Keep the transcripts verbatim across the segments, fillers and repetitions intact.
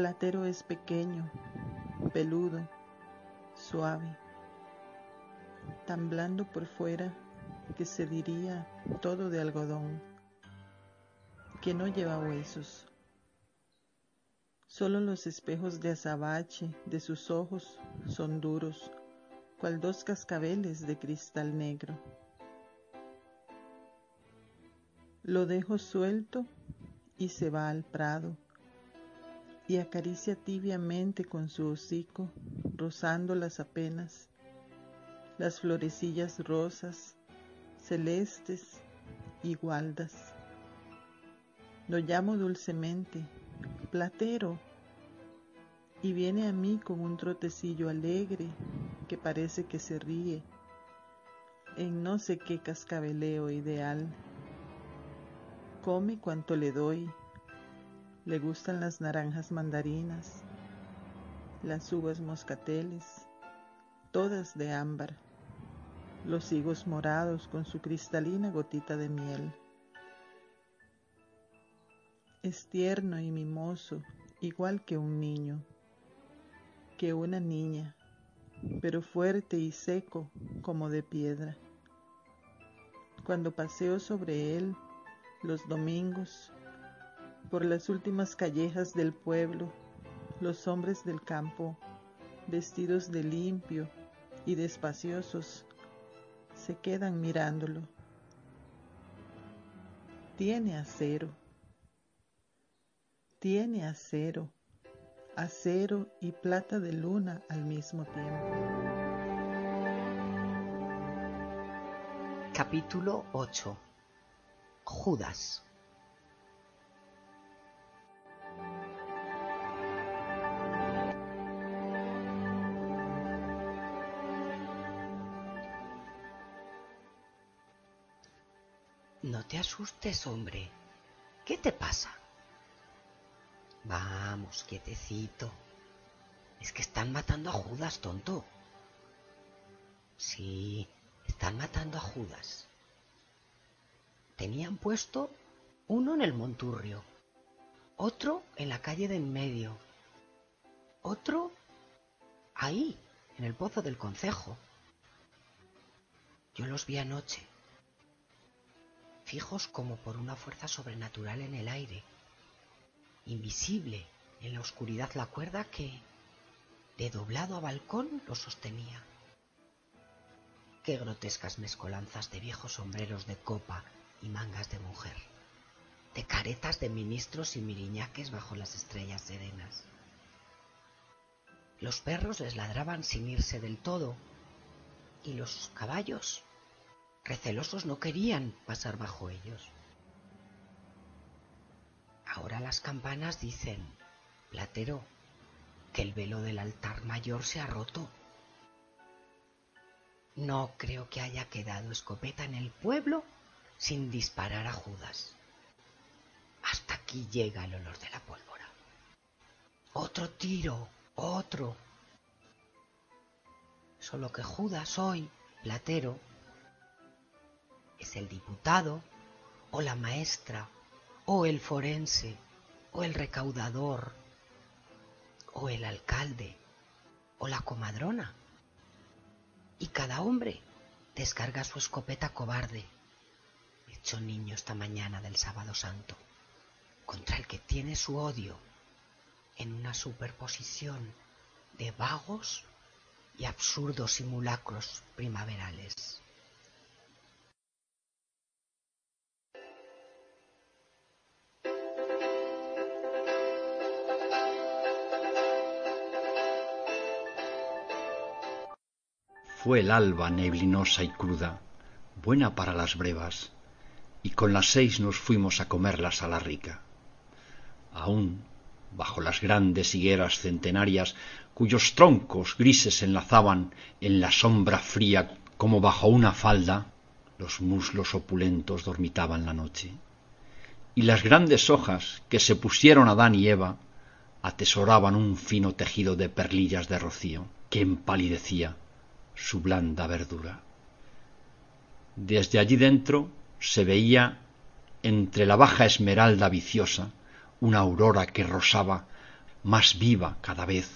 Platero es pequeño, peludo, suave, tan blando por fuera que se diría todo de algodón, que no lleva huesos. Solo los espejos de azabache de sus ojos son duros, cual dos cascabeles de cristal negro. Lo dejo suelto y se va al prado, y acaricia tibiamente con su hocico, rozándolas apenas, las florecillas rosas, celestes y gualdas. Lo llamo dulcemente, Platero, y viene a mí con un trotecillo alegre que parece que se ríe en no sé qué cascabeleo ideal. Come cuanto le doy. Le gustan las naranjas mandarinas, las uvas moscateles, todas de ámbar, los higos morados con su cristalina gotita de miel. Es tierno y mimoso, igual que un niño, que una niña, pero fuerte y seco como de piedra. Cuando paseo sobre él los domingos, por las últimas callejas del pueblo, los hombres del campo, vestidos de limpio y despaciosos, se quedan mirándolo. Tiene acero, tiene acero, acero y plata de luna al mismo tiempo. Capítulo ocho. Judas. No te asustes, hombre. ¿Qué te pasa? Vamos, quietecito. Es que están matando a Judas, tonto. Sí, están matando a Judas. Tenían puesto uno en el Monturrio, otro en la calle de en medio, otro ahí, en el pozo del concejo. Yo los vi anoche, fijos como por una fuerza sobrenatural en el aire, invisible en la oscuridad la cuerda que, de doblado a balcón, los sostenía. Qué grotescas mezcolanzas de viejos sombreros de copa y mangas de mujer, de caretas de ministros y miriñaques bajo las estrellas serenas. Los perros les ladraban sin irse del todo, y los caballos, recelosos, no querían pasar bajo ellos. Ahora las campanas dicen, Platero, que el velo del altar mayor se ha roto. No creo que haya quedado escopeta en el pueblo sin disparar a Judas. Hasta aquí llega el olor de la pólvora. Otro tiro, otro. Solo que Judas hoy, Platero, es el diputado, o la maestra, o el forense, o el recaudador, o el alcalde, o la comadrona. Y cada hombre descarga su escopeta cobarde, hecho niño esta mañana del Sábado Santo, contra el que tiene su odio, en una superposición de vagos y absurdos simulacros primaverales. Fue el alba neblinosa y cruda, buena para las brevas, y con las seis nos fuimos a comerlas a la rica. Aún, bajo las grandes higueras centenarias, cuyos troncos grises enlazaban en la sombra fría como bajo una falda, los muslos opulentos dormitaban la noche, y las grandes hojas que se pusieron Adán y Eva atesoraban un fino tejido de perlillas de rocío que empalidecía su blanda verdura. Desde allí dentro se veía, entre la baja esmeralda viciosa, una aurora que rozaba más viva cada vez,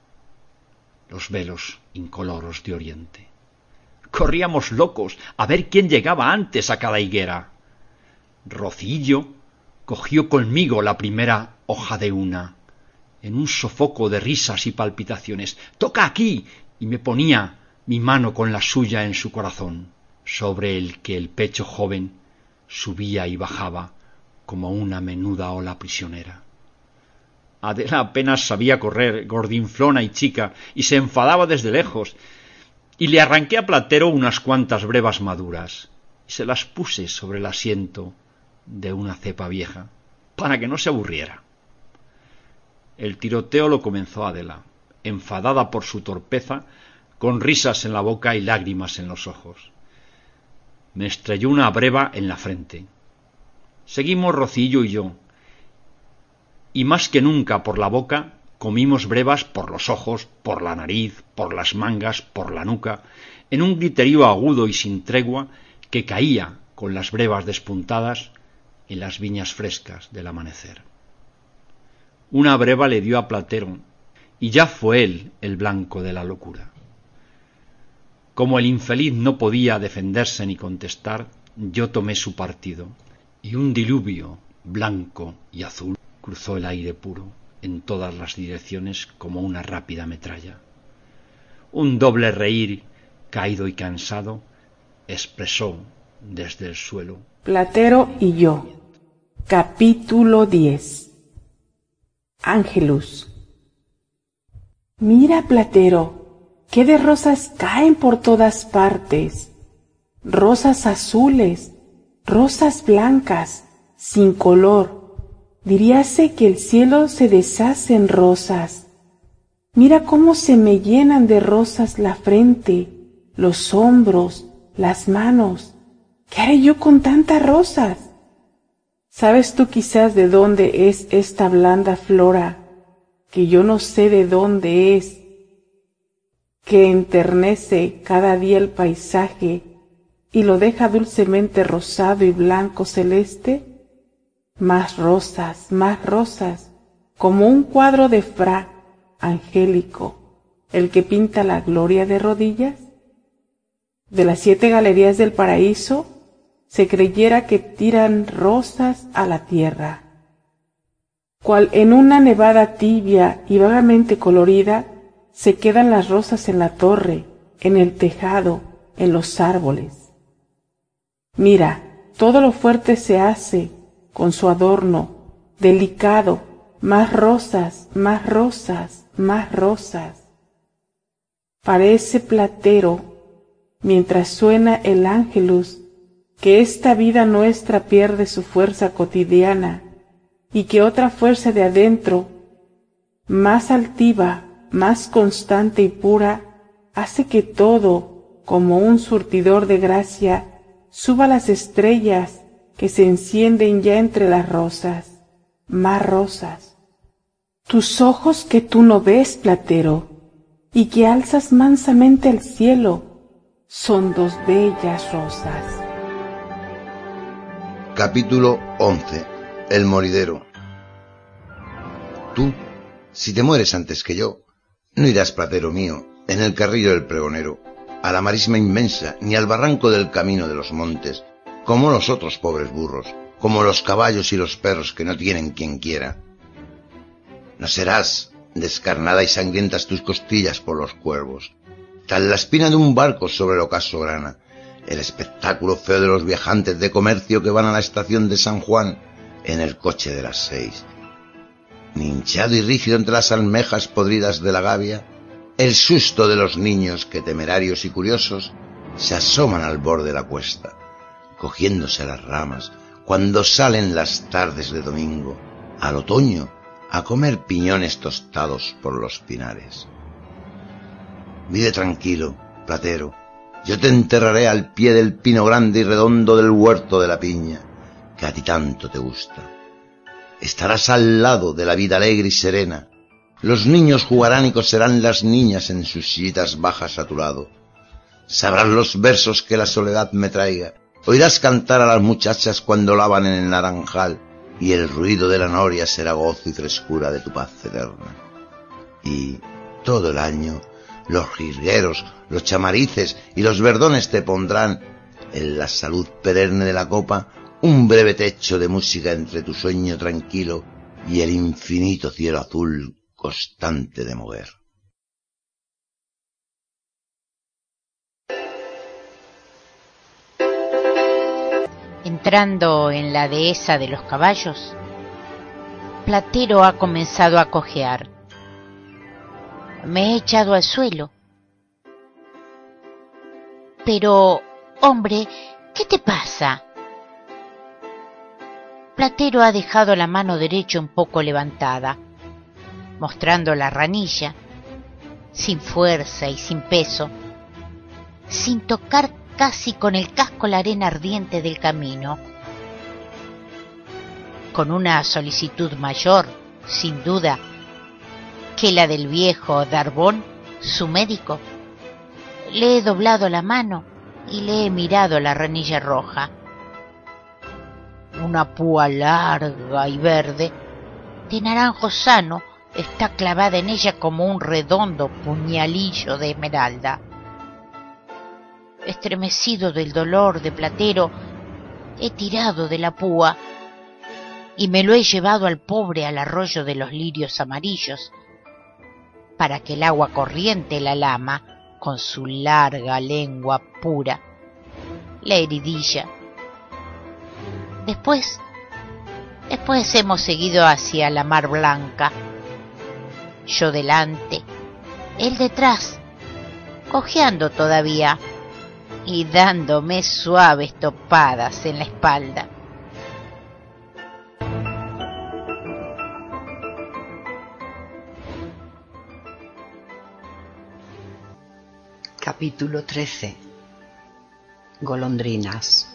los velos incoloros de oriente. Corríamos locos a ver quién llegaba antes a cada higuera. Rocillo cogió conmigo la primera hoja de una, en un sofoco de risas y palpitaciones. «¡Toca aquí!» y me ponía mi mano con la suya en su corazón, sobre el que el pecho joven subía y bajaba como una menuda ola prisionera. Adela apenas sabía correr, gordinflona y chica, y se enfadaba desde lejos, y le arranqué a Platero unas cuantas brevas maduras, y se las puse sobre el asiento de una cepa vieja, para que no se aburriera. El tiroteo lo comenzó Adela, enfadada por su torpeza, con risas en la boca y lágrimas en los ojos. Me estrelló una breva en la frente. Seguimos Rocillo y yo, y más que nunca por la boca comimos brevas por los ojos, por la nariz, por las mangas, por la nuca, en un griterío agudo y sin tregua que caía con las brevas despuntadas en las viñas frescas del amanecer. Una breva le dio a Platero, y ya fue él el blanco de la locura. Como el infeliz no podía defenderse ni contestar, yo tomé su partido, y un diluvio blanco y azul cruzó el aire puro en todas las direcciones como una rápida metralla. Un doble reír, caído y cansado, expresó desde el suelo: Platero y yo. Capítulo diez. Ángelus. Mira, Platero, qué de rosas caen por todas partes. Rosas azules, rosas blancas, sin color. Diríase que el cielo se deshace en rosas. Mira cómo se me llenan de rosas la frente, los hombros, las manos. ¿Qué haré yo con tantas rosas? ¿Sabes tú quizás de dónde es esta blanda flora, que yo no sé de dónde es, que enternece cada día el paisaje y lo deja dulcemente rosado y blanco celeste? Más rosas, más rosas, como un cuadro de Fra angélico, el que pinta la gloria de rodillas. De las siete galerías del paraíso se creyera que tiran rosas a la tierra, cual en una nevada tibia y vagamente colorida se quedan las rosas en la torre, en el tejado, en los árboles. Mira, todo lo fuerte se hace con su adorno delicado, más rosas, más rosas, más rosas. Parece, Platero, mientras suena el ángelus, que esta vida nuestra pierde su fuerza cotidiana y que otra fuerza de adentro, más altiva, más constante y pura, hace que todo, como un surtidor de gracia, suba las estrellas que se encienden ya entre las rosas, más rosas. Tus ojos que tú no ves, Platero, y que alzas mansamente al cielo, son dos bellas rosas. Capítulo once. El moridero. Tú, si te mueres antes que yo, no irás, Platero mío, en el carrillo del pregonero, a la marisma inmensa, ni al barranco del camino de los montes, como los otros pobres burros, como los caballos y los perros que no tienen quien quiera. No serás descarnada y sangrientas tus costillas por los cuervos, tal la espina de un barco sobre el ocaso grana, el espectáculo feo de los viajantes de comercio que van a la estación de San Juan en el coche de las seis. Ni hinchado y rígido entre las almejas podridas de la gavia, el susto de los niños que, temerarios y curiosos, se asoman al borde de la cuesta, cogiéndose las ramas, cuando salen las tardes de domingo, al otoño, a comer piñones tostados por los pinares. Vive tranquilo, Platero, yo te enterraré al pie del pino grande y redondo del huerto de la piña, que a ti tanto te gusta. Estarás al lado de la vida alegre y serena, los niños jugarán y coserán las niñas en sus sillitas bajas a tu lado. Sabrás los versos que la soledad me traiga, oirás cantar a las muchachas cuando lavan en el naranjal, y el ruido de la noria será gozo y frescura de tu paz eterna. Y todo el año los jilgueros, los chamarices y los verdones te pondrán, en la salud perenne de la copa, un breve techo de música entre tu sueño tranquilo y el infinito cielo azul constante de mover. Entrando en la dehesa de los caballos, Platero ha comenzado a cojear. Me he echado al suelo. Pero, hombre, ¿qué te pasa? Platero ha dejado la mano derecha un poco levantada, mostrando la ranilla, sin fuerza y sin peso, sin tocar casi con el casco la arena ardiente del camino. Con una solicitud mayor, sin duda, que la del viejo Darbón, su médico, le he doblado la mano y le he mirado la ranilla roja. Una púa larga y verde, de naranjo sano, está clavada en ella como un redondo puñalillo de esmeralda. Estremecido del dolor de Platero, he tirado de la púa y me lo he llevado al pobre al arroyo de los lirios amarillos, para que el agua corriente la lama con su larga lengua pura, la heridilla. Después, después hemos seguido hacia la mar blanca, yo delante, él detrás, cojeando todavía y dándome suaves topadas en la espalda. Capítulo trece. Golondrinas.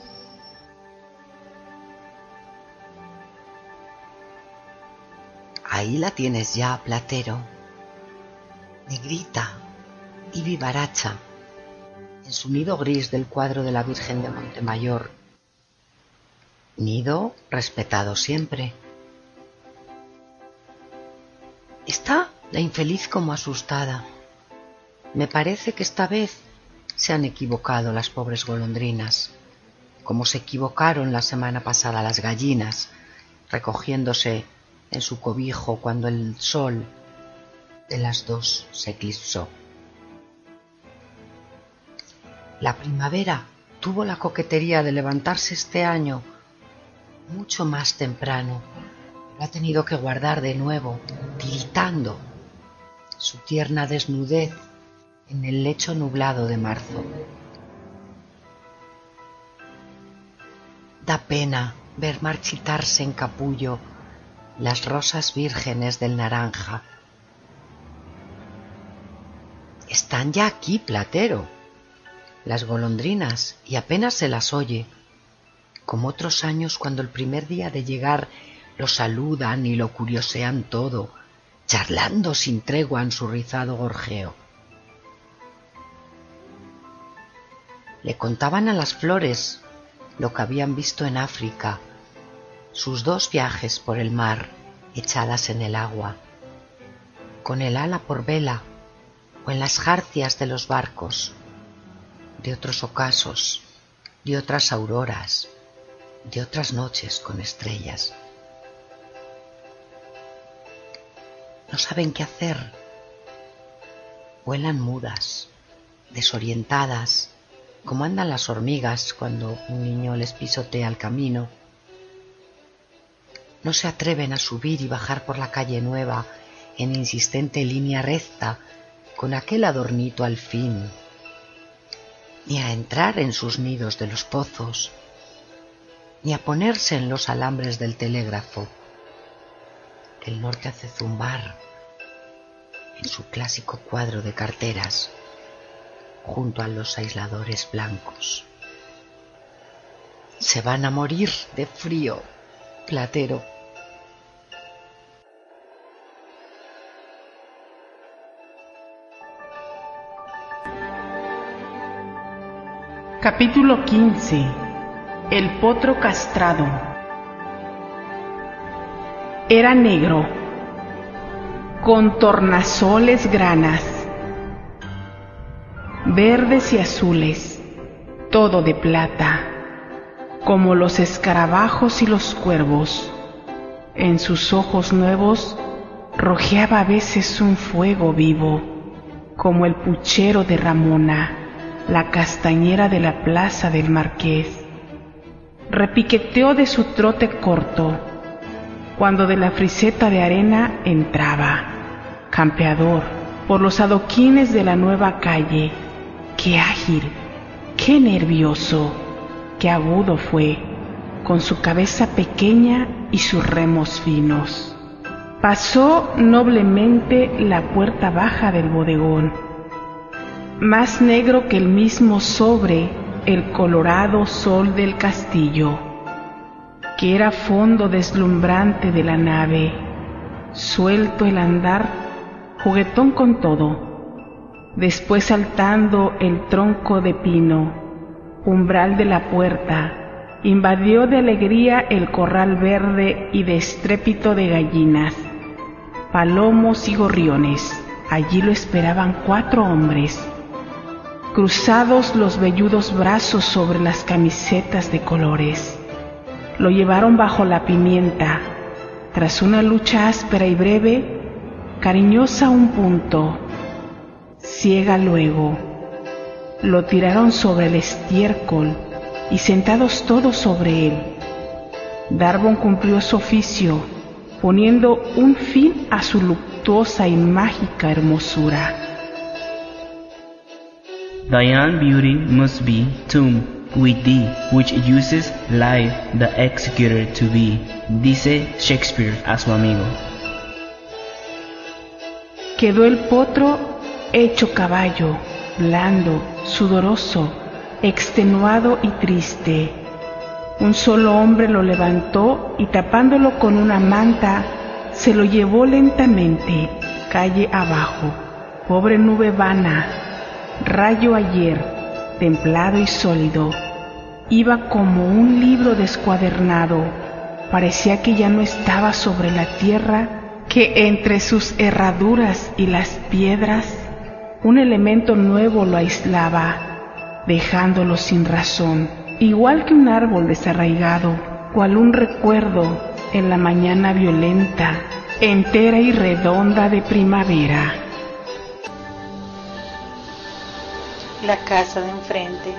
Ahí la tienes ya, Platero, negrita y vivaracha, en su nido gris del cuadro de la Virgen de Montemayor. Nido respetado siempre. Está la infeliz como asustada. Me parece que esta vez se han equivocado las pobres golondrinas, como se equivocaron la semana pasada las gallinas, recogiéndose en su cobijo cuando el sol de las dos se eclipsó. La primavera tuvo la coquetería de levantarse este año mucho más temprano, pero ha tenido que guardar de nuevo, tiritando, su tierna desnudez en el lecho nublado de marzo. Da pena ver marchitarse en capullo las rosas vírgenes del naranja. Están ya aquí, Platero, las golondrinas, y apenas se las oye, como otros años cuando el primer día de llegar lo saludan y lo curiosean todo, charlando sin tregua en su rizado gorjeo. Le contaban a las flores lo que habían visto en África, sus dos viajes por el mar echadas en el agua, con el ala por vela o en las jarcias de los barcos, de otros ocasos, de otras auroras, de otras noches con estrellas. No saben qué hacer, vuelan mudas, desorientadas, como andan las hormigas cuando un niño les pisotea el camino. No se atreven a subir y bajar por la calle nueva en insistente línea recta con aquel adornito al fin, ni a entrar en sus nidos de los pozos, ni a ponerse en los alambres del telégrafo que el norte hace zumbar en su clásico cuadro de carteras junto a los aisladores blancos. Se van a morir de frío, Platero. Capítulo quince. El potro castrado. era negro, con tornasoles granas, verdes y azules, todo de plata, como los escarabajos y los cuervos. En sus ojos nuevos rojeaba a veces un fuego vivo, como el puchero de Ramona, la castañera de la plaza del Marqués. Repiqueteó de su trote corto, cuando de la friseta de arena entraba, campeador, por los adoquines de la nueva calle. ¡Qué ágil! ¡Qué nervioso! ¡Qué agudo fue! Con su cabeza pequeña y sus remos finos. Pasó noblemente la puerta baja del bodegón, más negro que el mismo sobre el colorado sol del castillo, que era fondo deslumbrante de la nave, suelto el andar, juguetón con todo, después saltando el tronco de pino, umbral de la puerta, invadió de alegría el corral verde y de estrépito de gallinas, palomos y gorriones. Allí lo esperaban cuatro hombres, cruzados los velludos brazos sobre las camisetas de colores. Lo llevaron bajo la pimienta, tras una lucha áspera y breve, cariñosa a un punto, ciega luego. Lo tiraron sobre el estiércol y sentados todos sobre él. Darbon cumplió su oficio, poniendo un fin a su luctuosa y mágica hermosura. Thy young beauty must be tuned with thee, which uses life the executor to be, dice Shakespeare a su amigo. Quedó el potro hecho caballo, blando, sudoroso, extenuado y triste. Un solo hombre lo levantó y tapándolo con una manta, se lo llevó lentamente, calle abajo. Pobre nube vana, rayo ayer, templado y sólido, iba como un libro descuadernado. Parecía que ya no estaba sobre la tierra, que entre sus herraduras y las piedras un elemento nuevo lo aislaba, dejándolo sin razón, igual que un árbol desarraigado, cual un recuerdo en la mañana violenta, entera y redonda de primavera. La casa de enfrente.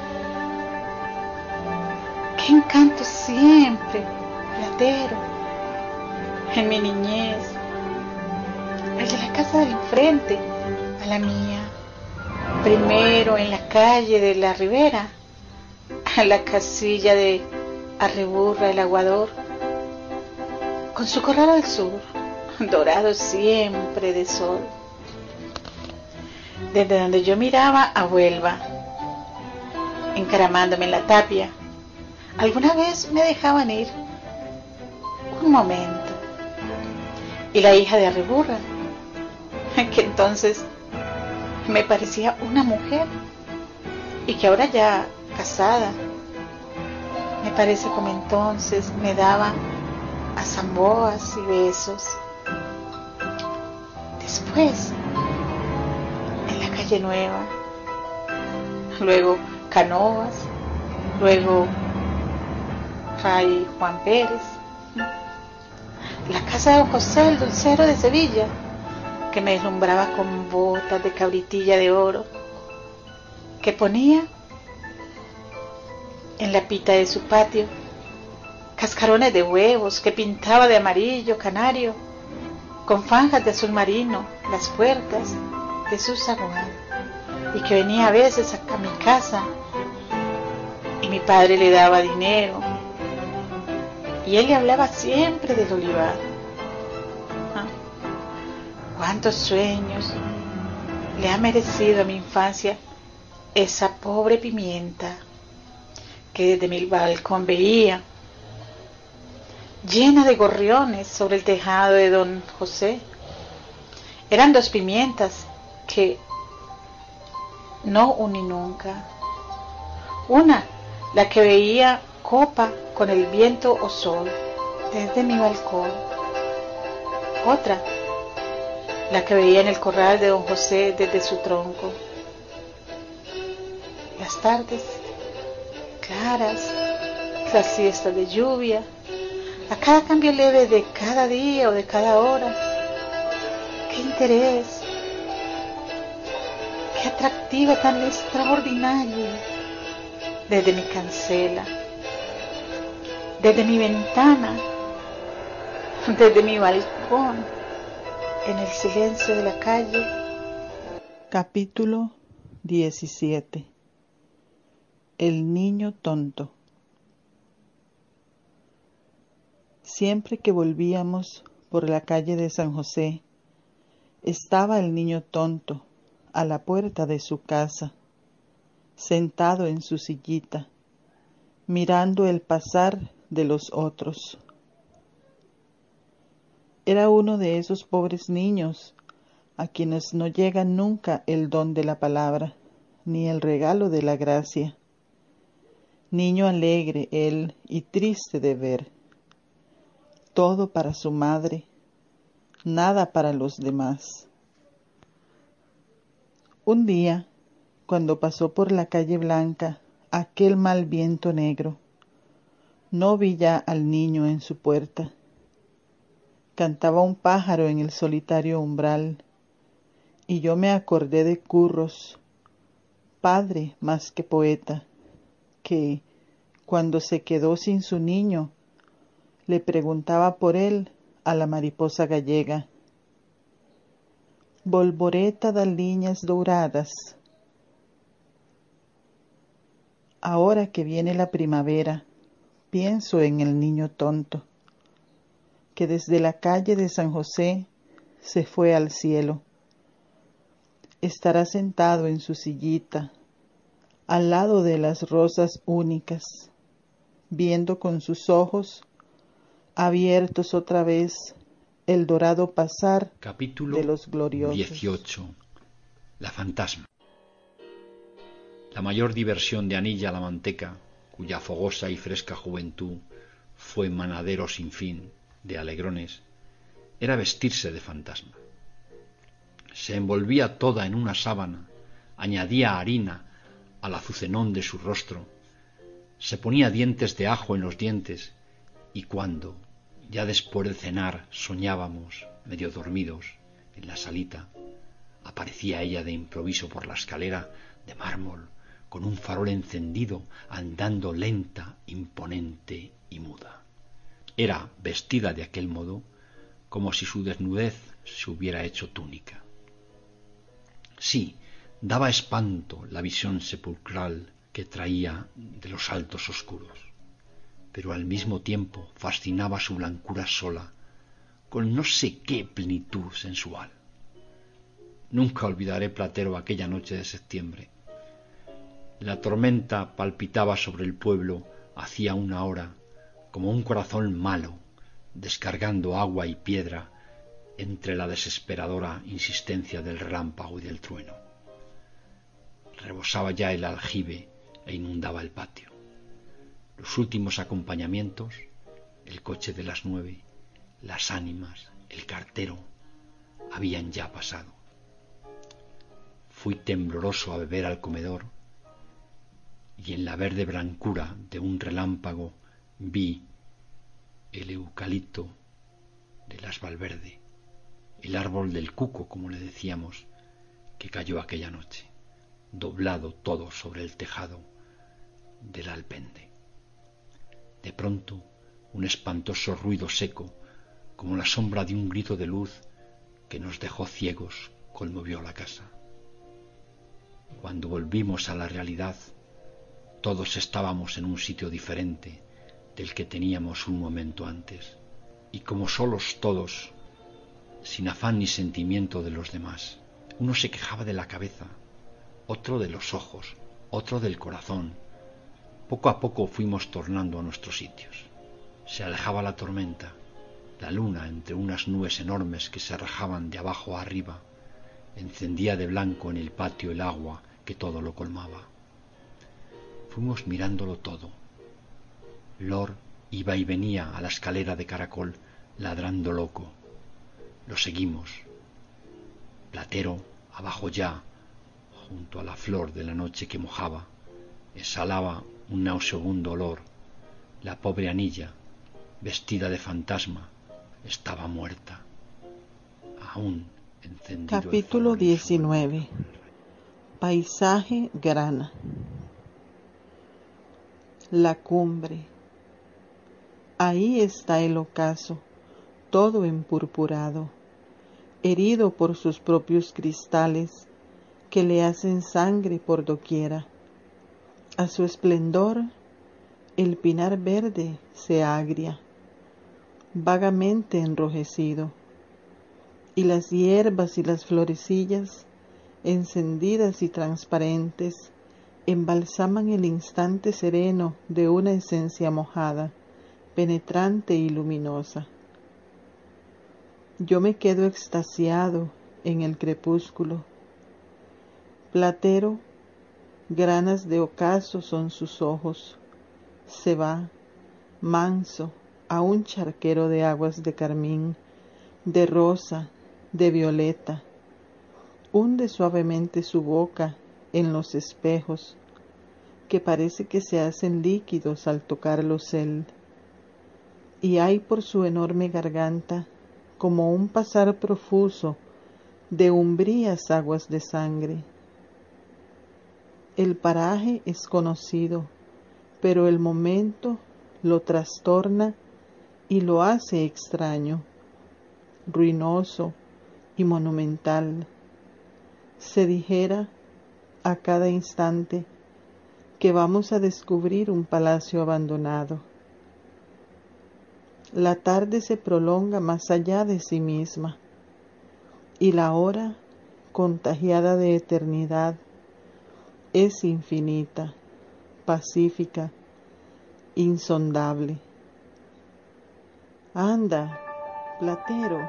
¡Qué encanto siempre, Platero! En mi niñez, el de la casa de enfrente, a la mía. Primero en la calle de la Ribera, a la casilla de Arreburra el Aguador, con su corral al sur, dorado siempre de sol. Desde donde yo miraba a Huelva, encaramándome en la tapia, alguna vez me dejaban ir un momento. Y la hija de Arreburra, que entonces me parecía una mujer y que ahora ya casada, me parece como entonces me daba a zamboas y besos. Después, en la calle Nueva, luego Canoas, luego Fray Juan Pérez, la casa de don José el dulcero de Sevilla, que me deslumbraba con botas de cabritilla de oro, que ponía en la pita de su patio cascarones de huevos, que pintaba de amarillo canario, con franjas de azul marino las puertas de su zaguán, y que venía a veces a mi casa, y mi padre le daba dinero, y él le hablaba siempre del olivar. ¿Ah? Cuántos sueños le ha merecido a mi infancia esa pobre pimienta que desde mi balcón veía, llena de gorriones sobre el tejado de don José. Eran dos pimientas que no uní nunca. Una, la que veía copa con el viento o sol desde mi balcón, Otra, la que veía en el corral de don José desde su tronco. Las tardes claras, las siestas de lluvia, a cada cambio leve de cada día o de cada hora. ¡Qué interés! ¡Qué atractivo tan extraordinario! Desde mi cancela, desde mi ventana, desde mi balcón, en el silencio de la calle. Capítulo diecisiete. El niño tonto. Siempre que volvíamos por la calle de San José, estaba el niño tonto a la puerta de su casa, sentado en su sillita, mirando el pasar de los otros. Era uno de esos pobres niños a quienes no llega nunca el don de la palabra, ni el regalo de la gracia. Niño alegre él y triste de ver. Todo para su madre, nada para los demás. Un día, cuando pasó por la calle Blanca aquel mal viento negro, no vi ya al niño en su puerta. Cantaba un pájaro en el solitario umbral, y yo me acordé de Curros, padre más que poeta, que, cuando se quedó sin su niño, le preguntaba por él a la mariposa gallega. Volvoreta das liñas douradas. Ahora que viene la primavera, pienso en el niño tonto, que desde la calle de San José se fue al cielo. Estará sentado en su sillita, al lado de las rosas únicas, viendo con sus ojos abiertos otra vez el dorado pasar Capítulo de los gloriosos. dieciocho. La fantasma. La mayor diversión de Anilla la Manteca, cuya fogosa y fresca juventud fue manadero sin fin de alegrones, era vestirse de fantasma. Se envolvía toda en una sábana, añadía harina al azucenón de su rostro, se ponía dientes de ajo en los dientes, y cuando, ya después de cenar, soñábamos, medio dormidos, en la salita, aparecía ella de improviso por la escalera de mármol, con un farol encendido, andando lenta, imponente y muda. Era, vestida de aquel modo, como si su desnudez se hubiera hecho túnica. Sí, daba espanto la visión sepulcral que traía de los altos oscuros, pero al mismo tiempo fascinaba su blancura sola, con no sé qué plenitud sensual. Nunca olvidaré, Platero, aquella noche de septiembre. La tormenta palpitaba sobre el pueblo hacía una hora, como un corazón malo, descargando agua y piedra entre la desesperadora insistencia del relámpago y del trueno. Rebosaba ya el aljibe e inundaba el patio. Los últimos acompañamientos, el coche de las nueve, las ánimas, el cartero, habían ya pasado. Fui tembloroso a beber al comedor, y en la verde blancura de un relámpago vi el eucalipto de las Valverde, el árbol del cuco, como le decíamos, que cayó aquella noche, doblado todo sobre el tejado del alpende. De pronto, un espantoso ruido seco, como la sombra de un grito de luz que nos dejó ciegos, conmovió la casa. Cuando volvimos a la realidad, todos estábamos en un sitio diferente del que teníamos un momento antes, y como solos todos, sin afán ni sentimiento de los demás. Uno se quejaba de la cabeza, otro de los ojos, otro del corazón. Poco a poco fuimos tornando a nuestros sitios. Se alejaba la tormenta, la luna, entre unas nubes enormes que se rajaban de abajo a arriba, encendía de blanco en el patio el agua que todo lo colmaba. Fuimos mirándolo todo. Lord iba y venía a la escalera de caracol ladrando loco. Lo seguimos. Platero, abajo ya, junto a la flor de la noche que mojaba, exhalaba un nauseabundo olor. La pobre Anilla, vestida de fantasma, estaba muerta. Aún encendido. Capítulo diecinueve. Paisaje grana. La cumbre. Ahí está el ocaso, todo empurpurado, herido por sus propios cristales que le hacen sangre por doquiera. A su esplendor, el pinar verde se agria, vagamente enrojecido, y las hierbas y las florecillas, encendidas y transparentes, embalsaman el instante sereno de una esencia mojada, penetrante y luminosa. Yo me quedo extasiado en el crepúsculo. Platero, granas de ocaso son sus ojos. Se va, manso, a un charquero de aguas de carmín, de rosa, de violeta. Hunde suavemente su boca en los espejos, que parece que se hacen líquidos al tocarlos él. Y hay por su enorme garganta como un pasar profuso de umbrías aguas de sangre. El paraje es conocido, pero el momento lo trastorna y lo hace extraño, ruinoso y monumental. Se dijera a cada instante que vamos a descubrir un palacio abandonado. La tarde se prolonga más allá de sí misma, y la hora, contagiada de eternidad, es infinita, pacífica, insondable. Anda, Platero.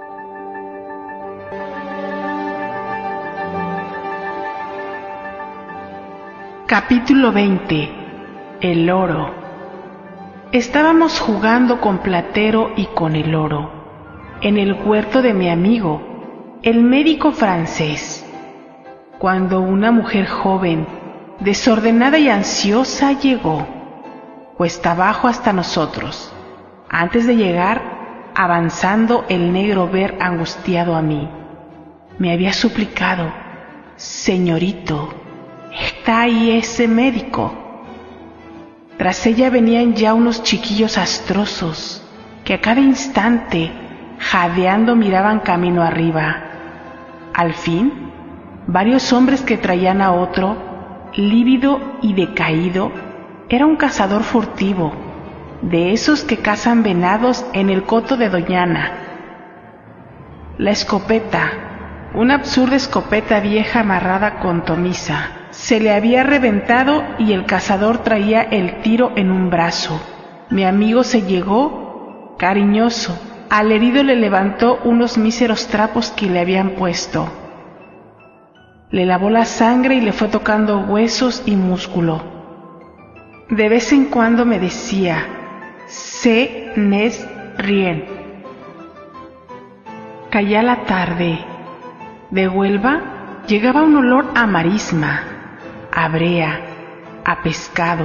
Capítulo veinte. El oro. Estábamos jugando con Platero y con el oro, en el huerto de mi amigo, el médico francés, cuando una mujer joven, desordenada y ansiosa, llegó, cuesta abajo hasta nosotros. Antes de llegar, avanzando el negro ver angustiado a mí, me había suplicado: «Señorito, ¿está ahí ese médico?». Tras ella venían ya unos chiquillos astrosos que a cada instante, jadeando, miraban camino arriba. Al fin, varios hombres que traían a otro, lívido y decaído, era un cazador furtivo, de esos que cazan venados en el coto de Doñana. La escopeta, una absurda escopeta vieja amarrada con tomisa, se le había reventado y el cazador traía el tiro en un brazo. Mi amigo se llegó, cariñoso, al herido le levantó unos míseros trapos que le habían puesto. Le lavó la sangre y le fue tocando huesos y músculo. De vez en cuando me decía: «Se nes rien». Caía la tarde. De Huelva llegaba un olor a marisma, a brea, a pescado.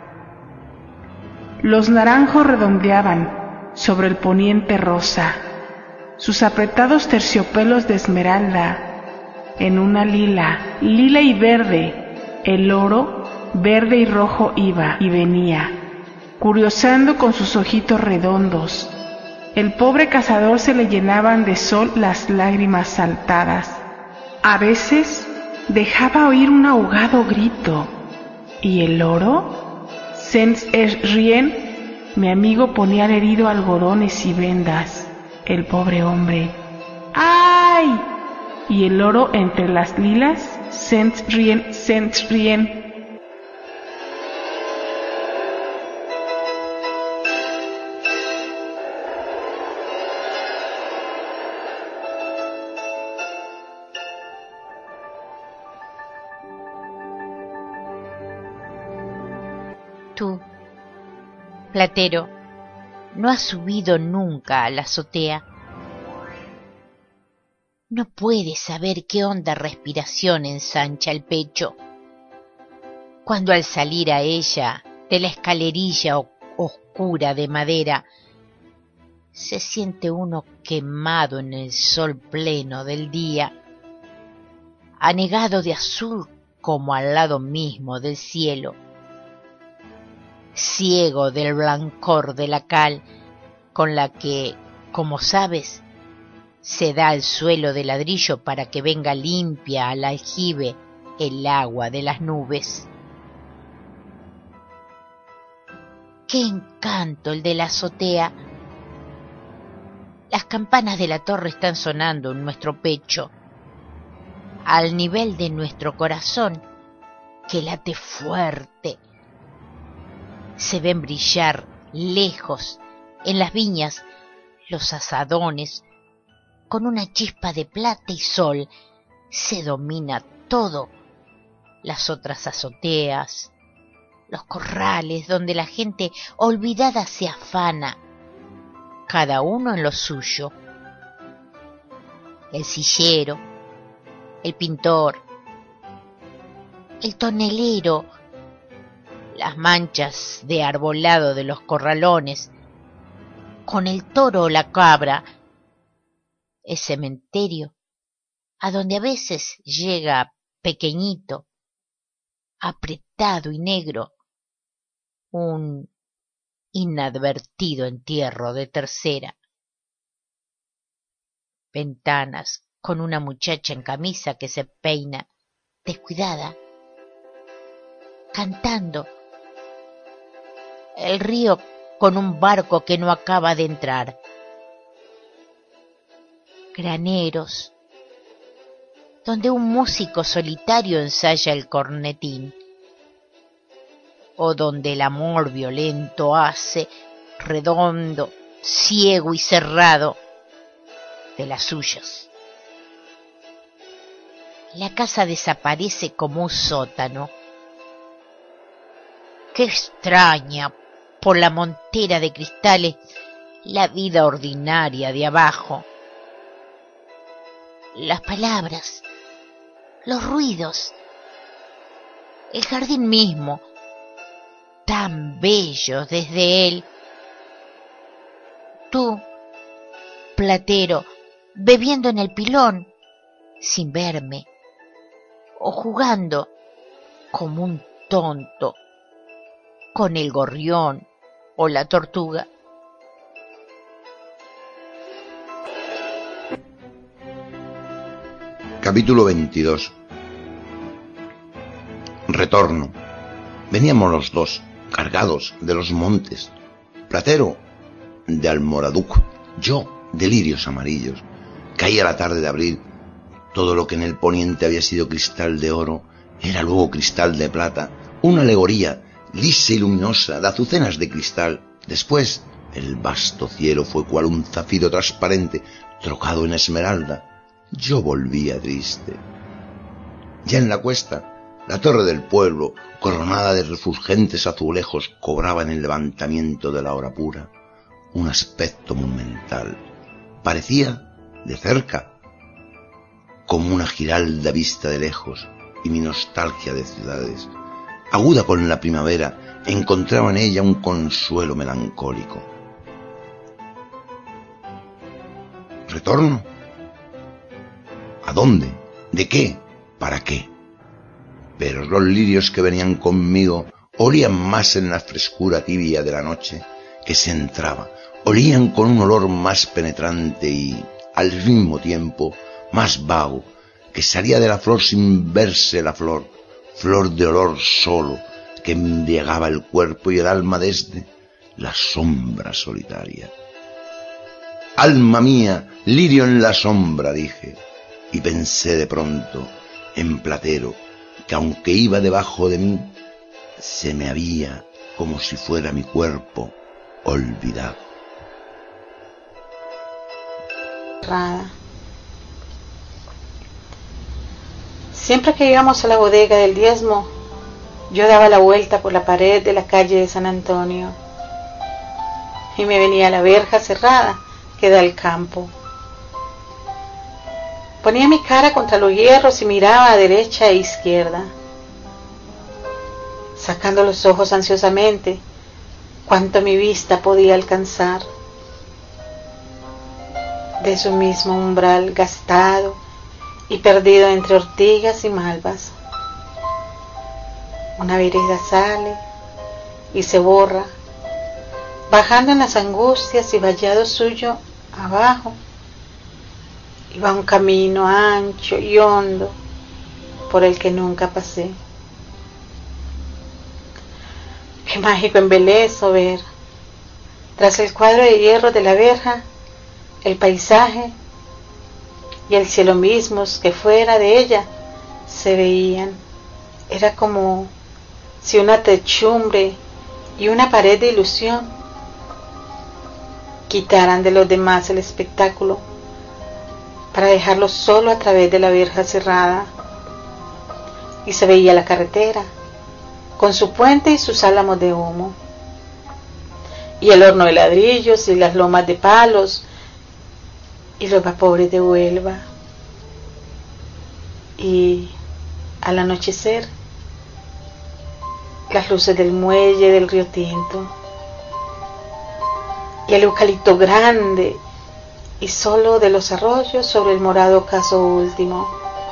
Los naranjos redondeaban sobre el poniente rosa, sus apretados terciopelos de esmeralda, en una lila, lila y verde, el oro, verde y rojo iba y venía, curiosando con sus ojitos redondos. El pobre cazador se le llenaban de sol las lágrimas saltadas. A veces dejaba oír un ahogado grito. ¿Y el oro? Sans rien, mi amigo ponía al herido algodones y vendas. El pobre hombre: ¡ay! Y el oro entre las lilas: sans rien, sans rien. Tú, Platero, no has subido nunca a la azotea. no puede saber qué honda respiración ensancha el pecho, cuando al salir a ella de la escalerilla oscura de madera, se siente uno quemado en el sol pleno del día, anegado de azul como al lado mismo del cielo, ciego del blancor de la cal con la que, como sabes, se da al suelo de ladrillo para que venga limpia al aljibe el agua de las nubes. ¡Qué encanto el de la azotea! Las campanas de la torre están sonando en nuestro pecho, al nivel de nuestro corazón, que late fuerte. Se ven brillar lejos en las viñas los azadones, con una chispa de plata y sol se domina todo, las otras azoteas, los corrales donde la gente olvidada se afana, cada uno en lo suyo, el sillero, el pintor, el tonelero, las manchas de arbolado de los corralones, con el toro o la cabra, el cementerio, a donde a veces llega pequeñito, apretado y negro, un inadvertido entierro de tercera. Ventanas con una muchacha en camisa que se peina, descuidada, cantando. El río con un barco que no acaba de entrar. Graneros, donde un músico solitario ensaya el cornetín, o donde el amor violento hace, redondo, ciego y cerrado, de las suyas. La casa desaparece como un sótano. Qué extraña, por la montera de cristales, la vida ordinaria de abajo. Las palabras, los ruidos, el jardín mismo, tan bello desde él. Tú, platero, bebiendo en el pilón, sin verme, o jugando como un tonto con el gorrión o la tortuga. Capítulo veintidós. Retorno. Veníamos los dos, cargados de los montes. Platero de Almoraduc, yo de lirios amarillos. Caía la tarde de abril. Todo lo que en el poniente había sido cristal de oro era luego cristal de plata, una alegoría lisa y luminosa de azucenas de cristal. Después el vasto cielo fue cual un zafiro transparente trocado en esmeralda. Yo volvía triste. Ya en la cuesta, la torre del pueblo, coronada de refulgentes azulejos, cobraba en el levantamiento de la hora pura un aspecto monumental. Parecía, de cerca, como una giralda vista de lejos, y mi nostalgia de ciudades, aguda con la primavera, encontraba en ella un consuelo melancólico. ¿Retorno? ¿A dónde? ¿De qué? ¿Para qué? Pero los lirios que venían conmigo olían más en la frescura tibia de la noche que se entraba, olían con un olor más penetrante y, al mismo tiempo, más vago, que salía de la flor sin verse la flor, flor de olor solo, que embriagaba el cuerpo y el alma desde la sombra solitaria. Alma mía, lirio en la sombra, dije, y pensé de pronto en Platero, que aunque iba debajo de mí, se me había, como si fuera mi cuerpo, olvidado. Rada. Siempre que íbamos a la bodega del diezmo, yo daba la vuelta por la pared de la calle de San Antonio y me venía a la verja cerrada que da al campo. Ponía mi cara contra los hierros y miraba a derecha e izquierda, sacando los ojos ansiosamente cuanto mi vista podía alcanzar. De su mismo umbral gastado y perdido entre ortigas y malvas, una vereda sale y se borra, bajando en las angustias y vallado suyo abajo, y va un camino ancho y hondo por el que nunca pasé. Qué mágico embelezo ver, tras el cuadro de hierro de la verja, el paisaje y el cielo mismos que fuera de ella se veían. Era como si una techumbre y una pared de ilusión quitaran de los demás el espectáculo para dejarlo solo a través de la verja cerrada. Y se veía la carretera con su puente y sus álamos de humo, y el horno de ladrillos y las lomas de palos y los vapores de Huelva. Y al anochecer, las luces del muelle del río Tinto y el eucalipto grande y solo de los arroyos sobre el morado ocaso último.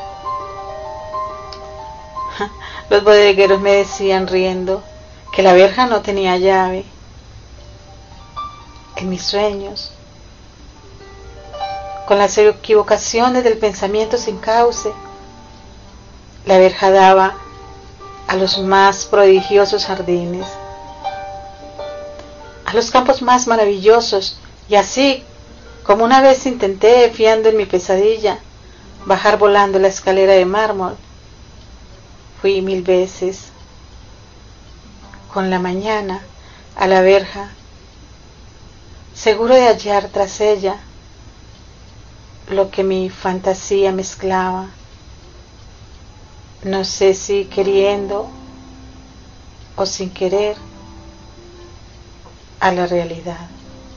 Los bodegueros me decían riendo que la verja no tenía llave. En mis sueños, con las equivocaciones del pensamiento sin cauce, la verja daba a los más prodigiosos jardines, a los campos más maravillosos, y así como una vez intenté, fiando en mi pesadilla, bajar volando la escalera de mármol, fui mil veces con la mañana a la verja, seguro de hallar tras ella lo que mi fantasía mezclaba, no sé si queriendo o sin querer, a la realidad.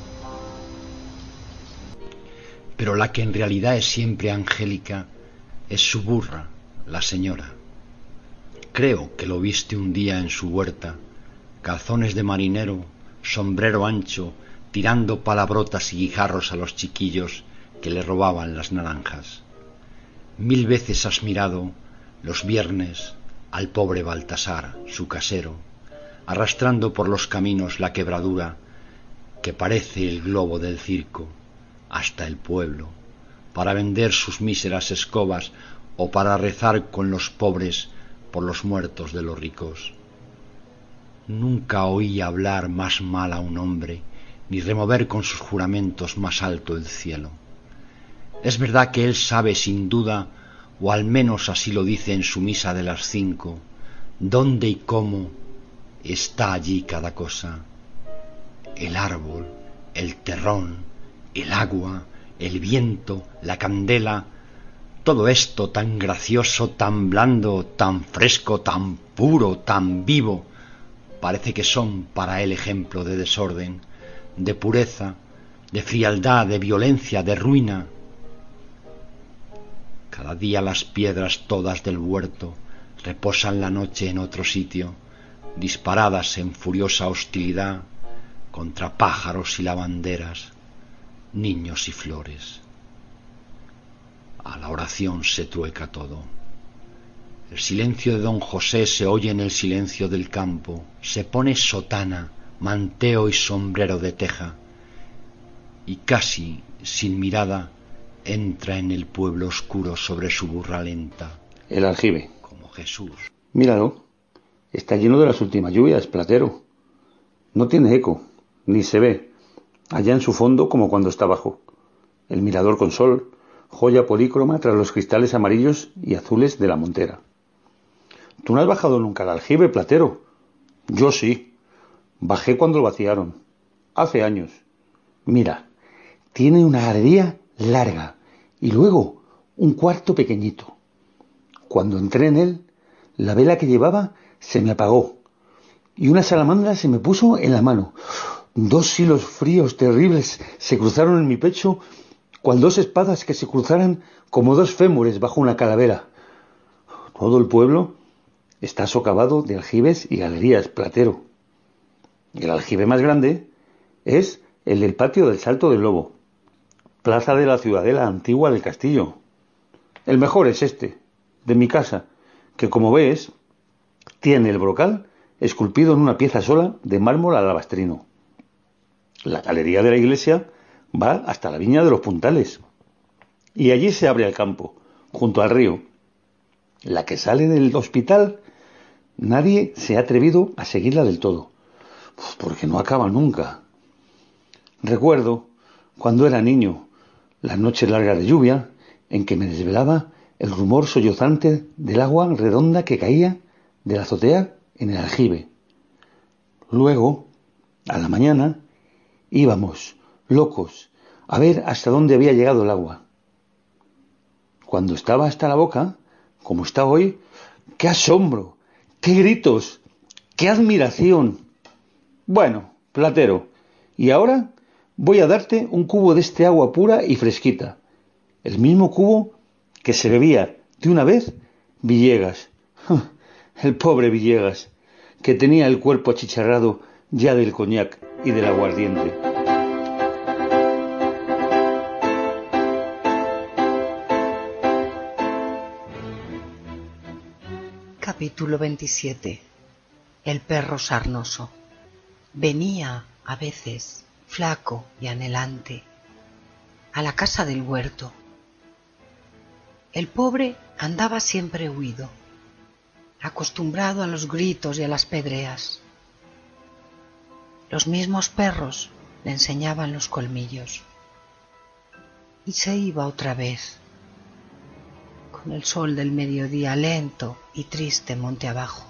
Pero la que en realidad es siempre angélica es su burra, la señora. Creo que lo viste un día en su huerta, calzones de marinero, sombrero ancho, tirando palabrotas y guijarros a los chiquillos que le robaban las naranjas. Mil veces has mirado los viernes al pobre Baltasar, su casero, arrastrando por los caminos la quebradura que parece el globo del circo, hasta el pueblo, para vender sus míseras escobas o para rezar con los pobres por los muertos de los ricos. Nunca oí hablar más mal a un hombre, ni remover con sus juramentos más alto el cielo. Es verdad que él sabe sin duda, o al menos así lo dice en su misa de las cinco, dónde y cómo está allí cada cosa. El árbol, el terrón, el agua, el viento, la candela, todo esto tan gracioso, tan blando, tan fresco, tan puro, tan vivo, parece que son para él ejemplo de desorden, de pureza, de frialdad, de violencia, de ruina. Cada día las piedras todas del huerto reposan la noche en otro sitio, disparadas en furiosa hostilidad contra pájaros y lavanderas, niños y flores. A la oración se trueca todo. El silencio de don José se oye en el silencio del campo, se pone sotana, manteo y sombrero de teja, y casi sin mirada entra en el pueblo oscuro sobre su burra lenta. El aljibe. Como Jesús. Míralo, está lleno de las últimas lluvias, Platero. No tiene eco, ni se ve, allá en su fondo como cuando está abajo. El mirador con sol, joya polícroma tras los cristales amarillos y azules de la montera. ¿Tú no has bajado nunca al aljibe, Platero? Yo sí. Bajé cuando lo vaciaron. Hace años. Mira, tiene una galería larga y luego un cuarto pequeñito. Cuando entré en él, la vela que llevaba se me apagó y una salamandra se me puso en la mano. Dos hilos fríos terribles se cruzaron en mi pecho cual dos espadas que se cruzaran como dos fémures bajo una calavera. Todo el pueblo está socavado de aljibes y galerías, Platero. El aljibe más grande es el del patio del Salto del Lobo, plaza de la ciudadela antigua del castillo. El mejor es este, de mi casa, que como ves, tiene el brocal esculpido en una pieza sola de mármol alabastrino. La galería de la iglesia va hasta la viña de los Puntales, y allí se abre al campo, junto al río. La que sale del hospital, nadie se ha atrevido a seguirla del todo, porque no acaba nunca. Recuerdo, cuando era niño, las noches largas de lluvia, en que me desvelaba el rumor sollozante del agua redonda que caía de la azotea en el aljibe. Luego, a la mañana, íbamos, locos, a ver hasta dónde había llegado el agua. Cuando estaba hasta la boca, como está hoy, ¡qué asombro! ¡Qué gritos! ¡Qué admiración! Bueno, Platero, y ahora voy a darte un cubo de este agua pura y fresquita, el mismo cubo que se bebía de una vez Villegas. El pobre Villegas, que tenía el cuerpo achicharrado ya del coñac y del aguardiente. Capítulo veintisiete. El perro sarnoso. Venía, a veces, flaco y anhelante, a la casa del huerto. El pobre andaba siempre huido, acostumbrado a los gritos y a las pedreas. Los mismos perros le enseñaban los colmillos. Y se iba otra vez, con el sol del mediodía lento y triste monte abajo.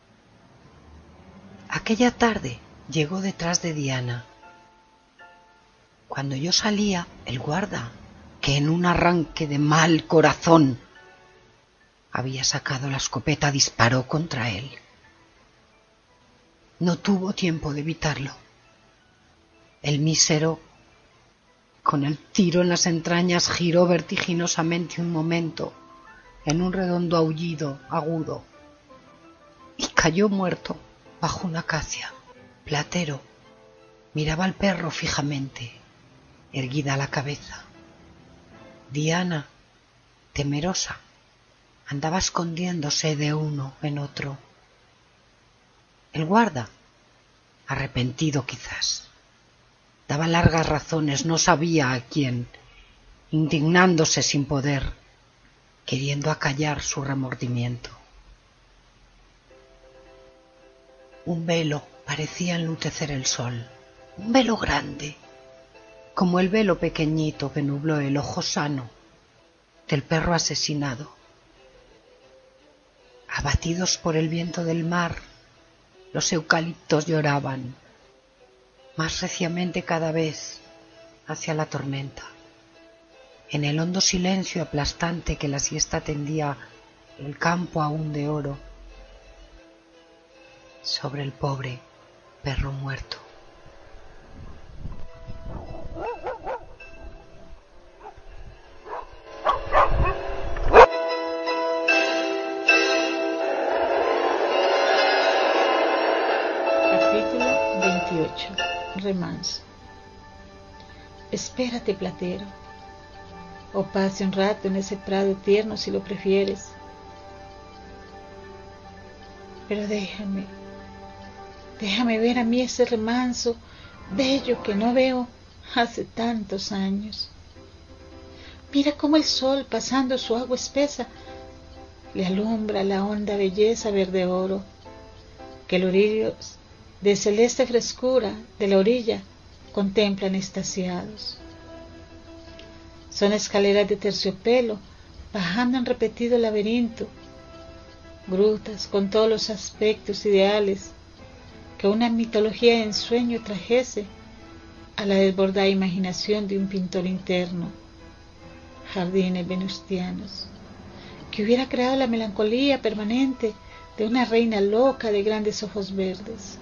Aquella tarde llegó detrás de Diana. Cuando yo salía, el guarda, que en un arranque de mal corazón había sacado la escopeta, disparó contra él. No tuvo tiempo de evitarlo. El mísero, con el tiro en las entrañas, giró vertiginosamente un momento en un redondo aullido agudo y cayó muerto bajo una acacia. Platero miraba al perro fijamente, erguida la cabeza. Diana, temerosa, andaba escondiéndose de uno en otro. El guarda, arrepentido quizás, daba largas razones, no sabía a quién, indignándose sin poder, queriendo acallar su remordimiento. Un velo parecía enlutecer el sol, un velo grande, como el velo pequeñito que nubló el ojo sano del perro asesinado. Abatidos por el viento del mar, los eucaliptos lloraban, más reciamente cada vez hacia la tormenta. En el hondo silencio aplastante que la siesta tendía el campo aún de oro, sobre el pobre perro muerto. Capítulo veintiocho. Remanso. Espérate, Platero, o pase un rato en ese prado tierno si lo prefieres. Pero déjame, déjame ver a mí ese remanso bello que no veo hace tantos años. Mira cómo el sol, pasando su agua espesa, le alumbra la honda belleza verde oro, que los lirios de celeste frescura de la orilla contemplan extasiados. Son escaleras de terciopelo bajando en repetido laberinto, grutas con todos los aspectos ideales que una mitología de ensueño trajese a la desbordada imaginación de un pintor interno, jardines venustianos, que hubiera creado la melancolía permanente de una reina loca de grandes ojos verdes,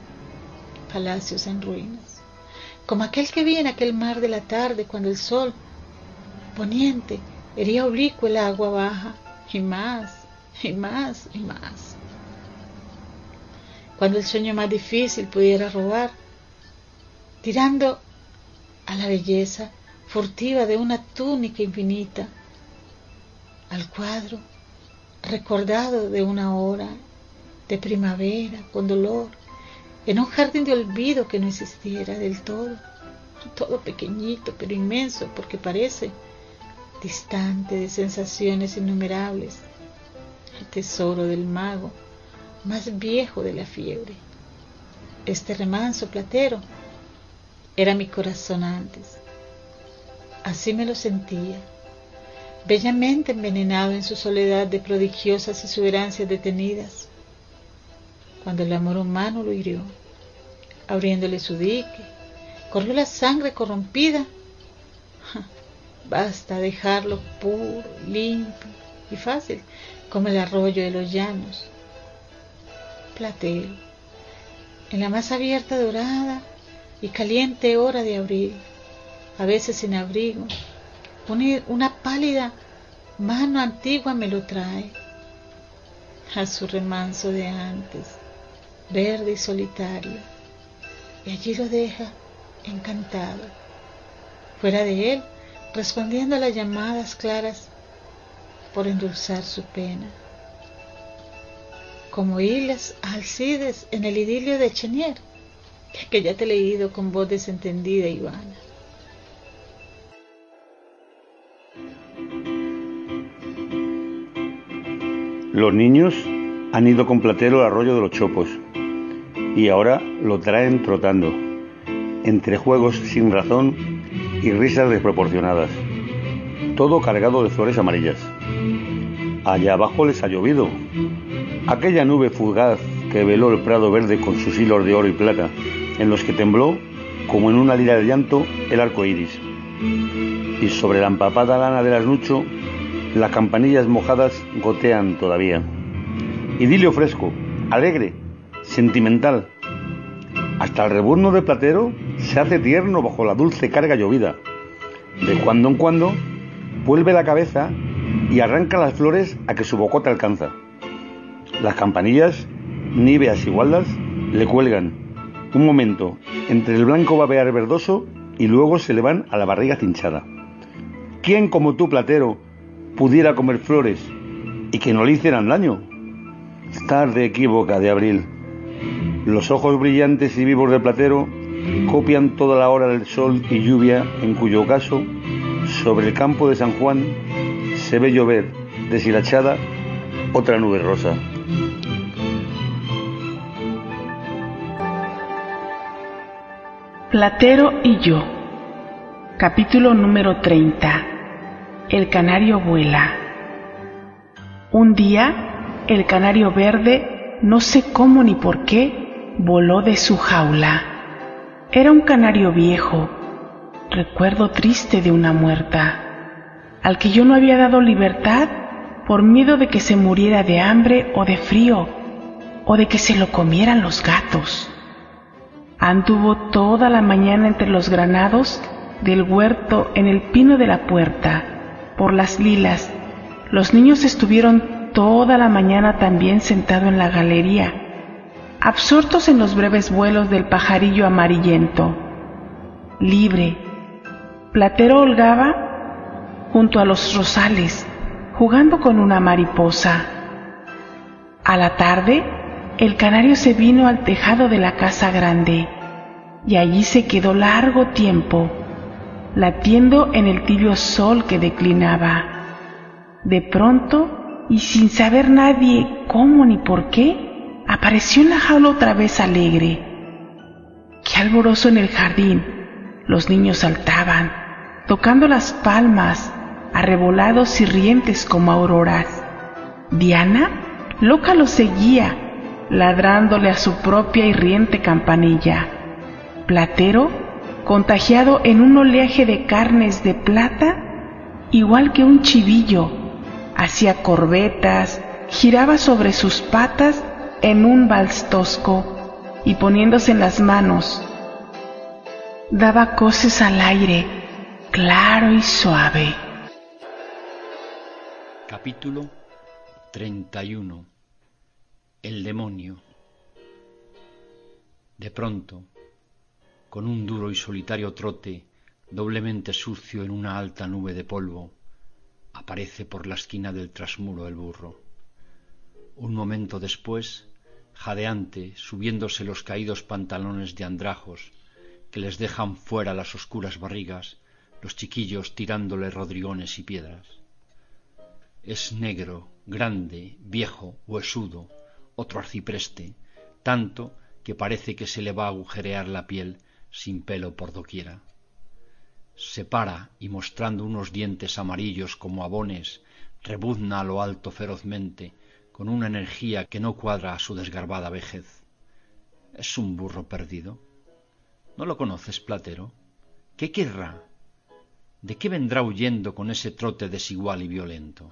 palacios en ruinas, como aquel que vi en aquel mar de la tarde cuando el sol, poniente, hería oblicuo el agua baja, y más, y más, y más. Cuando el sueño más difícil pudiera robar, tirando a la belleza furtiva de una túnica infinita, al cuadro recordado de una hora de primavera con dolor, en un jardín de olvido que no existiera del todo, todo pequeñito pero inmenso, porque parece distante de sensaciones innumerables, el tesoro del mago más viejo de la fiebre. Este remanso platero era mi corazón antes, así me lo sentía, bellamente envenenado en su soledad de prodigiosas exuberancias detenidas, cuando el amor humano lo hirió, abriéndole su dique, corrió la sangre corrompida. Basta dejarlo puro, limpio y fácil, como el arroyo de los llanos. Platero, en la más abierta, dorada y caliente hora de abril, a veces sin abrigo, una pálida mano antigua me lo trae a su remanso de antes, verde y solitario, y allí lo deja encantado, fuera de él, respondiendo a las llamadas claras por endulzar su pena, como hilas alcides en el idilio de Chenier, que ya te he leído con voz desentendida y vana. Los niños han ido con Platero al arroyo de los Chopos y ahora lo traen trotando, entre juegos sin razón y risas desproporcionadas, todo cargado de flores amarillas. Allá abajo les ha llovido. Aquella nube fugaz que veló el prado verde con sus hilos de oro y plata, en los que tembló, como en una lira de llanto, el arco iris. Y sobre la empapada lana del asnucho, las campanillas mojadas gotean todavía. Idilio fresco, alegre, sentimental. Hasta el reborno de Platero se hace tierno bajo la dulce carga llovida. De cuando en cuando vuelve la cabeza y arranca las flores a que su bocota alcanza. Las campanillas, níveas y gualdas, le cuelgan un momento entre el blanco babear verdoso y luego se le van a la barriga cinchada. ¿Quién como tú, Platero, pudiera comer flores y que no le hicieran daño? Tarde equívoca de abril. Los ojos brillantes y vivos de Platero copian toda la hora del sol y lluvia, en cuyo caso, sobre el campo de San Juan, se ve llover, deshilachada, otra nube rosa. Platero y yo. Capítulo número treinta. El canario vuela. Un día, el canario verde, no sé cómo ni por qué, voló de su jaula. Era un canario viejo, recuerdo triste de una muerta, al que yo no había dado libertad por miedo de que se muriera de hambre o de frío, o de que se lo comieran los gatos. Anduvo toda la mañana entre los granados del huerto, en el pino de la puerta, por las lilas. Los niños estuvieron toda la mañana también sentado en la galería, absortos en los breves vuelos del pajarillo amarillento. Libre, Platero holgaba junto a los rosales, jugando con una mariposa. A la tarde, el canario se vino al tejado de la casa grande, y allí se quedó largo tiempo, latiendo en el tibio sol que declinaba. De pronto, y sin saber nadie cómo ni por qué, apareció en la jaula otra vez alegre. ¡Qué alborozo en el jardín! Los niños saltaban, tocando las palmas, arrebolados y rientes como auroras. Diana, loca, los seguía, ladrándole a su propia y riente campanilla. Platero, contagiado en un oleaje de carnes de plata, igual que un chivillo, hacía corvetas, giraba sobre sus patas en un vals tosco y poniéndose en las manos, daba coces al aire, claro y suave. Capítulo treinta y uno. El demonio. De pronto, con un duro y solitario trote, doblemente sucio en una alta nube de polvo, aparece por la esquina del trasmuro el burro. Un momento después, jadeante, subiéndose los caídos pantalones de andrajos, que les dejan fuera las oscuras barrigas, los chiquillos tirándole rodrigones y piedras. Es negro, grande, viejo, huesudo, otro arcipreste, tanto que parece que se le va a agujerear la piel sin pelo por doquiera. Se para y, mostrando unos dientes amarillos como abones, rebuzna a lo alto ferozmente, con una energía que no cuadra a su desgarbada vejez. ¿Es un burro perdido? ¿No lo conoces, Platero? ¿Qué querrá? ¿De qué vendrá huyendo con ese trote desigual y violento?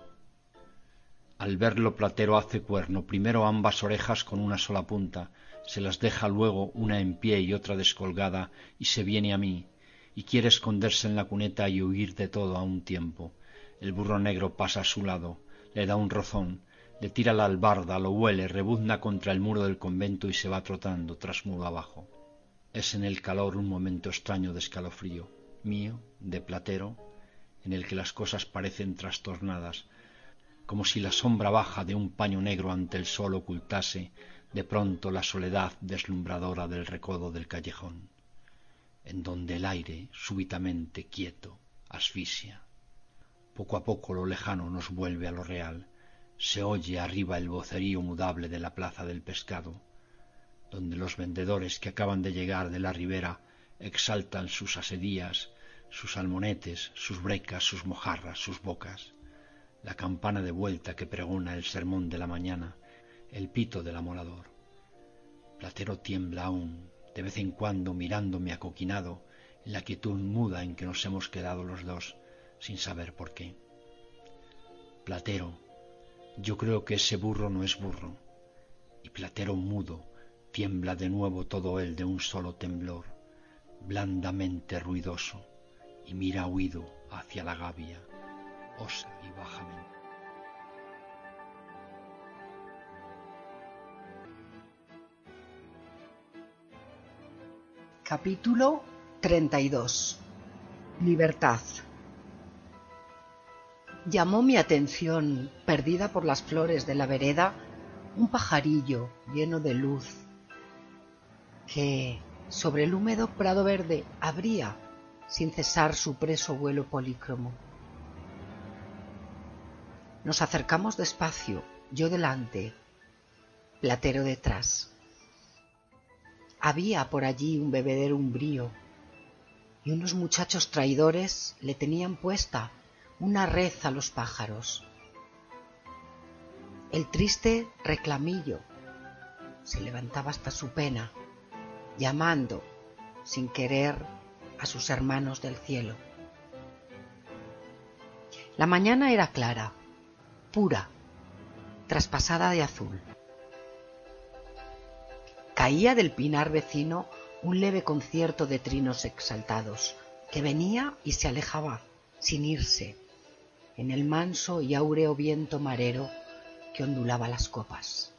Al verlo, Platero hace cuerno, primero ambas orejas con una sola punta, se las deja luego una en pie y otra descolgada, y se viene a mí, y quiere esconderse en la cuneta y huir de todo a un tiempo. El burro negro pasa a su lado, le da un rozón, le tira la albarda, lo huele, rebuzna contra el muro del convento y se va trotando tras muro abajo. Es en el calor un momento extraño de escalofrío, mío, de Platero, en el que las cosas parecen trastornadas, como si la sombra baja de un paño negro ante el sol ocultase de pronto la soledad deslumbradora del recodo del callejón, en donde el aire, súbitamente quieto, asfixia. Poco a poco lo lejano nos vuelve a lo real, se oye arriba el vocerío mudable de la plaza del pescado, donde los vendedores que acaban de llegar de la ribera exaltan sus asedías, sus almonetes, sus brecas, sus mojarras, sus bocas, la campana de vuelta que pregona el sermón de la mañana, el pito del amolador. Platero tiembla aún, de vez en cuando mirándome acoquinado en la quietud muda en que nos hemos quedado los dos, sin saber por qué. Platero, yo creo que ese burro no es burro. Y Platero mudo, tiembla de nuevo todo él de un solo temblor, blandamente ruidoso, y mira huido hacia la gavia, osa y bajamente. Capítulo treinta y dos. Libertad. Llamó mi atención, perdida por las flores de la vereda, un pajarillo lleno de luz que, sobre el húmedo prado verde, abría sin cesar su preso vuelo polícromo. Nos acercamos despacio, yo delante, Platero detrás. Había por allí un bebedero umbrío, y unos muchachos traidores le tenían puesta una red a los pájaros. El triste reclamillo se levantaba hasta su pena, llamando, sin querer, a sus hermanos del cielo. La mañana era clara, pura, traspasada de azul. Caía del pinar vecino un leve concierto de trinos exaltados, que venía y se alejaba, sin irse, en el manso y áureo viento marero que ondulaba las copas.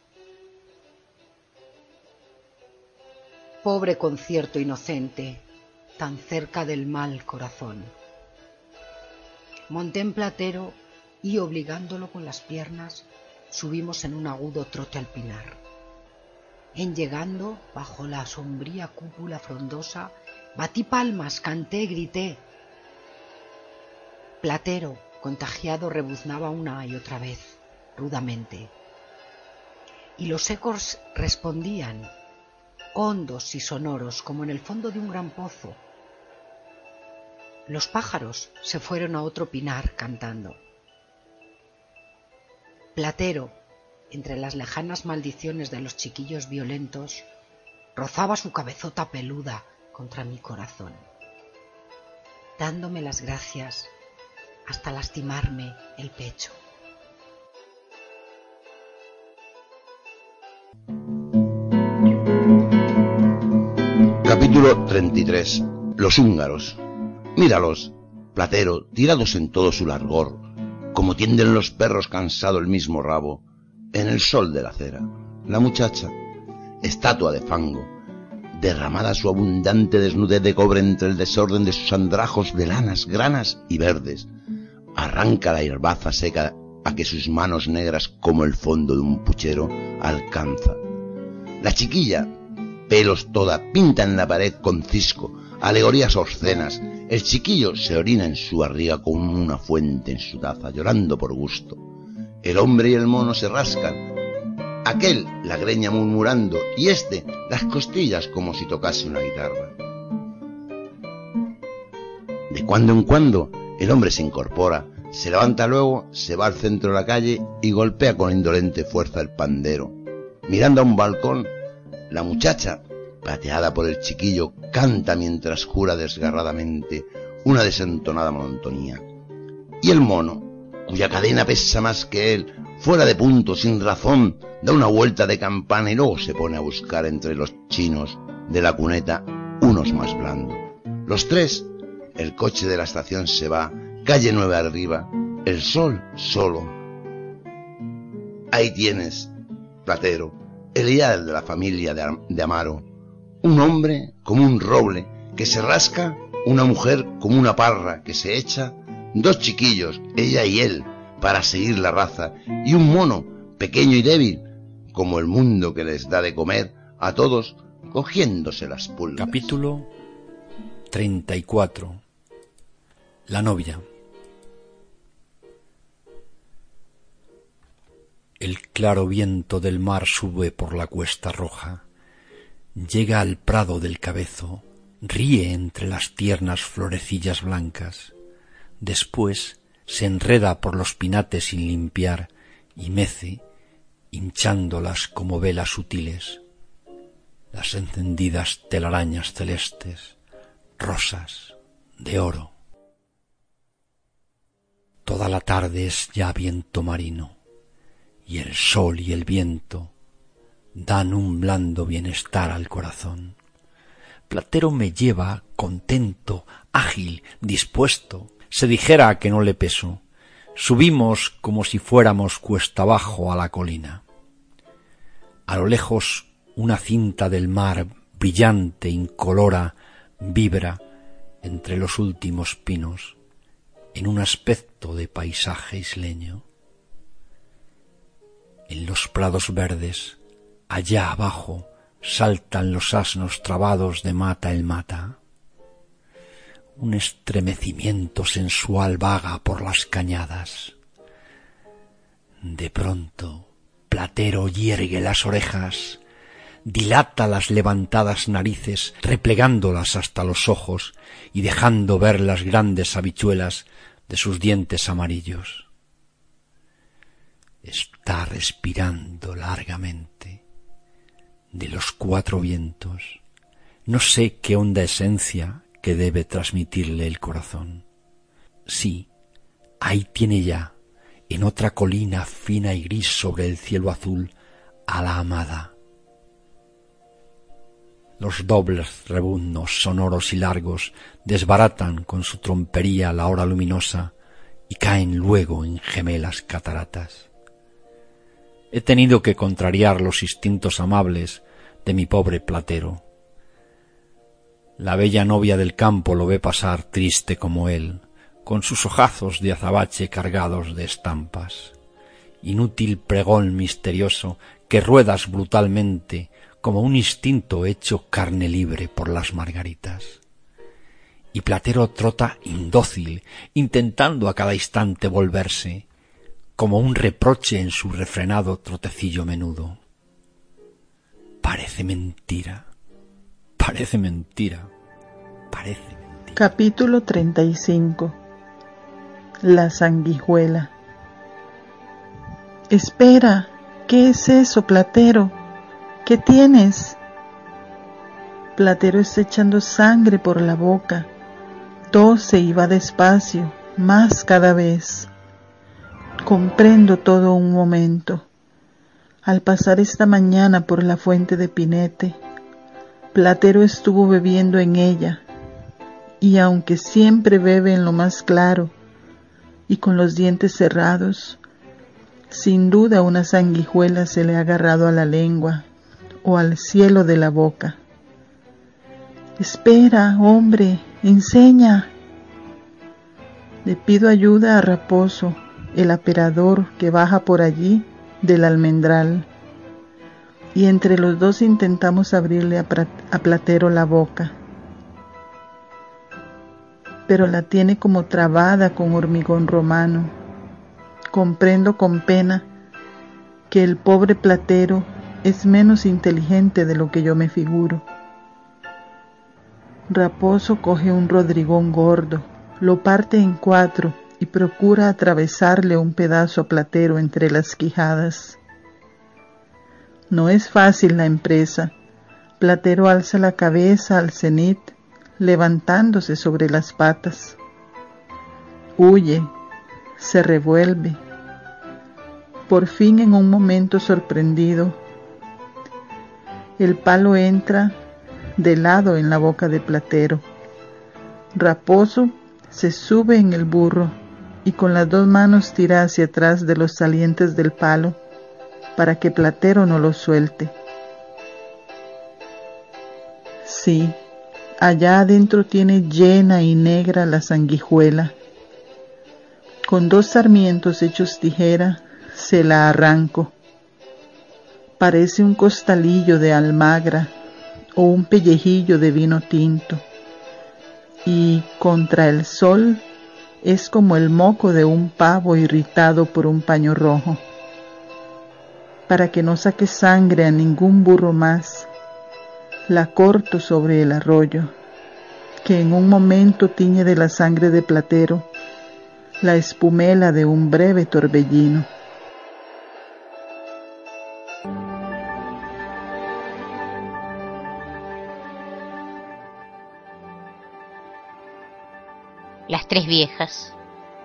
Pobre concierto inocente, tan cerca del mal corazón. Monté en Platero y, obligándolo con las piernas, subimos en un agudo trote al pinar. En llegando, bajo la sombría cúpula frondosa, batí palmas, canté, grité. Platero, contagiado, rebuznaba una y otra vez, rudamente. Y los ecos respondían, hondos y sonoros, como en el fondo de un gran pozo. Los pájaros se fueron a otro pinar cantando. Platero, entre las lejanas maldiciones de los chiquillos violentos, rozaba su cabezota peluda contra mi corazón, dándome las gracias hasta lastimarme el pecho. Capítulo treinta y tres. Los húngaros. Míralos, Platero, tirados en todo su largor, como tienden los perros cansado el mismo rabo, en el sol de la acera. La muchacha, estatua de fango, derramada su abundante desnudez de cobre entre el desorden de sus andrajos de lanas, granas y verdes, arranca la hierbaza seca a que sus manos negras como el fondo de un puchero alcanza. La chiquilla, pelos toda, pinta en la pared con cisco, alegorías obscenas. El chiquillo se orina en su barriga con una fuente en su taza, llorando por gusto. El hombre y el mono se rascan, aquel la greña murmurando y este las costillas como si tocase una guitarra. De cuando en cuando el hombre se incorpora, se levanta luego, se va al centro de la calle y golpea con indolente fuerza el pandero. Mirando a un balcón, la muchacha, pateada por el chiquillo, canta mientras jura desgarradamente una desentonada monotonía. Y el mono, cuya cadena pesa más que él, fuera de punto, sin razón, da una vuelta de campana y luego se pone a buscar entre los chinos de la cuneta unos más blandos. Los tres, el coche de la estación se va, calle nueve arriba, el sol solo. Ahí tienes, Platero, el ideal de la familia de, de Amaro. Un hombre como un roble que se rasca, una mujer como una parra que se echa, dos chiquillos, ella y él, para seguir la raza, y un mono pequeño y débil, como el mundo que les da de comer a todos, cogiéndose las pulgas. Capítulo treinta y cuatro. La novia. El claro viento del mar sube por la cuesta roja, llega al prado del Cabezo, ríe entre las tiernas florecillas blancas, después se enreda por los pinates sin limpiar y mece, hinchándolas como velas sutiles, las encendidas telarañas celestes, rosas de oro. Toda la tarde es ya viento marino, y el sol y el viento dan un blando bienestar al corazón. Platero me lleva contento, ágil, dispuesto, se dijera que no le peso. Subimos como si fuéramos cuesta abajo a la colina. A lo lejos una cinta del mar brillante, incolora, vibra entre los últimos pinos en un aspecto de paisaje isleño. En los prados verdes, allá abajo, saltan los asnos trabados de mata en mata. Un estremecimiento sensual vaga por las cañadas. De pronto, Platero yergue las orejas, dilata las levantadas narices, replegándolas hasta los ojos y dejando ver las grandes habichuelas de sus dientes amarillos. Está respirando largamente de los cuatro vientos. No sé qué honda esencia que debe transmitirle el corazón. Sí, ahí tiene ya, en otra colina fina y gris sobre el cielo azul, a la amada. Los dobles rebuznos sonoros y largos desbaratan con su trompería la hora luminosa y caen luego en gemelas cataratas. He tenido que contrariar los instintos amables de mi pobre Platero. La bella novia del campo lo ve pasar triste como él, con sus ojazos de azabache cargados de estampas. Inútil pregón misterioso que ruedas brutalmente como un instinto hecho carne libre por las margaritas. Y Platero trota indócil, intentando a cada instante volverse, como un reproche en su refrenado trotecillo menudo. Parece mentira, parece mentira, parece mentira. Capítulo treinta y cinco. La sanguijuela. Espera, ¿qué es eso, Platero? ¿Qué tienes? Platero está echando sangre por la boca, tose y va despacio, más cada vez. Comprendo todo un momento. Al pasar esta mañana por la fuente de Pinete, Platero estuvo bebiendo en ella, y aunque siempre bebe en lo más claro, y con los dientes cerrados. Sin duda una sanguijuela se le ha agarrado a la lengua o al cielo de la boca. Espera, hombre, enseña. Le pido ayuda a Raposo, el aperador que baja por allí del almendral, y entre los dos intentamos abrirle a, a Platero la boca, pero la tiene como trabada con hormigón romano. Comprendo con pena que el pobre Platero es menos inteligente de lo que yo me figuro. Raposo coge un rodrigón gordo, lo parte en cuatro y procura atravesarle un pedazo a Platero entre las quijadas. No es fácil la empresa. Platero alza la cabeza al cenit, levantándose sobre las patas. Huye, se revuelve. Por fin, en un momento sorprendido, el palo entra de lado en la boca de Platero. Raposo se sube en el burro y con las dos manos tira hacia atrás de los salientes del palo para que Platero no lo suelte. Sí, allá adentro tiene llena y negra la sanguijuela. Con dos sarmientos hechos tijera se la arranco. Parece un costalillo de almagra o un pellejillo de vino tinto, y contra el sol es como el moco de un pavo irritado por un paño rojo. Para que no saque sangre a ningún burro más, la corto sobre el arroyo, que en un momento tiñe de la sangre de Platero la espumela de un breve torbellino. Las tres viejas.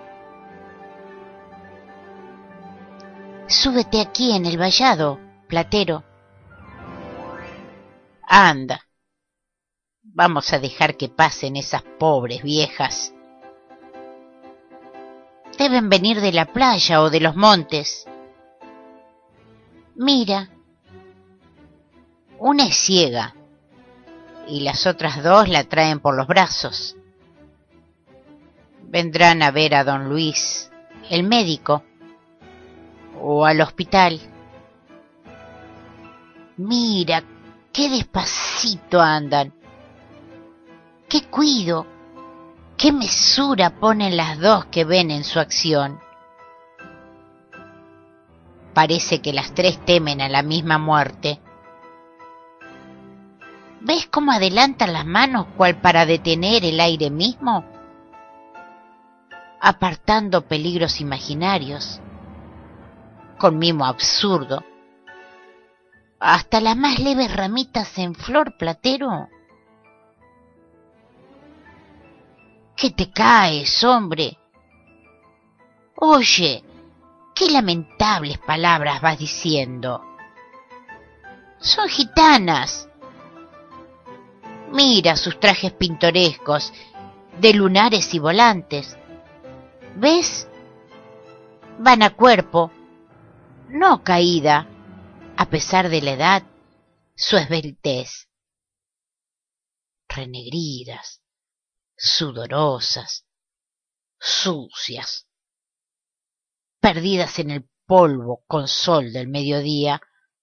Súbete aquí en el vallado, Platero. Anda, vamos a dejar que pasen esas pobres viejas. Deben venir de la playa o de los montes. Mira, una es ciega y las otras dos la traen por los brazos. Vendrán a ver a don Luis, el médico, o al hospital. Mira, qué despacito andan, qué cuido, qué mesura ponen las dos que ven en su acción. Parece que las tres temen a la misma muerte. ¿Ves cómo adelantan las manos cual para detener el aire mismo? Apartando peligros imaginarios, con mimo absurdo. Hasta las más leves ramitas en flor, Platero. ¿Qué te caes, hombre? Oye, qué lamentables palabras vas diciendo. Son gitanas. Mira sus trajes pintorescos, de lunares y volantes. ¿Ves? Van a cuerpo, no caída, a pesar de la edad, su esbeltez. Renegridas, sudorosas, sucias, perdidas en el polvo con sol del mediodía.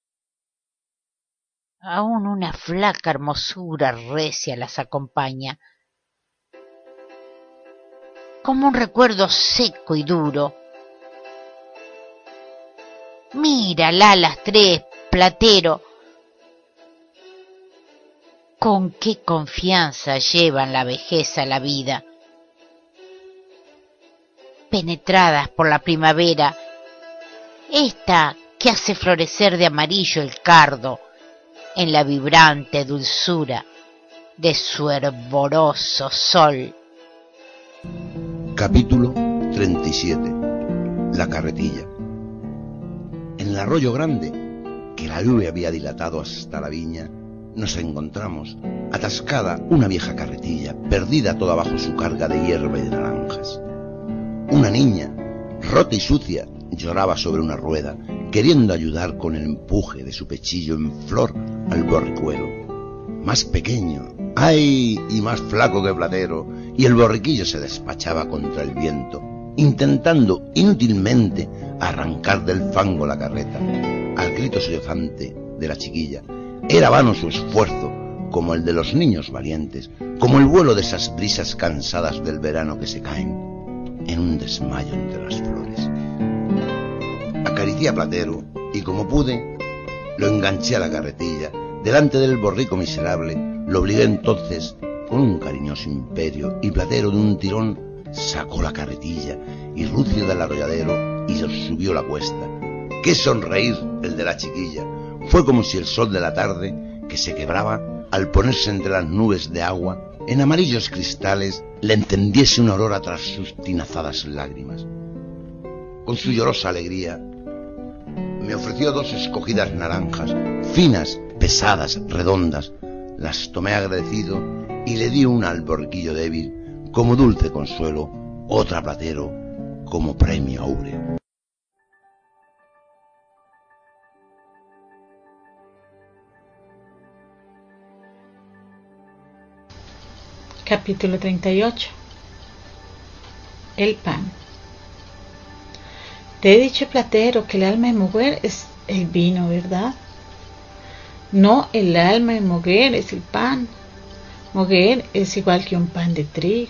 Aún una flaca hermosura recia las acompaña, como un recuerdo seco y duro. Mírala las tres, Platero. Con qué confianza llevan la vejez a la vida. Penetradas por la primavera, esta que hace florecer de amarillo el cardo en la vibrante dulzura de su hervoroso sol. Capítulo treinta y siete. La carretilla. En el arroyo grande, que la lluvia había dilatado hasta la viña, nos encontramos atascada una vieja carretilla, perdida toda bajo su carga de hierba y de naranjas. una niña, rota y sucia, lloraba sobre una rueda, queriendo ayudar con el empuje de su pechillo en flor al borricuelo. Más pequeño, ay, y más flaco que Platero, y el borriquillo se despachaba contra el viento, intentando inútilmente arrancar del fango la carreta. Al grito sollozante de la chiquilla, era vano su esfuerzo, como el de los niños valientes, como el vuelo de esas brisas cansadas del verano que se caen en un desmayo entre las flores. Acaricié a Platero y, como pude, lo enganché a la carretilla. Delante del borrico miserable, lo obligué entonces con un cariñoso imperio, y Platero de un tirón sacó la carretilla y rucio del arrolladero y los subió la cuesta. ¡Qué sonreír el de la chiquilla! Fue como si el sol de la tarde, que se quebraba al ponerse entre las nubes de agua, en amarillos cristales, le encendiese una aurora tras sus tinazadas lágrimas. Con su llorosa alegría, me ofreció dos escogidas naranjas, finas, pesadas, redondas. Las tomé agradecido y le di una al borriquillo débil como dulce consuelo, otra a Platero como premio áureo. Capítulo treinta y ocho. El pan. Te he dicho, Platero, que el alma de mujer es el vino, ¿verdad? No, el alma de mujer es el pan. Mujer es igual que un pan de trigo,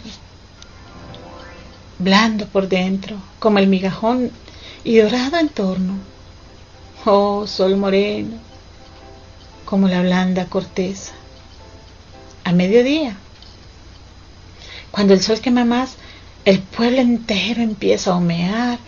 blando por dentro, como el migajón, y dorado en torno. Oh, sol moreno, como la blanda corteza. A mediodía, cuando el sol quema más, el pueblo entero empieza a humear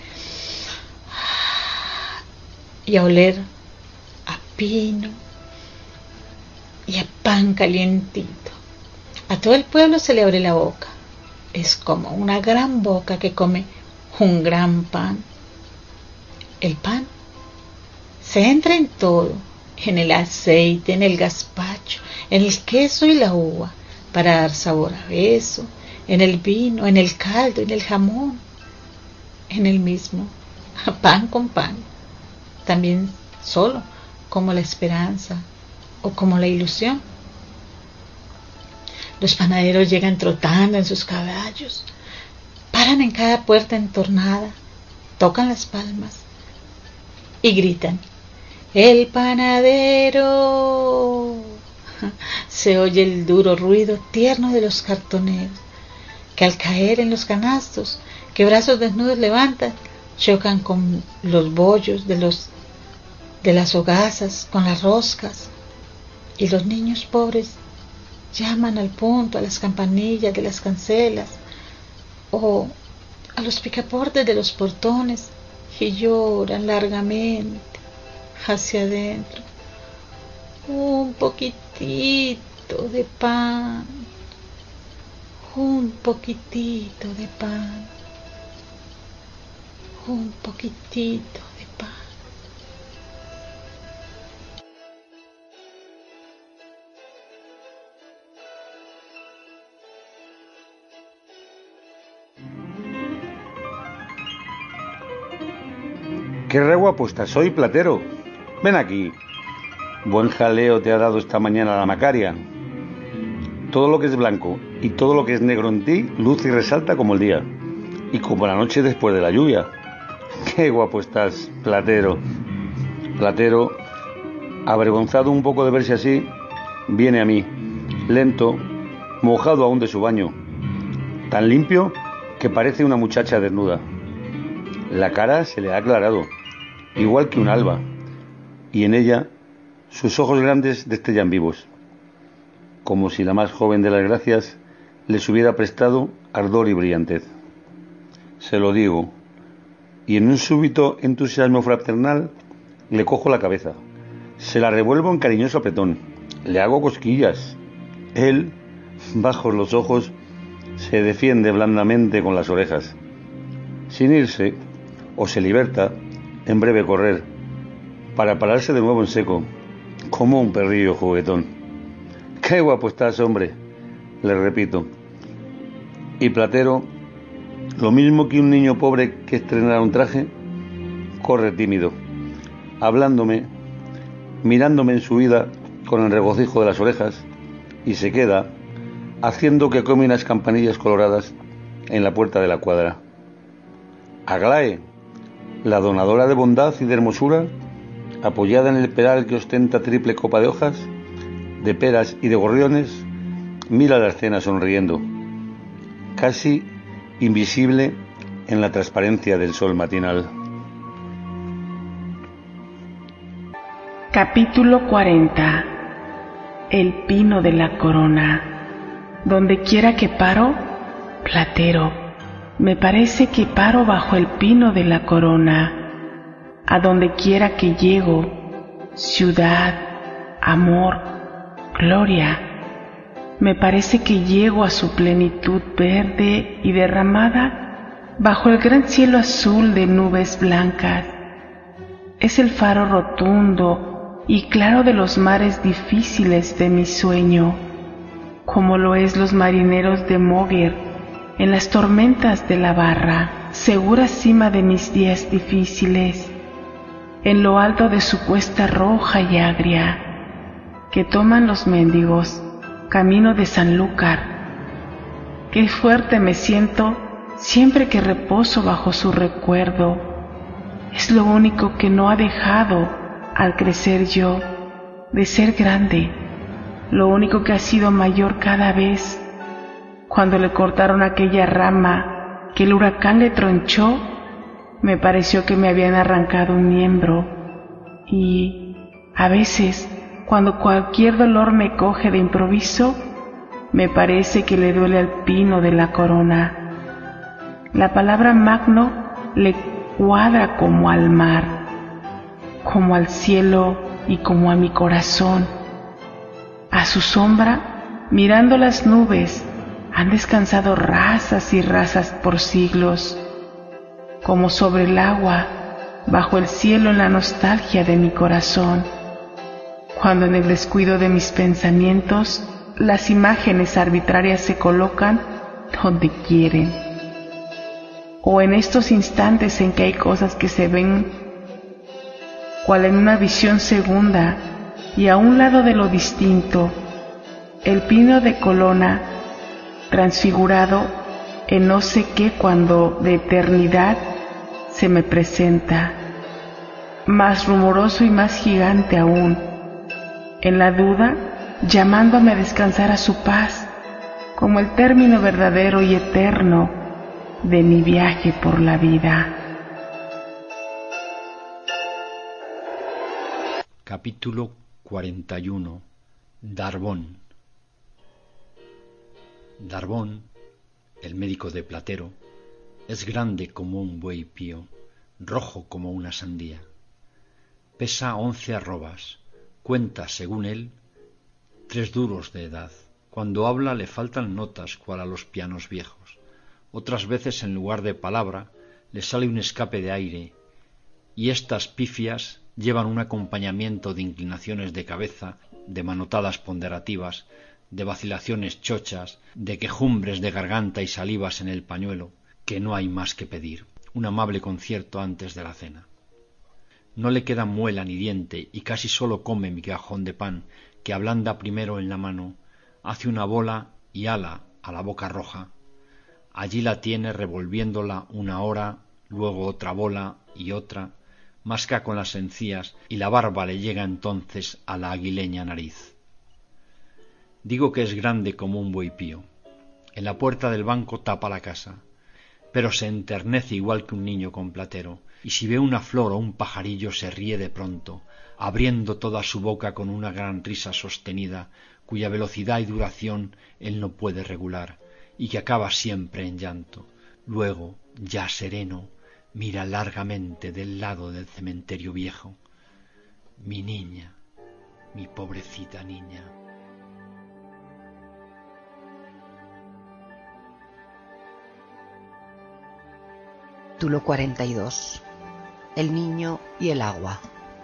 y a oler a pino y a pan calientito. A todo el pueblo se le abre la boca. Es como una gran boca que come un gran pan. El pan se entra en todo, en el aceite, en el gazpacho, en el queso y la uva, para dar sabor a beso, en el vino, en el caldo, en el jamón, en el mismo pan con pan, también solo, como la esperanza o como la ilusión. Los panaderos llegan trotando en sus caballos, paran en cada puerta entornada, tocan las palmas y gritan: ¡el panadero! Se oye el duro ruido tierno de los cartoneros, que al caer en los canastos, que brazos desnudos levantan, chocan con los bollos de, los, de las hogazas, con las roscas, y los niños pobres llaman al punto a las campanillas de las cancelas o a los picaportes de los portones y lloran largamente hacia adentro. Un poquitito de pan, un poquitito de pan, un poquitito de pan. ¡Qué re guapo estás hoy, Platero! Ven aquí. Buen jaleo te ha dado esta mañana la Macaria. Todo lo que es blanco y todo lo que es negro en ti luce y resalta como el día, y como la noche después de la lluvia. ¡Qué guapo estás, Platero! Platero, avergonzado un poco de verse así, viene a mí, lento, mojado aún de su baño, tan limpio que parece una muchacha desnuda. La cara se le ha aclarado, igual que un alba, y en ella sus ojos grandes destellan vivos, como si la más joven de las gracias les hubiera prestado ardor y brillantez. Se lo digo, y en un súbito entusiasmo fraternal le cojo la cabeza, se la revuelvo en cariñoso apretón, le hago cosquillas. Él, bajos los ojos, se defiende blandamente con las orejas, sin irse, o se liberta en breve correr, para pararse de nuevo en seco, como un perrillo juguetón. ¡Qué guapo estás, hombre!, le repito. Y Platero, Lo mismo que un niño pobre que estrenara un traje, corre tímido, hablándome, mirándome en su vida con el regocijo de las orejas, y se queda haciendo que come unas campanillas coloradas en la puerta de la cuadra. Aglae, la donadora de bondad y de hermosura, apoyada en el peral que ostenta triple copa de hojas, de peras y de gorriones, mira la escena sonriendo, casi invisible en la transparencia del sol matinal. Capítulo cuarenta. El pino de la corona. Donde quiera que paro, Platero, me parece que paro bajo el pino de la corona. A donde quiera que llego, ciudad, amor, gloria, me parece que llego a su plenitud verde y derramada bajo el gran cielo azul de nubes blancas. Es el faro rotundo y claro de los mares difíciles de mi sueño, como lo es los marineros de Moguer en las tormentas de la barra, segura cima de mis días difíciles, en lo alto de su cuesta roja y agria, que toman los mendigos camino de Sanlúcar. Qué fuerte me siento siempre que reposo bajo su recuerdo. Es lo único que no ha dejado, al crecer yo, de ser grande, lo único que ha sido mayor cada vez. Cuando le cortaron aquella rama que el huracán le tronchó, me pareció que me habían arrancado un miembro. Y a veces, cuando cualquier dolor me coge de improviso, me parece que le duele al pino de la corona. La palabra magno le cuadra como al mar, como al cielo y como a mi corazón. A su sombra, mirando las nubes, han descansado razas y razas por siglos, como sobre el agua, bajo el cielo en la nostalgia de mi corazón, cuando en el descuido de mis pensamientos las imágenes arbitrarias se colocan donde quieren, o en estos instantes en que hay cosas que se ven cual en una visión segunda, y a un lado de lo distinto, el pino de Colona, transfigurado en no sé qué cuando de eternidad se me presenta, más rumoroso y más gigante aún, en la duda, llamándome a descansar a su paz, como el término verdadero y eterno de mi viaje por la vida. Capítulo cuarenta y uno. Darbón. Darbón, el médico de Platero, es grande como un buey pío, rojo como una sandía. Pesa once arrobas, cuenta, según él, tres duros de edad. Cuando habla le faltan notas cual a los pianos viejos. Otras veces en lugar de palabra le sale un escape de aire, y estas pifias llevan un acompañamiento de inclinaciones de cabeza, de manotadas ponderativas, de vacilaciones chochas, de quejumbres de garganta y salivas en el pañuelo, que no hay más que pedir, un amable concierto antes de la cena. No le queda muela ni diente y casi sólo come migajón de pan, que ablanda primero en la mano, hace una bola y ala a la boca roja. Allí la tiene revolviéndola una hora, luego otra bola y otra, masca con las encías y la barba le llega entonces a la aguileña nariz. Digo que es grande como un buey pío. En la puerta del banco tapa la casa, pero se enternece igual que un niño con Platero, y si ve una flor o un pajarillo se ríe de pronto, abriendo toda su boca con una gran risa sostenida, cuya velocidad y duración él no puede regular, y que acaba siempre en llanto. Luego, ya sereno, mira largamente del lado del cementerio viejo. Mi niña, mi pobrecita niña. Capítulo cuarenta y dos. El niño y el agua.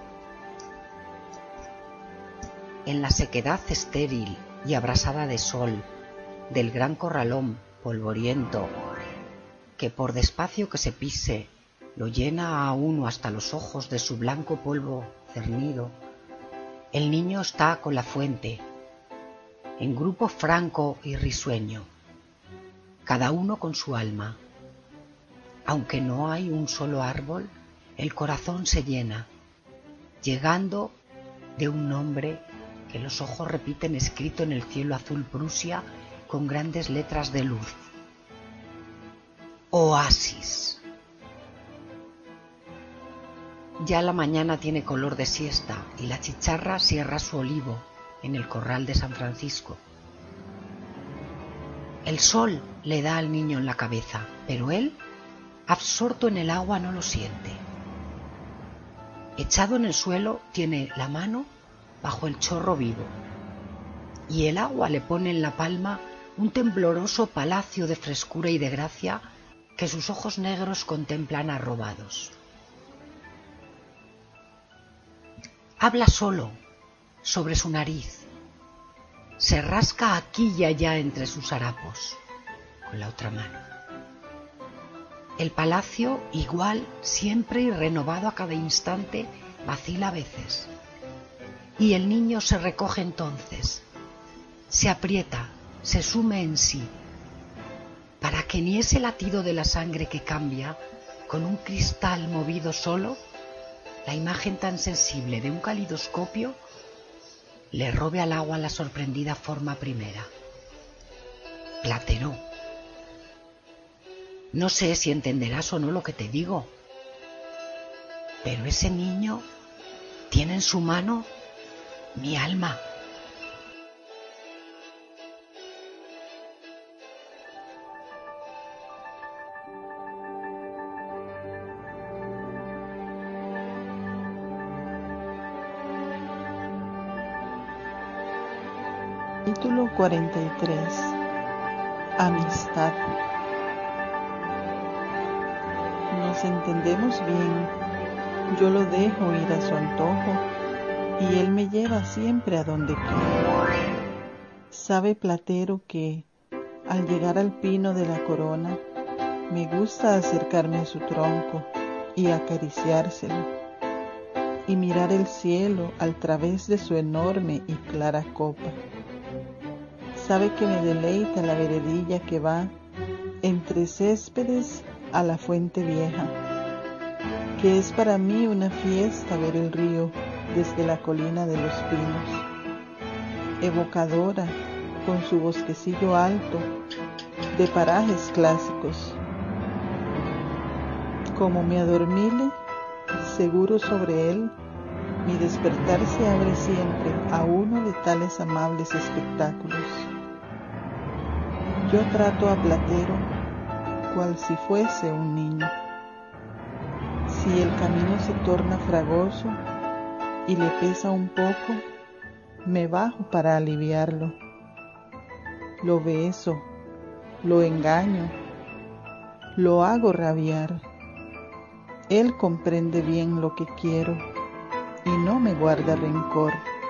En la sequedad estéril y abrasada de sol del gran corralón polvoriento, que por despacio que se pise lo llena a uno hasta los ojos de su blanco polvo cernido, el niño está con la fuente, en grupo franco y risueño, cada uno con su alma. Aunque no hay un solo árbol, el corazón se llena, llegando de un nombre que los ojos repiten escrito en el cielo azul Prusia con grandes letras de luz. Oasis. Ya la mañana tiene color de siesta y la chicharra cierra su olivo en el corral de San Francisco. El sol le da al niño en la cabeza, pero él, absorto en el agua, no lo siente. Echado en el suelo, tiene la mano bajo el chorro vivo, y el agua le pone en la palma un tembloroso palacio de frescura y de gracia que sus ojos negros contemplan arrobados. Habla solo sobre su nariz, se rasca aquí y allá entre sus harapos con la otra mano. El palacio, igual, siempre y renovado a cada instante, vacila a veces. Y el niño se recoge entonces, se aprieta, se sume en sí, para que ni ese latido de la sangre que cambia, con un cristal movido solo, la imagen tan sensible de un calidoscopio, le robe al agua la sorprendida forma primera. Platero. No sé si entenderás o no lo que te digo, pero ese niño tiene en su mano mi alma. Capítulo cuarenta y tres. Amistad. Nos entendemos bien. Yo lo dejo ir a su antojo y él me lleva siempre a donde quiero. Sabe Platero que, al llegar al pino de la corona, me gusta acercarme a su tronco y acariciárselo y mirar el cielo al través de su enorme y clara copa. Sabe que me deleita la veredilla que va entre céspedes a la fuente vieja, que es para mí una fiesta ver el río desde la colina de los pinos, evocadora con su bosquecillo alto de parajes clásicos. Como me adormile, seguro sobre él, mi despertar se abre siempre a uno de tales amables espectáculos. Yo trato a Platero cual si fuese un niño. Si el camino se torna fragoso y le pesa un poco, me bajo para aliviarlo. Lo beso, lo engaño, lo hago rabiar. Él comprende bien lo que quiero y no me guarda rencor.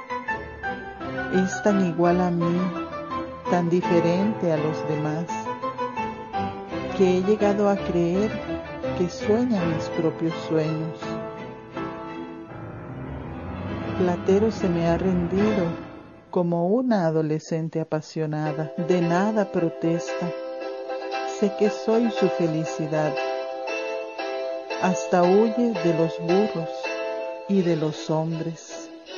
Es tan igual a mí, tan diferente a los demás, que he llegado a creer que sueña mis propios sueños. Platero se me ha rendido como una adolescente apasionada. De nada protesta. Sé que soy su felicidad. Hasta huye de los burros y de los hombres.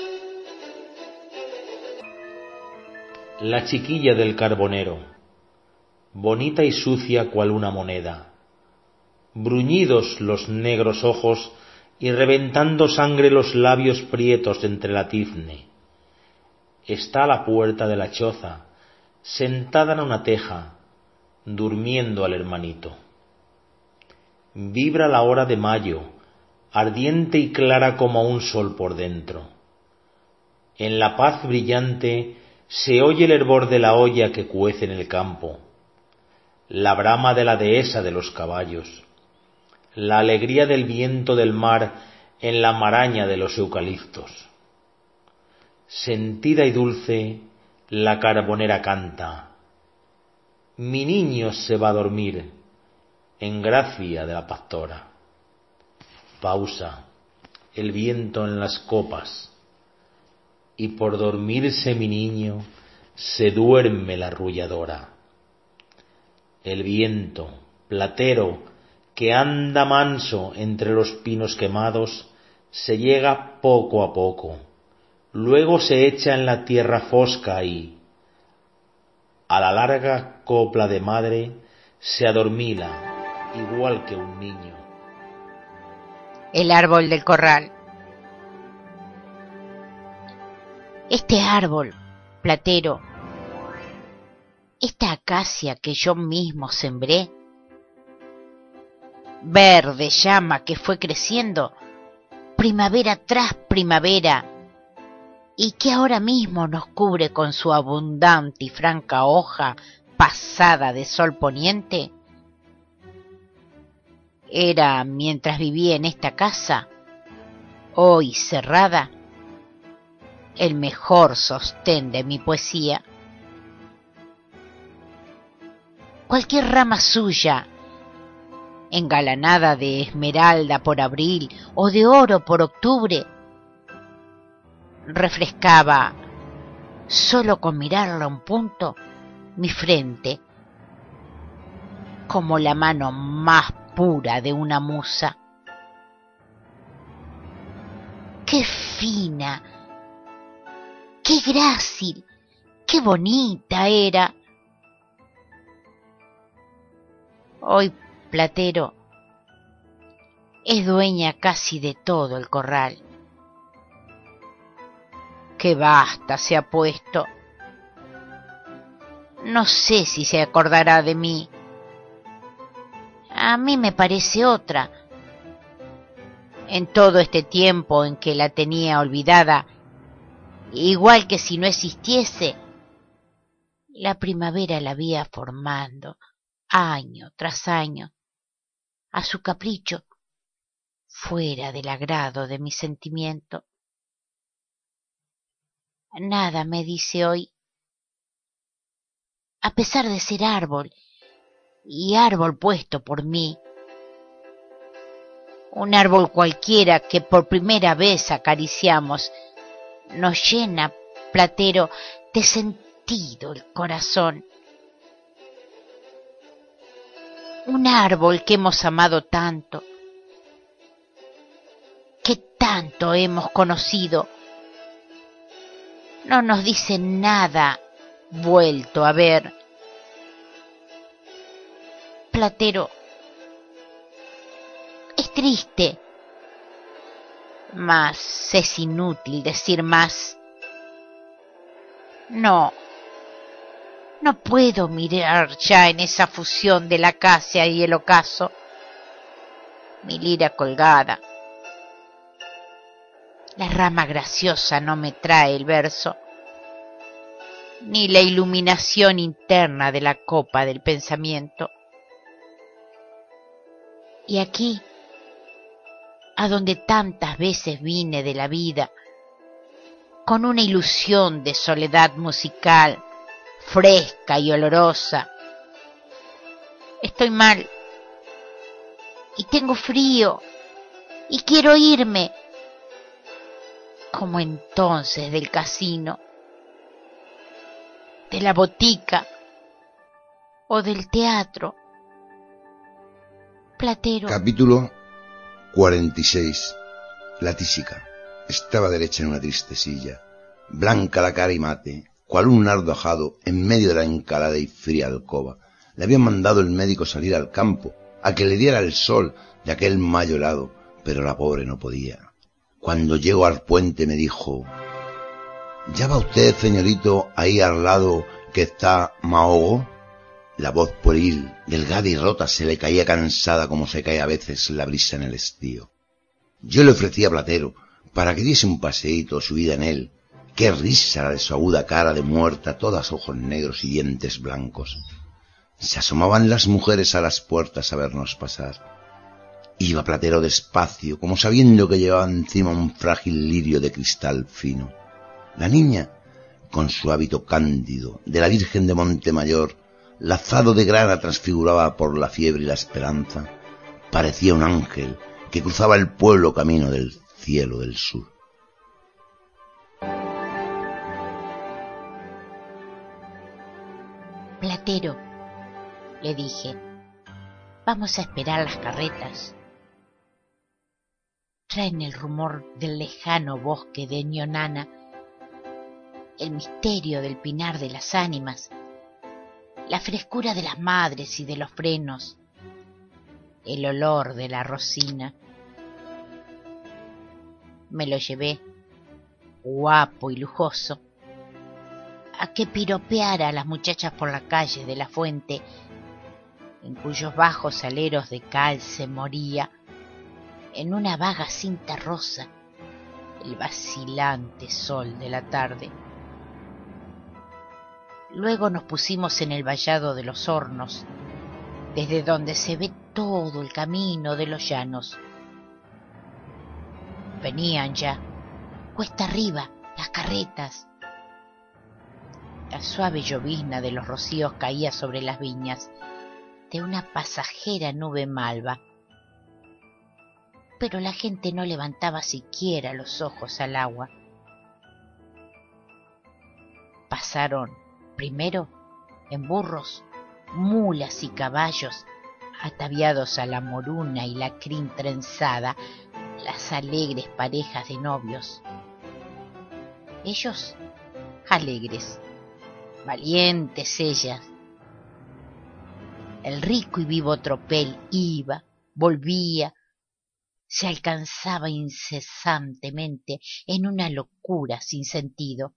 La chiquilla del carbonero, bonita y sucia cual una moneda, bruñidos los negros ojos y reventando sangre los labios prietos entre la tizne. Está a la puerta de la choza, sentada en una teja, durmiendo al hermanito. Vibra la hora de mayo, ardiente y clara como un sol por dentro. En la paz brillante se oye el hervor de la olla que cuece en el campo, la brama de la dehesa de los caballos, la alegría del viento del mar en la maraña de los eucaliptos. Sentida y dulce, la carbonera canta. Mi niño se va a dormir, en gracia de la pastora. Pausa el viento en las copas, y por dormirse mi niño se duerme la arrulladora. El viento, platero, que anda manso entre los pinos quemados, se llega poco a poco, luego se echa en la tierra fosca y, a la larga copla de madre, se adormila igual que un niño. El árbol del corral. Este árbol, Platero, esta acacia que yo mismo sembré, verde llama que fue creciendo, primavera tras primavera, y que ahora mismo nos cubre con su abundante y franca hoja pasada de sol poniente, era, mientras vivía en esta casa, hoy cerrada, el mejor sostén de mi poesía. Cualquier rama suya, engalanada de esmeralda por abril o de oro por octubre, refrescaba, solo con mirarla un punto, mi frente, como la mano más pura de una musa. ¡Qué fina! ¡Qué grácil! ¡Qué bonita era! Hoy Platero es dueña casi de todo el corral. ¡Qué basta se ha puesto! No sé si se acordará de mí. A mí me parece otra. En todo este tiempo en que la tenía olvidada, igual que si no existiese, la primavera la había formando, año tras año, a su capricho, fuera del agrado de mi sentimiento. Nada me dice hoy, a pesar de ser árbol, y árbol puesto por mí, un árbol cualquiera que por primera vez acariciamos, nos llena, Platero, de sentido el corazón. Un árbol que hemos amado tanto, que tanto hemos conocido, no nos dice nada vuelto a ver. Platero, es triste, mas es inútil decir más. No, no puedo mirar ya en esa fusión de la acacia y el ocaso, mi lira colgada. La rama graciosa no me trae el verso, ni la iluminación interna de la copa del pensamiento. Y aquí, a donde tantas veces vine de la vida, con una ilusión de soledad musical, fresca y olorosa, estoy mal, y tengo frío, y quiero irme, como entonces del casino, de la botica o del teatro. Platero. Capítulo cuarenta y seis. La tísica estaba derecha en una triste silla, blanca la cara y mate, cual un nardo ajado en medio de la encalada y fría alcoba. Le había mandado el médico salir al campo a que le diera el sol de aquel mayo helado, pero la pobre no podía. Cuando llegó al puente me dijo: ¿ya va usted, señorito, ahí al lado que está Mahogo? La voz pueril, delgada y rota, se le caía cansada como se cae a veces la brisa en el estío. Yo le ofrecí a Platero para que diese un paseíto subida en él. Qué risa la de su aguda cara de muerta, todas ojos negros y dientes blancos. Se asomaban las mujeres a las puertas a vernos pasar. Iba Platero despacio, como sabiendo que llevaba encima un frágil lirio de cristal fino. La niña, con su hábito cándido de la Virgen de Montemayor, lazado de grana transfiguraba por la fiebre y la esperanza, parecía un ángel que cruzaba el pueblo camino del cielo del sur. Platero, le dije, vamos a esperar las carretas. Traen el rumor del lejano bosque de Ñonana, el misterio del pinar de las ánimas, la frescura de las madres y de los frenos, el olor de la rosina. Me lo llevé, guapo y lujoso, a que piropeara a las muchachas por la calle de la fuente, en cuyos bajos aleros de cal se moría, en una vaga cinta rosa, el vacilante sol de la tarde. Luego nos pusimos en el vallado de los hornos, desde donde se ve todo el camino de los llanos. Venían ya, cuesta arriba, las carretas. La suave llovizna de los rocíos caía sobre las viñas, de una pasajera nube malva. Pero la gente no levantaba siquiera los ojos al agua. Pasaron, primero, en burros, mulas y caballos, ataviados a la moruna y la crin trenzada, las alegres parejas de novios. Ellos, alegres, valientes ellas. El rico y vivo tropel iba, volvía, se alcanzaba incesantemente en una locura sin sentido.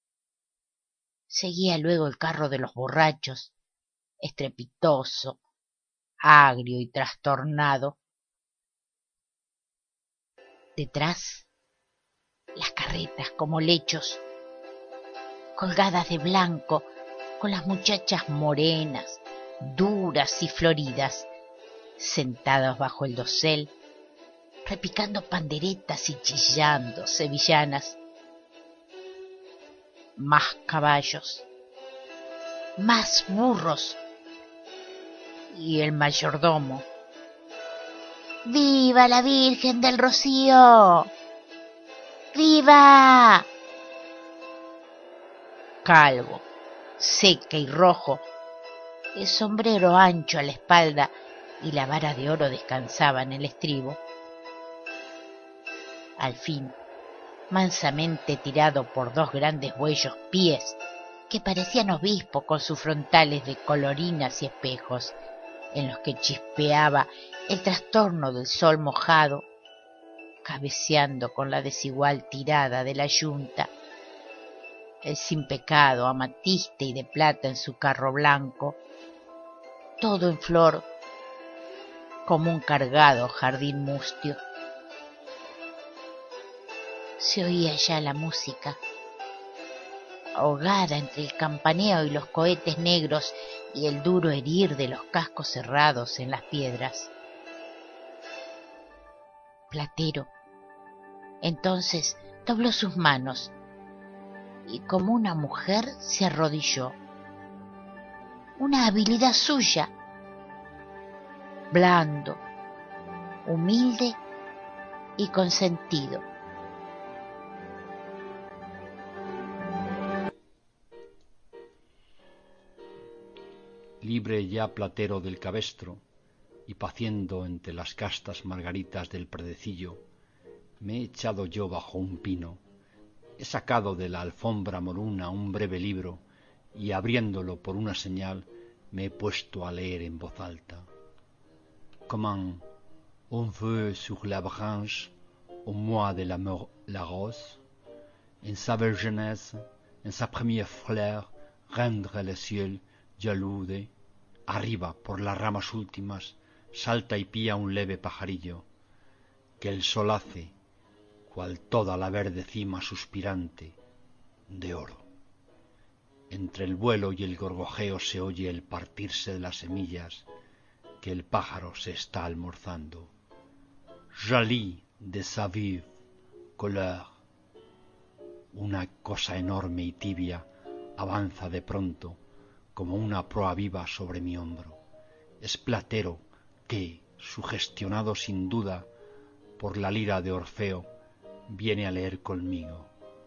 Seguía luego el carro de los borrachos, estrepitoso, agrio y trastornado. Detrás, las carretas como lechos, colgadas de blanco, con las muchachas morenas, duras y floridas, sentadas bajo el dosel, repicando panderetas y chillando sevillanas. Más caballos, más burros, y el mayordomo. ¡Viva la Virgen del Rocío! ¡Viva! Calvo, seca y rojo, el sombrero ancho a la espalda y la vara de oro descansaba en el estribo. Al fin, mansamente tirado por dos grandes bueyos pies que parecían obispos con sus frontales de colorinas y espejos, en los que chispeaba el trastorno del sol mojado, cabeceando con la desigual tirada de la yunta, el sin pecado amatista y de plata en su carro blanco, todo en flor, como un cargado jardín mustio. Se oía ya la música, ahogada entre el campaneo y los cohetes negros y el duro herir de los cascos cerrados en las piedras. Platero entonces dobló sus manos y como una mujer se arrodilló. Una habilidad suya, blando, humilde y consentido. Libre ya Platero del cabestro, y paciendo entre las castas margaritas del Perdecillo, me he echado yo bajo un pino, he sacado de la alfombra moruna un breve libro, y abriéndolo por una señal, me he puesto a leer en voz alta. Comment on veut sur la branche, au mois de la, la rose, en sa belle jeunesse, en sa première fleur, rendre le ciel jaloux de... Arriba, por las ramas últimas, salta y pía un leve pajarillo, que el sol hace, cual toda la verde cima suspirante, de oro. Entre el vuelo y el gorgojeo se oye el partirse de las semillas, que el pájaro se está almorzando. Jolie de sa vive couleur. Una cosa enorme y tibia avanza de pronto, como una proa viva sobre mi hombro. Es Platero que, sugestionado sin duda por la lira de Orfeo, viene a leer conmigo.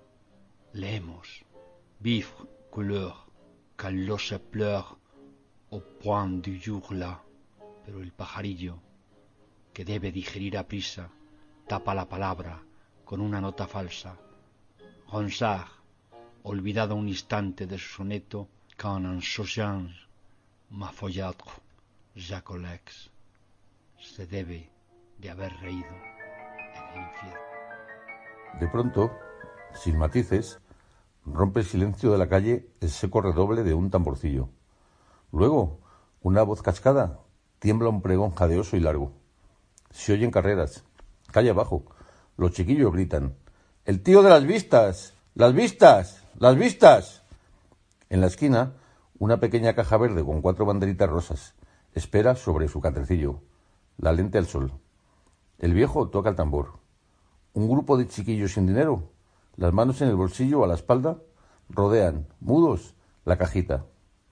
Leemos. Vive couleur, quand l'eau se pleure au point du jour là. Pero el pajarillo, que debe digerir a prisa, tapa la palabra con una nota falsa. Ronsard, olvidado un instante de su soneto, quand un sojange m'a follado Jacolex, se debe de haber reído en el infierno. De pronto, sin matices, rompe el silencio de la calle el seco redoble de un tamborcillo. Luego, una voz cascada, tiembla un pregón jadeoso y largo. Se oyen carreras. Calle abajo, los chiquillos gritan: ¡El tío de las vistas! ¡Las vistas! ¡Las vistas! En la esquina, una pequeña caja verde con cuatro banderitas rosas espera sobre su catrecillo, la lente al sol. El viejo toca el tambor. Un grupo de chiquillos sin dinero, las manos en el bolsillo o a la espalda, rodean, mudos, la cajita.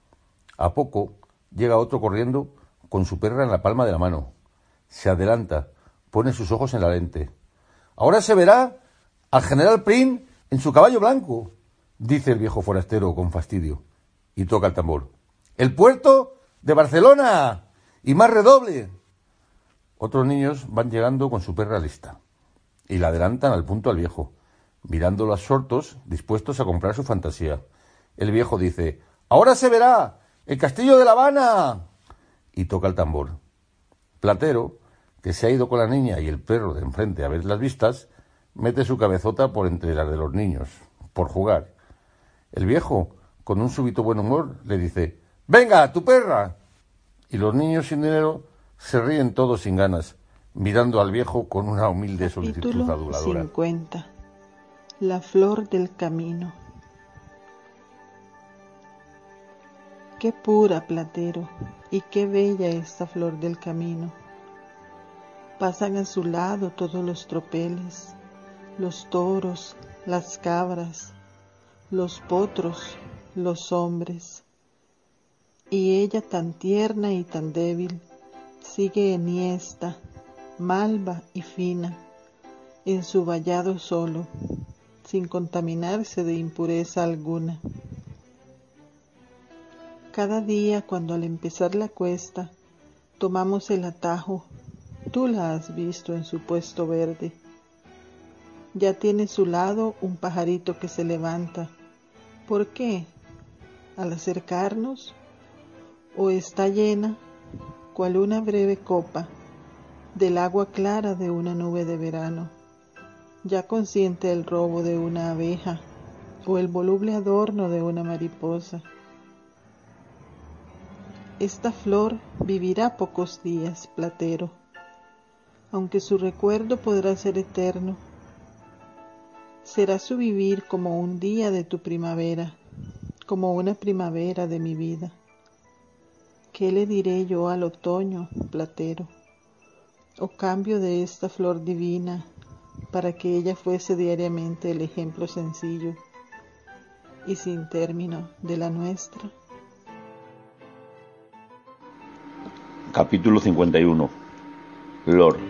A poco llega otro corriendo con su perra en la palma de la mano. Se adelanta, pone sus ojos en la lente. «Ahora se verá al general Prim en su caballo blanco», dice el viejo forastero con fastidio, y toca el tambor. «¡El puerto de Barcelona! ¡Y más redoble!». Otros niños van llegando con su perra lista, y la adelantan al punto al viejo, mirándolo absortos, dispuestos a comprar su fantasía. El viejo dice: «¡Ahora se verá el castillo de La Habana!», y toca el tambor. Platero, que se ha ido con la niña y el perro de enfrente a ver las vistas, mete su cabezota por entre las de los niños, por jugar. El viejo, con un súbito buen humor, le dice: «¡Venga, tu perra!». Y los niños sin dinero se ríen todos sin ganas, mirando al viejo con una humilde solicitud aduladora. Capítulo cincuenta. La flor del camino. Qué pura, Platero, y qué bella esta flor del camino. Pasan a su lado todos los tropeles, los toros, las cabras, los potros, los hombres. Y ella, tan tierna y tan débil, sigue enhiesta, malva y fina, en su vallado solo, sin contaminarse de impureza alguna. Cada día, cuando al empezar la cuesta, tomamos el atajo, tú la has visto en su puesto verde. Ya tiene a su lado un pajarito que se levanta. ¿Por qué? Al acercarnos, o está llena, cual una breve copa, del agua clara de una nube de verano. Ya consiente el robo de una abeja, o el voluble adorno de una mariposa. Esta flor vivirá pocos días, Platero, aunque su recuerdo podrá ser eterno. Será su vivir como un día de tu primavera, como una primavera de mi vida. ¿Qué le diré yo al otoño, Platero? O cambio de esta flor divina para que ella fuese diariamente el ejemplo sencillo y sin término de la nuestra. Capítulo cincuenta y uno. Lor.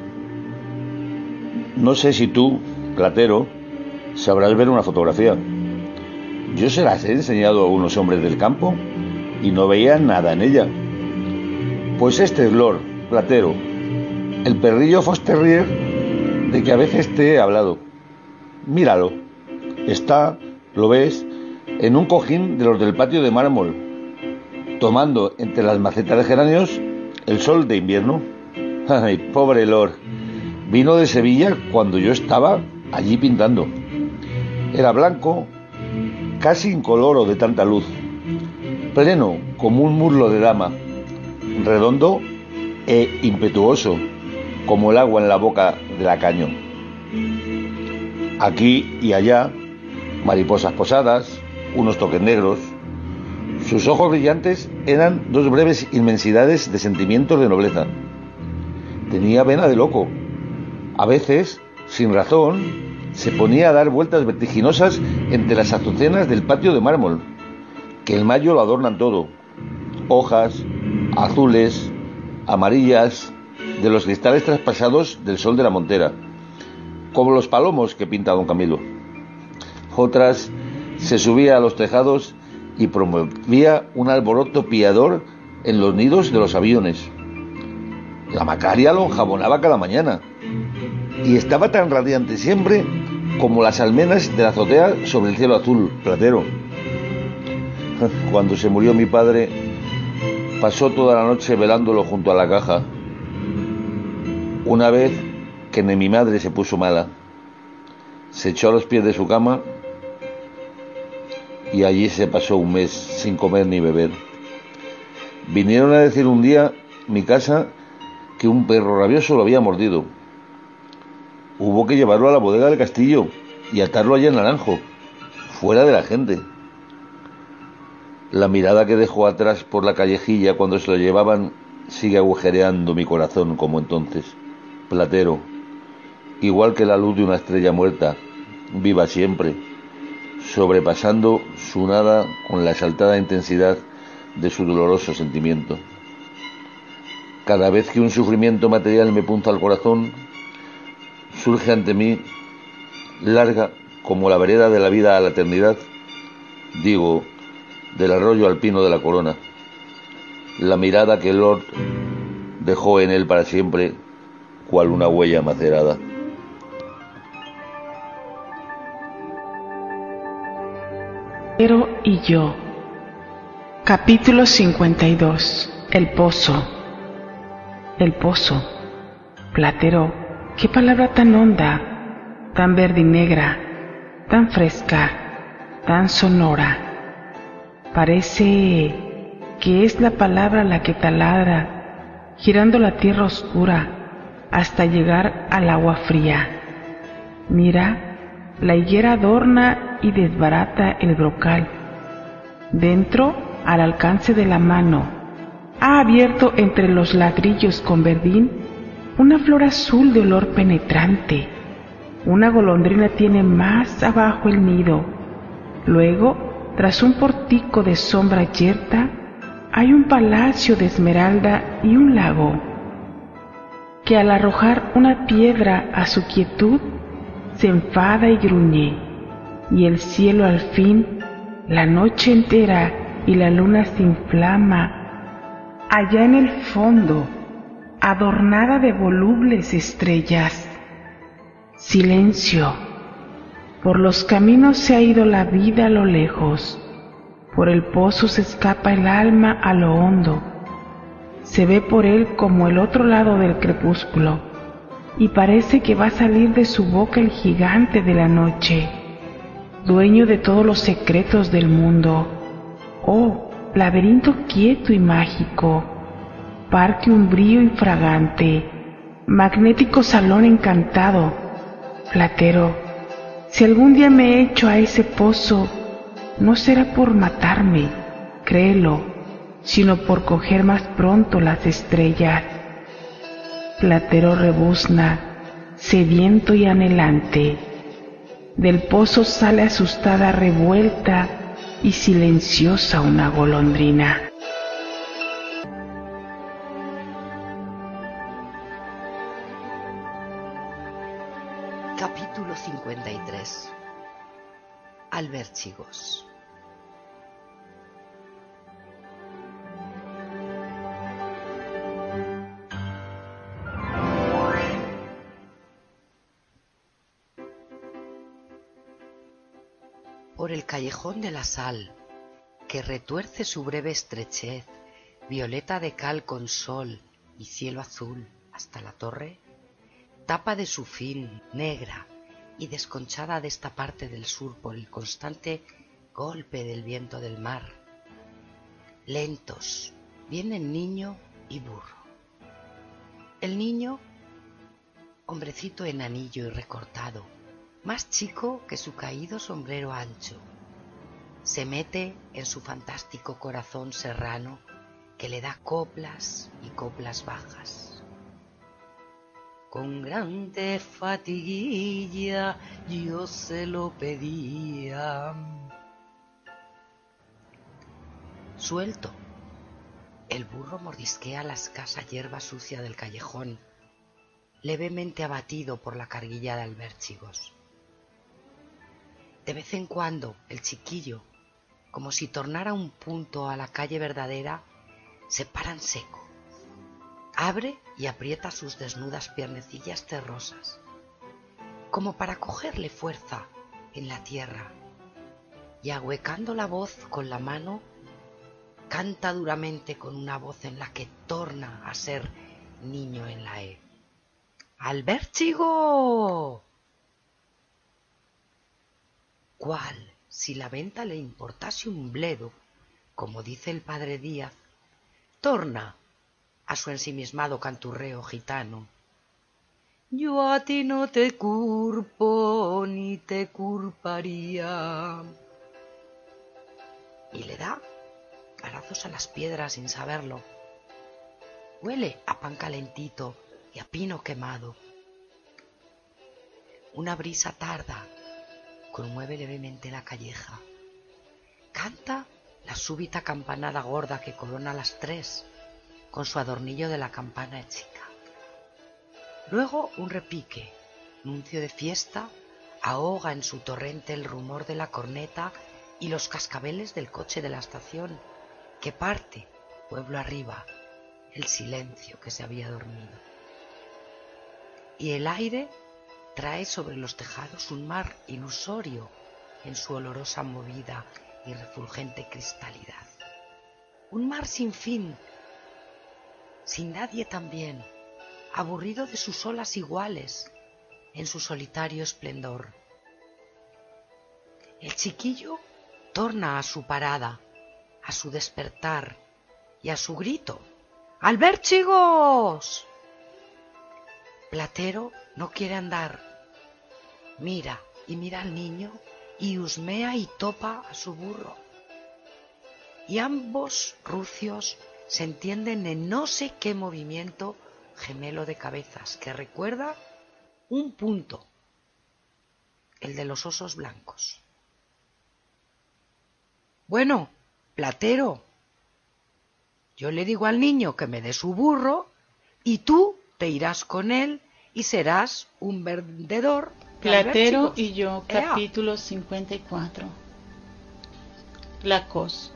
No sé si tú, Platero, sabrás ver una fotografía. Yo se las he enseñado a unos hombres del campo y no veían nada en ella. Pues este es Lor, Platero, el perrillo Fox Terrier de que a veces te he hablado. Míralo. Está, lo ves, en un cojín de los del patio de mármol, tomando entre las macetas de geranios el sol de invierno. Ay, pobre Lor. Vino de Sevilla cuando yo estaba allí pintando. Era blanco, casi incoloro de tanta luz, pleno como un muslo de dama, redondo e impetuoso como el agua en la boca de la caño. Aquí y allá, mariposas posadas, unos toques negros. Sus ojos brillantes eran dos breves inmensidades de sentimientos de nobleza. Tenía vena de loco. A veces, sin razón, se ponía a dar vueltas vertiginosas entre las azucenas del patio de mármol, que en mayo lo adornan todo. Hojas, azules, amarillas, de los cristales traspasados del sol de la montera, como los palomos que pinta don Camilo. Otras se subía a los tejados y promovía un alboroto piador en los nidos de los aviones. La Macaria lo enjabonaba cada mañana y estaba tan radiante siempre como las almenas de la azotea sobre el cielo azul platero. Cuando se murió mi padre, pasó toda la noche velándolo junto a la caja. Una vez que ni mi madre se puso mala, se echó a los pies de su cama y allí se pasó un mes sin comer ni beber. Vinieron a decir un día mi casa que un perro rabioso lo había mordido. Hubo que llevarlo a la bodega del castillo y atarlo allá en Naranjo, fuera de la gente. La mirada que dejó atrás por la callejilla cuando se lo llevaban sigue agujereando mi corazón como entonces. Platero, igual que la luz de una estrella muerta, viva siempre, sobrepasando su nada con la exaltada intensidad de su doloroso sentimiento. Cada vez que un sufrimiento material me punza al corazón, surge ante mí, larga como la vereda de la vida a la eternidad, digo, del arroyo alpino de la Corona, la mirada que el Lord dejó en él para siempre, cual una huella macerada. Platero y yo. Capítulo cincuenta y dos. El pozo. El pozo. Platero, qué palabra tan honda, tan verde y negra, tan fresca, tan sonora. Parece que es la palabra la que taladra, girando la tierra oscura hasta llegar al agua fría. Mira, la higuera adorna y desbarata el brocal. Dentro, al alcance de la mano, ha abierto entre los ladrillos con verdín una flor azul de olor penetrante. Una golondrina tiene más abajo el nido. Luego, tras un portico de sombra yerta, hay un palacio de esmeralda y un lago, que al arrojar una piedra a su quietud, se enfada y gruñe, y el cielo al fin, la noche entera y la luna se inflama, allá en el fondo, adornada de volubles estrellas. Silencio. Por los caminos se ha ido la vida a lo lejos, por el pozo se escapa el alma a lo hondo, se ve por él como el otro lado del crepúsculo, y parece que va a salir de su boca el gigante de la noche, dueño de todos los secretos del mundo. Oh, laberinto quieto y mágico, parque umbrío y fragante, magnético salón encantado. Platero, si algún día me he hecho a ese pozo, no será por matarme, créelo, sino por coger más pronto las estrellas. Platero rebuzna, sediento y anhelante. Del pozo sale asustada, revuelta y silenciosa una golondrina. Capítulo cincuenta y tres. Albérchigos. Por el callejón de la sal, que retuerce su breve estrechez, violeta de cal con sol y cielo azul hasta la torre, tapa de su fin, negra y desconchada de esta parte del sur por el constante golpe del viento del mar. Lentos vienen niño y burro. El niño, hombrecito enanillo y recortado, más chico que su caído sombrero ancho, se mete en su fantástico corazón serrano que le da coplas y coplas bajas. Con grande fatiguilla yo se lo pedía. suelto. El burro mordisquea la escasa hierba sucia del callejón, levemente abatido por la carguilla de albérchigos. De vez en cuando el chiquillo, como si tornara un punto a la calle verdadera, se para en seco, abre y aprieta sus desnudas piernecillas terrosas, como para cogerle fuerza en la tierra, y ahuecando la voz con la mano, canta duramente con una voz en la que torna a ser niño en la E. ¡Albérchigo! Cual, si la venta le importase un bledo, como dice el padre Díaz, torna a su ensimismado canturreo gitano. Yo a ti no te culpo ni te culparía. Y le da carazos a las piedras sin saberlo. Huele a pan calentito y a pino quemado. Una brisa tarda conmueve levemente la calleja. Canta la súbita campanada gorda que corona las tres con su adornillo de la campana chica. Luego un repique, nuncio de fiesta, ahoga en su torrente el rumor de la corneta y los cascabeles del coche de la estación, que parte, pueblo arriba, el silencio que se había dormido. Y el aire trae sobre los tejados un mar ilusorio en su olorosa movida y refulgente cristalidad. Un mar sin fin, sin nadie también, aburrido de sus olas iguales en su solitario esplendor. El chiquillo torna a su parada, a su despertar y a su grito. ¡Albérchigos! Platero no quiere andar. Mira y mira al niño y husmea y topa a su burro. Y ambos rucios se entienden en no sé qué movimiento gemelo de cabezas que recuerda un punto, el de los osos blancos. Bueno, Platero, yo le digo al niño que me dé su burro y tú te irás con él y serás un vendedor. Platero y yo, capítulo cincuenta y cuatro. La cos.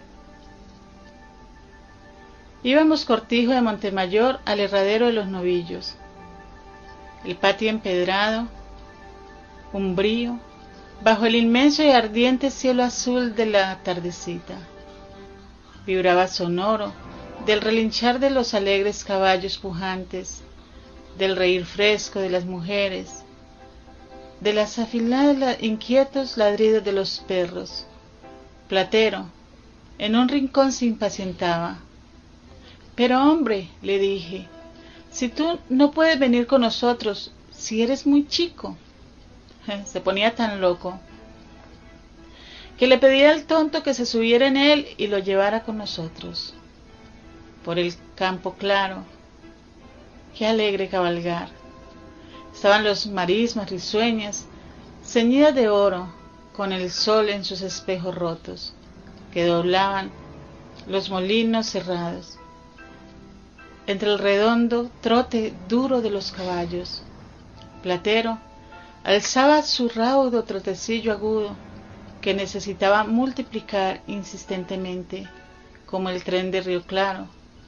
Íbamos cortijo de Montemayor al herradero de los novillos. El patio empedrado, umbrío, bajo el inmenso y ardiente cielo azul de la tardecita. Vibraba sonoro del relinchar de los alegres caballos pujantes, del reír fresco de las mujeres, de las afiladas inquietos ladridos de los perros. Platero, en un rincón se impacientaba. Pero hombre, le dije, si tú no puedes venir con nosotros, si eres muy chico. Se ponía tan loco que le pedí al tonto que se subiera en él y lo llevara con nosotros. Por el campo claro, qué alegre cabalgar. Estaban los marismas risueñas, ceñidas de oro, con el sol en sus espejos rotos, que doblaban los molinos cerrados. Entre el redondo trote duro de los caballos, Platero alzaba su raudo trotecillo agudo, que necesitaba multiplicar insistentemente, como el tren de Río Claro,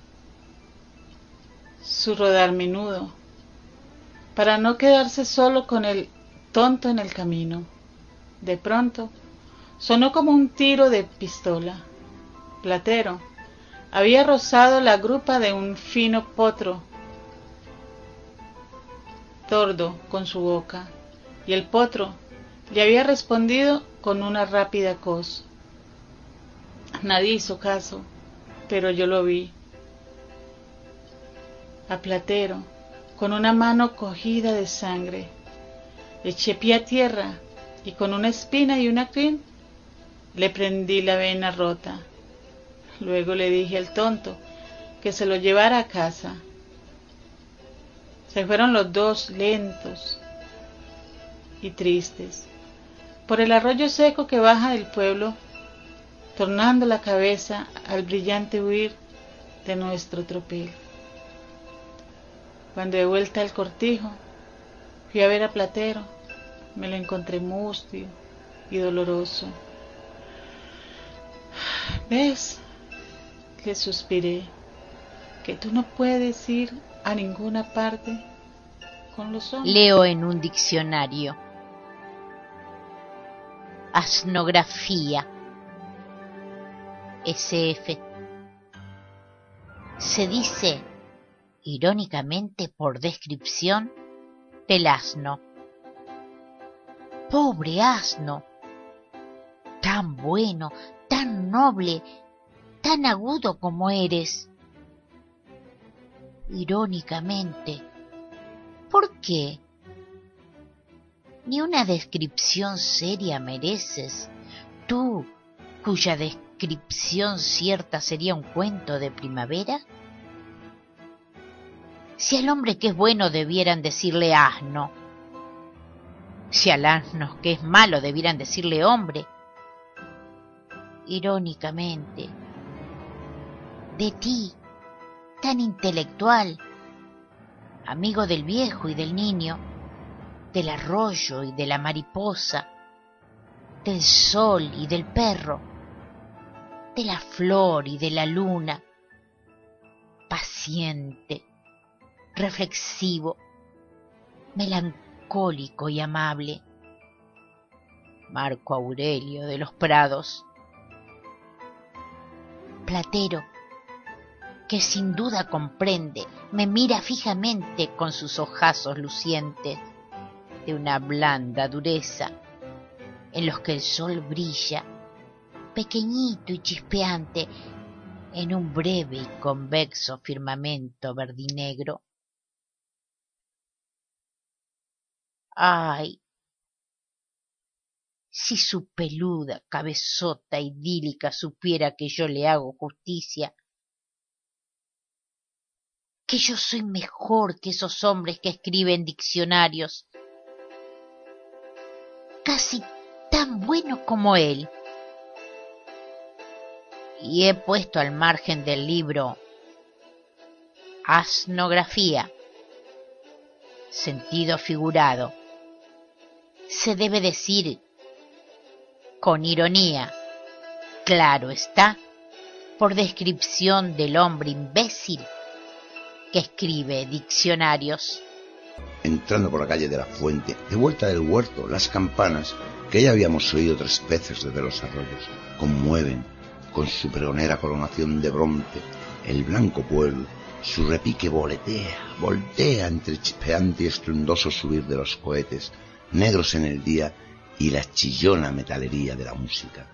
su rodar menudo, para no quedarse solo con el tonto en el camino. De pronto, sonó como un tiro de pistola. Platero había rozado la grupa de un fino potro tordo con su boca, y el potro le había respondido con una rápida cos. Nadie hizo caso, pero yo lo vi. A Platero, con una mano cogida de sangre, le eché pie a tierra y con una espina y una crin le prendí la vena rota. Luego le dije al tonto que se lo llevara a casa. Se fueron los dos lentos y tristes por el arroyo seco que baja del pueblo tornando la cabeza al brillante huir de nuestro tropel. Cuando de vuelta al cortijo, fui a ver a Platero, me lo encontré mustio y doloroso. ¿Ves? Le suspiré, que tú no puedes ir a ninguna parte con los hombres. Leo en un diccionario. Asnografía. S F. Se dice, irónicamente por descripción, del asno. Pobre asno, tan bueno, tan noble, tan agudo como eres. Irónicamente, ¿por qué? Ni una descripción seria mereces, tú, cuya descripción cierta sería un cuento de primavera. Si al hombre que es bueno debieran decirle asno, si al asno que es malo debieran decirle hombre, irónicamente, de ti, tan intelectual, amigo del viejo y del niño, del arroyo y de la mariposa, del sol y del perro, de la flor y de la luna, paciente, reflexivo, melancólico y amable, Marco Aurelio de los Prados. Platero, que sin duda comprende, me mira fijamente con sus ojazos lucientes de una blanda dureza, en los que el sol brilla, pequeñito y chispeante, en un breve y convexo firmamento verdinegro. Ay, si su peluda cabezota idílica supiera que yo le hago justicia, que yo soy mejor que esos hombres que escriben diccionarios, casi tan bueno como él. Y he puesto al margen del libro asnografía, sentido figurado. Se debe decir con ironía, claro está, por descripción del hombre imbécil que escribe diccionarios. Entrando por la calle de la Fuente, de vuelta del huerto, las campanas, que ya habíamos oído tres veces desde los arroyos, conmueven, con su pregonera coronación de bronce, el blanco pueblo. Su repique voletea, voltea entre chispeante y estruendoso subir de los cohetes, negros en el día, y la chillona metalería de la música.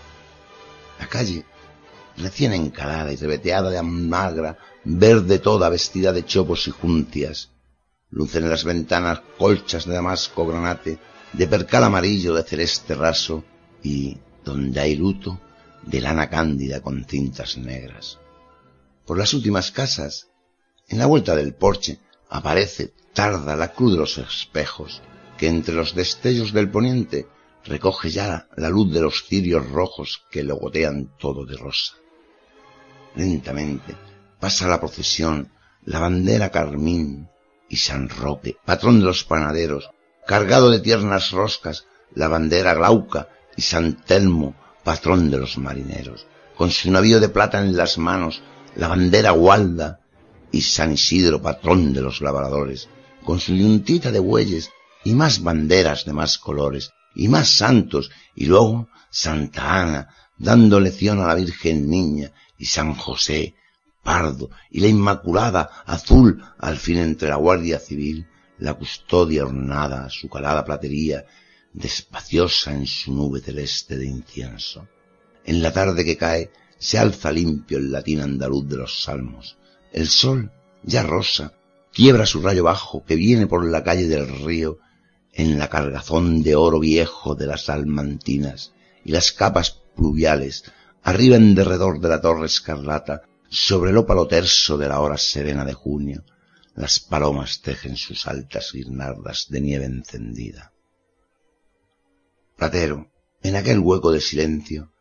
La calle, recién encalada y reveteada de amagra, verde toda, vestida de chopos y juncias. Lucen en las ventanas colchas de damasco granate, de percal amarillo, de celeste raso, y, donde hay luto, de lana cándida con cintas negras. Por las últimas casas, en la vuelta del porche, aparece tarda la cruz de los espejos, que entre los destellos del poniente recoge ya la luz de los cirios rojos que lo gotean todo de rosa. Lentamente pasa la procesión, la bandera carmín y San Roque, patrón de los panaderos, cargado de tiernas roscas, la bandera glauca, y San Telmo, patrón de los marineros, con su navío de plata en las manos, la bandera gualda, y San Isidro, patrón de los labradores, con su yuntita de bueyes, y más banderas de más colores, y más santos, y luego Santa Ana, dando lección a la Virgen Niña, y San José, pardo, y la Inmaculada, azul, al fin entre la Guardia Civil, la custodia ornada, su calada platería, despaciosa en su nube celeste de incienso. En la tarde que cae, se alza limpio el latín andaluz de los salmos. El sol, ya rosa, quiebra su rayo bajo que viene por la calle del río, en la cargazón de oro viejo de las salmantinas, y las capas pluviales, arriba en derredor de la torre escarlata, sobre el ópalo terso de la hora serena de junio, las palomas tejen sus altas guirnaldas de nieve encendida. Platero, en aquel hueco de silencio,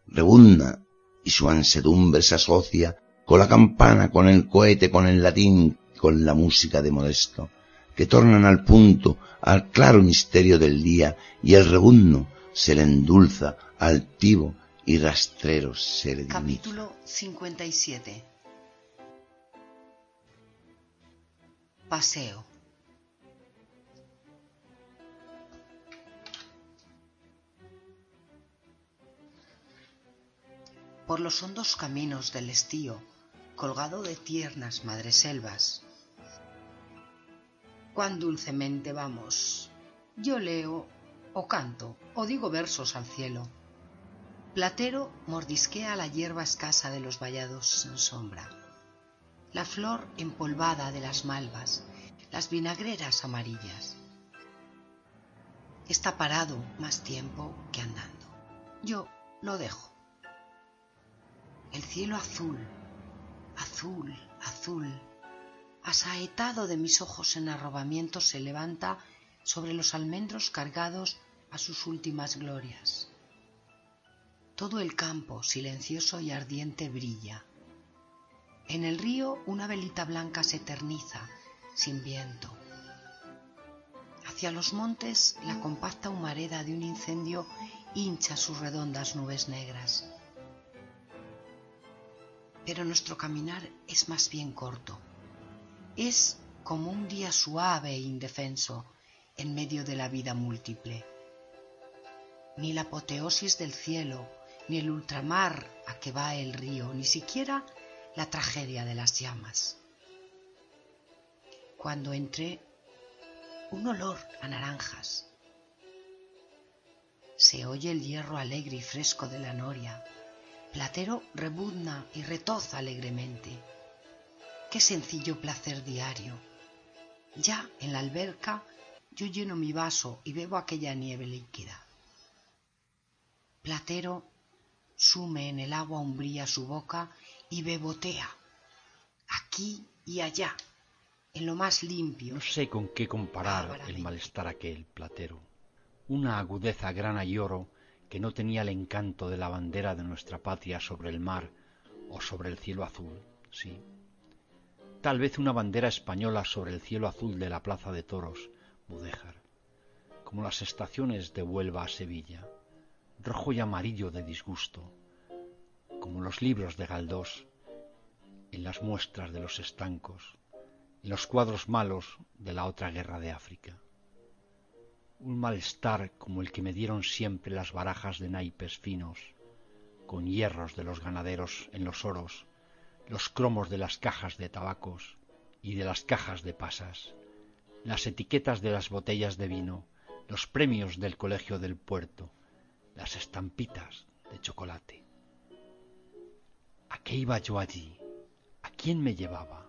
rebuzna, y su ansedumbre se asocia con la campana, con el cohete, con el latín, con la música de Modesto, que tornan al punto, al claro misterio del día, y el rebuzno se le endulza, altivo y rastrero se le dimite. Capítulo cincuenta y siete. Paseo. Por los hondos caminos del estío, colgado de tiernas madreselvas, cuán dulcemente vamos. Yo leo, o canto, o digo versos al cielo. Platero mordisquea la hierba escasa de los vallados en sombra, la flor empolvada de las malvas, las vinagreras amarillas. Está parado más tiempo que andando. Yo lo dejo. El cielo azul, azul, azul, asaetado de mis ojos en arrobamiento, se levanta sobre los almendros cargados a sus últimas glorias. Todo el campo, silencioso y ardiente, brilla. En el río una velita blanca se eterniza, sin viento. Hacia los montes la compacta humareda de un incendio hincha sus redondas nubes negras. Pero nuestro caminar es más bien corto. Es como un día suave e indefenso en medio de la vida múltiple. Ni la apoteosis del cielo, ni el ultramar a que va el río, ni siquiera la tragedia de las llamas. Cuando entré, un olor a naranjas. Se oye el hierro alegre y fresco de la noria. Platero rebuzna y retoza alegremente. Qué sencillo placer diario. Ya en la alberca yo lleno mi vaso y bebo aquella nieve líquida. Platero sume en el agua umbría su boca y bebotea, aquí y allá, en lo más limpio. No sé con qué comparar el malestar aquel, Platero. Una agudeza grana y oro que no tenía el encanto de la bandera de nuestra patria sobre el mar o sobre el cielo azul, sí. Tal vez una bandera española sobre el cielo azul de la plaza de toros, Mudéjar, como las estaciones de Huelva a Sevilla, rojo y amarillo de disgusto, como los libros de Galdós, en las muestras de los estancos, en los cuadros malos de la otra guerra de África. Un malestar como el que me dieron siempre las barajas de naipes finos, con hierros de los ganaderos en los oros, los cromos de las cajas de tabacos y de las cajas de pasas, las etiquetas de las botellas de vino, los premios del colegio del puerto, las estampitas de chocolate. ¿A qué iba yo allí? ¿A quién me llevaba?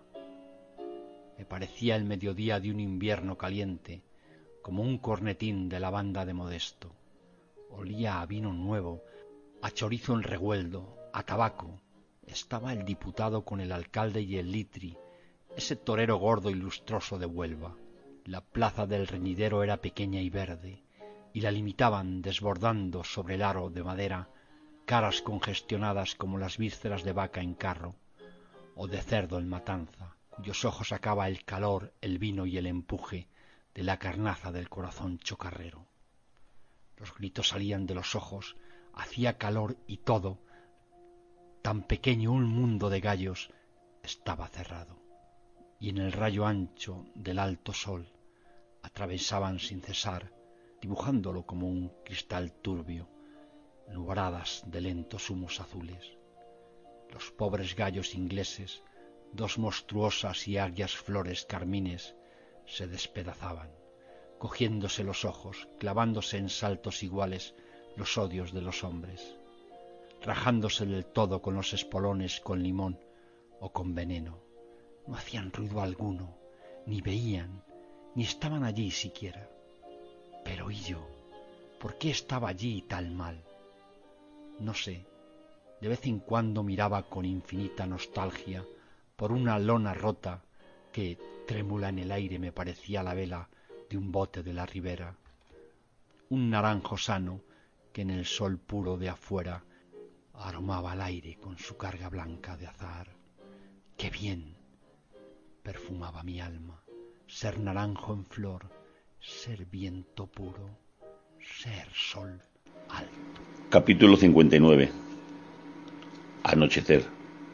Me parecía el mediodía de un invierno caliente, como un cornetín de la banda de Modesto. Olía a vino nuevo, a chorizo en revueldo, a tabaco. Estaba el diputado con el alcalde y el litri, ese torero gordo y lustroso de Huelva. La plaza del reñidero era pequeña y verde, y la limitaban desbordando sobre el aro de madera caras congestionadas como las vísceras de vaca en carro, o de cerdo en matanza, cuyos ojos sacaba el calor, el vino y el empuje de la carnaza del corazón chocarrero. Los gritos salían de los ojos, hacía calor y todo, tan pequeño un mundo de gallos, estaba cerrado. Y en el rayo ancho del alto sol atravesaban sin cesar, dibujándolo como un cristal turbio, nubradas de lentos humos azules. Los pobres gallos ingleses, dos monstruosas y agrias flores carmines, se despedazaban, cogiéndose los ojos, clavándose en saltos iguales los odios de los hombres, rajándose del todo con los espolones con limón o con veneno. No hacían ruido alguno, ni veían, ni estaban allí siquiera. Pero ¿y yo? ¿Por qué estaba allí tal mal? No sé. De vez en cuando miraba con infinita nostalgia por una lona rota que, trémula en el aire, me parecía la vela de un bote de la ribera. Un naranjo sano que en el sol puro de afuera aromaba al aire con su carga blanca de azahar. ¡Qué bien! Perfumaba mi alma, ser naranjo en flor, ser viento puro, ser sol alto. Capítulo cincuenta y nueve. Anochecer.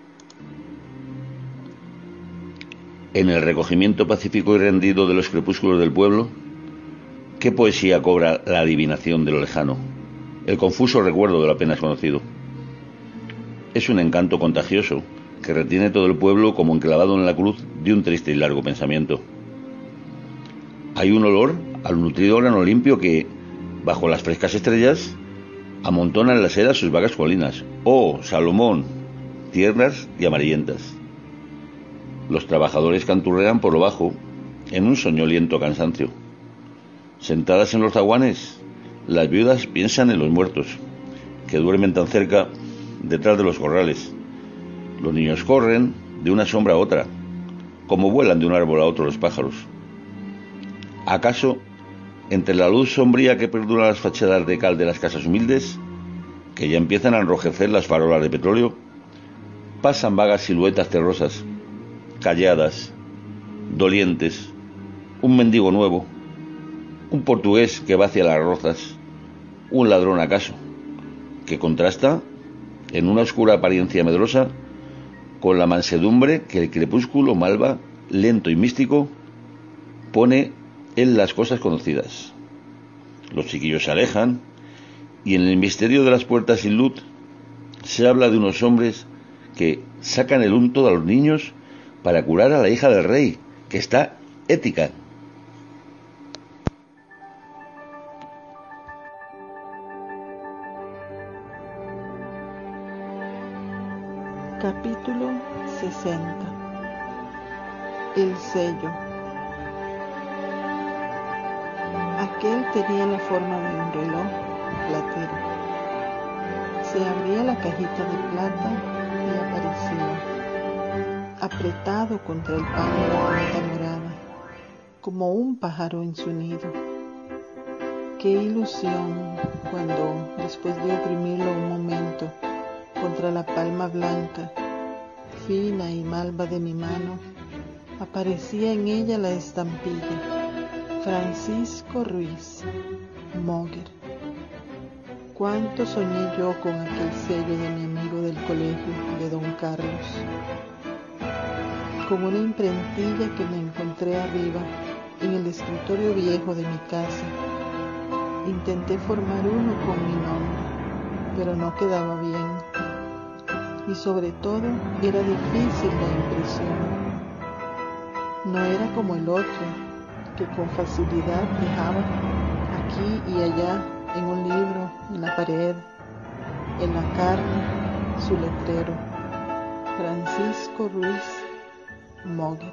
En el recogimiento pacífico y rendido de los crepúsculos del pueblo, ¿qué poesía cobra la adivinación de lo lejano, el confuso recuerdo de lo apenas conocido? Es un encanto contagioso que retiene todo el pueblo como enclavado en la cruz de un triste y largo pensamiento. Hay un olor al nutrido grano limpio que, bajo las frescas estrellas, amontona en las eras sus vagas colinas. ¡Oh, Salomón! Tiernas y amarillentas. Los trabajadores canturrean por lo bajo, en un soñoliento cansancio. Sentadas en los zaguanes, las viudas piensan en los muertos, que duermen tan cerca, detrás de los corrales. Los niños corren de una sombra a otra, como vuelan de un árbol a otro los pájaros. ¿Acaso, entre la luz sombría que perdura las fachadas de cal de las casas humildes, que ya empiezan a enrojecer las farolas de petróleo, pasan vagas siluetas terrosas, calladas, dolientes, un mendigo nuevo, un portugués que va hacia las rozas, un ladrón acaso, que contrasta, en una oscura apariencia medrosa, con la mansedumbre que el crepúsculo malva, lento y místico, pone en las cosas conocidas. Los chiquillos se alejan, y en el misterio de las puertas sin luz se habla de unos hombres que sacan el unto a los niños para curar a la hija del rey, que está ética. Capítulo sesenta. El sello. Aquel tenía la forma de un reloj platero. Se abría la cajita de plata y aparecía, apretado contra el pan de la tinta morada, como un pájaro en su nido. Qué ilusión cuando, después de oprimirlo un momento contra la palma blanca, fina y malva de mi mano, aparecía en ella la estampilla: Francisco Ruiz, Moguer. Cuánto soñé yo con aquel sello de mi amigo del colegio, de don Carlos. Con una imprentilla que me encontré arriba, en el escritorio viejo de mi casa, intenté formar uno con mi nombre, pero no quedaba bien. Y sobre todo, era difícil la impresión. No era como el otro, que con facilidad dejaba aquí y allá, en un libro, en la pared, en la carne, su letrero: Francisco Ruiz, Moguer.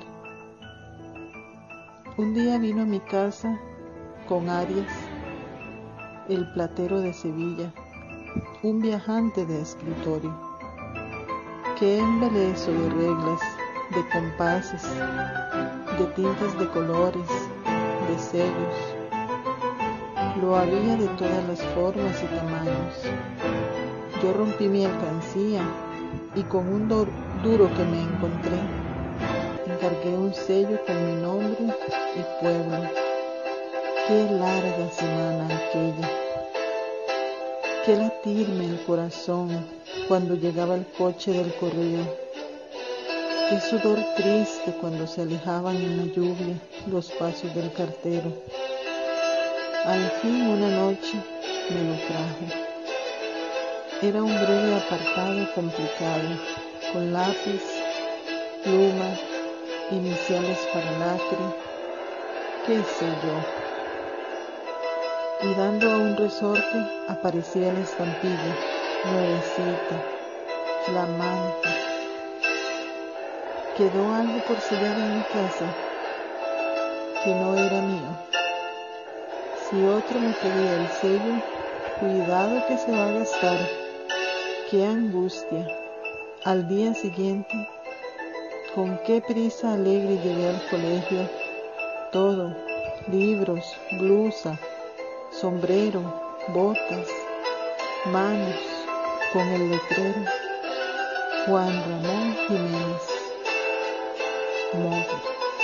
Un día vino a mi casa con Arias, el platero de Sevilla, un viajante de escritorio. Qué embeleso de reglas, de compases, de tintas de colores, de sellos. Lo había de todas las formas y tamaños. Yo rompí mi alcancía y con un do- duro que me encontré, encargué un sello con mi nombre y pueblo. Qué larga semana aquella. Qué latirme el corazón cuando llegaba el coche del correo. Qué sudor triste cuando se alejaban en la lluvia los pasos del cartero. Al fin una noche me lo trajo. Era un breve apartado complicado, con lápiz, pluma, iniciales para lacre, qué sé yo. Y dando a un resorte aparecía la estampilla, nuevecita, flamante. Quedó algo por sellar en mi casa que no era mío. Si otro me pedía el sello, cuidado que se va a gastar. ¡Qué angustia! Al día siguiente, con qué prisa alegre llegué al colegio. Todo, libros, blusa, sombrero, botas, manos, con el letrero Juan Ramón Jiménez, Modo.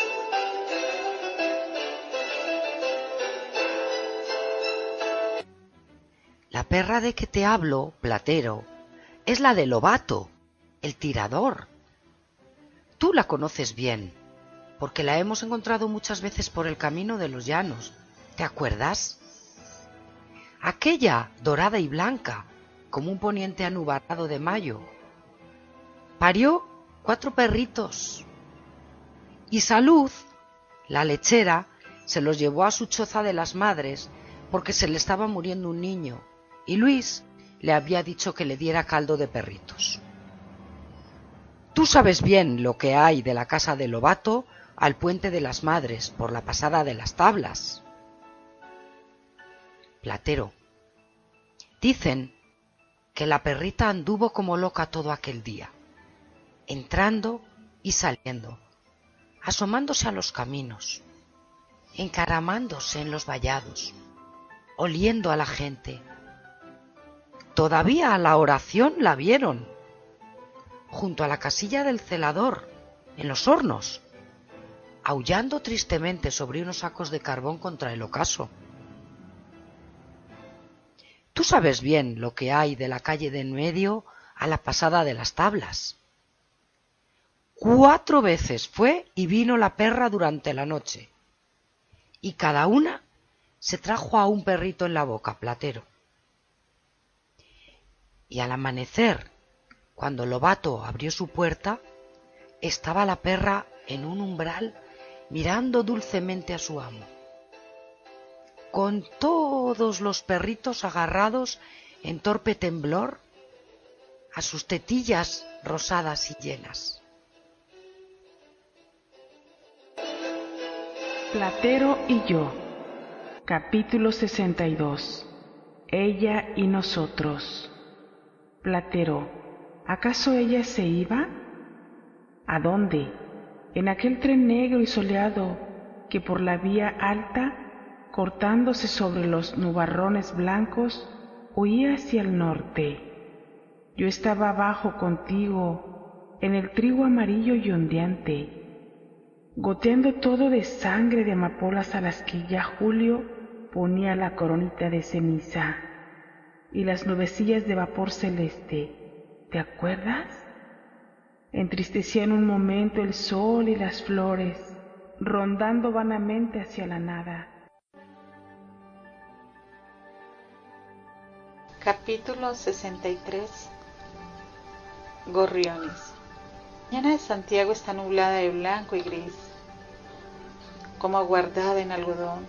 La perra de que te hablo, Platero, es la de Lobato, el tirador. Tú la conoces bien, porque la hemos encontrado muchas veces por el camino de los llanos. ¿Te acuerdas? Aquella dorada y blanca, como un poniente anubarado de mayo. Parió cuatro perritos. Y Salud, la lechera, se los llevó a su choza de las madres porque se le estaba muriendo un niño y Luis le había dicho que le diera caldo de perritos. Tú sabes bien lo que hay de la casa de Lobato al puente de las madres por la pasada de las tablas. Platero, dicen que la perrita anduvo como loca todo aquel día, entrando y saliendo, asomándose a los caminos, encaramándose en los vallados, oliendo a la gente. Todavía a la oración la vieron, junto a la casilla del celador, en los hornos, aullando tristemente sobre unos sacos de carbón contra el ocaso. Tú sabes bien lo que hay de la calle de en medio a la pasada de las tablas. Cuatro veces fue y vino la perra durante la noche, y cada una se trajo a un perrito en la boca, Platero. Y al amanecer, cuando Lobato abrió su puerta, estaba la perra en un umbral mirando dulcemente a su amo, con todos los perritos agarrados en torpe temblor a sus tetillas rosadas y llenas. Platero y yo, capítulo sesenta y dos. Ella y nosotros. Platero, ¿acaso ella se iba? ¿A dónde? En aquel tren negro y soleado que por la vía alta, cortándose sobre los nubarrones blancos, huía hacia el norte. Yo estaba abajo contigo, en el trigo amarillo y ondeante, goteando todo de sangre de amapolas a las que ya Julio ponía la coronita de ceniza y las nubecillas de vapor celeste. ¿Te acuerdas? Entristecían un momento el sol y las flores, rondando vanamente hacia la nada. Capítulo sesenta y tres. Gorriones. La mañana de Santiago está nublada de blanco y gris, como aguardada en algodón.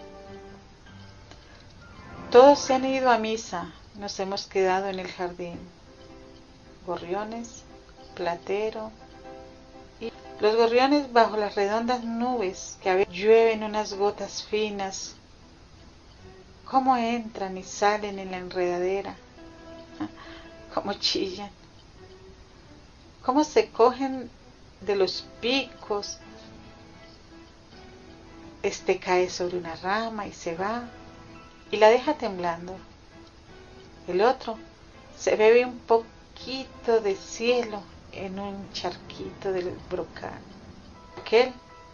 Todos se han ido a misa, nos hemos quedado en el jardín. Gorriones, Platero y los gorriones bajo las redondas nubes que a veces llueven unas gotas finas. Cómo entran y salen en la enredadera, cómo chillan, cómo se cogen de los picos. Este cae sobre una rama y se va y la deja temblando. El otro se bebe un poquito de cielo en un charquito del brocal. Aquel,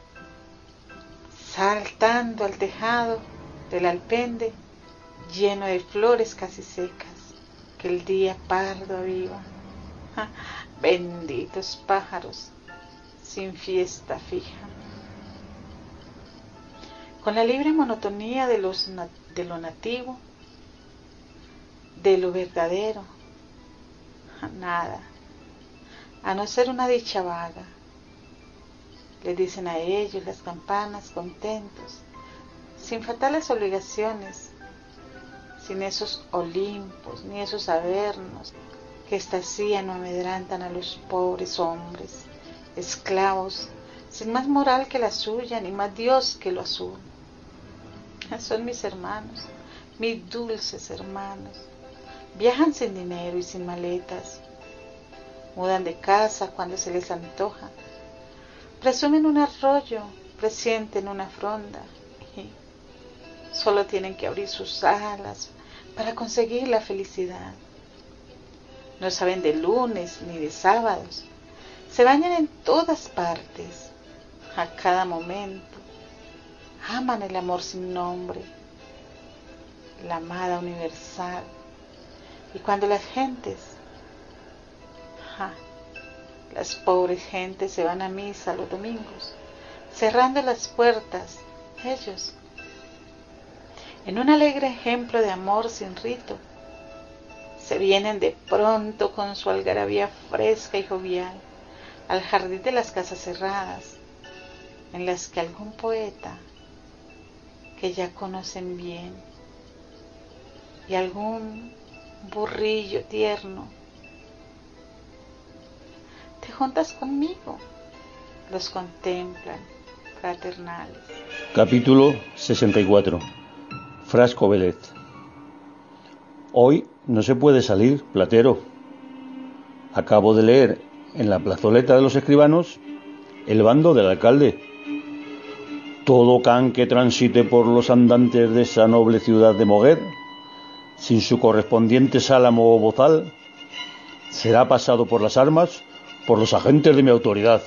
saltando al tejado del alpende, lleno de flores casi secas, que el día pardo aviva. ¡Ah! Benditos pájaros, sin fiesta fija. Con la libre monotonía de, los, de lo nativo, de lo verdadero, nada, a no ser una dicha vaga. Le dicen a ellos las campanas contentos, sin fatales obligaciones, sin esos olimpos ni esos avernos que estacían o amedrantan a los pobres hombres, esclavos, sin más moral que la suya ni más Dios que lo azul. Son mis hermanos, mis dulces hermanos. Viajan sin dinero y sin maletas, mudan de casa cuando se les antoja, presumen un arroyo, presienten una fronda y solo tienen que abrir sus alas para conseguir la felicidad. no saben de lunes ni de sábados, se bañan en todas partes, a cada momento, aman el amor sin nombre, la amada universal. Y cuando las gentes, ja, las pobres gentes se van a misa los domingos, cerrando las puertas, ellos, en un alegre ejemplo de amor sin rito, se vienen de pronto con su algarabía fresca y jovial al jardín de las casas cerradas, en las que algún poeta que ya conocen bien y algún burrillo tierno, te juntas conmigo, los contemplan fraternales. Capítulo sesenta y cuatro. Frasco Vélez. Hoy no se puede salir, Platero. Acabo de leer en la plazoleta de los escribanos el bando del alcalde. Todo can que transite por los andantes de esa noble ciudad de Moguer, sin su correspondiente sálamo o bozal, será pasado por las armas por los agentes de mi autoridad.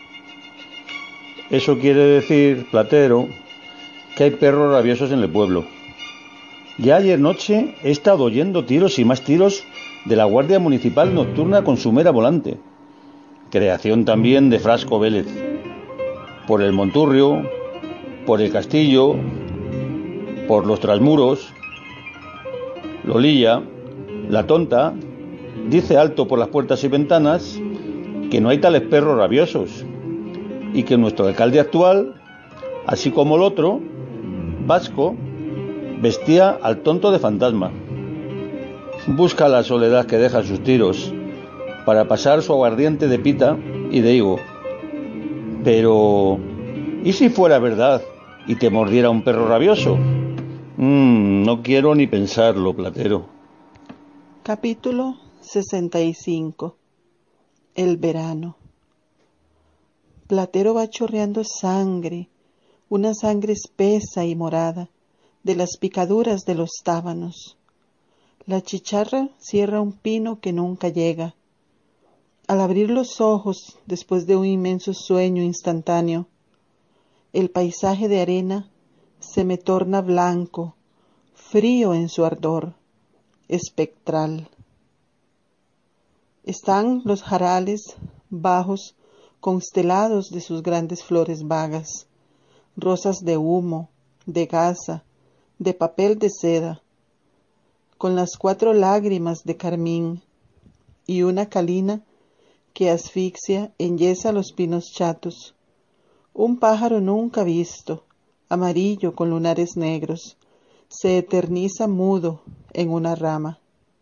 Eso quiere decir, Platero, que hay perros rabiosos en el pueblo. Ya ayer noche he estado oyendo tiros y más tiros de la Guardia Municipal Nocturna con su mera volante, creación también de Frasco Vélez, por el Monturrio, por el Castillo, por los Trasmuros. Lolilla, la tonta, dice alto por las puertas y ventanas que no hay tales perros rabiosos y que nuestro alcalde actual, así como el otro, Vasco, vestía al tonto de fantasma. Busca la soledad que deja sus tiros para pasar su aguardiente de pita y de higo. Pero, ¿y si fuera verdad y te mordiera un perro rabioso? Mm, no quiero ni pensarlo, Platero. Capítulo sesenta y cinco. El verano. Platero va chorreando sangre, una sangre espesa y morada, de las picaduras de los tábanos. La chicharra cierra un pino que nunca llega. Al abrir los ojos, después de un inmenso sueño instantáneo, el paisaje de arena se me torna blanco, frío en su ardor, espectral. Están los jarales bajos constelados de sus grandes flores vagas, rosas de humo, de gasa, de papel de seda, con las cuatro lágrimas de carmín y una calina que asfixia, enyesa los pinos chatos. Un pájaro nunca visto, amarillo con lunares negros, se eterniza mudo en una rama.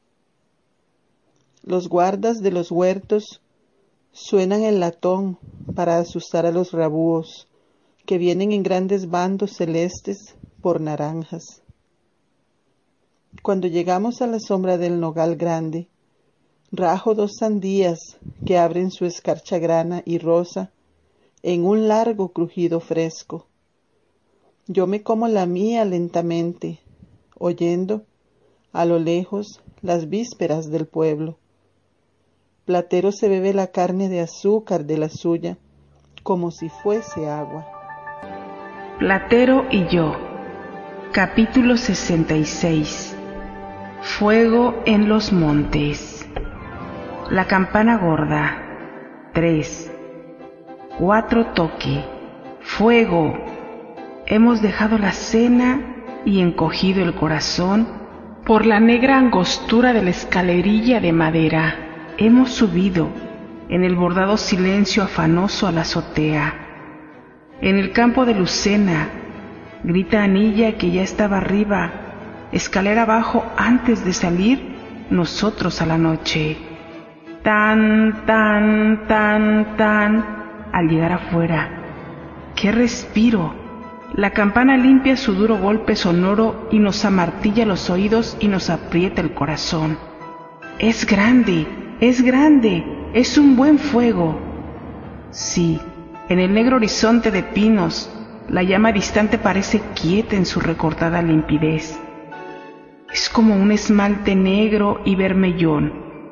Los guardas de los huertos suenan el latón para asustar a los rabúos, que vienen en grandes bandos celestes por naranjas. Cuando llegamos a la sombra del nogal grande, rajo dos sandías que abren su escarcha grana y rosa en un largo crujido fresco. Yo me como la mía lentamente, oyendo, a lo lejos, las vísperas del pueblo. Platero se bebe la carne de azúcar de la suya, como si fuese agua. Platero y yo. Capítulo sesenta y seis. Fuego en los montes. La campana gorda. Tres. Cuatro toque. Fuego. Hemos dejado la cena y encogido el corazón por la negra angostura de la escalerilla de madera. Hemos subido en el bordado silencio afanoso a la azotea. En el campo de Lucena, grita Anilla que ya estaba arriba, escalera abajo antes de salir nosotros a la noche. Tan, tan, tan, tan, al llegar afuera. ¡Qué respiro! La campana limpia su duro golpe sonoro y nos amartilla los oídos y nos aprieta el corazón. ¡Es grande! ¡Es grande! ¡Es un buen fuego! Sí, en el negro horizonte de pinos, la llama distante parece quieta en su recortada limpidez. Es como un esmalte negro y vermellón,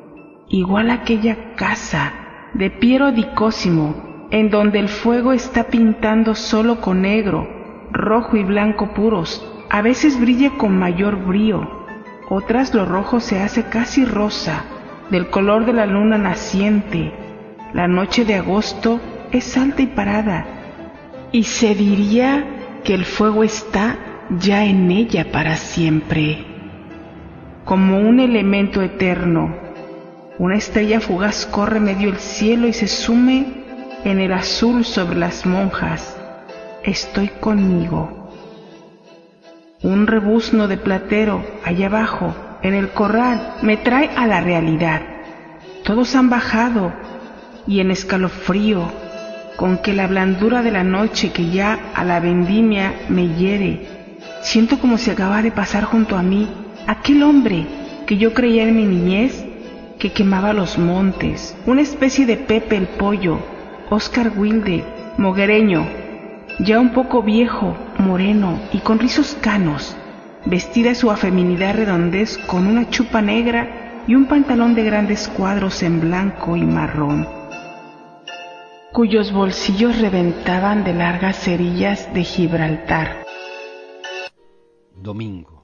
igual a aquella casa de Piero di Cosimo, en donde el fuego está pintando solo con negro, rojo y blanco puros. A veces brilla con mayor brío, otras lo rojo se hace casi rosa, del color de la luna naciente. La noche de agosto es alta y parada, y se diría que el fuego está ya en ella para siempre. Como un elemento eterno, una estrella fugaz corre medio el cielo y se sume en el azul sobre las monjas. Estoy conmigo. Un rebuzno de platero allá abajo, en el corral, me trae a la realidad. Todos han bajado, y en escalofrío, con que la blandura de la noche que ya a la vendimia me hiere, siento como si acaba de pasar junto a mí aquel hombre que yo creía en mi niñez, que quemaba los montes, una especie de Pepe el Pollo, Oscar Wilde, moguereño, ya un poco viejo, moreno y con rizos canos, vestida su afeminidad redondez con una chupa negra y un pantalón de grandes cuadros en blanco y marrón, cuyos bolsillos reventaban de largas cerillas de Gibraltar. Domingo.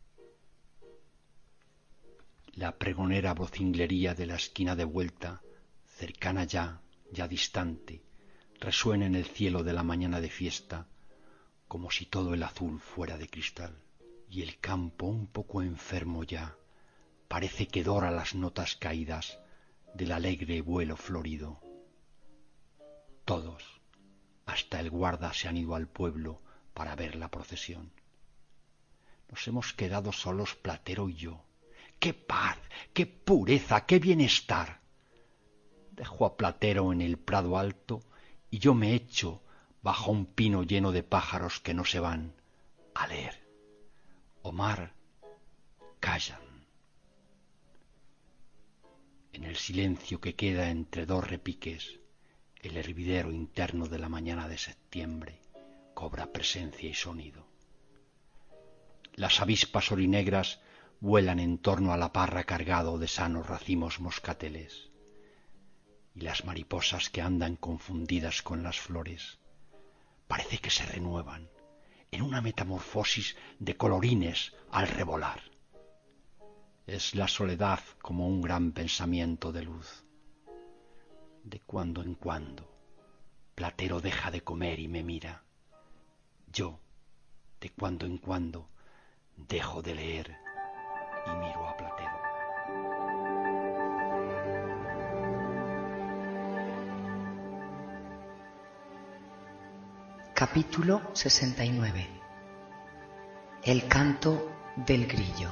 La pregonera vocinglería de la esquina de vuelta, cercana ya, ya distante, resuena en el cielo de la mañana de fiesta, como si todo el azul fuera de cristal, y el campo un poco enfermo ya, parece que dora las notas caídas del alegre vuelo florido. Todos, hasta el guarda, se han ido al pueblo para ver la procesión. Nos hemos quedado solos Platero y yo. ¡Qué paz! ¡Qué pureza! ¡Qué bienestar! Dejo a Platero en el prado alto y yo me echo bajo un pino lleno de pájaros que no se van a leer. Omar, callan. En el silencio que queda entre dos repiques, el hervidero interno de la mañana de septiembre cobra presencia y sonido. Las avispas orinegras vuelan en torno a la parra cargado de sanos racimos moscateles, y las mariposas que andan confundidas con las flores parece que se renuevan en una metamorfosis de colorines al revolar. Es la soledad como un gran pensamiento de luz. De cuando en cuando, Platero deja de comer y me mira. Yo, de cuando en cuando, dejo de leer y miro a Platero. Capítulo sesenta y nueve. El canto del grillo.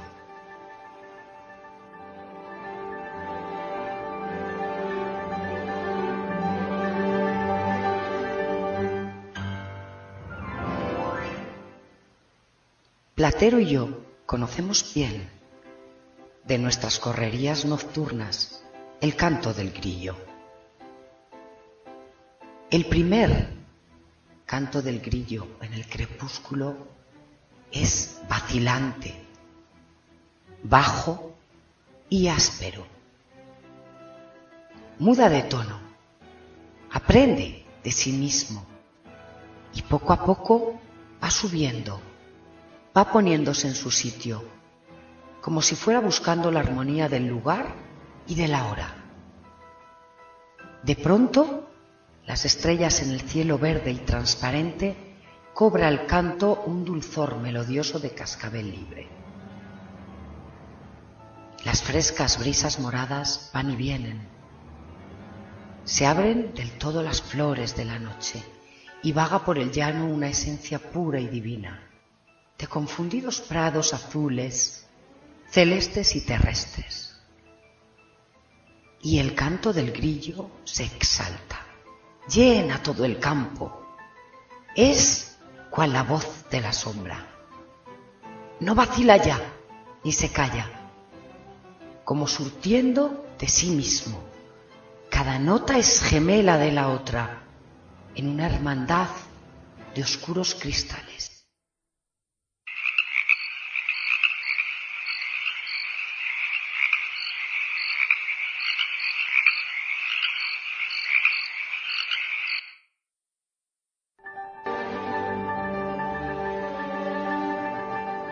Platero y yo conocemos bien, de nuestras correrías nocturnas, el canto del grillo. El primer canto del grillo en el crepúsculo es vacilante, bajo y áspero. Muda de tono, aprende de sí mismo y poco a poco va subiendo, va poniéndose en su sitio, como si fuera buscando la armonía del lugar y de la hora. De pronto, las estrellas en el cielo verde y transparente cobra el canto un dulzor melodioso de cascabel libre. Las frescas brisas moradas van y vienen. Se abren del todo las flores de la noche y vaga por el llano una esencia pura y divina, de confundidos prados azules, celestes y terrestres. Y el canto del grillo se exalta, llena todo el campo. Es cual la voz de la sombra. No vacila ya, ni se calla, como surtiendo de sí mismo. Cada nota es gemela de la otra, en una hermandad de oscuros cristales.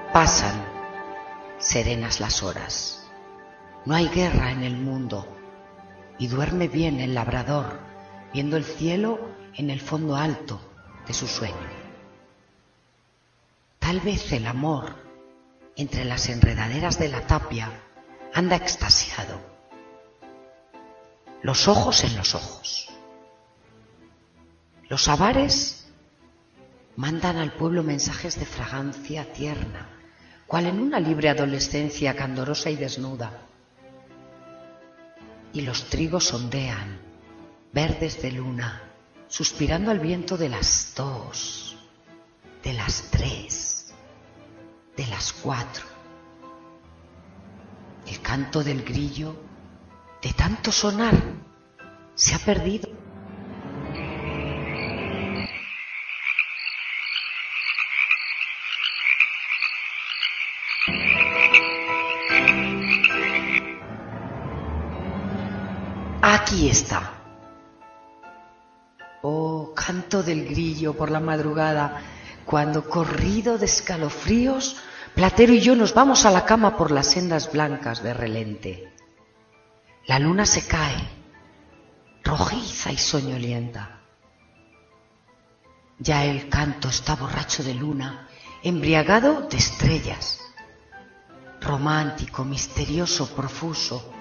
Pasan serenas las horas. No hay guerra en el mundo y duerme bien el labrador, viendo el cielo en el fondo alto de su sueño. Tal vez el amor, entre las enredaderas de la tapia, anda extasiado, los ojos en los ojos. Los avares mandan al pueblo mensajes de fragancia tierna, cual en una libre adolescencia candorosa y desnuda. Y los trigos ondean, verdes de luna, suspirando al viento de las dos, de las tres, de las cuatro. El canto del grillo, de tanto sonar, se ha perdido. Aquí está. Oh, canto del grillo por la madrugada, cuando corrido de escalofríos, Platero y yo nos vamos a la cama por las sendas blancas de relente. La luna se cae, rojiza y soñolienta. Ya el canto está borracho de luna, embriagado de estrellas, romántico, misterioso, profuso.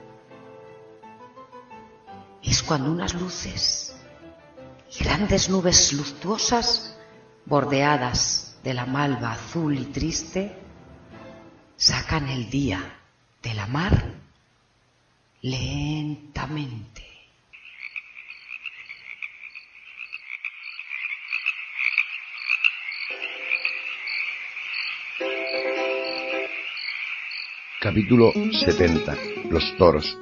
Es cuando unas luces y grandes nubes luctuosas, bordeadas de la malva azul y triste, sacan el día de la mar lentamente. Capítulo setenta. Los toros.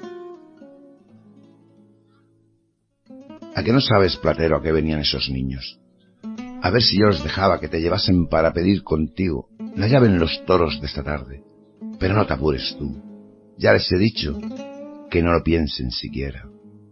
¿A qué no sabes, Platero, a qué venían esos niños? A ver si yo los dejaba que te llevasen para pedir contigo la llave en los toros de esta tarde. Pero no te apures tú. Ya les he dicho que no lo piensen siquiera.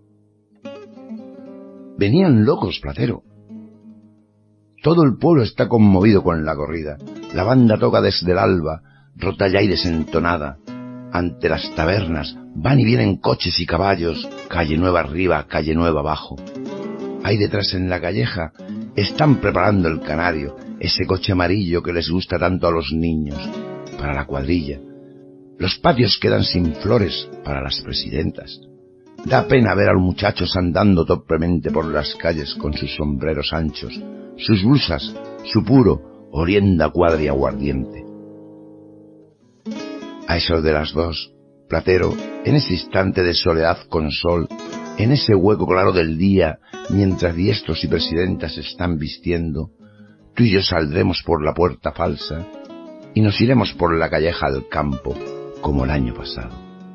Venían locos, Platero. Todo el pueblo está conmovido con la corrida. La banda toca desde el alba, rota ya y desentonada. Ante las tabernas van y vienen coches y caballos, calle nueva arriba, calle nueva abajo. Ahí detrás en la calleja están preparando el canario, ese coche amarillo que les gusta tanto a los niños, para la cuadrilla. Los patios quedan sin flores para las presidentas. Da pena ver a los muchachos andando torpemente por las calles con sus sombreros anchos, sus blusas, su puro, orienda cuadra y aguardiente. A eso de las dos, Platero, en ese instante de soledad con sol, en ese hueco claro del día, mientras diestros y presidentas se están vistiendo, tú y yo saldremos por la puerta falsa y nos iremos por la calleja del campo, como el año pasado.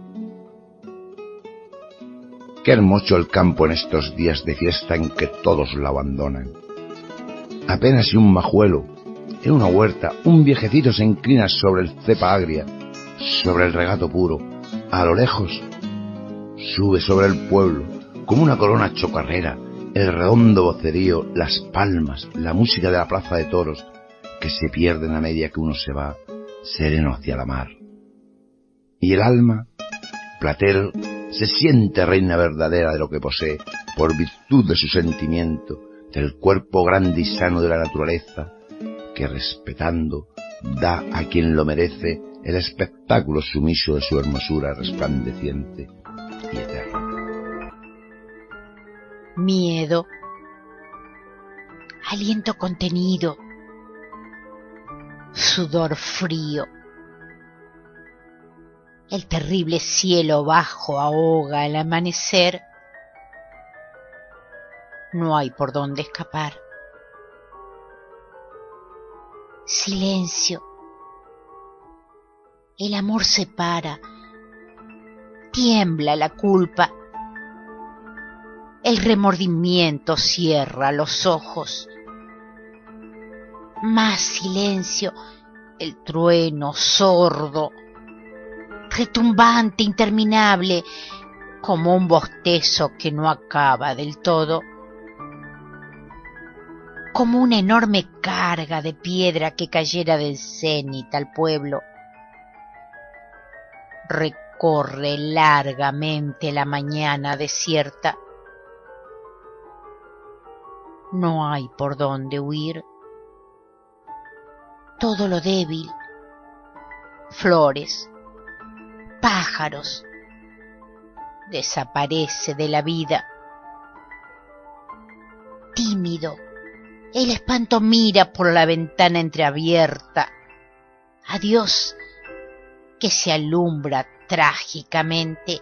Qué hermoso el campo en estos días de fiesta en que todos lo abandonan. Apenas si un majuelo, en una huerta, un viejecito se inclina sobre el cepa agria, sobre el regato puro. A lo lejos sube sobre el pueblo como una corona chocarrera el redondo vocerío, las palmas, la música de la plaza de toros que se pierden a medida que uno se va sereno hacia la mar. Y el alma, Platero, se siente reina verdadera de lo que posee por virtud de su sentimiento, del cuerpo grande y sano de la naturaleza, que respetando da a quien lo merece el espectáculo sumiso de su hermosura resplandeciente y eterna. Miedo, aliento contenido, sudor frío. El terrible cielo bajo ahoga el amanecer. No hay por dónde escapar. Silencio. El amor se para, tiembla la culpa, el remordimiento cierra los ojos. Más silencio, el trueno sordo, retumbante, interminable, como un bostezo que no acaba del todo. como una enorme carga de piedra que cayera del cénit al pueblo. Recorre largamente la mañana desierta. No hay por dónde huir. Todo lo débil, flores, pájaros, desaparece de la vida. Tímido, el espanto mira por la ventana entreabierta a Dios que se alumbra trágicamente.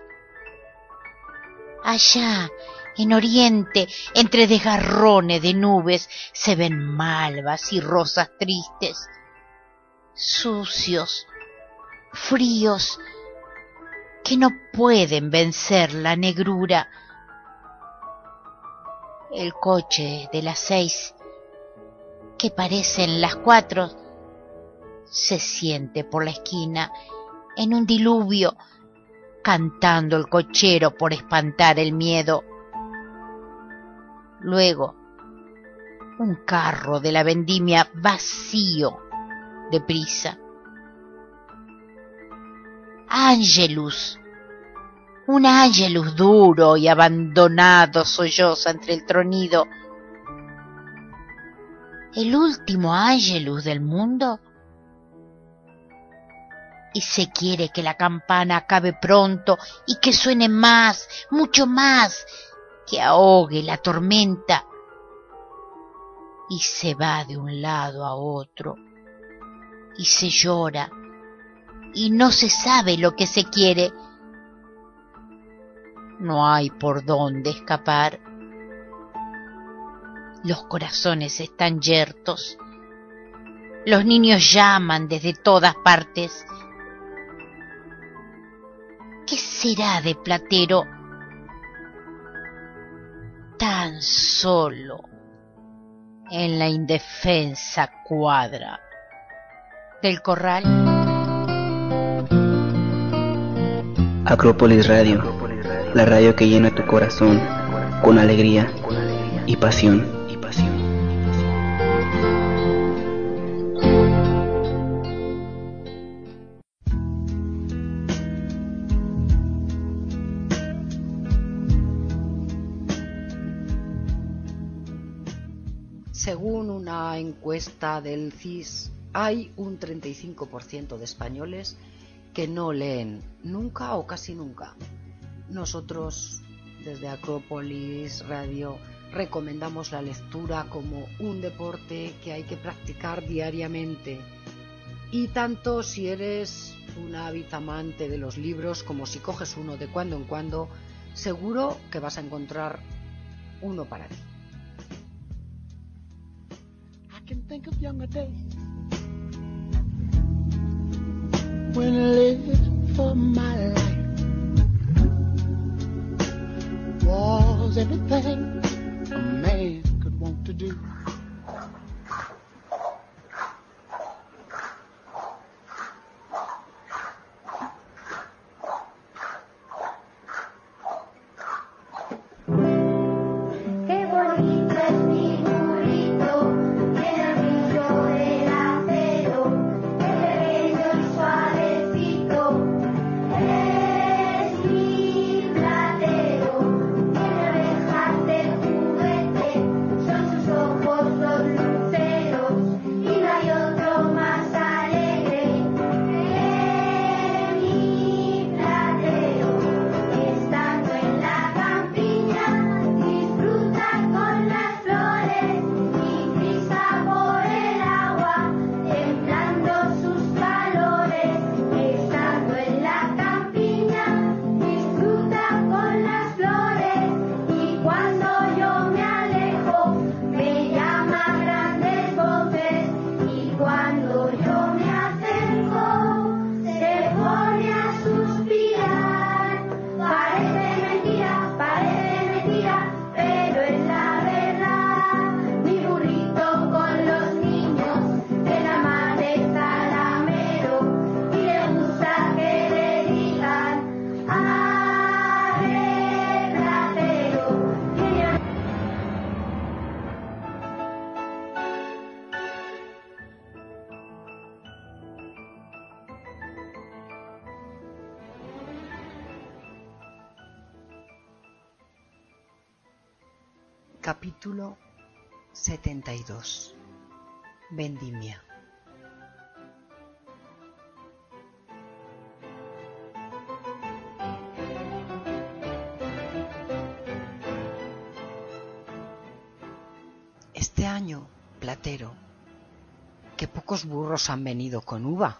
Allá, en Oriente, entre desgarrones de nubes, se ven malvas y rosas tristes, sucios, fríos, que no pueden vencer la negrura. El coche de las seis, que parecen las cuatro, se siente por la esquina en un diluvio, cantando el cochero por espantar el miedo. Luego, un carro de la vendimia vacío, deprisa. Angelus, un Angelus duro y abandonado solloza entre el tronido. El último Angelus del mundo. Y se quiere que la campana acabe pronto y que suene más, mucho más, que ahogue la tormenta. Y se va de un lado a otro, y se llora, y no se sabe lo que se quiere. No hay por dónde escapar. Los corazones están yertos. Los niños llaman desde todas partes. ¿Qué será de Platero? Tan solo en la indefensa cuadra del corral. Acrópolis Radio, la radio que llena tu corazón con alegría y pasión. Según una encuesta del C I S, hay un treinta y cinco por ciento de españoles que no leen nunca o casi nunca. Nosotros, desde Acrópolis Radio, recomendamos la lectura como un deporte que hay que practicar diariamente. Y tanto si eres un ávido amante de los libros como si coges uno de cuando en cuando, seguro que vas a encontrar uno para ti. I can think of younger days when I lived for my life was everything a man could want to do. Son sus ojos Capítulo setenta y dos. Vendimia. Este año, Platero, que pocos burros han venido con uva.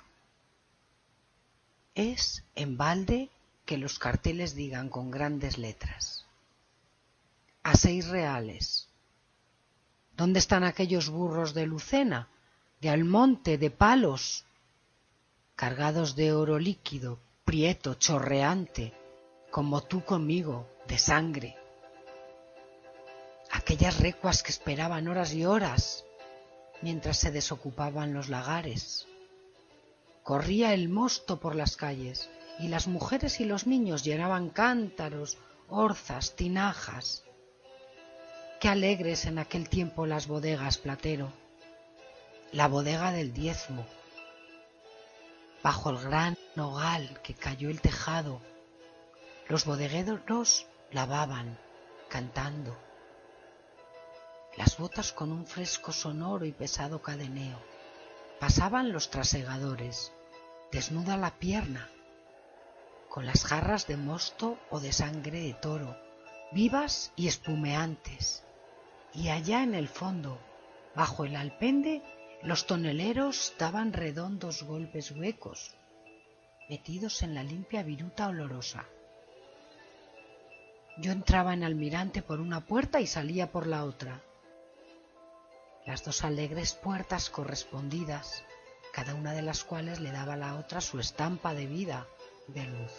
Es en balde que los carteles digan con grandes letras: a seis reales. ¿Dónde están aquellos burros de Lucena, de Almonte, de Palos, cargados de oro líquido, prieto, chorreante, como tú conmigo, de sangre? Aquellas recuas que esperaban horas y horas mientras se desocupaban los lagares. Corría el mosto por las calles y las mujeres y los niños llenaban cántaros, orzas, tinajas. Qué alegres en aquel tiempo las bodegas, Platero. La bodega del diezmo. Bajo el gran nogal que cayó el tejado, los bodegueros lavaban, cantando. Las botas con un fresco sonoro y pesado cadeneo. Pasaban los trasegadores, desnuda la pierna, con las jarras de mosto o de sangre de toro, vivas y espumeantes. Y allá en el fondo, bajo el alpende, los toneleros daban redondos golpes huecos, metidos en la limpia viruta olorosa. Yo entraba en Almirante por una puerta y salía por la otra. Las dos alegres puertas correspondidas, cada una de las cuales le daba a la otra su estampa de vida, de luz.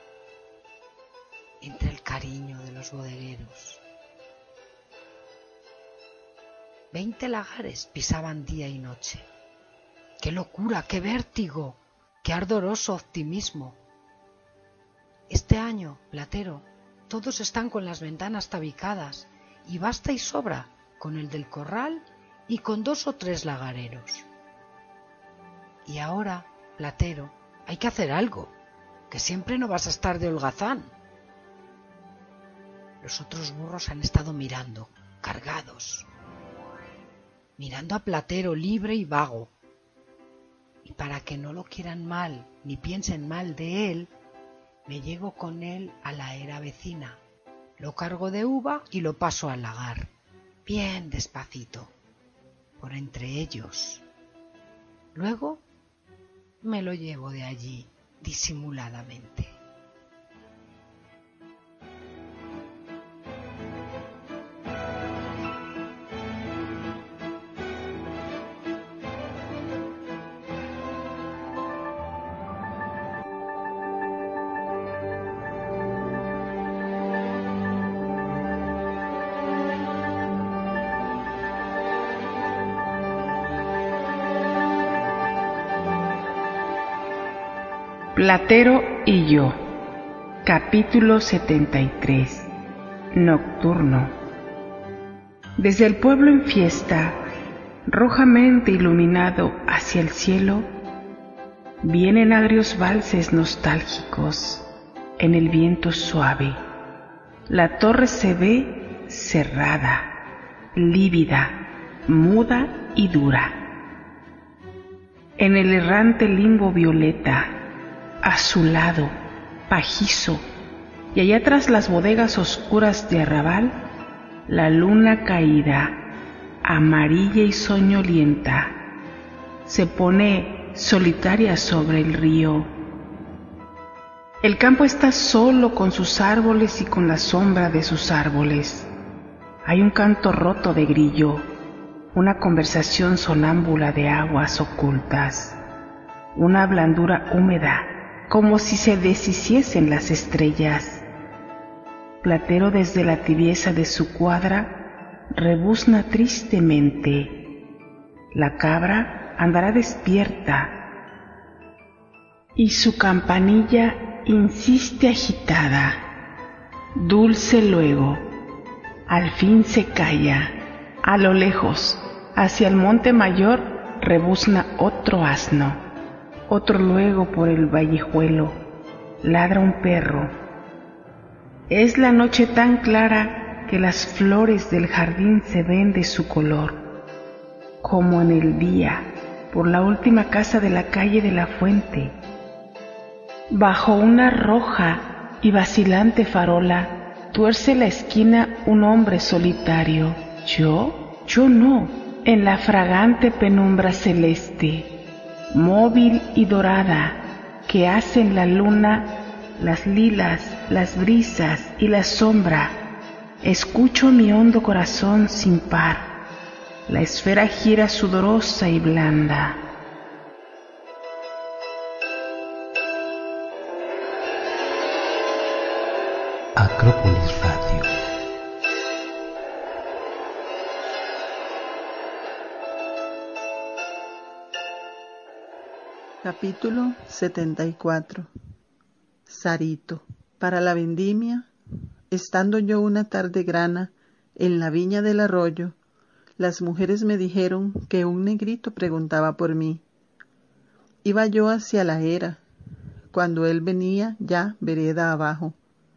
Entre el cariño de los bodegueros. Veinte lagares pisaban día y noche. ¡Qué locura, qué vértigo, qué ardoroso optimismo! Este año, Platero, todos están con las ventanas tabicadas y basta y sobra con el del corral y con dos o tres lagareros. Y ahora, Platero, hay que hacer algo, que siempre no vas a estar de holgazán. Los otros burros han estado mirando, cargados, mirando a Platero libre y vago. Y para que no lo quieran mal ni piensen mal de él, me llego con él a la era vecina, lo cargo de uva y lo paso al lagar, bien despacito, por entre ellos. Luego me lo llevo de allí disimuladamente. Platero y yo. Capítulo setenta y tres. Nocturno. Desde el pueblo en fiesta, rojamente iluminado hacia el cielo, vienen agrios valses nostálgicos en el viento suave. La torre se ve cerrada, lívida, muda y dura. En el errante limbo violeta, azulado, pajizo, y allá tras las bodegas oscuras de arrabal, la luna caída, amarilla y soñolienta, se pone solitaria sobre el río. El campo está solo con sus árboles y con la sombra de sus árboles. Hay un canto roto de grillo, una conversación sonámbula de aguas ocultas, una blandura húmeda, como si se deshiciesen las estrellas. Platero desde la tibieza de su cuadra rebuzna tristemente. La cabra andará despierta y su campanilla insiste agitada. Dulce luego, al fin se calla. A lo lejos, hacia el monte mayor, rebuzna otro asno. Otro luego por el vallejuelo, ladra un perro. Es la noche tan clara que las flores del jardín se ven de su color, como en el día, por la última casa de la calle de la fuente. Bajo una roja y vacilante farola, tuerce la esquina un hombre solitario. ¿Yo? Yo no. En la fragante penumbra celeste, móvil y dorada, que hacen la luna, las lilas, las brisas y la sombra, escucho mi hondo corazón sin par. La esfera gira sudorosa y blanda. Acrópolis Radio. Capítulo setenta y cuatro. Sarito. Para la vendimia, estando yo una tarde grana en la viña del arroyo, las mujeres me dijeron que un negrito preguntaba por mí. Iba yo hacia la era, cuando él venía ya vereda abajo.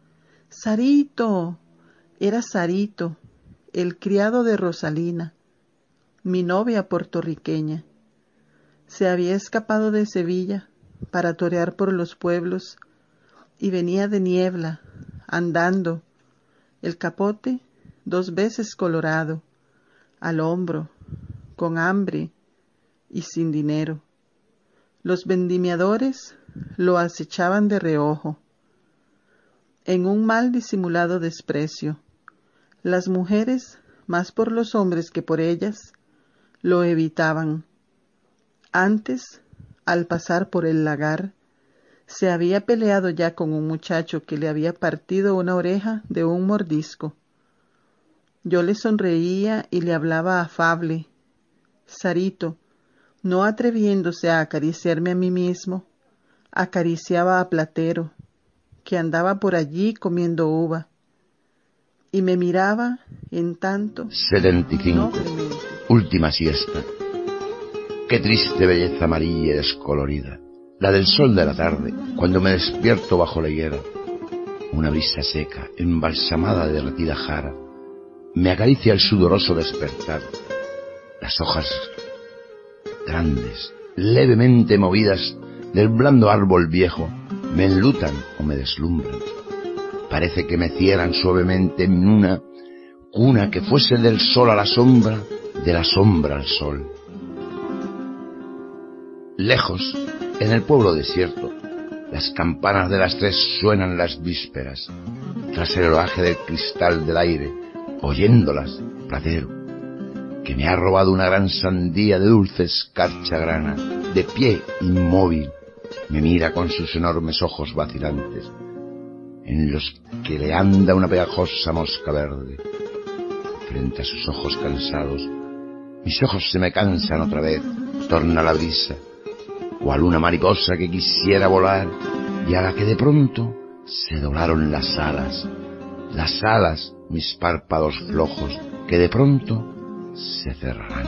¡Sarito! Era Sarito, el criado de Rosalina, mi novia puertorriqueña. Se había escapado de Sevilla para torear por los pueblos y venía de niebla, andando, el capote dos veces colorado, al hombro, con hambre y sin dinero. Los vendimiadores lo acechaban de reojo, en un mal disimulado desprecio. Las mujeres, más por los hombres que por ellas, lo evitaban. Antes, al pasar por el lagar, se había peleado ya con un muchacho que le había partido una oreja de un mordisco. Yo le sonreía y le hablaba afable. Sarito, no atreviéndose a acariciarme a mí mismo, acariciaba a Platero, que andaba por allí comiendo uva, y me miraba en tanto. setenta y cinco. Última siesta. Qué triste belleza amarilla y descolorida, la del sol de la tarde, cuando me despierto bajo la higuera. Una brisa seca, embalsamada de derretida jara, me acaricia el sudoroso despertar. Las hojas grandes, levemente movidas del blando árbol viejo, me enlutan o me deslumbran. Parece que me cierran suavemente en una cuna que fuese del sol a la sombra, de la sombra al sol. Lejos, en el pueblo desierto, las campanas de las tres suenan las vísperas. Tras el oleaje del cristal del aire, oyéndolas, Platero, que me ha robado una gran sandía de dulce escarcha grana, de pie inmóvil, me mira con sus enormes ojos vacilantes, en los que le anda una pegajosa mosca verde. Frente a sus ojos cansados, mis ojos se me cansan otra vez, torna la brisa, cual una mariposa que quisiera volar, y a la que de pronto se doblaron las alas, las alas, mis párpados flojos, que de pronto se cerrarán.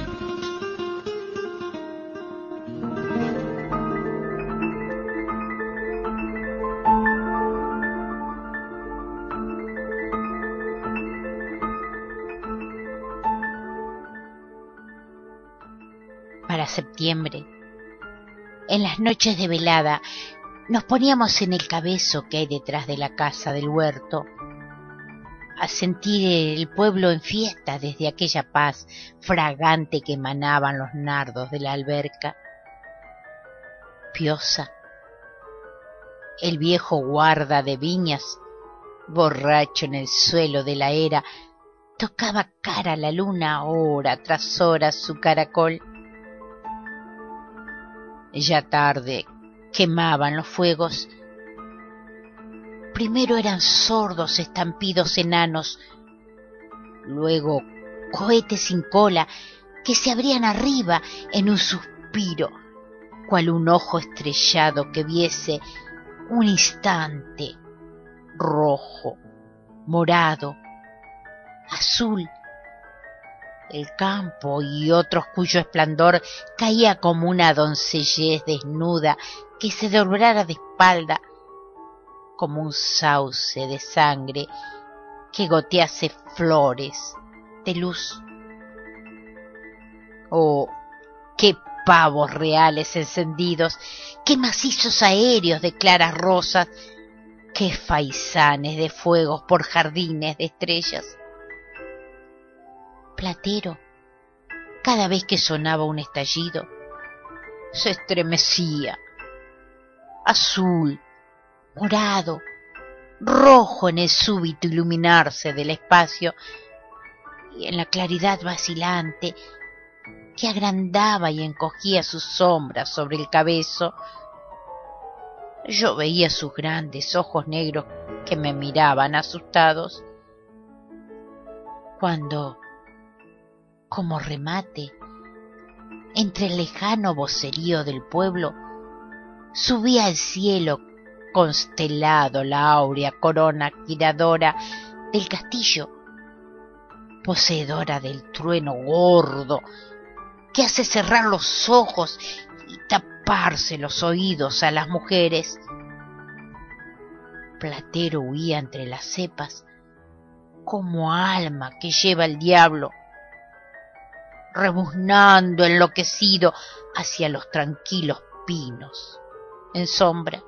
Para septiembre, en las noches de velada, nos poníamos en el cabezo que hay detrás de la casa del huerto, a sentir el pueblo en fiesta desde aquella paz fragante que emanaban los nardos de la alberca. Piosa, el viejo guarda de viñas, borracho en el suelo de la era, tocaba cara a la luna hora tras hora su caracol. Ya tarde quemaban los fuegos. Primero eran sordos estampidos enanos, luego cohetes sin cola que se abrían arriba en un suspiro, cual un ojo estrellado que viese un instante rojo, morado, azul, el campo y otros cuyo esplendor caía como una doncellez desnuda que se doblara de espalda, como un sauce de sangre que gotease flores de luz. Oh, qué pavos reales encendidos, qué macizos aéreos de claras rosas, qué faisanes de fuegos por jardines de estrellas. Platero, cada vez que sonaba un estallido, se estremecía, azul, morado, rojo en el súbito iluminarse del espacio y en la claridad vacilante que agrandaba y encogía sus sombras sobre el cabezo. Yo veía sus grandes ojos negros que me miraban asustados, cuando, como remate, entre el lejano vocerío del pueblo, subía al cielo constelado la áurea corona giradora del castillo, poseedora del trueno gordo que hace cerrar los ojos y taparse los oídos a las mujeres. Platero huía entre las cepas como alma que lleva el diablo, rebuznando enloquecido hacia los tranquilos pinos en sombra.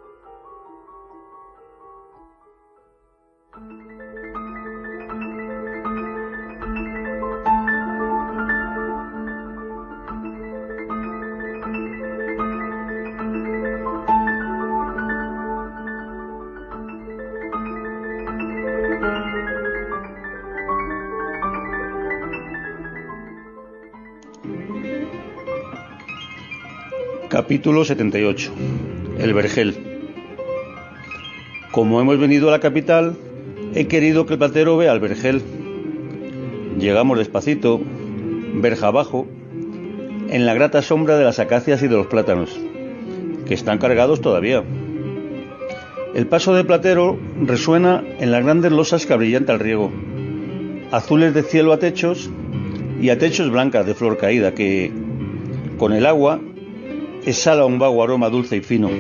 Capítulo setenta y ocho. El vergel. Como hemos venido a la capital, he querido que el platero vea el vergel. Llegamos despacito, verja abajo, en la grata sombra de las acacias y de los plátanos, que están cargados todavía. El paso de platero resuena en las grandes losas que abrillanta el riego, azules de cielo a techos y a techos blancas de flor caída que, con el agua, exhala un vago aroma dulce y fino.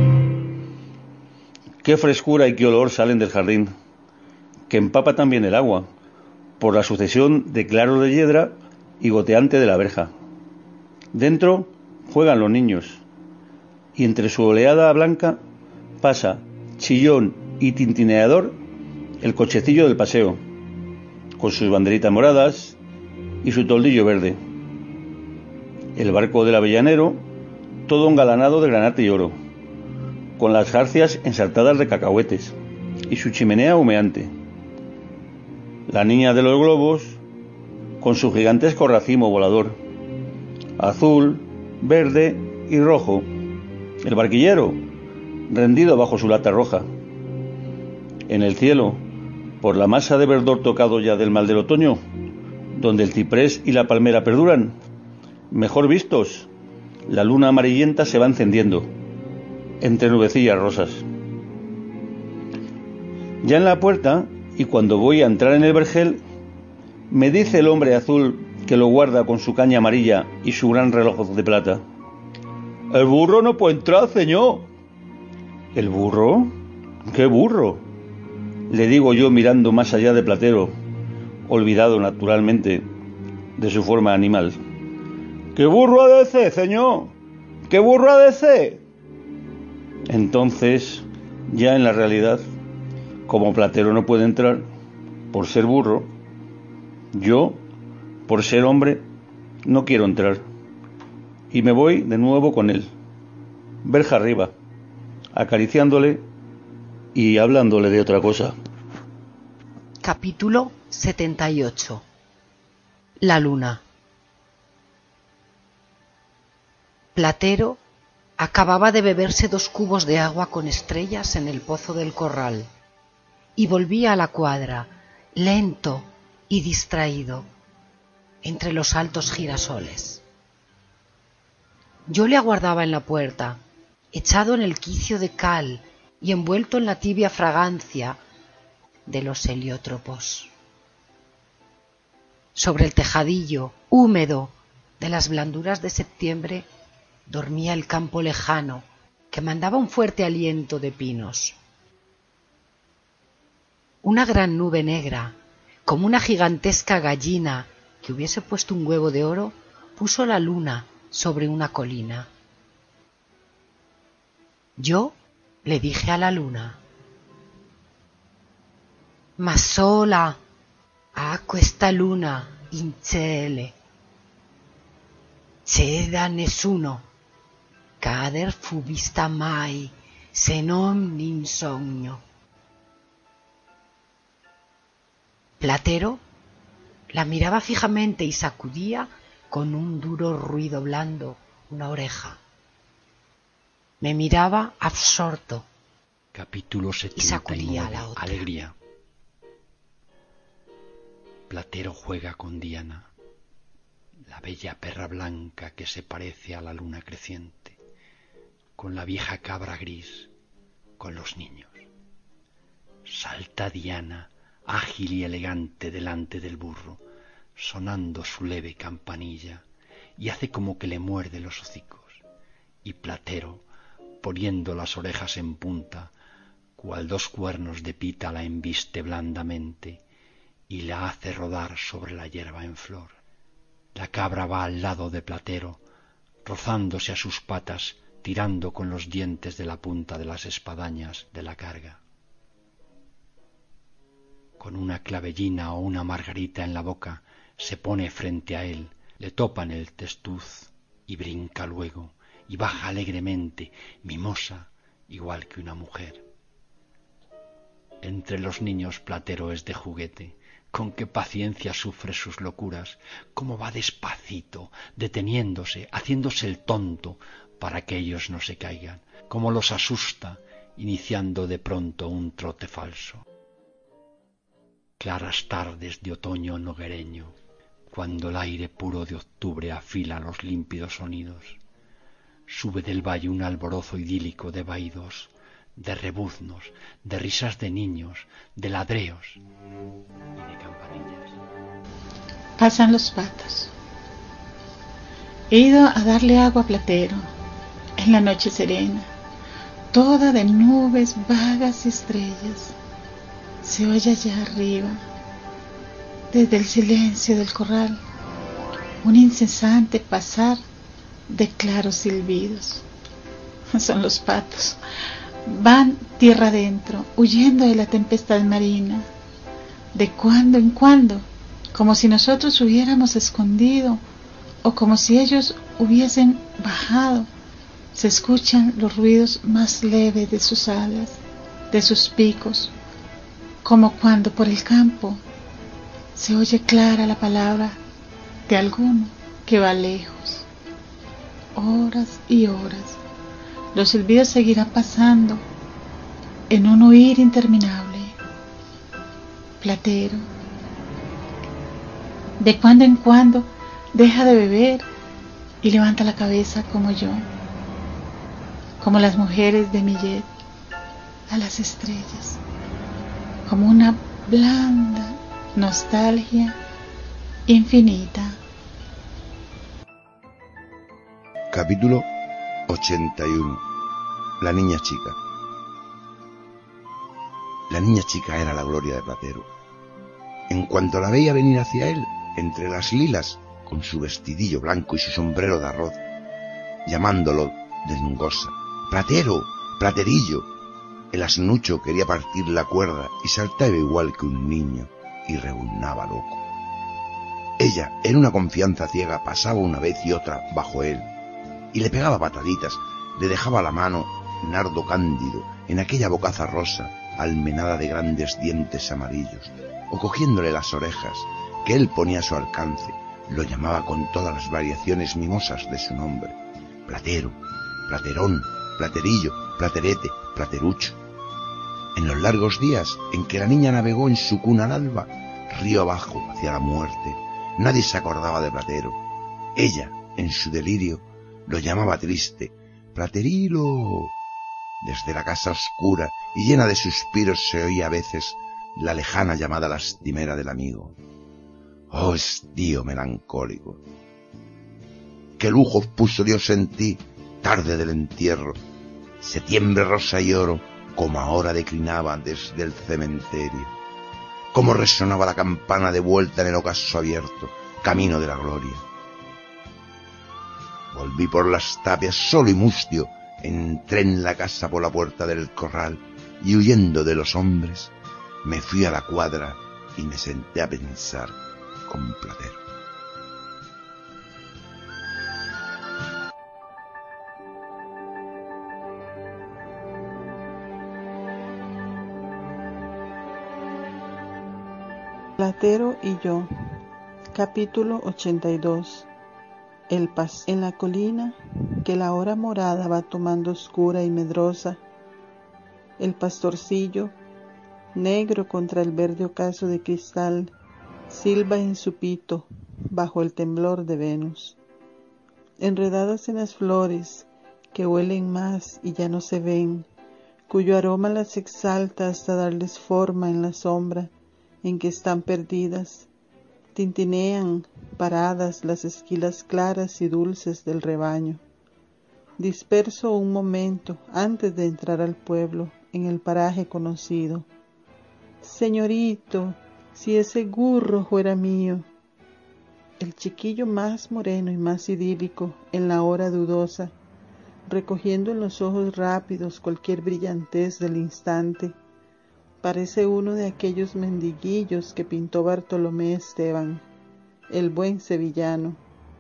Qué frescura y qué olor salen del jardín, que empapa también el agua, por la sucesión de claros de hiedra y goteante de la verja. Dentro juegan los niños, y entre su oleada blanca pasa, chillón y tintineador, el cochecillo del paseo, con sus banderitas moradas y su toldillo verde. El barco del avellanero, todo engalanado de granate y oro, con las jarcias ensartadas de cacahuetes y su chimenea humeante. La niña de los globos, con su gigantesco racimo volador, azul, verde y rojo. El barquillero, rendido bajo su lata roja. En el cielo, por la masa de verdor tocado ya del mal del otoño, donde el ciprés y la palmera perduran, mejor vistos, la luna amarillenta se va encendiendo, entre nubecillas rosas. Ya en la puerta, y cuando voy a entrar en el vergel, me dice el hombre azul que lo guarda con su caña amarilla y su gran reloj de plata: «El burro no puede entrar, señor». «¿El burro? ¿Qué burro?», le digo yo mirando más allá de Platero, olvidado naturalmente de su forma animal. «¿Qué burro ha de ser, señor? ¿Qué burro ha de ser?». Entonces, ya en la realidad, como Platero no puede entrar por ser burro, yo, por ser hombre, no quiero entrar, y me voy de nuevo con él, verja arriba, acariciándole y hablándole de otra cosa. Capítulo setenta y ocho. La luna. Platero acababa de beberse dos cubos de agua con estrellas en el pozo del corral y volvía a la cuadra, lento y distraído, entre los altos girasoles. Yo le aguardaba en la puerta, echado en el quicio de cal y envuelto en la tibia fragancia de los heliótropos. Sobre el tejadillo húmedo de las blanduras de septiembre dormía el campo lejano que mandaba un fuerte aliento de pinos. Una gran nube negra, como una gigantesca gallina que hubiese puesto un huevo de oro, puso la luna sobre una colina. Yo le dije a la luna: ma sola a questa luna in cielo c'è da nessuno cader fu vista mai se non in sogno. Platero la miraba fijamente y sacudía con un duro ruido blando una oreja. Me miraba absorto. Capítulo setenta y nueve. Y sacudía a la otra. Alegría. Platero juega con Diana, la bella perra blanca que se parece a la luna creciente, con la vieja cabra gris, con los niños. Salta Diana, ágil y elegante delante del burro, sonando su leve campanilla, y hace como que le muerde los hocicos, y Platero, poniendo las orejas en punta, cual dos cuernos de pita la embiste blandamente, y la hace rodar sobre la hierba en flor. La cabra va al lado de Platero, rozándose a sus patas, tirando con los dientes de la punta de las espadañas de la carga. Con una clavellina o una margarita en la boca, se pone frente a él, le topan el testuz y brinca luego, y baja alegremente, mimosa, igual que una mujer. Entre los niños Platero es de juguete, con qué paciencia sufre sus locuras, cómo va despacito, deteniéndose, haciéndose el tonto, para que ellos no se caigan, cómo los asusta, iniciando de pronto un trote falso. Claras tardes de otoño noguereño, cuando el aire puro de octubre afila los límpidos sonidos, sube del valle un alborozo idílico de vahidos, de rebuznos, de risas de niños, de ladreos y de campanillas. Pasan los patos. He ido a darle agua a Platero en la noche serena, toda de nubes vagas y estrellas. Se oye allá arriba, desde el silencio del corral, un incesante pasar de claros silbidos. Son los patos. Van tierra adentro, huyendo de la tempestad marina. De cuando en cuando, como si nosotros hubiéramos escondido, o como si ellos hubiesen bajado, se escuchan los ruidos más leves de sus alas, de sus picos, como cuando por el campo se oye clara la palabra de alguno que va lejos. Horas y horas, los silbidos seguirán pasando en un huir interminable. Platero, de cuando en cuando, deja de beber y levanta la cabeza como yo, como las mujeres de Millet, a las estrellas, como una blanda nostalgia infinita. Capítulo ochenta y uno. La niña chica. La niña chica era la gloria de Platero. En cuanto la veía venir hacia él, entre las lilas, con su vestidillo blanco y su sombrero de arroz, llamándolo desnugosa: Platero, Platerillo. El asnucho quería partir la cuerda y saltaba igual que un niño y rebuznaba loco. Ella, en una confianza ciega, pasaba una vez y otra bajo él y le pegaba pataditas, le dejaba la mano nardo cándido en aquella bocaza rosa almenada de grandes dientes amarillos, o cogiéndole las orejas que él ponía a su alcance, lo llamaba con todas las variaciones mimosas de su nombre: Platero, Platerón, Platerillo, Platerete, Platerucho. En los largos días en que la niña navegó en su cuna al alba, río abajo hacia la muerte, nadie se acordaba de Platero. Ella, en su delirio, lo llamaba triste: Platerilo. Desde la casa oscura y llena de suspiros se oía a veces la lejana llamada lastimera del amigo: oh estío melancólico, qué lujo puso Dios en ti, tarde del entierro, septiembre rosa y oro, como ahora declinaba desde el cementerio. cómo resonaba la campana de vuelta en el ocaso abierto, camino de la gloria. Volví por las tapias solo y mustio, entré en la casa por la puerta del corral y huyendo de los hombres, me fui a la cuadra y me senté a pensar con Platero. Platero y yo, capítulo ochenta y dos. El pas en la colina, que la hora morada va tomando oscura y medrosa, el pastorcillo, negro contra el verde ocaso de cristal, silba en su pito, bajo el temblor de Venus. Enredadas en las flores, que huelen más y ya no se ven, cuyo aroma las exalta hasta darles forma en la sombra en que están perdidas, tintinean paradas las esquilas claras y dulces del rebaño. Disperso un momento antes de entrar al pueblo, en el paraje conocido. Señorito, si ese gurro fuera mío. El chiquillo más moreno y más idílico en la hora dudosa, recogiendo en los ojos rápidos cualquier brillantez del instante, parece uno de aquellos mendiguillos que pintó Bartolomé Esteban, el buen sevillano.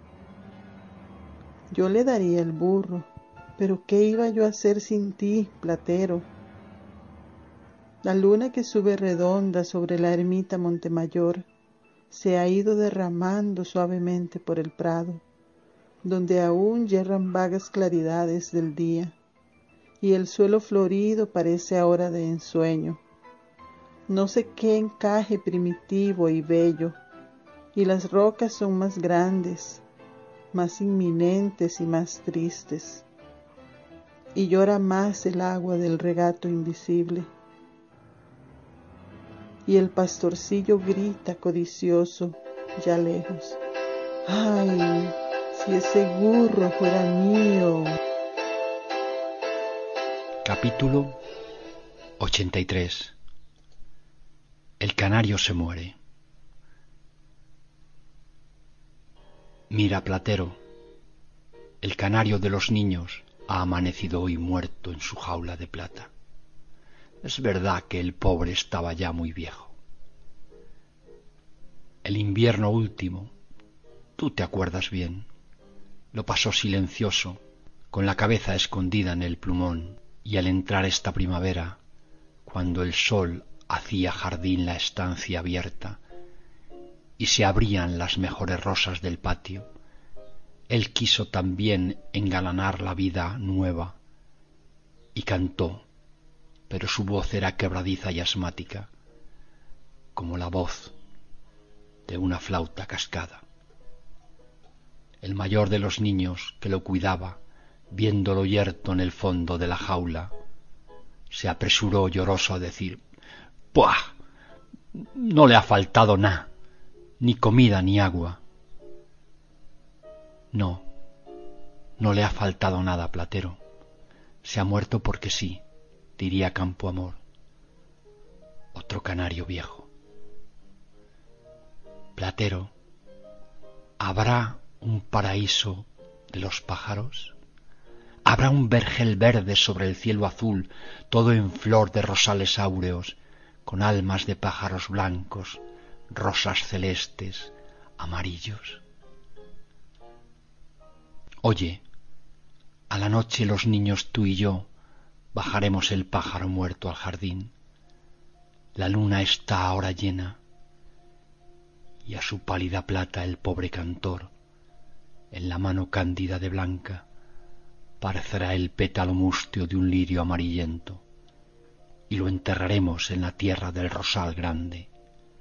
Yo le daría el burro, pero ¿qué iba yo a hacer sin ti, Platero? La luna que sube redonda sobre la ermita Montemayor se ha ido derramando suavemente por el prado, donde aún yerran vagas claridades del día, y el suelo florido parece ahora de ensueño. No sé qué encaje primitivo y bello, y las rocas son más grandes, más inminentes y más tristes, y llora más el agua del regato invisible, y el pastorcillo grita codicioso, ya lejos, ¡ay, si ese burro fuera mío! Capítulo ochenta y tres. El canario se muere. Mira, Platero, el canario de los niños ha amanecido hoy muerto en su jaula de plata. Es verdad que el pobre estaba ya muy viejo. El invierno último, tú te acuerdas bien, lo pasó silencioso, con la cabeza escondida en el plumón, y al entrar esta primavera, cuando el sol hacía jardín la estancia abierta y se abrían las mejores rosas del patio, él quiso también engalanar la vida nueva y cantó, pero su voz era quebradiza y asmática, como la voz de una flauta cascada. El mayor de los niños que lo cuidaba, viéndolo yerto en el fondo de la jaula, se apresuró lloroso a decir: ¡Puah! No le ha faltado nada, ni comida ni agua. No, no le ha faltado nada, Platero. Se ha muerto porque sí, diría Campoamor, otro canario viejo. Platero, ¿habrá un paraíso de los pájaros? ¿Habrá un vergel verde sobre el cielo azul, todo en flor de rosales áureos, con almas de pájaros blancos, rosas celestes, amarillos? Oye, a la noche los niños, tú y yo, bajaremos el pájaro muerto al jardín. La luna está ahora llena, y a su pálida plata el pobre cantor, en la mano cándida de blanca, parecerá el pétalo mustio de un lirio amarillento, y lo enterraremos en la tierra del rosal grande.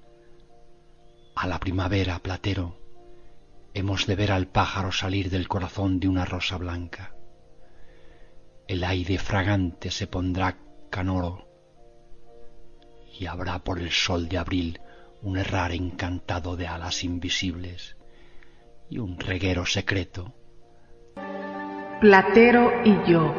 A la primavera, Platero, hemos de ver al pájaro salir del corazón de una rosa blanca. El aire fragante se pondrá canoro, y habrá por el sol de abril un errar encantado de alas invisibles y un reguero secreto. Platero y yo,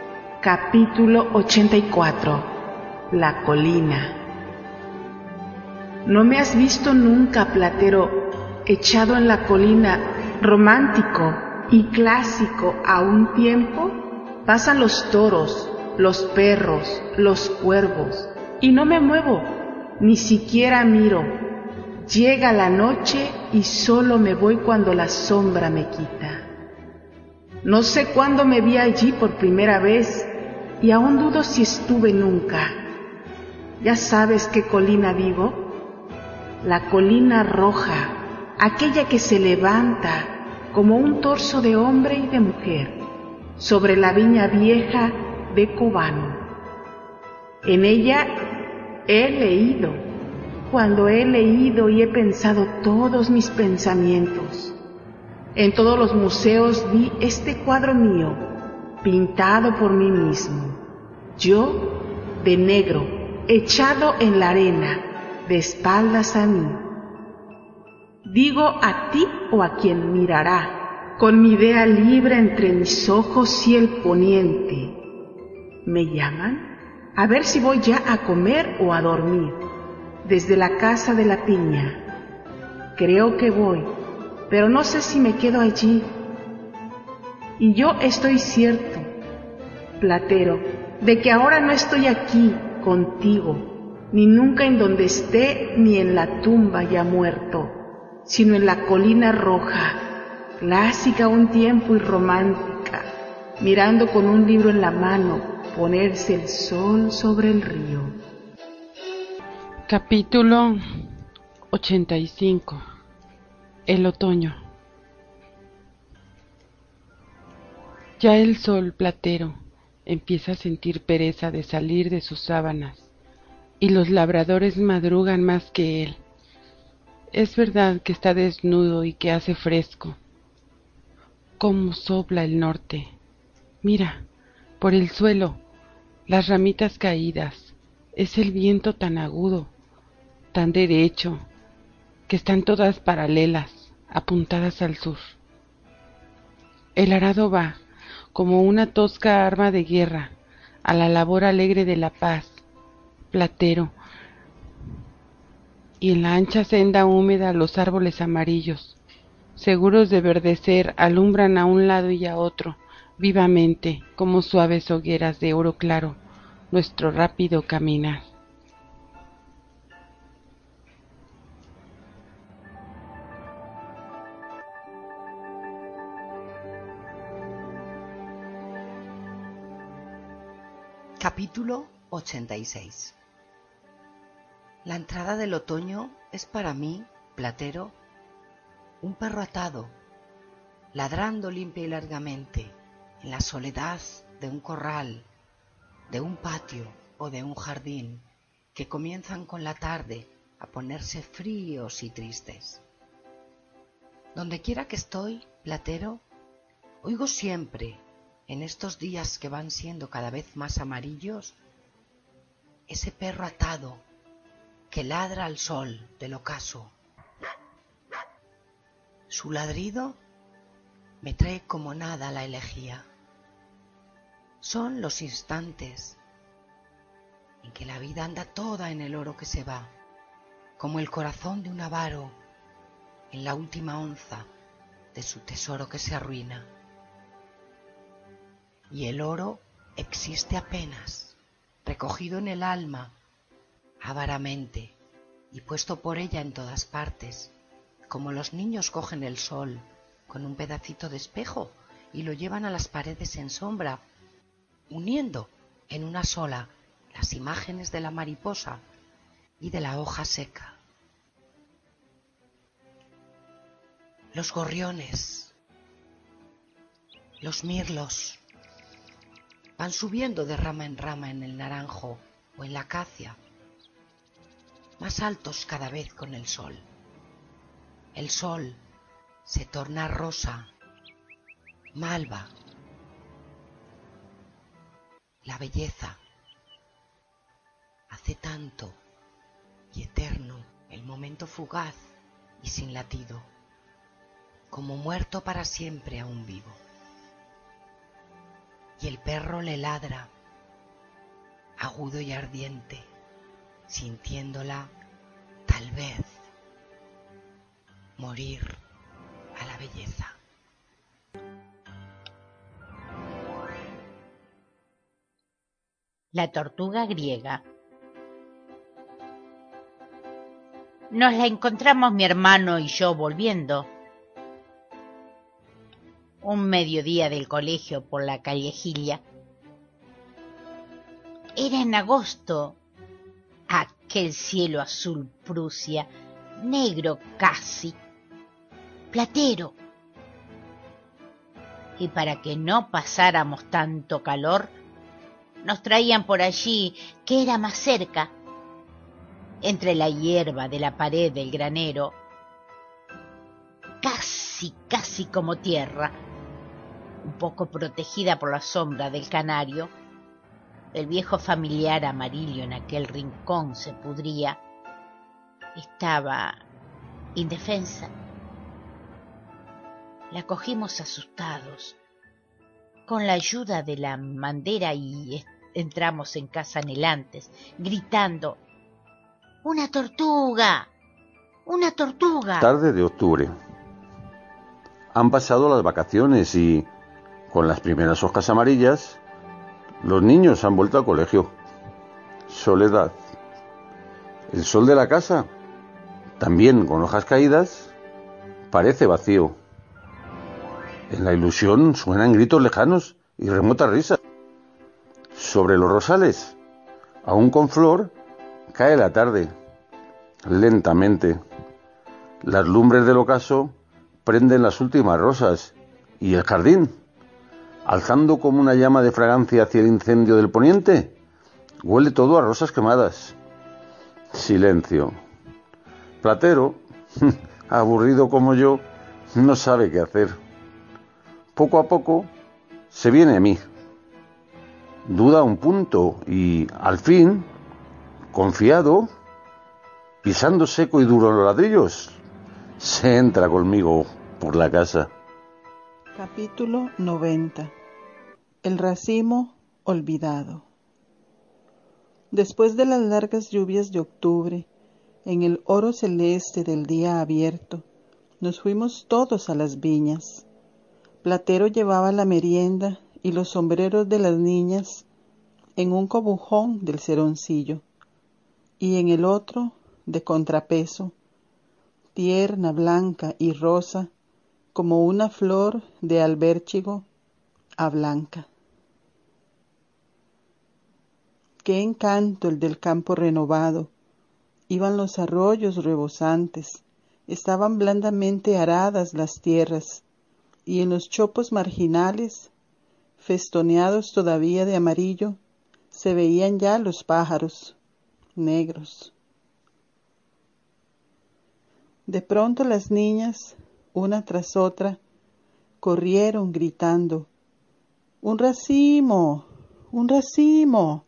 capítulo ochenta y cuatro. La colina. ¿No me has visto nunca, platero, echado en la colina, romántico y clásico a un tiempo? Pasan los toros, los perros, los cuervos, y no me muevo, ni siquiera miro. Llega la noche y solo me voy cuando la sombra me quita. No sé cuándo me vi allí por primera vez, y aún dudo si estuve nunca. ¿Ya sabes qué colina digo? La colina roja, aquella que se levanta como un torso de hombre y de mujer sobre la viña vieja de Cobano. En ella he leído, cuando he leído y he pensado todos mis pensamientos. En todos los museos vi este cuadro mío, pintado por mí mismo, yo de negro, echado en la arena, de espaldas a mí. Digo a ti o a quien mirará, con mi idea libre entre mis ojos y el poniente. ¿Me llaman? A ver si voy ya a comer o a dormir, desde la casa de la piña. Creo que voy, pero no sé si me quedo allí. Y yo estoy cierto, platero, de que ahora no estoy aquí contigo, ni nunca en donde esté, ni en la tumba ya muerto, sino en la colina roja, clásica un tiempo y romántica, mirando con un libro en la mano ponerse el sol sobre el río. Capítulo ochenta y cinco. El otoño. Ya el sol platero empieza a sentir pereza de salir de sus sábanas, y los labradores madrugan más que él. Es verdad que está desnudo y que hace fresco. Cómo sopla el norte. Mira, por el suelo, las ramitas caídas. Es el viento tan agudo, tan derecho, que están todas paralelas, apuntadas al sur. El arado va, como una tosca arma de guerra, a la labor alegre de la paz, platero, y en la ancha senda húmeda los árboles amarillos, seguros de verdecer, alumbran a un lado y a otro, vivamente, como suaves hogueras de oro claro, nuestro rápido caminar. Capítulo ochenta y seis. La entrada del otoño es para mí, platero, un perro atado, ladrando limpia y largamente en la soledad de un corral, de un patio o de un jardín que comienzan con la tarde a ponerse fríos y tristes. Donde quiera que estoy, platero, oigo siempre, en estos días que van siendo cada vez más amarillos, ese perro atado que ladra al sol del ocaso. Su ladrido me trae como nada la elegía. Son los instantes en que la vida anda toda en el oro que se va, como el corazón de un avaro en la última onza de su tesoro que se arruina. Y el oro existe apenas, recogido en el alma, avaramente, y puesto por ella en todas partes, como los niños cogen el sol con un pedacito de espejo y lo llevan a las paredes en sombra, uniendo en una sola las imágenes de la mariposa y de la hoja seca. Los gorriones, los mirlos, van subiendo de rama en rama en el naranjo o en la acacia, más altos cada vez con el sol. El sol se torna rosa, malva. La belleza hace tanto y eterno el momento fugaz y sin latido, como muerto para siempre aún vivo. Y el perro le ladra, agudo y ardiente, sintiéndola tal vez morir a la belleza. La tortuga griega. Nos la encontramos mi hermano y yo volviendo un mediodía del colegio por la calle Gilia. Era en agosto, aquel cielo azul Prusia, negro casi, platero. Y para que no pasáramos tanto calor, nos traían por allí, que era más cerca, entre la hierba de la pared del granero, casi, casi como tierra, un poco protegida por la sombra del canario. El viejo familiar amarillo en aquel rincón se pudría. Estaba indefensa. La cogimos asustados, con la ayuda de la mandera, y entramos en casa anhelantes, gritando: ¡Una tortuga! ¡Una tortuga! Tarde de octubre. Han pasado las vacaciones y, con las primeras hojas amarillas, los niños han vuelto al colegio. Soledad. El sol de la casa, también con hojas caídas, parece vacío. En la ilusión suenan gritos lejanos y remotas risas. Sobre los rosales, aún con flor, cae la tarde, lentamente. Las lumbres del ocaso prenden las últimas rosas y el jardín, alzando como una llama de fragancia hacia el incendio del poniente, huele todo a rosas quemadas. Silencio. Platero, aburrido como yo, no sabe qué hacer. Poco a poco se viene a mí. Duda un punto y, al fin, confiado, pisando seco y duro los ladrillos, se entra conmigo por la casa. Capítulo noventa. El racimo olvidado. Después de las largas lluvias de octubre, en el oro celeste del día abierto, nos fuimos todos a las viñas. Platero llevaba la merienda y los sombreros de las niñas en un cobujón del seroncillo, y en el otro, de contrapeso, tierna, blanca y rosa, como una flor de albérchigo a blanca. Qué encanto el del campo renovado. Iban los arroyos rebosantes, estaban blandamente aradas las tierras, y en los chopos marginales, festoneados todavía de amarillo, se veían ya los pájaros negros. De pronto las niñas, una tras otra, corrieron gritando: ¡Un racimo! ¡Un racimo!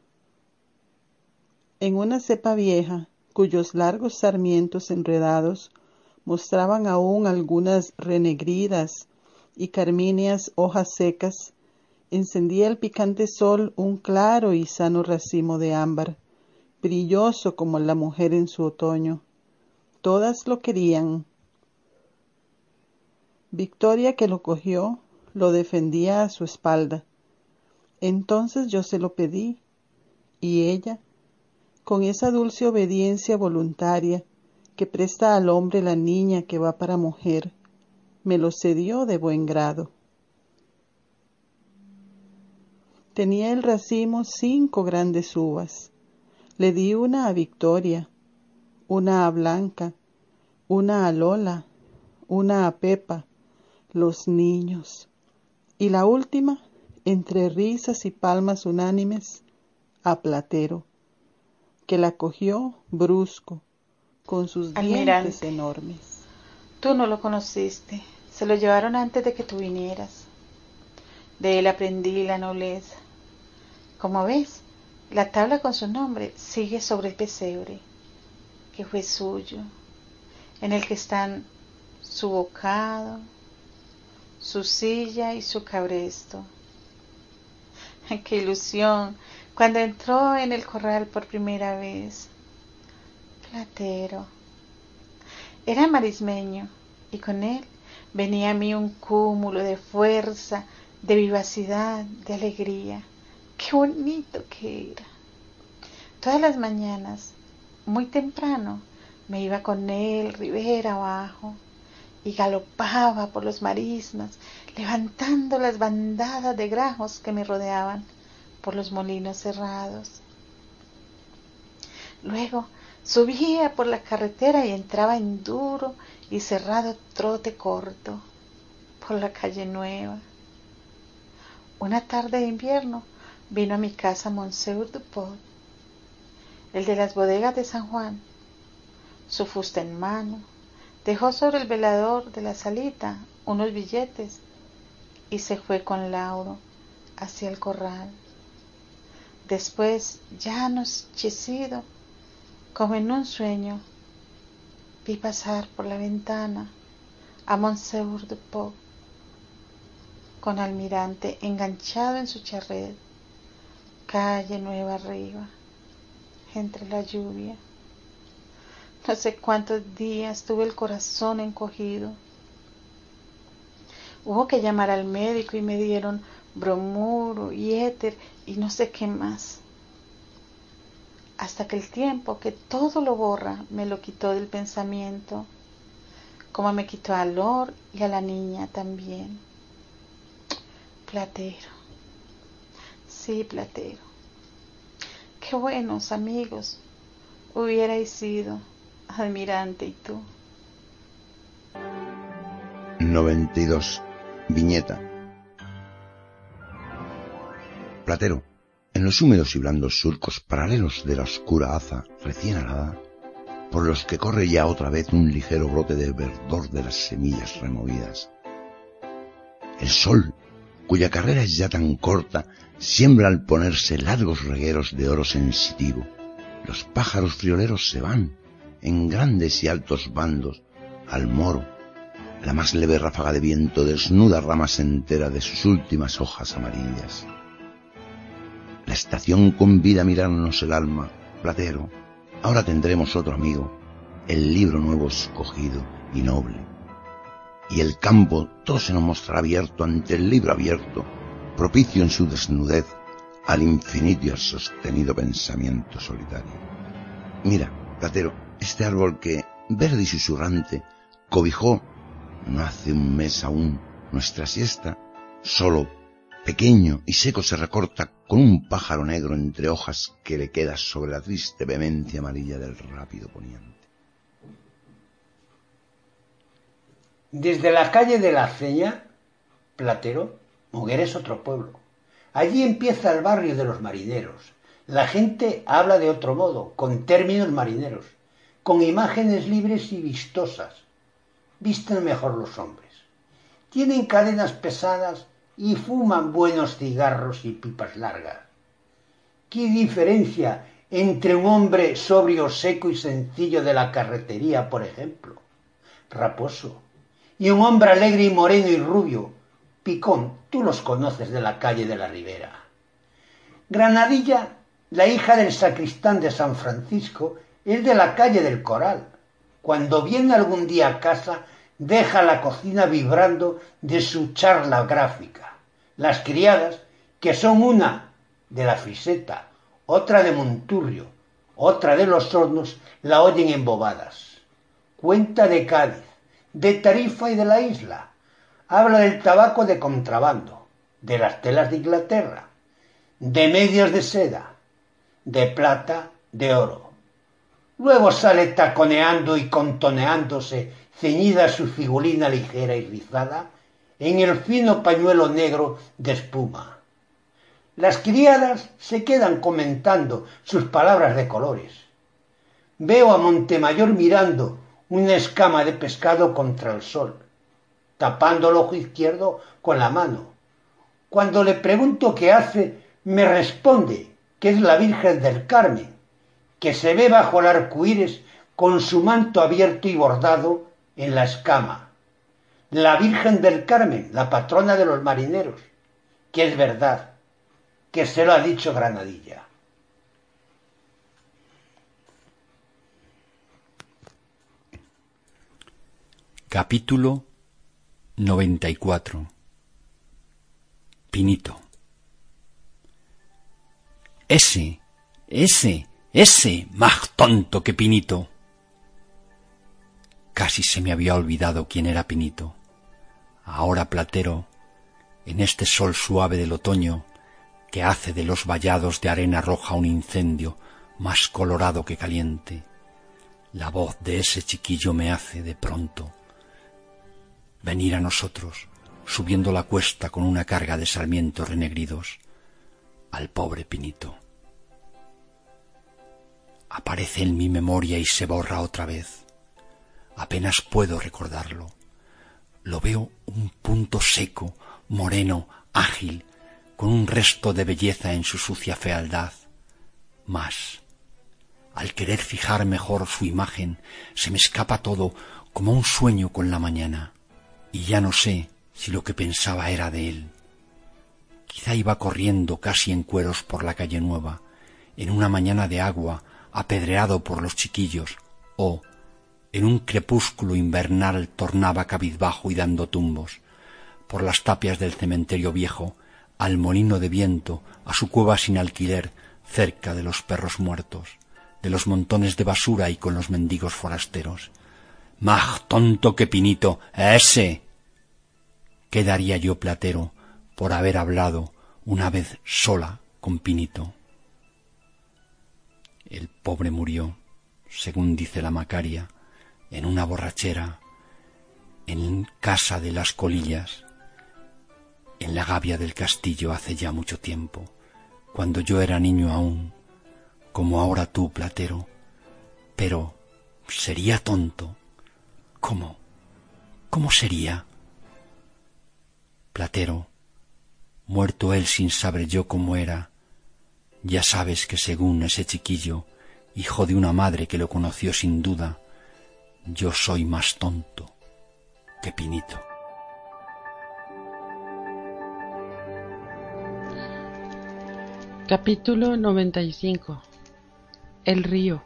En una cepa vieja, cuyos largos sarmientos enredados mostraban aún algunas renegridas y carmíneas hojas secas, encendía el picante sol un claro y sano racimo de ámbar, brilloso como la mujer en su otoño. Todas lo querían. Victoria, que lo cogió, lo defendía a su espalda. Entonces yo se lo pedí, y ella, con esa dulce obediencia voluntaria que presta al hombre la niña que va para mujer, me lo cedió de buen grado. Tenía el racimo cinco grandes uvas. Le di una a Victoria, una a Blanca, una a Lola, una a Pepa, los niños, y la última, entre risas y palmas unánimes, a Platero, que la cogió brusco, con sus Almirante, dientes enormes. Tú no lo conociste, se lo llevaron antes de que tú vinieras. De él aprendí la nobleza. Como ves, la tabla con su nombre sigue sobre el pesebre, que fue suyo, en el que están su bocado, su silla y su cabresto. ¡Qué ilusión! Cuando entró en el corral por primera vez, Platero. Era marismeño y con él venía a mí un cúmulo de fuerza, de vivacidad, de alegría. ¡Qué bonito que era! Todas las mañanas, muy temprano, me iba con él ribera abajo y galopaba por los marismas, levantando las bandadas de grajos que me rodeaban por los molinos cerrados. Luego subía por la carretera y entraba en duro y cerrado trote corto por la calle Nueva. Una tarde de invierno vino a mi casa Monsieur Dupont, el de las bodegas de San Juan, su fusta en mano, dejó sobre el velador de la salita unos billetes y se fue con Lauro hacia el corral. Después, ya anochecido, como en un sueño, vi pasar por la ventana a Monsieur Dupont con Almirante enganchado en su charret, calle Nueva arriba, entre la lluvia. No sé cuántos días tuve el corazón encogido. Hubo que llamar al médico y me dieron bromuro y éter y no sé qué más. Hasta que el tiempo que todo lo borra me lo quitó del pensamiento, como me quitó a Lor y a la niña también. Platero. Sí, Platero. Qué buenos amigos hubierais sido, Almirante y tú. noventa y dos. Viñeta. Platero, en los húmedos y blandos surcos paralelos de la oscura haza recién arada, por los que corre ya otra vez un ligero brote de verdor de las semillas removidas. El sol, cuya carrera es ya tan corta, siembra al ponerse largos regueros de oro sensitivo. Los pájaros frioleros se van, en grandes y altos bandos, al moro. La más leve ráfaga de viento desnuda ramas enteras de sus últimas hojas amarillas. La estación convida a mirarnos el alma. Platero, ahora tendremos otro amigo, el libro nuevo escogido y noble. Y el campo todo se nos mostrará abierto ante el libro abierto, propicio en su desnudez al infinito y al sostenido pensamiento solitario. Mira, Platero, este árbol que, verde y susurrante, cobijó, no hace un mes aún, nuestra siesta, solo, pequeño y seco se recorta con un pájaro negro entre hojas que le queda sobre la triste vehemencia amarilla del rápido poniente. Desde la calle de la Aceña, Platero, Muguer es otro pueblo. Allí empieza el barrio de los marineros. La gente habla de otro modo, con términos marineros, con imágenes libres y vistosas. Visten mejor los hombres. Tienen cadenas pesadas y fuman buenos cigarros y pipas largas. ¿Qué diferencia entre un hombre sobrio, seco y sencillo de la carretería, por ejemplo, raposo, y un hombre alegre y moreno y rubio, picón, tú los conoces de la calle de la Ribera? Granadilla, la hija del sacristán de San Francisco, es de la calle del Coral. Cuando viene algún día a casa, deja la cocina vibrando de su charla gráfica. Las criadas, que son una de la Friseta, otra de Monturrio, otra de los Hornos, la oyen embobadas. Cuenta de Cádiz, de Tarifa y de la isla. Habla del tabaco de contrabando, de las telas de Inglaterra, de medias de seda, de plata, de oro. Luego sale taconeando y contoneándose, ceñida su figurina ligera y rizada, en el fino pañuelo negro de espuma. Las criadas se quedan comentando sus palabras de colores. Veo a Montemayor mirando una escama de pescado contra el sol, tapando el ojo izquierdo con la mano. Cuando le pregunto qué hace, me responde que es la Virgen del Carmen, que se ve bajo el arcoíris con su manto abierto y bordado en la escama. La Virgen del Carmen, la patrona de los marineros, que es verdad, que se lo ha dicho Granadilla. Capítulo noventa y cuatro. Pinito. Ese, ese, ese, más tonto que Pinito. Casi se me había olvidado quién era Pinito. Ahora, Platero, en este sol suave del otoño, que hace de los vallados de arena roja un incendio más colorado que caliente, la voz de ese chiquillo me hace, de pronto, venir a nosotros, subiendo la cuesta con una carga de sarmientos renegridos, al pobre Pinito. Aparece en mi memoria y se borra otra vez. Apenas puedo recordarlo. Lo veo un punto seco, moreno, ágil, con un resto de belleza en su sucia fealdad. Mas, al querer fijar mejor su imagen, se me escapa todo como un sueño con la mañana, y ya no sé si lo que pensaba era de él. Quizá iba corriendo casi en cueros por la calle Nueva, en una mañana de agua, apedreado por los chiquillos, o, en un crepúsculo invernal, tornaba cabizbajo y dando tumbos, por las tapias del cementerio viejo, al molino de viento, a su cueva sin alquiler, cerca de los perros muertos, de los montones de basura y con los mendigos forasteros. Más tonto que Pinito, ese. ¿Qué daría yo, Platero, por haber hablado una vez sola con Pinito? El pobre murió, según dice la Macaria, en una borrachera, en casa de las Colillas, en la gavia del castillo hace ya mucho tiempo, cuando yo era niño aún, como ahora tú, Platero. Pero, ¿sería tonto? ¿Cómo? ¿Cómo sería? Platero, muerto él sin saber yo cómo era, ya sabes que según ese chiquillo, hijo de una madre que lo conoció sin duda, yo soy más tonto que Pinito. Capítulo noventa y cinco. El río.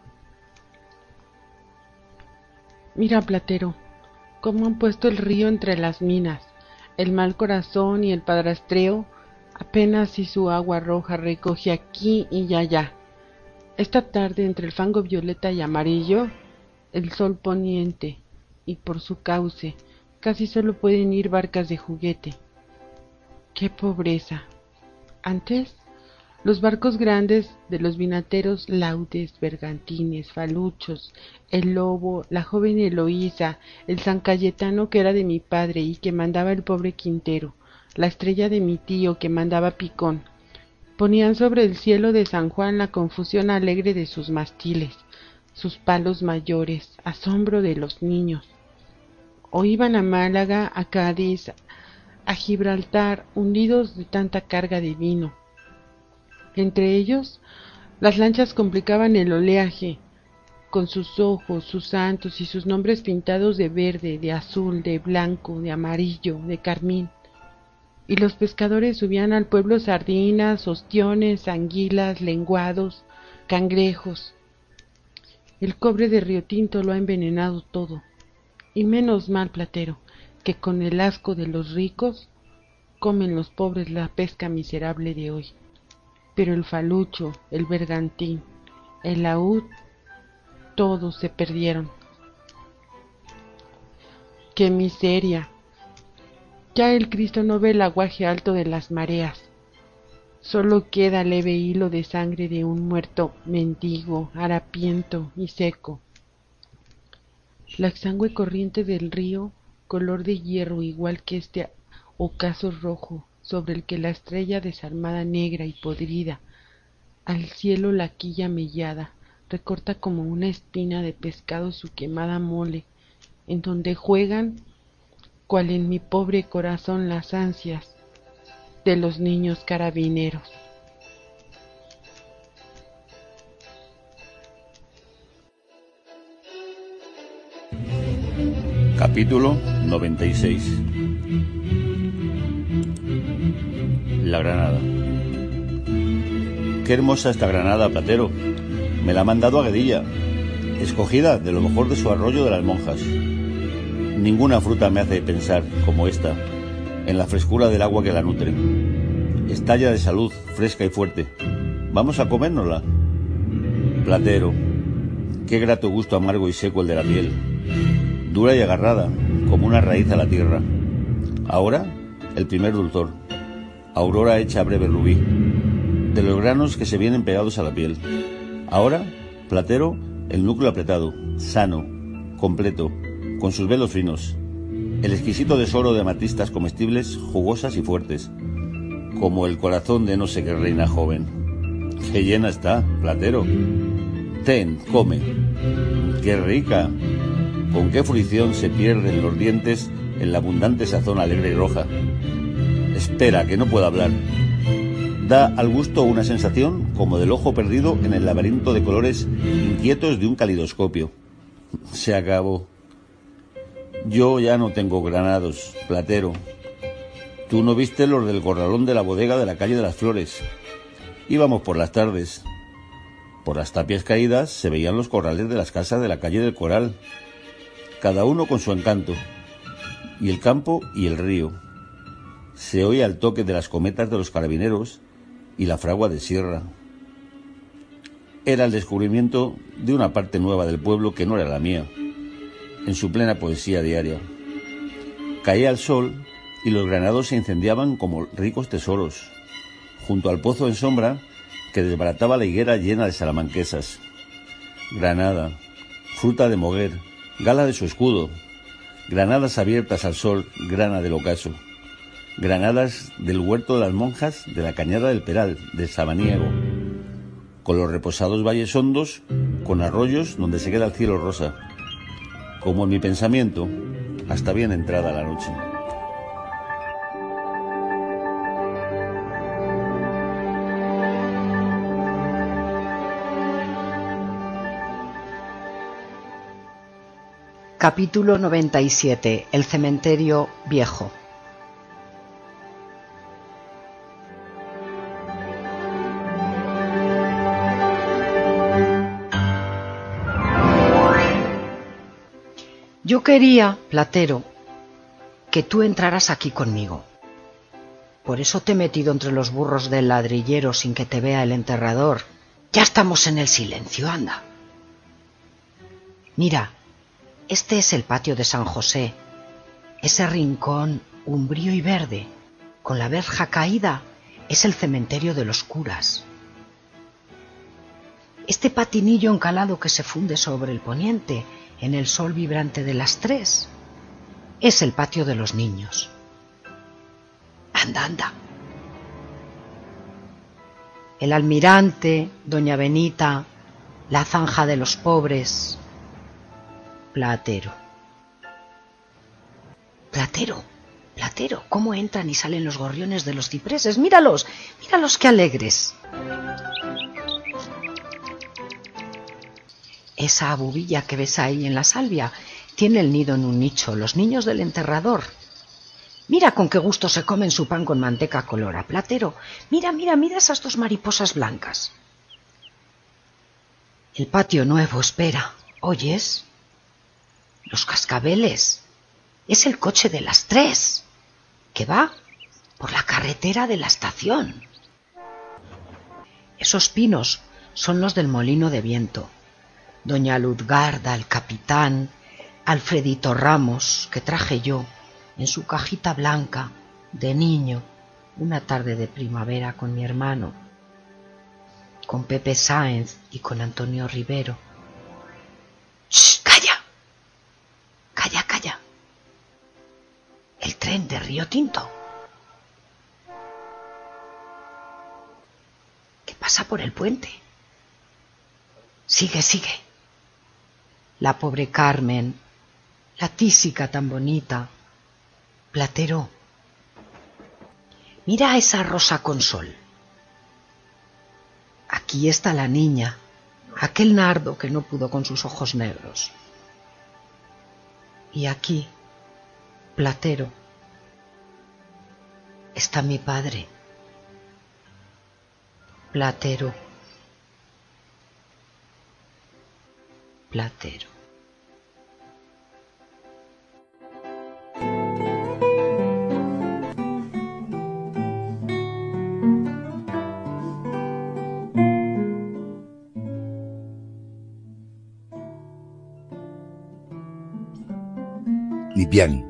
Mira, Platero, cómo han puesto el río entre las minas. El mal corazón y el padrastreo apenas si su agua roja recoge aquí y allá. Esta tarde, entre el fango violeta y amarillo, el sol poniente, y por su cauce casi solo pueden ir barcas de juguete. ¡Qué pobreza! Antes, los barcos grandes de los vinateros Laudes, Bergantines, Faluchos, el Lobo, la joven Eloísa, el San Cayetano que era de mi padre y que mandaba el pobre Quintero, la estrella de mi tío que mandaba Picón, ponían sobre el cielo de San Juan la confusión alegre de sus mástiles, sus palos mayores, asombro de los niños. O iban a Málaga, a Cádiz, a Gibraltar, hundidos de tanta carga de vino. Entre ellos, las lanchas complicaban el oleaje, con sus ojos, sus santos y sus nombres pintados de verde, de azul, de blanco, de amarillo, de carmín. Y los pescadores subían al pueblo sardinas, ostiones, anguilas, lenguados, cangrejos. El cobre de Río Tinto lo ha envenenado todo. Y menos mal, Platero, que con el asco de los ricos comen los pobres la pesca miserable de hoy. Pero el falucho, el bergantín, el laúd, todos se perdieron. ¡Qué miseria! Ya el Cristo no ve el aguaje alto de las mareas. Solo queda leve hilo de sangre de un muerto mendigo, harapiento y seco. La exangüe corriente del río, color de hierro igual que este ocaso rojo, sobre el que la estrella desarmada negra y podrida, al cielo la quilla mellada, recorta como una espina de pescado su quemada mole, en donde juegan, cual en mi pobre corazón, las ansias de los niños carabineros. Capítulo noventa y seis. La Granada. Qué hermosa esta Granada, Platero. Me la ha mandado a Guedilla, escogida de lo mejor de su arroyo de las Monjas. Ninguna fruta me hace pensar, como esta, en la frescura del agua que la nutre. Estalla de salud, fresca y fuerte. ¿Vamos a comérnosla? Platero, qué grato gusto amargo y seco el de la piel. Dura y agarrada, como una raíz a la tierra. Ahora, el primer dulzor. Aurora hecha breve rubí. De los granos que se vienen pegados a la piel. Ahora, Platero, el núcleo apretado, sano, completo, con sus velos finos. El exquisito tesoro de amatistas comestibles, jugosas y fuertes. Como el corazón de no sé qué reina joven. ¡Qué llena está, Platero! Ten, come. ¡Qué rica! Con qué fruición se pierden los dientes en la abundante sazón alegre y roja. Espera, que no puedo hablar. Da al gusto una sensación como del ojo perdido en el laberinto de colores inquietos de un calidoscopio. Se acabó. Yo ya no tengo granados, Platero. Tú no viste los del corralón de la bodega de la calle de las Flores. Íbamos por las tardes. Por las tapias caídas se veían los corrales de las casas de la calle del Coral, cada uno con su encanto, y el campo y el río. Se oía el toque de las cometas de los carabineros y la fragua de sierra. Era el descubrimiento de una parte nueva del pueblo que no era la mía, en su plena poesía diaria. Caía el sol y los granados se incendiaban como ricos tesoros, junto al pozo en sombra que desbarataba la higuera llena de salamanquesas. Granada, fruta de moguer, gala de su escudo, granadas abiertas al sol, grana del ocaso, granadas del huerto de las monjas, de la cañada del Peral, del Sabaniego, con los reposados valles hondos, con arroyos donde se queda el cielo rosa, como en mi pensamiento, hasta bien entrada la noche. Capítulo noventa y siete. El cementerio viejo. Yo quería, Platero, que tú entraras aquí conmigo. Por eso te he metido entre los burros del ladrillero sin que te vea el enterrador. Ya estamos en el silencio, anda. Mira, este es el patio de San José, ese rincón umbrío y verde, con la verja caída, es el cementerio de los curas. Este patinillo encalado que se funde sobre el poniente, en el sol vibrante de las tres, es el patio de los niños. Anda, anda. El almirante, doña Benita, la zanja de los pobres. Platero. Platero, Platero, ¿cómo entran y salen los gorriones de los cipreses? Míralos, míralos qué alegres. Esa abubilla que ves ahí en la salvia tiene el nido en un nicho, los niños del enterrador. Mira con qué gusto se comen su pan con manteca colora, Platero. Mira, mira, mira esas dos mariposas blancas. El patio nuevo espera, ¿oyes? Los cascabeles. Es el coche de las tres, que va por la carretera de la estación. Esos pinos son los del molino de viento. Doña Luzgarda, el capitán, Alfredito Ramos, que traje yo en su cajita blanca de niño una tarde de primavera con mi hermano, con Pepe Sáenz y con Antonio Rivero. ¡Shh! ¡Calla! ¡Calla, calla! El tren de Río Tinto. ¿Qué pasa por el puente? Sigue, sigue. La pobre Carmen, la tísica tan bonita. Platero, mira esa rosa con sol. Aquí está la niña, aquel nardo que no pudo con sus ojos negros. Y aquí, Platero, está mi padre. Platero. Platero. Lipiani.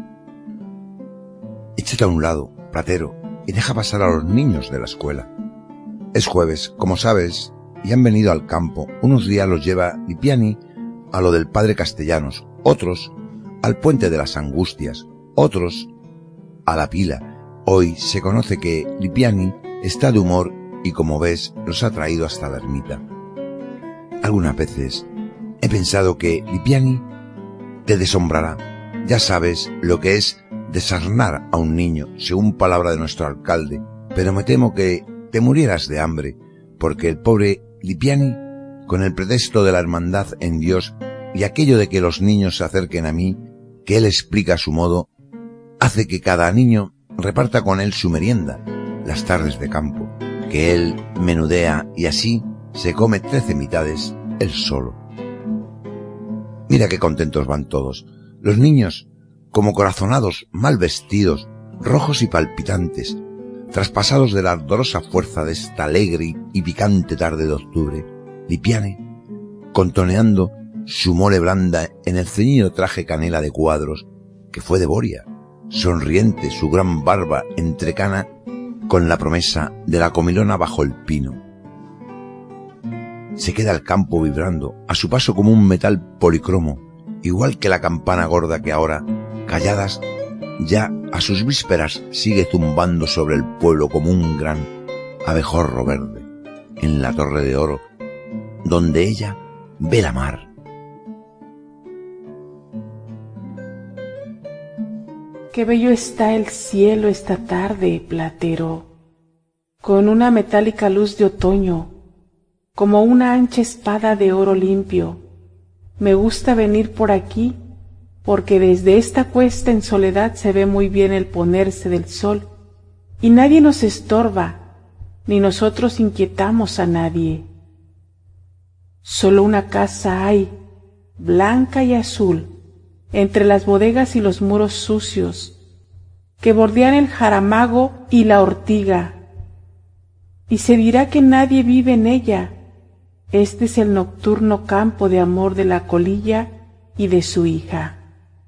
Échate a un lado, Platero, y deja pasar a los niños de la escuela. Es jueves, como sabes, y han venido al campo. Unos días los lleva Lipiani a lo del padre Castellanos, otros al puente de las Angustias, otros a la pila. Hoy se conoce que Lipiani está de humor y, como ves, los ha traído hasta la ermita. Algunas veces he pensado que Lipiani te deshombrará. Ya sabes lo que es desarnar a un niño, según palabra de nuestro alcalde, pero me temo que te murieras de hambre, porque el pobre Lipiani, con el pretexto de la hermandad en Dios y aquello de que los niños se acerquen a mí, que él explica a su modo, hace que cada niño reparta con él su merienda, las tardes de campo, que él menudea y así se come trece mitades él solo. Mira qué contentos van todos. Los niños, como corazonados, mal vestidos, rojos y palpitantes, traspasados de la ardorosa fuerza de esta alegre y picante tarde de octubre. Lipiani, contoneando su mole blanda en el ceñido traje canela de cuadros, que fue de Boria, sonriente su gran barba entrecana con la promesa de la comilona bajo el pino. Se queda el campo vibrando, a su paso como un metal policromo, igual que la campana gorda que ahora, calladas, ya a sus vísperas sigue zumbando sobre el pueblo como un gran abejorro verde, en la torre de oro, donde ella ve la mar. Qué bello está el cielo esta tarde, Platero, con una metálica luz de otoño, como una ancha espada de oro limpio. Me gusta venir por aquí, porque desde esta cuesta en soledad se ve muy bien el ponerse del sol, y nadie nos estorba, ni nosotros inquietamos a nadie. Solo una casa hay, blanca y azul, entre las bodegas y los muros sucios, que bordean el jaramago y la ortiga, y se dirá que nadie vive en ella. Este es el nocturno campo de amor de la colilla y de su hija.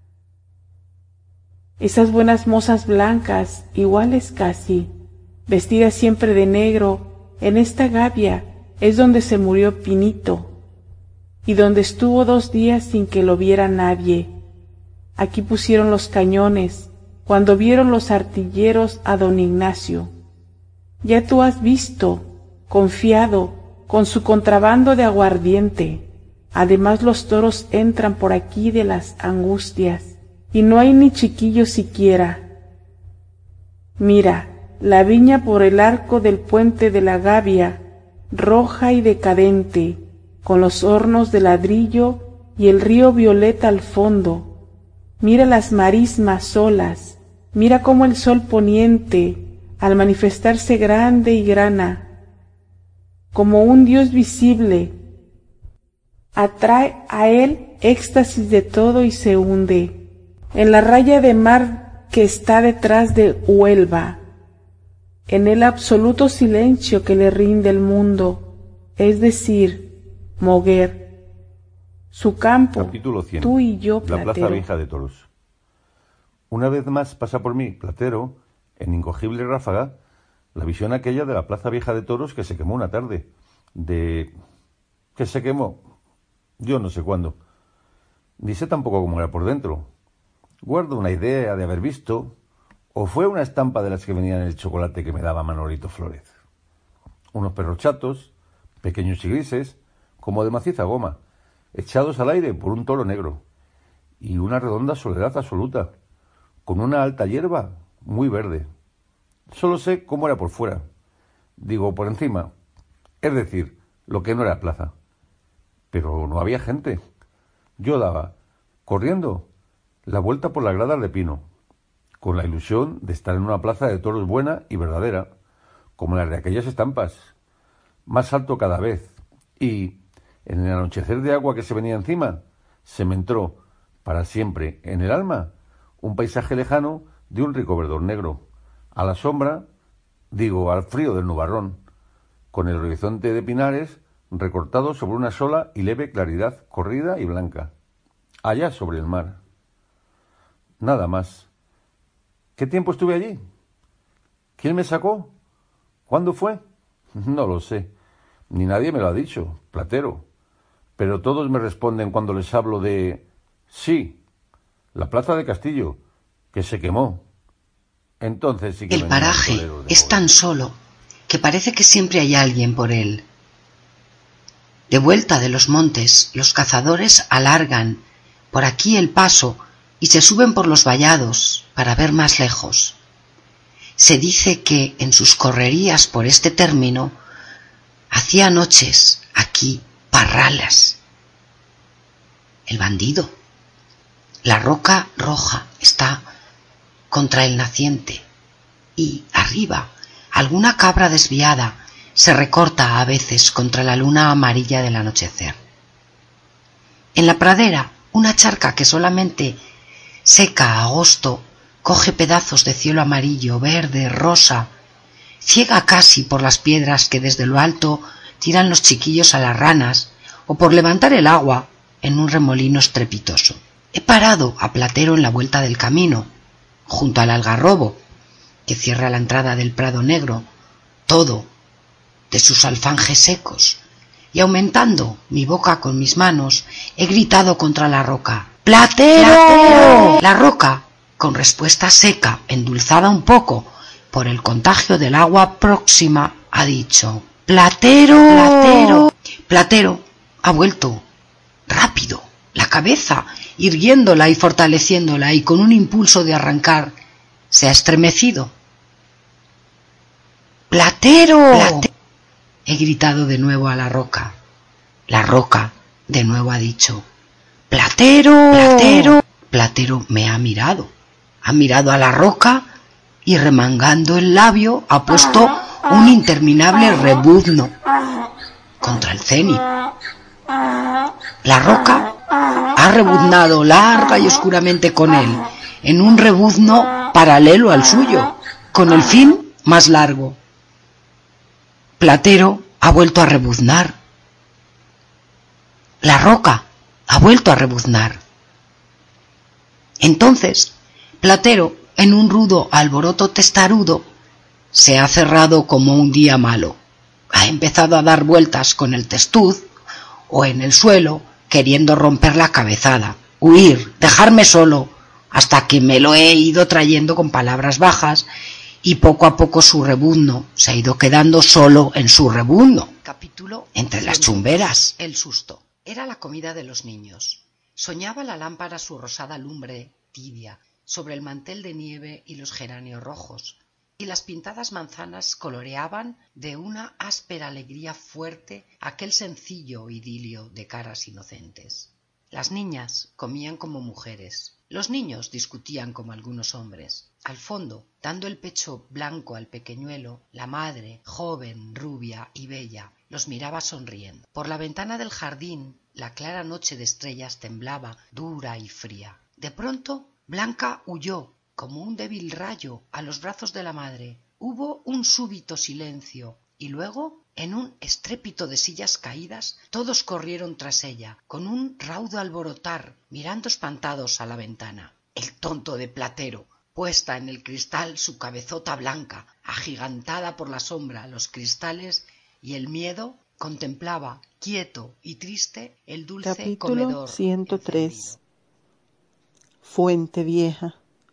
Esas buenas mozas blancas, iguales casi, vestidas siempre de negro, en esta gavia es donde se murió Pinito, y donde estuvo dos días sin que lo viera nadie. Aquí pusieron los cañones, cuando vieron los artilleros a don Ignacio. Ya tú has visto, confiado, con su contrabando de aguardiente. Además los toros entran por aquí de las Angustias, y no hay ni chiquillos siquiera. Mira, la viña por el arco del puente de la Gavia, roja y decadente, con los hornos de ladrillo y el río violeta al fondo. Mira las marismas solas, mira cómo el sol poniente, al manifestarse grande y grana, como un Dios visible, atrae a él éxtasis de todo y se hunde en la raya de mar que está detrás de Huelva, en el absoluto silencio que le rinde el mundo, es decir, Moguer, su campo, Capítulo cien. Tú y yo, Platero. La Plaza Vieja de Toros. Una vez más pasa por mí, Platero, en incogible ráfaga, la visión aquella de la Plaza Vieja de Toros que se quemó una tarde. De... ¿Qué se quemó? Yo no sé cuándo. Ni sé tampoco cómo era por dentro. Guardo una idea de haber visto, o fue una estampa de las que venían en el chocolate que me daba Manolito Flórez. Unos perros chatos, pequeños y grises, como de maciza goma, echados al aire por un toro negro, y una redonda soledad absoluta, con una alta hierba muy verde. Solo sé cómo era por fuera, digo por encima, es decir, lo que no era plaza. Pero no había gente. Yo daba, corriendo, la vuelta por las gradas de pino, con la ilusión de estar en una plaza de toros buena y verdadera, como las de aquellas estampas, más alto cada vez, y, en el anochecer de agua que se venía encima, se me entró, para siempre, en el alma, un paisaje lejano de un rico verdor negro, a la sombra, digo, al frío del nubarrón, con el horizonte de pinares recortado sobre una sola y leve claridad corrida y blanca, allá sobre el mar. nada más. ¿Qué tiempo estuve allí? ¿Quién me sacó? ¿Cuándo fue? No lo sé, ni nadie me lo ha dicho, Platero. Pero todos me responden cuando les hablo de... Sí, la plaza de Castillo, que se quemó. Entonces sí que el paraje es tan solo que parece que siempre hay alguien por él. De vuelta de los montes, los cazadores alargan por aquí el paso y se suben por los vallados para ver más lejos. Se dice que en sus correrías por este término hacía noches aquí parralas. El bandido. La roca roja está contra el naciente y arriba alguna cabra desviada se recorta a veces contra la luna amarilla del anochecer. En la pradera, una charca que solamente seca a agosto coge pedazos de cielo amarillo, verde, rosa, ciega casi por las piedras que desde lo alto tiran los chiquillos a las ranas o por levantar el agua en un remolino estrepitoso. He parado a Platero en la vuelta del camino, junto al algarrobo que cierra la entrada del Prado Negro, todo de sus alfanjes secos, y aumentando mi boca con mis manos, he gritado contra la roca: ¡Platero! ¡Platero! La roca, con respuesta seca, endulzada un poco por el contagio del agua próxima, ha dicho: ¡Platero! ¡Platero! Platero ha vuelto rápido la cabeza, irguiéndola y fortaleciéndola, y con un impulso de arrancar se ha estremecido. ¡Platero! ¡Platero! He gritado de nuevo a la roca. La roca de nuevo ha dicho: ¡Platero! ¡Platero! Platero me ha mirado. Ha mirado a la roca y, remangando el labio, ha puesto un interminable rebuzno contra el cenit. La roca ha rebuznado larga y oscuramente con él, en un rebuzno paralelo al suyo, con el fin más largo. Platero ha vuelto a rebuznar. La roca ha vuelto a rebuznar. Entonces, Platero, en un rudo alboroto testarudo, se ha cerrado como un día malo. Ha empezado a dar vueltas con el testuz o en el suelo, queriendo romper la cabezada, huir, dejarme solo, hasta que me lo he ido trayendo con palabras bajas, y poco a poco su rebuzno se ha ido quedando solo en su rebuzno. Capítulo entre las chumberas. El susto. Era la comida de los niños. Soñaba la lámpara su rosada lumbre tibia sobre el mantel de nieve y los geranios rojos, y las pintadas manzanas coloreaban de una áspera alegría fuerte aquel sencillo idilio de caras inocentes. Las niñas comían como mujeres, los niños discutían como algunos hombres. Al fondo, dando el pecho blanco al pequeñuelo, la madre, joven, rubia y bella, los miraba sonriendo. Por la ventana del jardín, la clara noche de estrellas temblaba dura y fría. De pronto, Blanca huyó, como un débil rayo, a los brazos de la madre. Hubo un súbito silencio, y luego, en un estrépito de sillas caídas, todos corrieron tras ella, con un raudo alborotar, mirando espantados a la ventana. El tonto de Platero, puesta en el cristal su cabezota blanca, agigantada por la sombra, los cristales y el miedo, contemplaba, quieto y triste, el dulce Capítulo comedor ciento tres. encendido. Fuente vieja.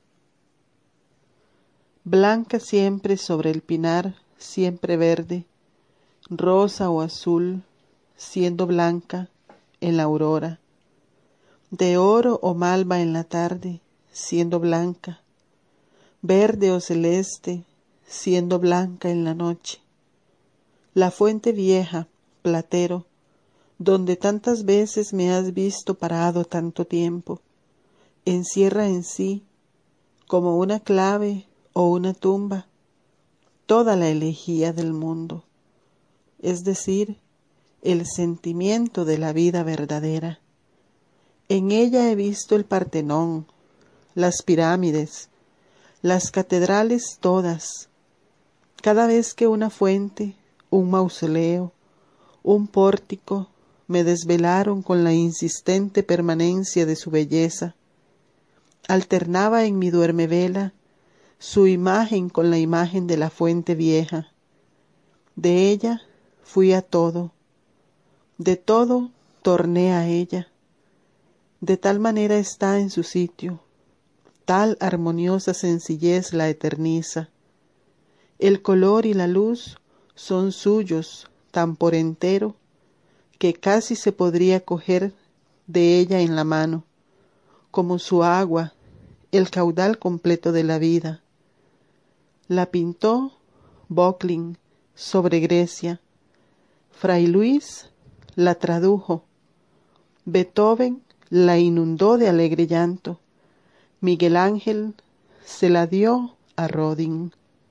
Blanca siempre sobre el pinar, siempre verde, rosa o azul, siendo blanca en la aurora, de oro o malva en la tarde, siendo blanca, verde o celeste, siendo blanca en la noche. La fuente vieja, Platero, donde tantas veces me has visto parado tanto tiempo, encierra en sí, como una clave o una tumba, toda la elegía del mundo, es decir, el sentimiento de la vida verdadera. En ella he visto el Partenón, las pirámides, las catedrales todas. Cada vez que una fuente, un mausoleo, un pórtico me desvelaron con la insistente permanencia de su belleza, Alternaba en mi duermevela su imagen con la imagen de la fuente vieja. De ella fui a todo, de todo torné a ella. De tal manera está en su sitio, tal armoniosa sencillez la eterniza. El color y la luz son suyos tan por entero que casi se podría coger de ella en la mano, como su agua, el caudal completo de la vida. La pintó Böcklin sobre Grecia, Fray Luis la tradujo, Beethoven la inundó de alegre llanto, Miguel Ángel se la dio a Rodin.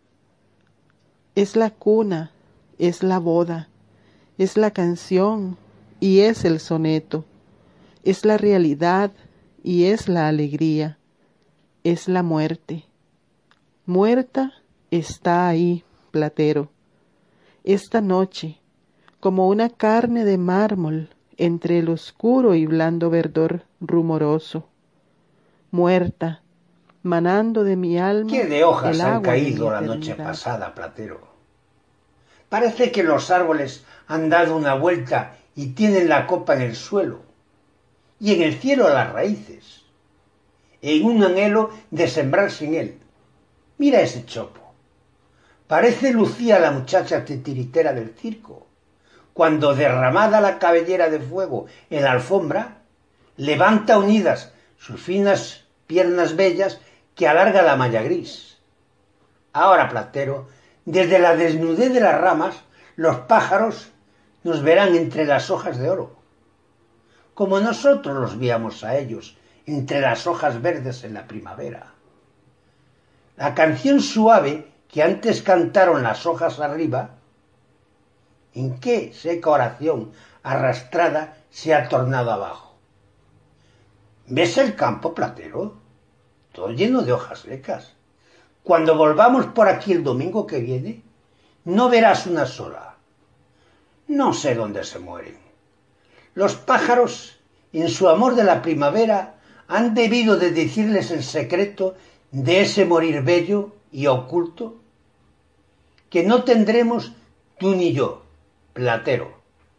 Es la cuna, es la boda, es la canción y es el soneto, es la realidad y es la alegría, es la muerte. Muerta está ahí, Platero, esta noche, como una carne de mármol entre el oscuro y blando verdor rumoroso. Muerta, manando de mi alma ¿Qué de hojas el han agua caído de la mi noche eternidad? pasada, Platero? Parece que los árboles han dado una vuelta y tienen la copa en el suelo, y en el cielo las raíces, en un anhelo de sembrar sin él. Mira ese chopo. Parece Lucía la muchacha titiritera del circo, cuando derramada la cabellera de fuego en la alfombra, levanta unidas sus finas piernas bellas que alarga la malla gris. Ahora, Platero, desde la desnudez de las ramas, los pájaros nos verán entre las hojas de oro, como nosotros los víamos a ellos entre las hojas verdes en la primavera. La canción suave que antes cantaron las hojas arriba, ¿en qué seca oración arrastrada se ha tornado abajo? ¿Ves el campo, Platero? Todo lleno de hojas secas. Cuando volvamos por aquí el domingo que viene, no verás una sola. No sé dónde se mueren. Los pájaros, en su amor de la primavera, han debido de decirles el secreto de ese morir bello y oculto que no tendremos tú ni yo, Platero.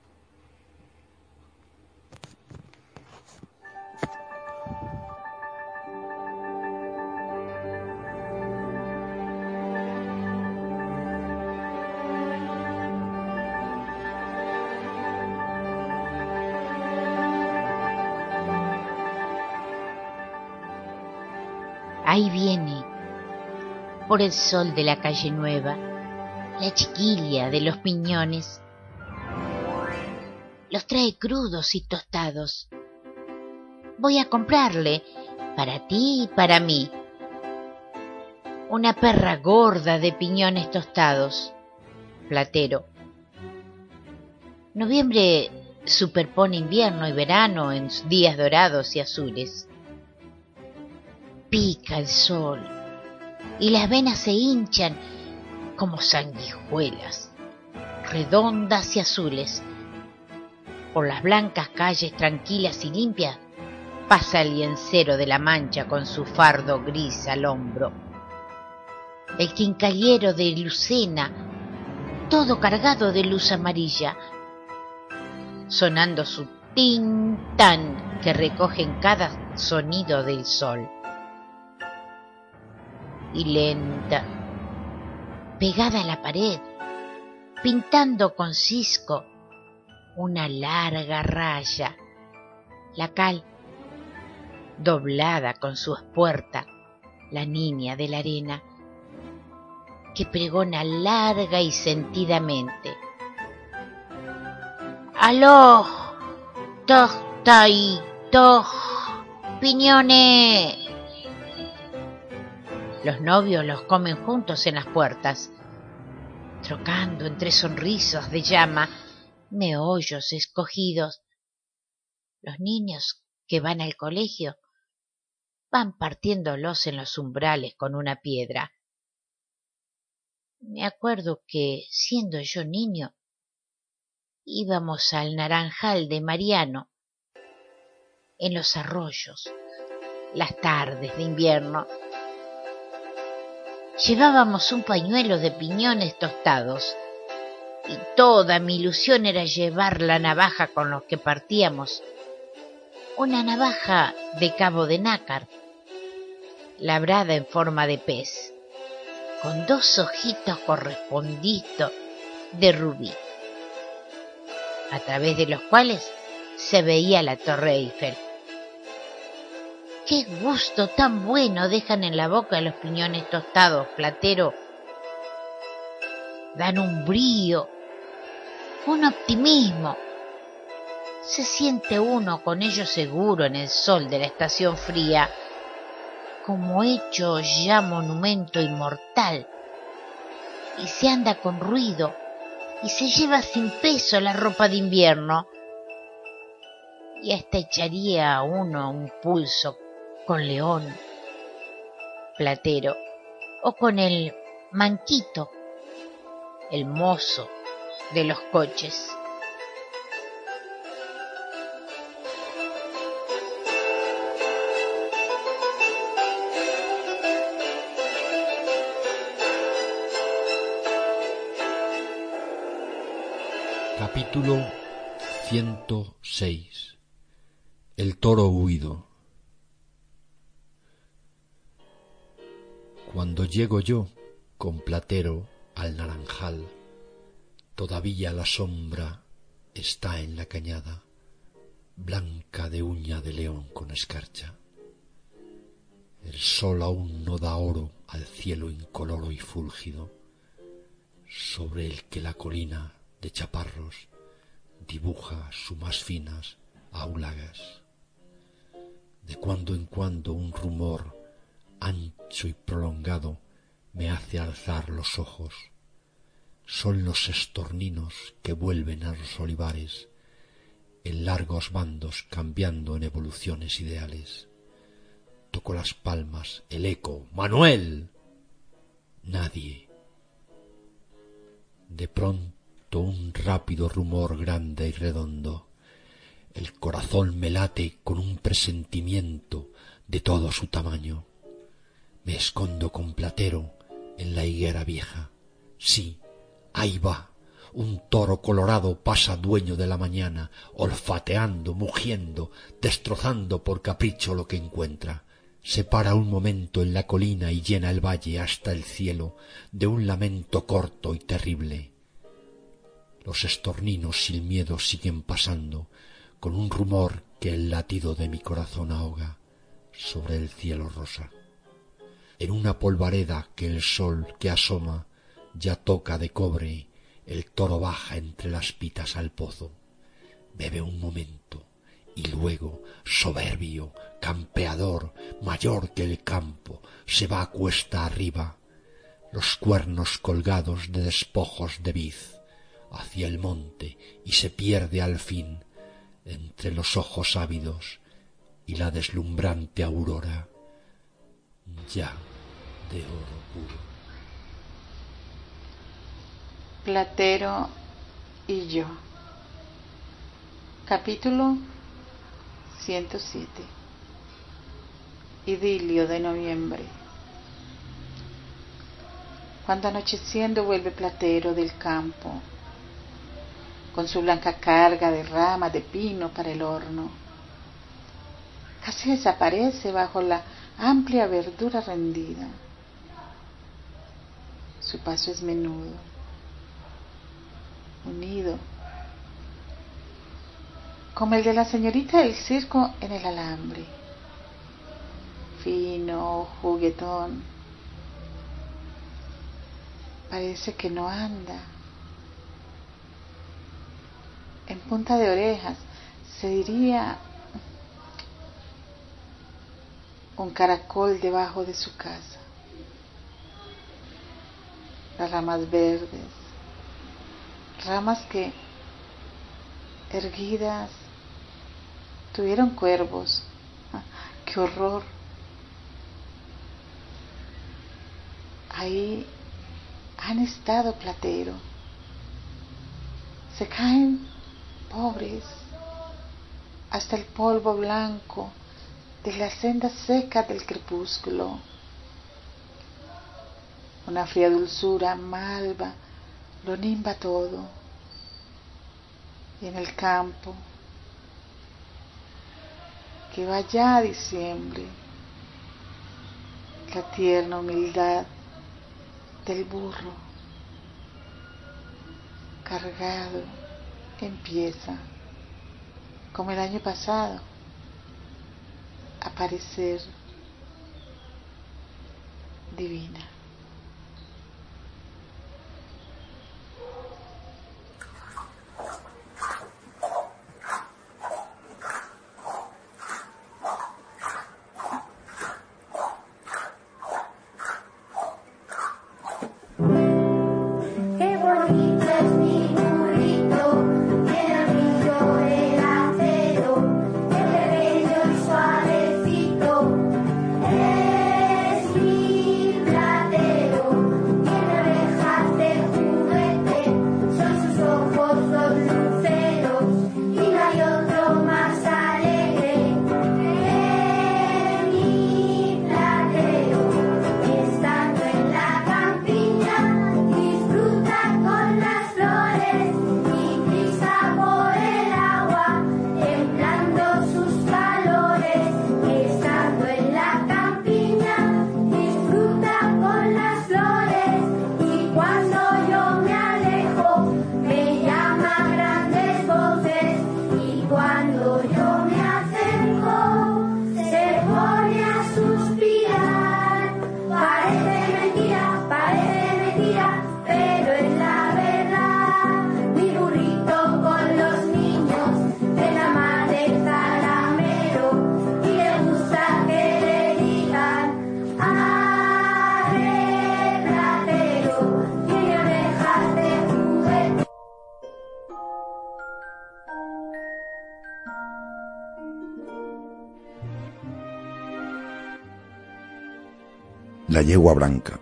Ahí viene, por el sol de la calle nueva, la chiquilla de los piñones. Los trae crudos y tostados. Voy a comprarle, para ti y para mí, una perra gorda de piñones tostados, Platero. Noviembre superpone invierno y verano en días dorados y azules. Pica el sol y las venas se hinchan como sanguijuelas, redondas y azules. Por las blancas calles tranquilas y limpias pasa el liencero de la Mancha con su fardo gris al hombro. El quincallero de Lucena, todo cargado de luz amarilla, sonando su tin-tan que recoge en cada sonido del sol. Y lenta, pegada a la pared, pintando con cisco una larga raya, la cal, doblada con su espuerta, la niña de la arena, que pregona larga y sentidamente. ¡Aló! ¡Toj, tai, toj! ¡Piñones! Los novios los comen juntos en las puertas, trocando entre sonrisos de llama, meollos escogidos. Los niños que van al colegio van partiéndolos en los umbrales con una piedra. Me acuerdo que, siendo yo niño, íbamos al naranjal de Mariano, en los arroyos, las tardes de invierno. Llevábamos un pañuelo de piñones tostados y toda mi ilusión era llevar la navaja con los que partíamos, una navaja de cabo de nácar, labrada en forma de pez, con dos ojitos correspondidos de rubí, a través de los cuales se veía la Torre Eiffel. ¡Qué gusto tan bueno dejan en la boca los piñones tostados, Platero! Dan un brío, un optimismo. Se siente uno con ellos seguro en el sol de la estación fría, como hecho ya monumento inmortal. Y se anda con ruido, y se lleva sin peso la ropa de invierno. Y hasta echaría a uno un pulso con León, Platero, o con el Manquito, el mozo de los coches. Capítulo ciento seis. El toro huido. Cuando llego yo con Platero al naranjal, todavía la sombra está en la cañada, blanca de uña de león con escarcha. El sol aún no da oro al cielo incoloro y fúlgido, sobre el que la colina de chaparros dibuja sus más finas aulagas. De cuando en cuando un rumor ancho y prolongado me hace alzar los ojos. Son los estorninos que vuelven a los olivares en largos bandos cambiando en evoluciones ideales. Toco las palmas, el eco, ¡Manuel! Nadie. De pronto un rápido rumor grande y redondo. El corazón me late con un presentimiento de todo su tamaño. Me escondo con Platero en la higuera vieja. Sí, ahí va. Un toro colorado pasa dueño de la mañana, olfateando, mugiendo, destrozando por capricho lo que encuentra. Se para un momento en la colina y llena el valle hasta el cielo de un lamento corto y terrible. Los estorninos sin miedo siguen pasando, con un rumor que el latido de mi corazón ahoga sobre el cielo rosa. En una polvareda que el sol que asoma ya toca de cobre, el toro baja entre las pitas al pozo. Bebe un momento y luego, soberbio, campeador, mayor que el campo, se va a cuesta arriba, los cuernos colgados de despojos de vid, hacia el monte, y se pierde al fin entre los ojos ávidos y la deslumbrante aurora ya de oro puro. Platero y yo. Capítulo ciento siete. Idilio de noviembre. Cuando anocheciendo vuelve Platero del campo, con su blanca carga de ramas de pino para el horno. Casi desaparece bajo la amplia verdura rendida. Su paso es menudo, unido, como el de la señorita del circo en el alambre, fino, juguetón. Parece que no anda. En punta de orejas se diría un caracol debajo de su casa. Las ramas verdes, ramas que, erguidas, tuvieron cuervos. ¡Qué horror! Ahí han estado, Platero. Se caen pobres hasta el polvo blanco de la senda seca del crepúsculo. Una fría dulzura malva lo nimba todo. Y en el campo, que va ya a diciembre, la tierna humildad del burro cargado empieza, como el año pasado, a parecer divina. La yegua blanca.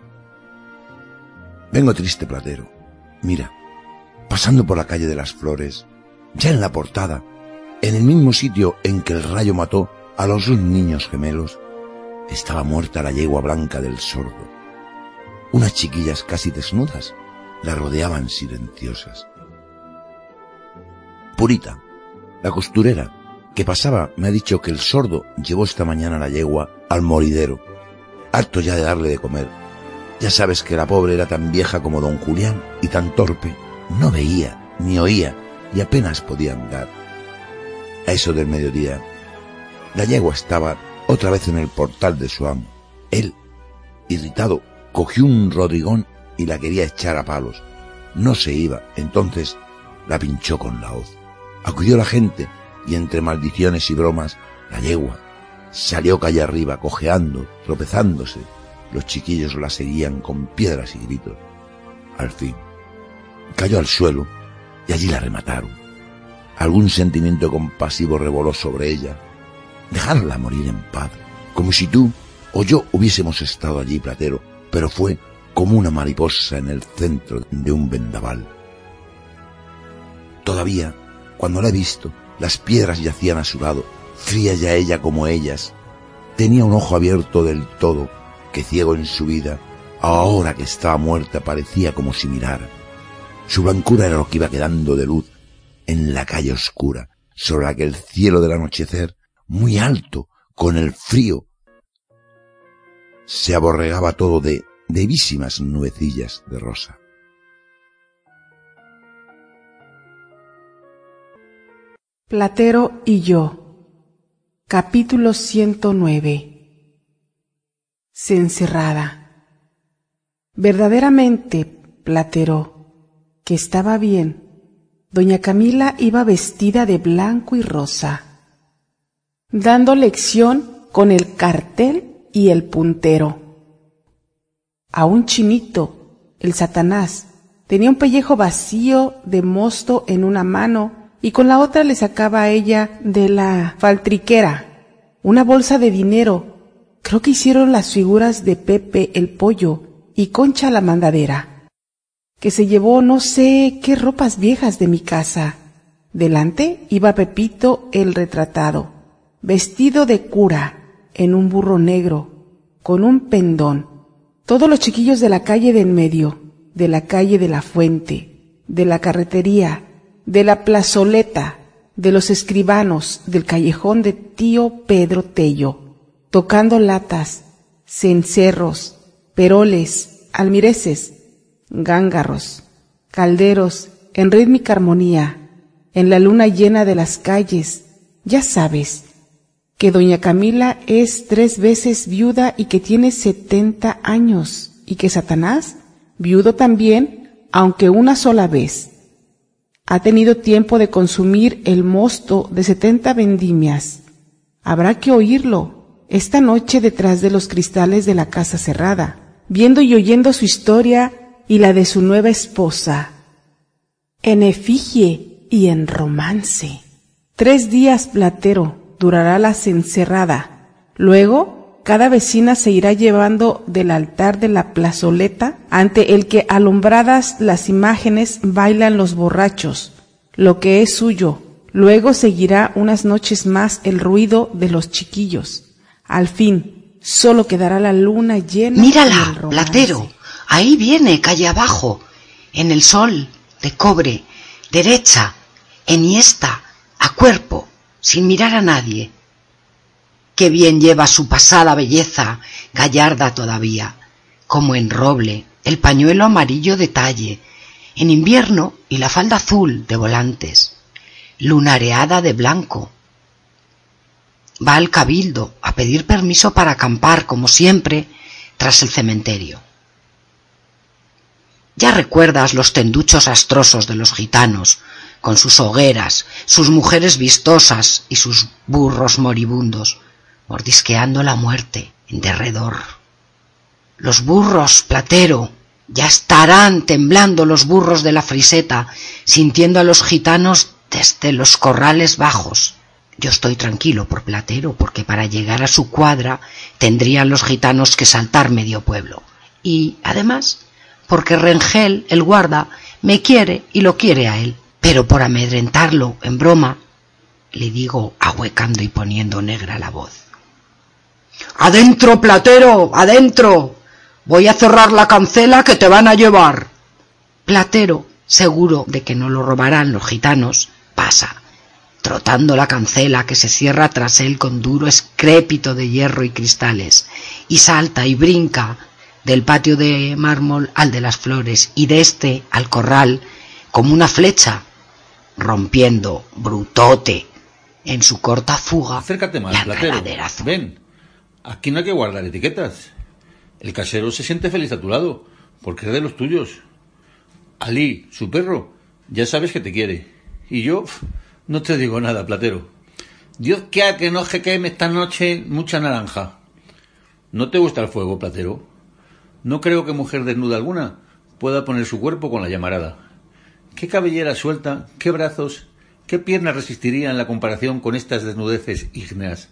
Vengo triste, Platero. Mira, pasando por la calle de las Flores, ya en la portada, en el mismo sitio en que el rayo mató a los dos niños gemelos, estaba muerta la yegua blanca del sordo. Unas chiquillas casi desnudas la rodeaban silenciosas. Purita, la costurera, que pasaba, me ha dicho que el sordo llevó esta mañana la yegua al moridero, harto ya de darle de comer. Ya sabes que la pobre era tan vieja como don Julián y tan torpe, no veía ni oía y apenas podía andar. A eso del mediodía, la yegua estaba otra vez en el portal de su amo. Él, irritado, cogió un rodrigón y la quería echar a palos. No se iba, entonces la pinchó con la hoz. Acudió la gente y entre maldiciones y bromas, la yegua salió calle arriba, cojeando, tropezándose. Los chiquillos la seguían con piedras y gritos. Al fin, cayó al suelo y allí la remataron. Algún sentimiento compasivo revoló sobre ella. Dejarla morir en paz, como si tú o yo hubiésemos estado allí, Platero, pero fue como una mariposa en el centro de un vendaval. Todavía, cuando la he visto, las piedras yacían a su lado, fría ya ella como ellas. Tenía un ojo abierto del todo, que ciego en su vida, ahora que estaba muerta parecía como si mirara. Su blancura era lo que iba quedando de luz en la calle oscura, sobre la que el cielo del anochecer, muy alto, con el frío, se aborregaba todo de levísimas nubecillas de rosa. Platero y yo. Capítulo ciento nueve. Cencerrada. Verdaderamente, Platero, que estaba bien. Doña Camila iba vestida de blanco y rosa, dando lección con el cartel y el puntero. A un chinito, el Satanás, tenía un pellejo vacío de mosto en una mano y con la otra le sacaba a ella de la faltriquera una bolsa de dinero. Creo que hicieron las figuras de Pepe el pollo y Concha la mandadera, que se llevó no sé qué ropas viejas de mi casa. Delante iba Pepito el retratado, vestido de cura, en un burro negro, con un pendón. Todos los chiquillos de la calle de en medio, de la calle de la fuente, de la carretería, de la plazoleta, de los escribanos, del callejón de tío Pedro Tello, tocando latas, cencerros, peroles, almireces, gángarros, calderos, en rítmica armonía, en la luna llena de las calles. Ya sabes que doña Camila es tres veces viuda y que tiene setenta años, y que Satanás, viudo también, aunque una sola vez, ha tenido tiempo de consumir el mosto de setenta vendimias. Habrá que oírlo esta noche detrás de los cristales de la casa cerrada, viendo y oyendo su historia y la de su nueva esposa, en efigie y en romance. Tres días, Platero, durará la cencerrada. Luego, cada vecina se irá llevando del altar de la plazoleta, ante el que alumbradas las imágenes bailan los borrachos, lo que es suyo. Luego seguirá unas noches más el ruido de los chiquillos. Al fin, solo quedará la luna llena. Mírala, Platero, ahí viene, calle abajo, en el sol, de cobre, derecha, enhiesta, a cuerpo, sin mirar a nadie. Qué bien lleva su pasada belleza, gallarda todavía, como en roble, el pañuelo amarillo de talle, en invierno, y la falda azul de volantes, lunareada de blanco. Va al cabildo a pedir permiso para acampar, como siempre, tras el cementerio. Ya recuerdas los tenduchos astrosos de los gitanos, con sus hogueras, sus mujeres vistosas y sus burros moribundos, mordisqueando la muerte en derredor. Los burros, Platero, ya estarán temblando los burros de la friseta, sintiendo a los gitanos desde los corrales bajos. Yo estoy tranquilo por Platero, porque para llegar a su cuadra tendrían los gitanos que saltar medio pueblo. Y, además, porque Rengel, el guarda, me quiere y lo quiere a él. Pero por amedrentarlo, en broma, le digo, ahuecando y poniendo negra la voz: ¡Adentro, Platero! ¡Adentro! Voy a cerrar la cancela que te van a llevar. Platero, seguro de que no lo robarán los gitanos, pasa, trotando la cancela que se cierra tras él con duro escrépito de hierro y cristales, y salta y brinca del patio de mármol al de las flores, y de este al corral, como una flecha, rompiendo, brutote, en su corta fuga, Acércate más, la Platero. enredadera azul. Ven, aquí no hay que guardar etiquetas. El casero se siente feliz a tu lado, porque es de los tuyos. Alí, su perro, ya sabes que te quiere. Y yo, no te digo nada, Platero. Dios quiera que no se queme esta noche mucha naranja. ¿No te gusta el fuego, Platero? No creo que mujer desnuda alguna pueda poner su cuerpo con la llamarada. ¿Qué cabellera suelta, qué brazos, qué piernas resistirían la comparación con estas desnudeces ígneas?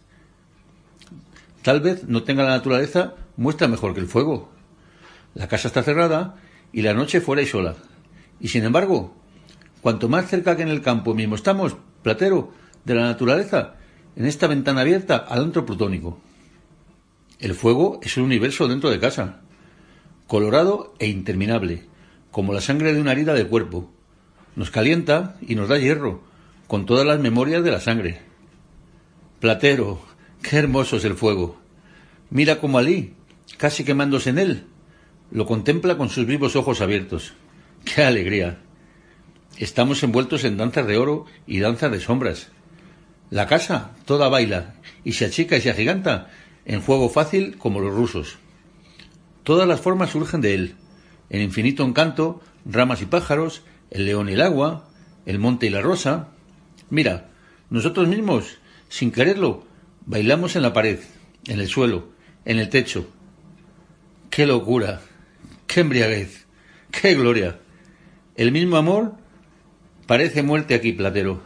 Tal vez no tenga la naturaleza muestra mejor que el fuego. La casa está cerrada y la noche fuera y sola. Y sin embargo, cuanto más cerca que en el campo mismo estamos, Platero, de la naturaleza, en esta ventana abierta al antro plutónico. El fuego es un universo dentro de casa, colorado e interminable, como la sangre de una herida del cuerpo. Nos calienta y nos da hierro, con todas las memorias de la sangre. Platero, qué hermoso es el fuego. Mira cómo Alí, casi quemándose en él, lo contempla con sus vivos ojos abiertos. ¡Qué alegría! Estamos envueltos en danzas de oro y danzas de sombras. La casa toda baila y se achica y se agiganta en juego fácil como los rusos. Todas las formas surgen de él, en infinito encanto, ramas y pájaros, el león y el agua, el monte y la rosa. Mira, nosotros mismos, sin quererlo, bailamos en la pared, en el suelo, en el techo. ¡Qué locura! ¡Qué embriaguez! ¡Qué gloria! El mismo amor parece muerte aquí, Platero.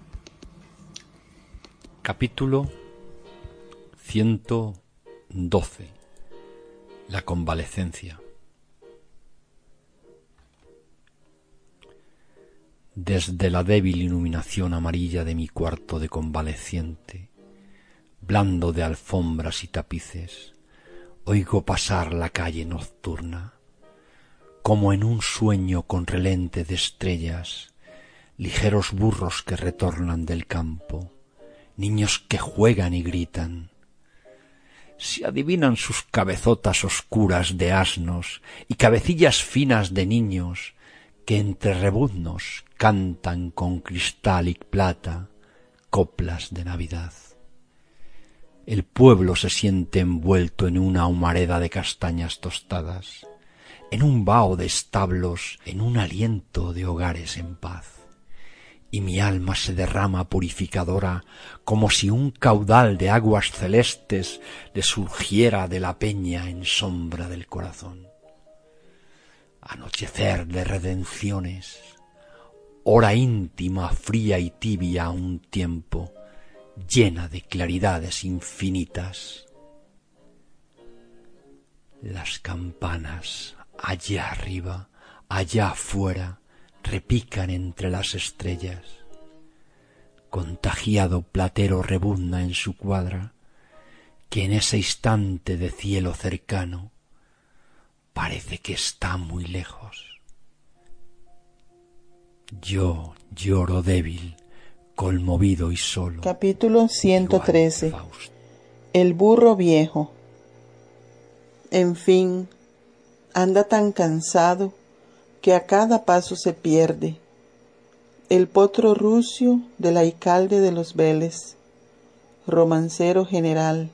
Capítulo ciento doce. La convalecencia. Desde la débil iluminación amarilla de mi cuarto de convaleciente blando de alfombras y tapices, oigo pasar la calle nocturna, como en un sueño con relente de estrellas, ligeros burros que retornan del campo, niños que juegan y gritan. Se adivinan sus cabezotas oscuras de asnos y cabecillas finas de niños que entre rebuznos cantan con cristal y plata coplas de Navidad. El pueblo se siente envuelto en una humareda de castañas tostadas, en un vaho de establos, en un aliento de hogares en paz. Y mi alma se derrama purificadora como si un caudal de aguas celestes le surgiera de la peña en sombra del corazón. Anochecer de redenciones, hora íntima, fría y tibia a un tiempo, llena de claridades infinitas. Las campanas allá arriba, allá afuera, repican entre las estrellas. Contagiado Platero rebuzna en su cuadra, que en ese instante de cielo cercano parece que está muy lejos. Yo lloro débil, conmovido y solo. Capítulo ciento trece. El burro viejo. En fin, anda tan cansado que a cada paso se pierde. El potro rucio del alcalde de los Vélez, romancero general.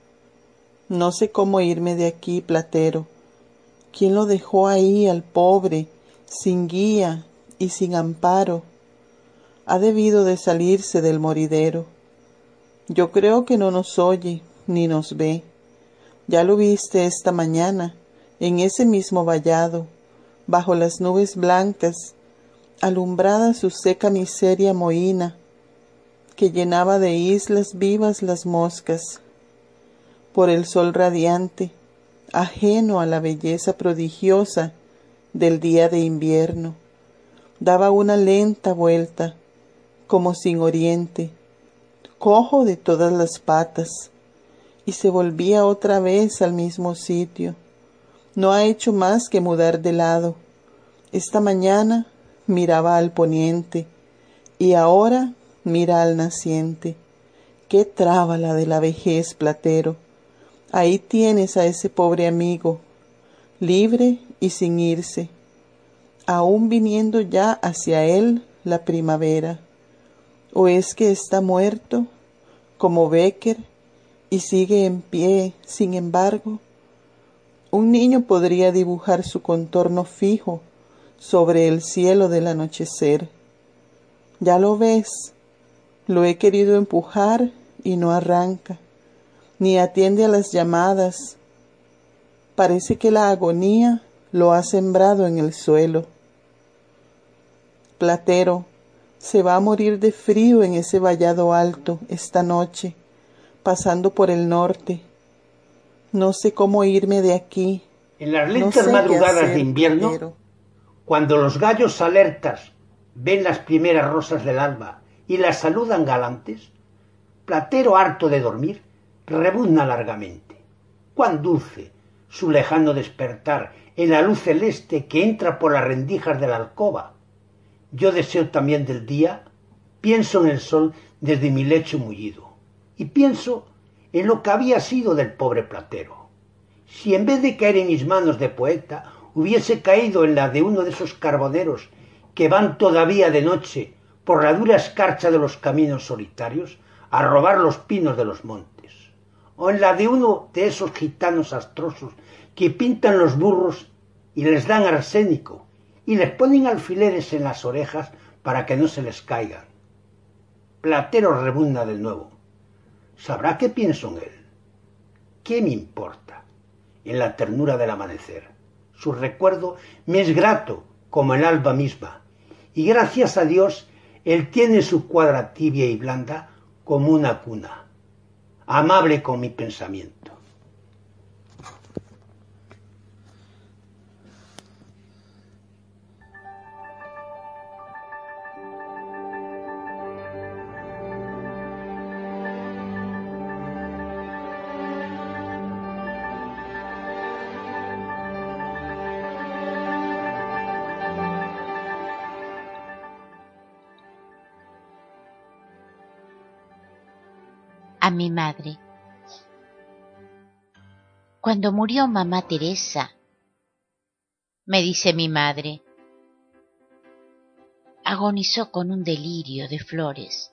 No sé cómo irme de aquí, Platero. ¿Quién lo dejó ahí al pobre, sin guía y sin amparo? Ha debido de salirse del moridero. Yo creo que no nos oye ni nos ve. Ya lo viste esta mañana, en ese mismo vallado, bajo las nubes blancas, alumbrada su seca miseria mohína, que llenaba de islas vivas las moscas. Por el sol radiante, ajeno a la belleza prodigiosa del día de invierno, daba una lenta vuelta, como sin oriente, cojo de todas las patas, y se volvía otra vez al mismo sitio. No ha hecho más que mudar de lado. Esta mañana miraba al poniente, y ahora mira al naciente. ¡Qué traba la de la vejez, Platero! Ahí tienes a ese pobre amigo, libre y sin irse, aún viniendo ya hacia él la primavera. ¿O es que está muerto, como Bécquer, y sigue en pie, sin embargo? Un niño podría dibujar su contorno fijo sobre el cielo del anochecer. Ya lo ves, lo he querido empujar y no arranca, ni atiende a las llamadas. Parece que la agonía lo ha sembrado en el suelo. Platero se va a morir de frío en ese vallado alto esta noche, pasando por el norte. No sé cómo irme de aquí. En las lentas no madrugadas hacer, de invierno, Platero, cuando los gallos alertas ven las primeras rosas del alba y las saludan galantes, Platero, harto de dormir, rebuzna largamente. Cuán dulce su lejano despertar en la luz celeste que entra por las rendijas de la alcoba. Yo deseo también del día, pienso en el sol desde mi lecho mullido, y pienso en lo que había sido del pobre Platero. Si en vez de caer en mis manos de poeta, hubiese caído en la de uno de esos carboneros que van todavía de noche por la dura escarcha de los caminos solitarios a robar los pinos de los montes, o en la de uno de esos gitanos astrosos que pintan los burros y les dan arsénico y les ponen alfileres en las orejas para que no se les caigan. Platero rebuzna de nuevo. ¿Sabrá qué pienso en él? ¿Qué me importa? En la ternura del amanecer. Su recuerdo me es grato como el alba misma, y gracias a Dios él tiene su cuadra tibia y blanda como una cuna, amable con mi pensamiento. a mi madre. Cuando murió mamá Teresa, me dice mi madre, agonizó con un delirio de flores.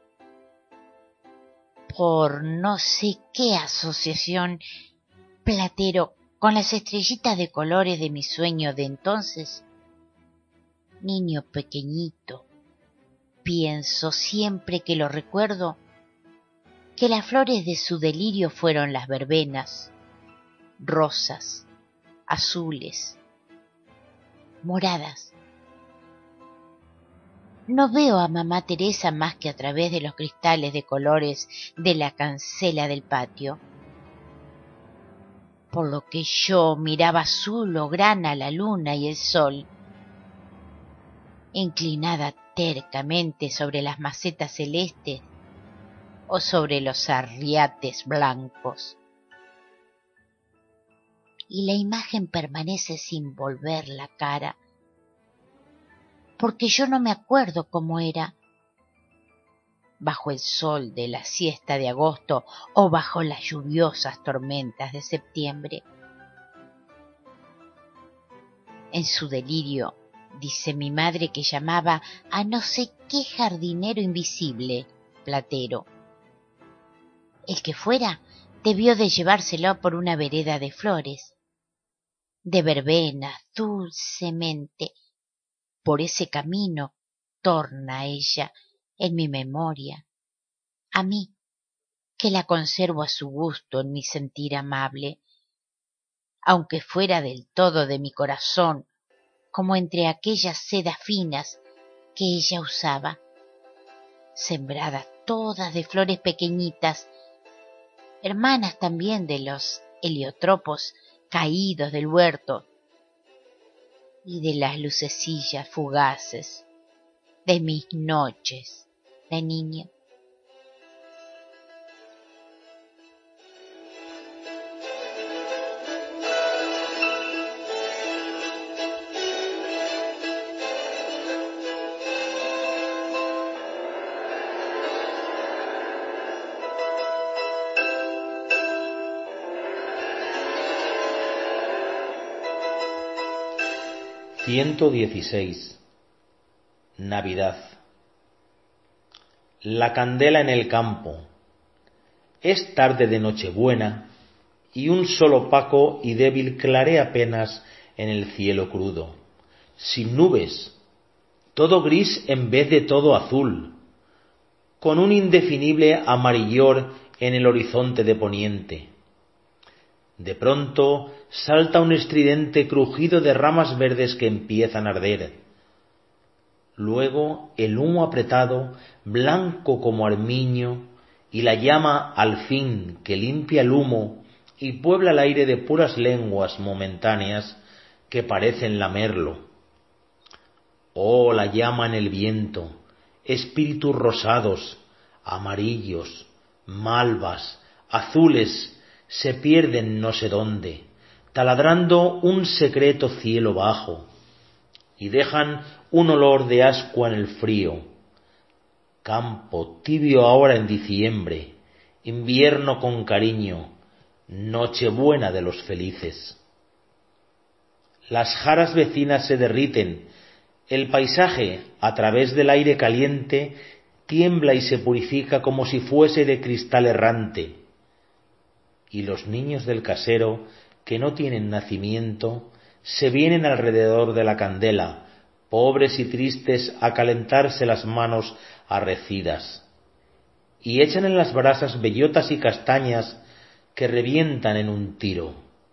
Por no sé qué asociación, Platero, con las estrellitas de colores de mi sueño de entonces, niño pequeñito, pienso siempre que lo recuerdo, que las flores de su delirio fueron las verbenas, rosas, azules, moradas. No veo a mamá Teresa más que a través de los cristales de colores de la cancela del patio, por lo que yo miraba azul o grana la luna y el sol, inclinada tercamente sobre las macetas celestes o sobre los arriates blancos. Y la imagen permanece sin volver la cara, porque yo no me acuerdo cómo era, bajo el sol de la siesta de agosto o bajo las lluviosas tormentas de septiembre. En su delirio, dice mi madre que llamaba a no sé qué jardinero invisible, Platero. El que fuera debió de llevárselo por una vereda de flores, de verbenas, dulcemente. Por ese camino torna ella en mi memoria, a mí, que la conservo a su gusto en mi sentir amable, aunque fuera del todo de mi corazón, como entre aquellas sedas finas que ella usaba, sembradas todas de flores pequeñitas, hermanas también de los heliotropos caídos del huerto y de las lucecillas fugaces de mis noches de niña. ciento dieciséis. Navidad. La candela en el campo. Es tarde de Nochebuena y un sol opaco y débil clarea apenas en el cielo crudo, sin nubes, todo gris en vez de todo azul, con un indefinible amarillor en el horizonte de poniente. De pronto salta un estridente crujido de ramas verdes que empiezan a arder. Luego el humo apretado, blanco como armiño, y la llama al fin que limpia el humo y puebla el aire de puras lenguas momentáneas que parecen lamerlo. Oh, la llama en el viento, espíritus rosados, amarillos, malvas, azules, se pierden no sé dónde, taladrando un secreto cielo bajo, y dejan un olor de ascua en el frío. Campo tibio ahora en diciembre, invierno con cariño, Nochebuena de los felices. Las jaras vecinas se derriten, el paisaje, a través del aire caliente, tiembla y se purifica como si fuese de cristal errante. Y los niños del casero, que no tienen nacimiento, se vienen alrededor de la candela, pobres y tristes, a calentarse las manos arrecidas, y echan en las brasas bellotas y castañas que revientan en un tiro.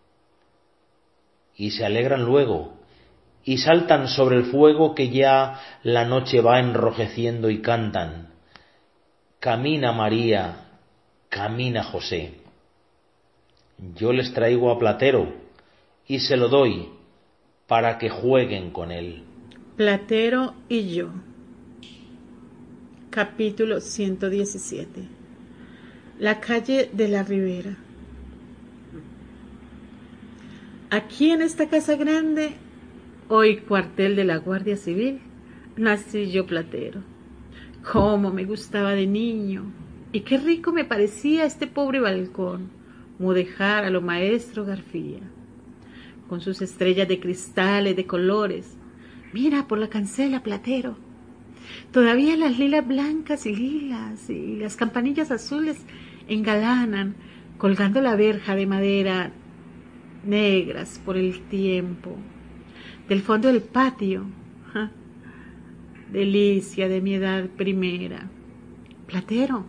Y se alegran luego, y saltan sobre el fuego que ya la noche va enrojeciendo y cantan: camina María, camina José. Yo les traigo a Platero y se lo doy para que jueguen con él. Platero y yo. Capítulo ciento diecisiete. La calle de la Ribera. Aquí en esta casa grande, hoy cuartel de la Guardia Civil, nací yo, Platero. Cómo me gustaba de niño Y qué rico me parecía este pobre balcón, mudéjar a lo maestro García, con sus estrellas de cristales, de colores. Mira por la cancela, Platero. Todavía las lilas blancas y lilas y las campanillas azules engalanan, colgando la verja de madera negras por el tiempo. Del fondo del patio, ¡ja! Delicia de mi edad primera. Platero,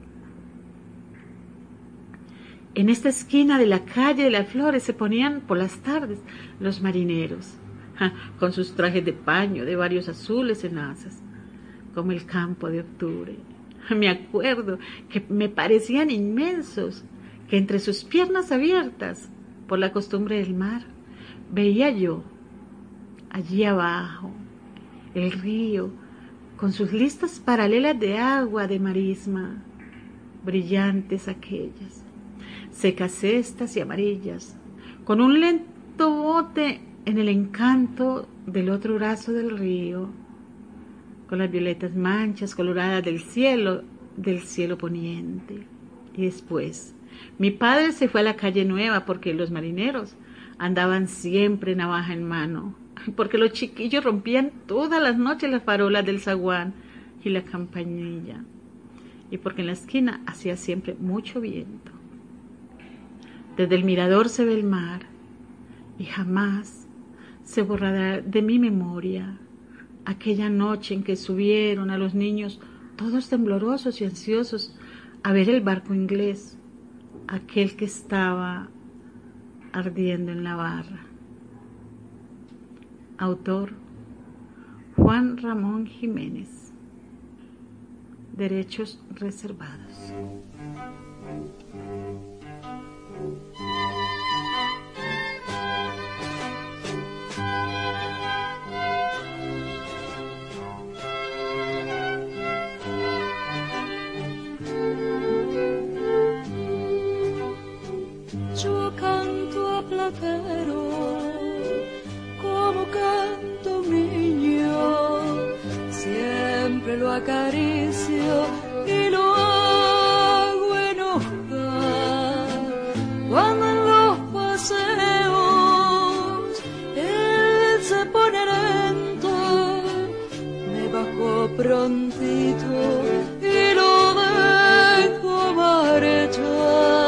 en esta esquina de la calle de las Flores se ponían por las tardes los marineros, ¡ja! Con sus trajes de paño de varios azules en asas, como el campo de octubre. Me acuerdo que me parecían inmensos, que entre sus piernas abiertas, por la costumbre del mar, veía yo, allí abajo, el río, con sus listas paralelas de agua de marisma, brillantes aquellas, secas estas y amarillas, con un lento bote en el encanto del otro brazo del río, con las violetas manchas coloradas del cielo, del cielo poniente. Y después, mi padre se fue a la calle Nueva porque los marineros andaban siempre navaja en mano, porque los chiquillos rompían todas las noches las farolas del zaguán y la campanilla, y porque en la esquina hacía siempre mucho viento. Desde el mirador se ve el mar, y jamás se borrará de mi memoria aquella noche en que subieron a los niños todos temblorosos y ansiosos a ver el barco inglés, aquel que estaba ardiendo en la barra. Autor Juan Ramón Jiménez. Derechos reservados. Yo canto a Platero como canta un niño, siempre lo acaricio y lo hago enojar. Cuando en los paseos él se pone lento, me bajo prontito y lo dejo marchar.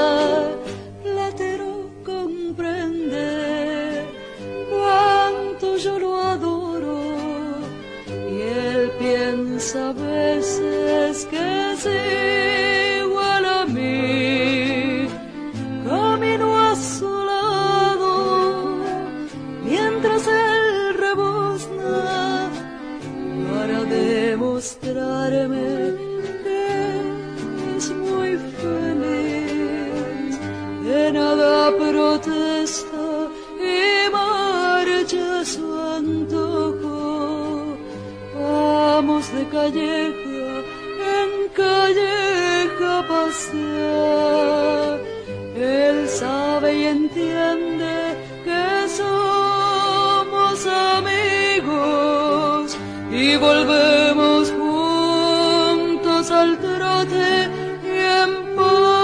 Yo lo adoro y él piensa a veces que es igual a mí. Camino a su lado mientras él rebuzna para demostrarme que es muy feliz, de nada protesta y marcha su antojo. Vamos de calleja en calleja a pasear. Él sabe y entiende que somos amigos y volvemos juntos al trote y en paz.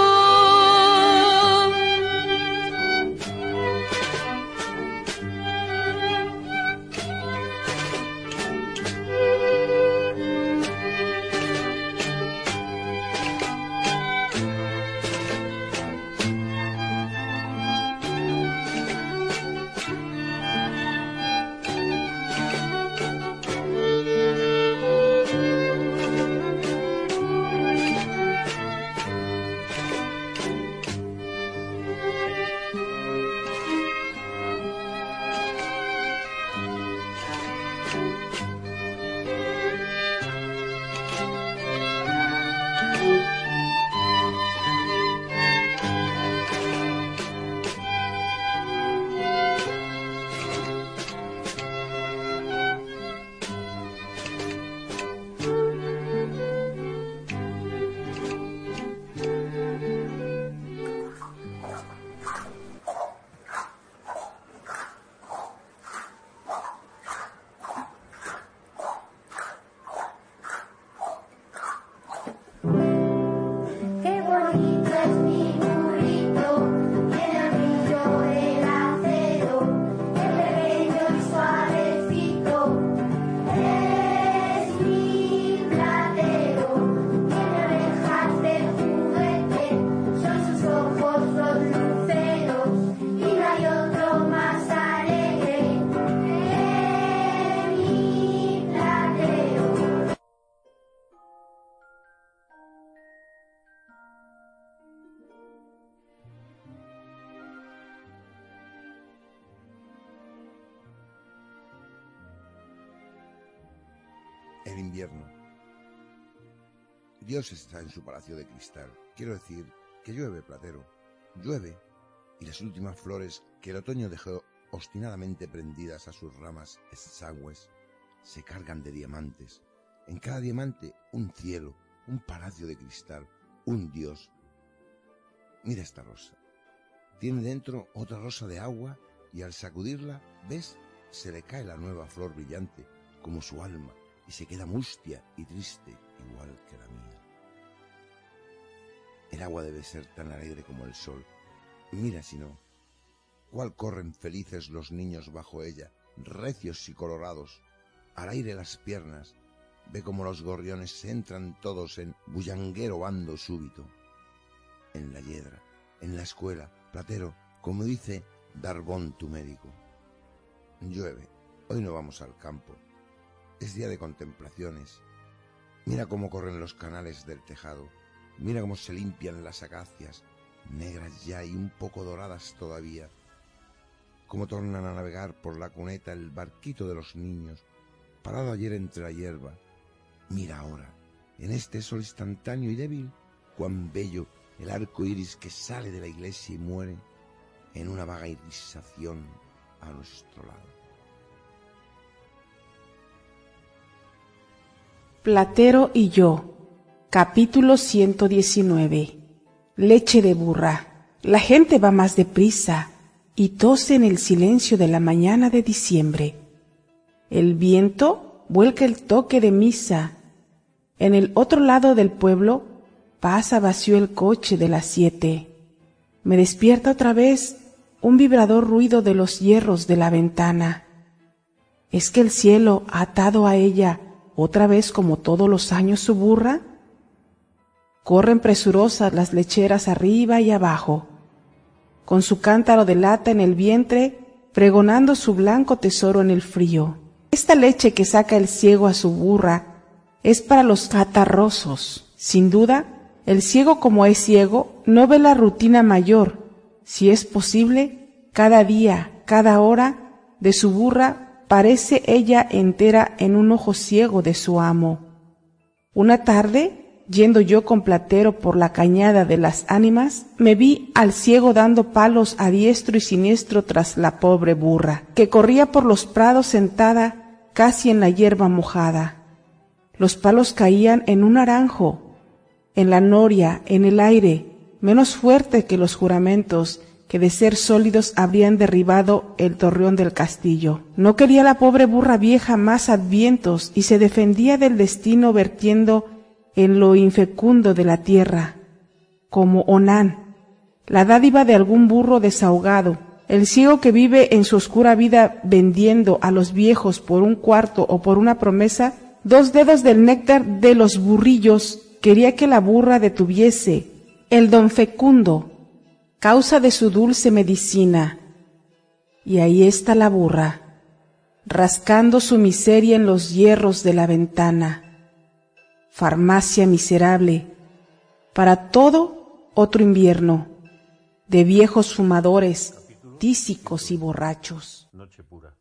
el invierno. Dios está en su palacio de cristal. Quiero decir que llueve, Platero, llueve, y las últimas flores que el otoño dejó obstinadamente prendidas a sus ramas exangües se cargan de diamantes. En cada diamante un cielo, un palacio de cristal, un dios. Mira esta rosa. Tiene dentro otra rosa de agua y al sacudirla, ¿ves? Se le cae la nueva flor brillante como su alma y se queda mustia y triste igual que la mía. El agua debe ser tan alegre como el sol. Mira si no, cuál corren felices los niños bajo ella, recios y colorados, al aire las piernas. Ve como los gorriones se entran todos en bullanguero bando súbito. En la hiedra, en la escuela, Platero, como dice Darbón tu médico. Llueve, hoy no vamos al campo. Es día de contemplaciones. Mira cómo corren los canales del tejado. Mira cómo se limpian las acacias, negras ya y un poco doradas todavía. Cómo tornan a navegar por la cuneta el barquito de los niños, parado ayer entre la hierba. Mira ahora, en este sol instantáneo y débil, cuán bello el arco iris que sale de la iglesia y muere en una vaga irisación a nuestro lado. Platero y yo, capítulo ciento diecinueve. Leche de burra. La gente va más deprisa y tose en el silencio de la mañana de diciembre. El viento vuelca el toque de misa. En el otro lado del pueblo pasa vacío el coche de las siete. Me despierta otra vez un vibrador ruido de los hierros de la ventana. ¿Es que el cielo ha atado a ella otra vez como todos los años su burra? Corren presurosas las lecheras arriba y abajo, con su cántaro de lata en el vientre, pregonando su blanco tesoro en el frío. Esta leche que saca el ciego a su burra es para los catarrosos. Sin duda, el ciego como es ciego no ve la rutina mayor, si es posible, cada día, cada hora de su burra parece ella entera en un ojo ciego de su amo. Una tarde, yendo yo con Platero por la cañada de las ánimas, me vi al ciego dando palos a diestro y siniestro tras la pobre burra, que corría por los prados sentada casi en la hierba mojada. Los palos caían en un naranjo, en la noria, en el aire, menos fuerte que los juramentos que de ser sólidos habrían derribado el torreón del castillo. No quería la pobre burra vieja más advientos y se defendía del destino vertiendo en lo infecundo de la tierra, como Onán, la dádiva de algún burro desahogado, el ciego que vive en su oscura vida vendiendo a los viejos por un cuarto o por una promesa, dos dedos del néctar de los burrillos. Quería que la burra detuviese el don fecundo, causa de su dulce medicina. Y ahí está la burra, rascando su miseria en los hierros de la ventana. Farmacia miserable, para todo otro invierno, de viejos fumadores, tísicos y borrachos. Noche pura.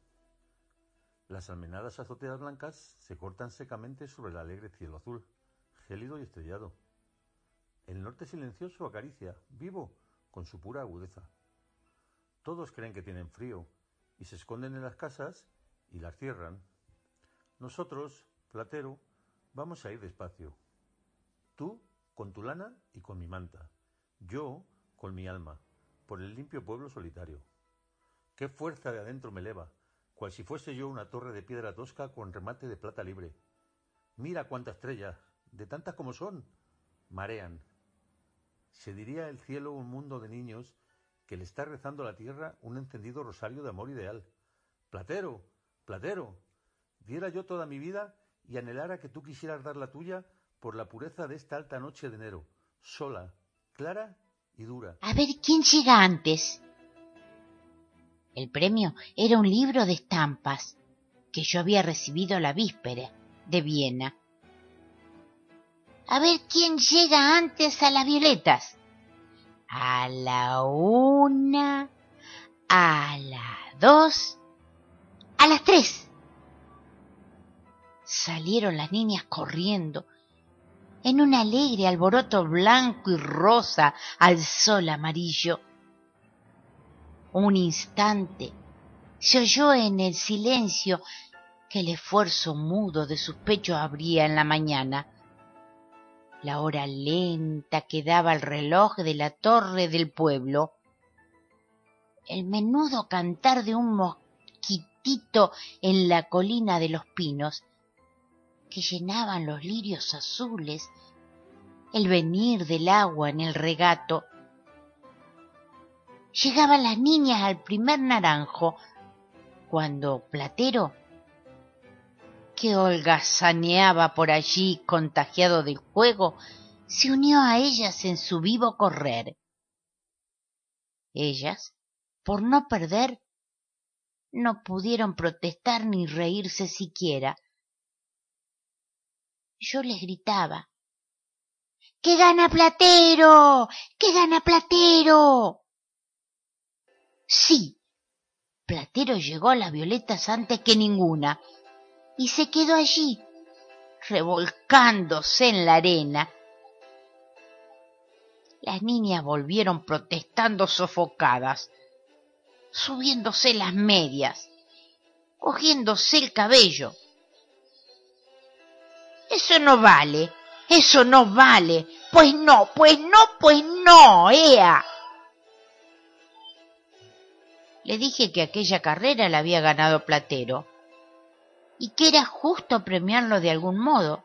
Las almenadas azoteas blancas se cortan secamente sobre el alegre cielo azul, gélido y estrellado. El norte silencioso acaricia, vivo, con su pura agudeza. Todos creen que tienen frío y se esconden en las casas y las cierran. Nosotros, Platero, vamos a ir despacio. Tú con tu lana y con mi manta. Yo con mi alma, por el limpio pueblo solitario. Qué fuerza de adentro me eleva, cual si fuese yo una torre de piedra tosca con remate de plata libre. Mira cuántas estrellas, de tantas como son, marean. Se diría el cielo un mundo de niños que le está rezando a la tierra un encendido rosario de amor ideal. Platero, Platero, diera yo toda mi vida y anhelara que tú quisieras dar la tuya por la pureza de esta alta noche de enero, sola, clara y dura. A ver quién llega antes. El premio era un libro de estampas que yo había recibido la víspera de Viena. A ver quién llega antes a las violetas. A la una, a las dos, a las tres. salieron las niñas corriendo en un alegre alboroto blanco y rosa al sol amarillo. Un instante se oyó en el silencio que el esfuerzo mudo de sus pechos abría en la mañana. La hora lenta que daba el reloj de la torre del pueblo. El menudo cantar de un mosquitito en la colina de los pinos que llenaban los lirios azules, el venir del agua en el regato. Llegaban las niñas al primer naranjo, cuando Platero, que holgazaneaba por allí contagiado del juego, se unió a ellas en su vivo correr. Ellas, por no perder, no pudieron protestar ni reírse siquiera. Yo les gritaba: ¡Que gana Platero! ¡Que gana Platero! Sí, Platero llegó a las violetas antes que ninguna y se quedó allí, revolcándose en la arena. Las niñas volvieron protestando sofocadas, subiéndose las medias, cogiéndose el cabello. Eso no vale, eso no vale, pues no, pues no, pues no, ea. Le dije que aquella carrera la había ganado Platero y que era justo premiarlo de algún modo.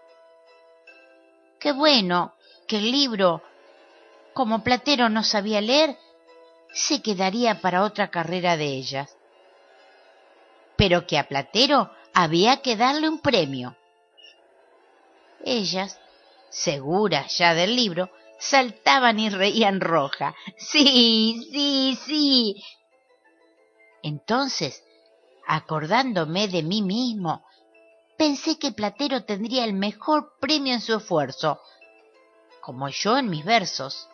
Qué bueno que el libro, como Platero no sabía leer, se quedaría para otra carrera de ellas, pero que a Platero había que darle un premio. Ellas, seguras ya del libro, saltaban y reían roja. Sí, sí, sí. Entonces, acordándome de mí mismo, pensé que Platero tendría el mejor premio en su esfuerzo, como yo en mis versos.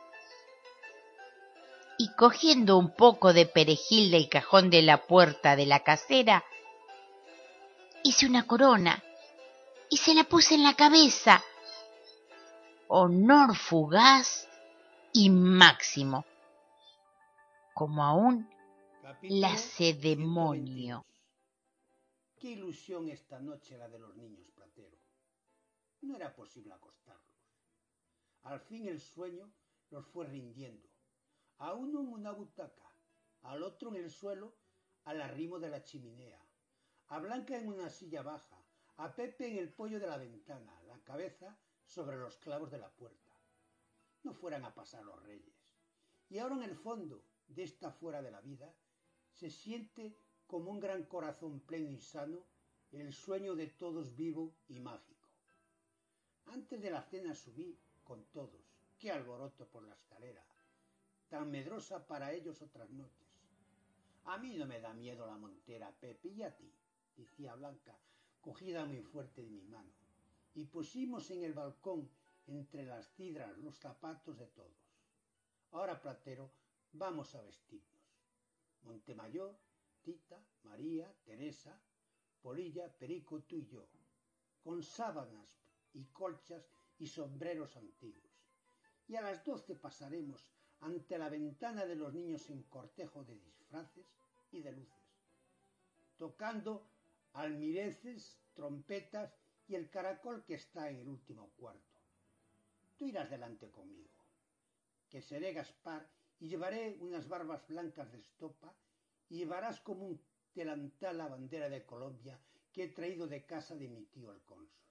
Y cogiendo un poco de perejil del cajón de la puerta de la casera, hice una corona y se la puse en la cabeza. Honor fugaz y máximo, como aún lacedemonio. Qué ilusión esta noche la de los niños, Platero. No era posible acostarlos. Al fin el sueño los fue rindiendo. A uno en una butaca, al otro en el suelo, al arrimo de la chimenea, a Blanca en una silla baja, a Pepe en el poyo de la ventana, la cabeza sobre los clavos de la puerta. No fueran a pasar los reyes. Y ahora en el fondo de esta fuera de la vida se siente como un gran corazón pleno y sano el sueño de todos vivo y mágico. Antes de la cena subí con todos, qué alboroto por la escalera, tan medrosa para ellos otras noches. A mí no me da miedo la montera, Pepe, y a ti, decía Blanca, cogida muy fuerte de mi mano, y pusimos en el balcón entre las cidras los zapatos de todos. Ahora, Platero, vamos a vestirnos. Montemayor, Tita, María, Teresa, Polilla, Perico, tú y yo, con sábanas y colchas y sombreros antiguos. Y a las doce pasaremos ante la ventana de los niños en cortejo de disfraces y de luces, tocando almireces, trompetas y el caracol que está en el último cuarto. Tú irás delante conmigo, que seré Gaspar y llevaré unas barbas blancas de estopa y llevarás como un delantal la bandera de Colombia que he traído de casa de mi tío el cónsul.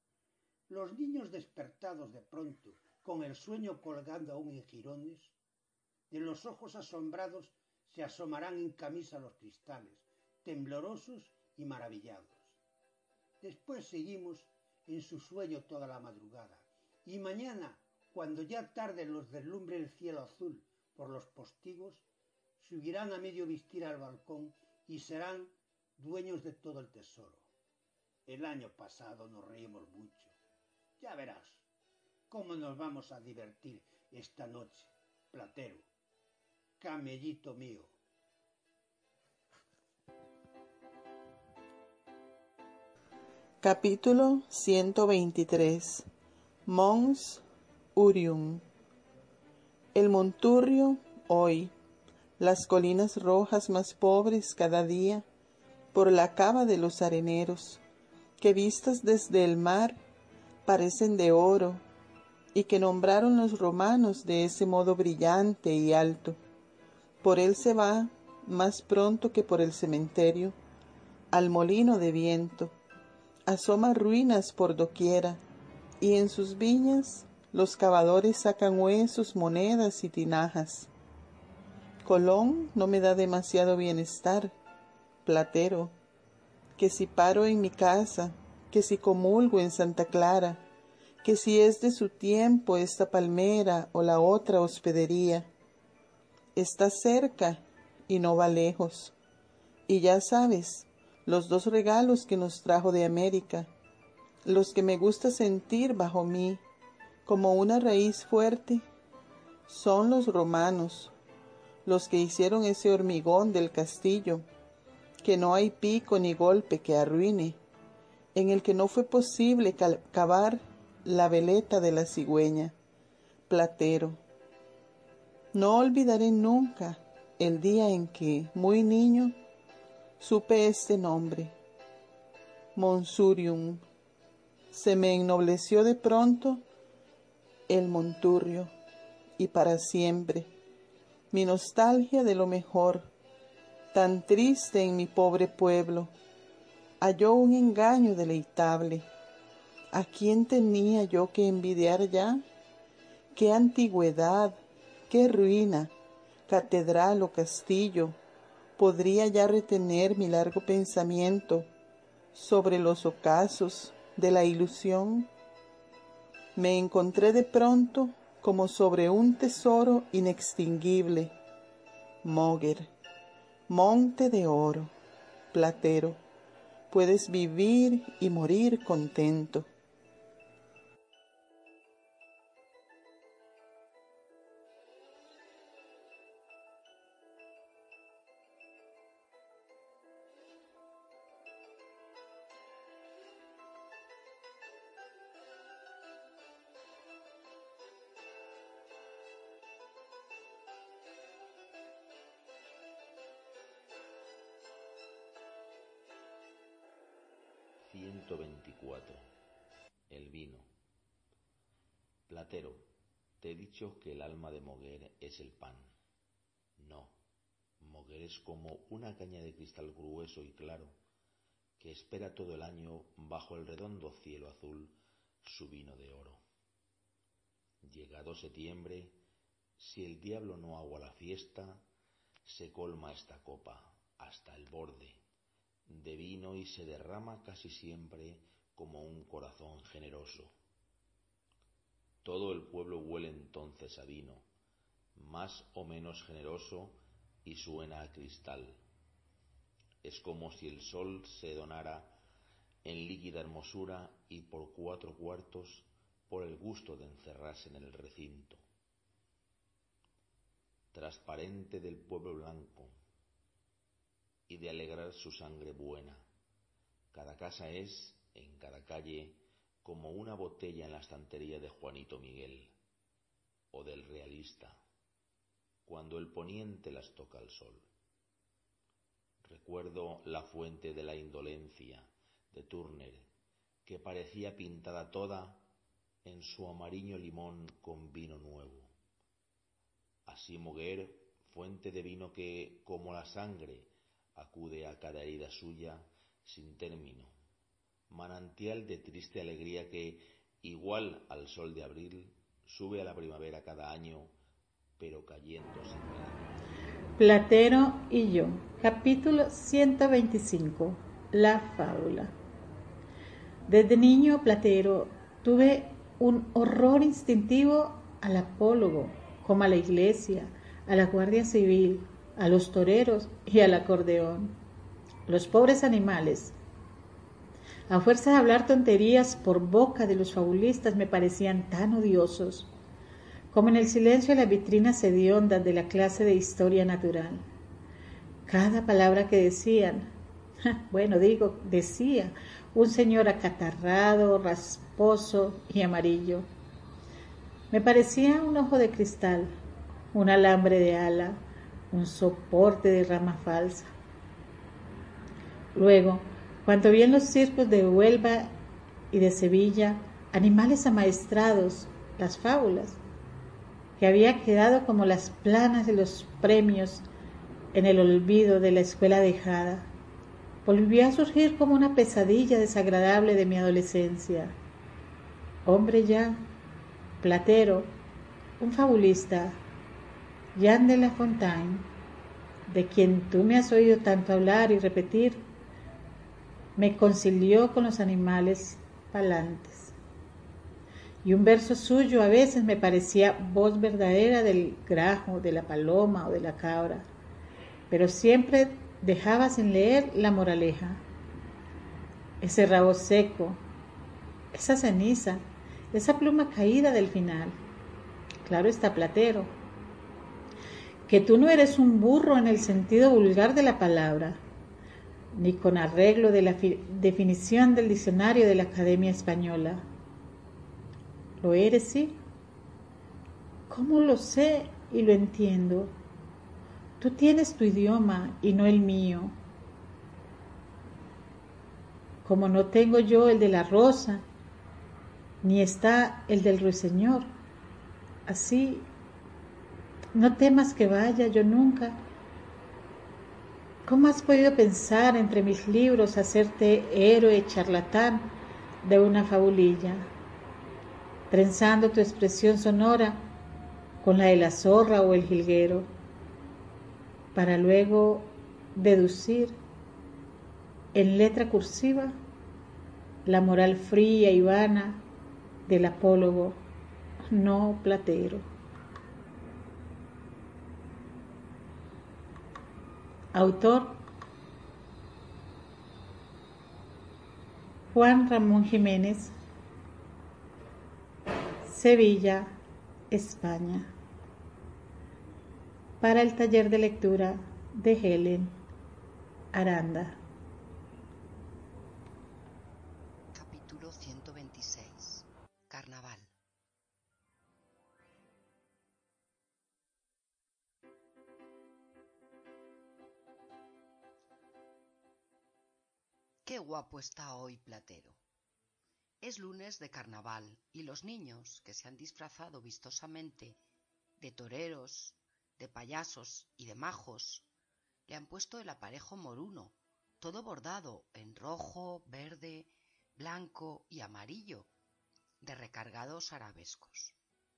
Los niños despertados de pronto, con el sueño colgando aún en jirones, de los ojos asombrados se asomarán en camisa a los cristales, temblorosos y maravillados. Después seguimos en su sueño toda la madrugada, y mañana, cuando ya tarde los deslumbre el cielo azul por los postigos, subirán a medio vestir al balcón y serán dueños de todo el tesoro. El año pasado nos reímos mucho. Ya verás cómo nos vamos a divertir esta noche, Platero, camellito mío. Capítulo ciento veintitrés. Mons Urium. El Monturrio, hoy, las colinas rojas más pobres cada día, por la cava de los areneros, que vistas desde el mar parecen de oro, y que nombraron los romanos de ese modo brillante y alto. Por él se va, más pronto que por el cementerio, al molino de viento. Asoma ruinas por doquiera, y en sus viñas los cavadores sacan huesos, monedas y tinajas. Colón no me da demasiado bienestar, Platero, que si paro en mi casa, que si comulgo en Santa Clara, que si es de su tiempo esta palmera o la otra hospedería. Está cerca y no va lejos, y ya sabes, los dos regalos que nos trajo de América, los que me gusta sentir bajo mí, como una raíz fuerte, son los romanos, los que hicieron ese hormigón del castillo, que no hay pico ni golpe que arruine, en el que no fue posible cavar la veleta de la cigüeña. Platero. No olvidaré nunca el día en que, muy niño, supe este nombre, Monsurium. Se me ennobleció de pronto el Monturrio, y para siempre, mi nostalgia de lo mejor, tan triste en mi pobre pueblo, halló un engaño deleitable. ¿A quién tenía yo que envidiar ya? ¿Qué antigüedad, qué ruina, catedral o castillo podría ya retener mi largo pensamiento sobre los ocasos de la ilusión? Me encontré de pronto como sobre un tesoro inextinguible. Moguer, monte de oro, Platero, puedes vivir y morir contento. ciento veinticuatro. El vino. Platero, te he dicho que el alma de Moguer es el pan. No, Moguer es como una caña de cristal grueso y claro que espera todo el año bajo el redondo cielo azul su vino de oro. Llegado septiembre, si el diablo no agua la fiesta, se colma esta copa hasta el borde de vino y se derrama casi siempre como un corazón generoso. Todo el pueblo huele entonces a vino, más o menos generoso, y suena a cristal. Es como si el sol se donara en líquida hermosura y por cuatro cuartos por el gusto de encerrarse en el recinto. Transparente del pueblo blanco, y de alegrar su sangre buena. Cada casa es, en cada calle, como una botella en la estantería de Juanito Miguel, o del realista, cuando el poniente las toca al sol. Recuerdo la fuente de la indolencia, de Turner, que parecía pintada toda en su amarillo limón con vino nuevo. Así Moguer, fuente de vino que, como la sangre, acude a cada herida suya sin término, manantial de triste alegría que, igual al sol de abril, sube a la primavera cada año, pero cayendo sin verano. Platero y yo, capítulo ciento veinticinco, la fábula. Desde niño, Platero, tuve un horror instintivo al apólogo, como a la iglesia, a la guardia civil, a los toreros y al acordeón. Los pobres animales, a fuerza de hablar tonterías por boca de los fabulistas, me parecían tan odiosos como en el silencio de las vitrinas hediondas de la clase de historia natural. Cada palabra que decían Bueno, digo, decía, un señor acatarrado, rasposo y amarillo. Me parecía un ojo de cristal, un alambre de ala, un soporte de rama falsa. Luego, cuando vi en los circos de Huelva y de Sevilla animales amaestrados, las fábulas, que había quedado como las planas de los premios en el olvido de la escuela dejada, volvió a surgir como una pesadilla desagradable de mi adolescencia. Hombre ya, Platero, un fabulista, Jean de La Fontaine, de quien tú me has oído tanto hablar y repetir, me concilió con los animales palantes. Y un verso suyo a veces me parecía voz verdadera del grajo, de la paloma o de la cabra, pero siempre dejaba sin leer la moraleja. Ese rabo seco, esa ceniza, esa pluma caída del final. Claro está, Platero, que tú no eres un burro en el sentido vulgar de la palabra, ni con arreglo de la definición del diccionario de la Academia Española. ¿Lo eres, sí? ¿Cómo lo sé y lo entiendo? Tú tienes tu idioma y no el mío. Como no tengo yo el de la rosa, ni está el del ruiseñor. Así, no temas que vaya yo nunca. ¿Cómo has podido pensar entre mis libros hacerte héroe charlatán de una fabulilla, trenzando tu expresión sonora con la de la zorra o el jilguero, para luego deducir en letra cursiva la moral fría y vana del apólogo no Platero? Autor: Juan Ramón Jiménez, Sevilla, España. Para el taller de lectura de Helen Aranda. Capítulo ciento veintiséis. Carnaval. Qué guapo está hoy Platero. Es lunes de carnaval y los niños, que se han disfrazado vistosamente de toreros, de payasos y de majos, le han puesto el aparejo moruno, todo bordado en rojo, verde, blanco y amarillo, de recargados arabescos.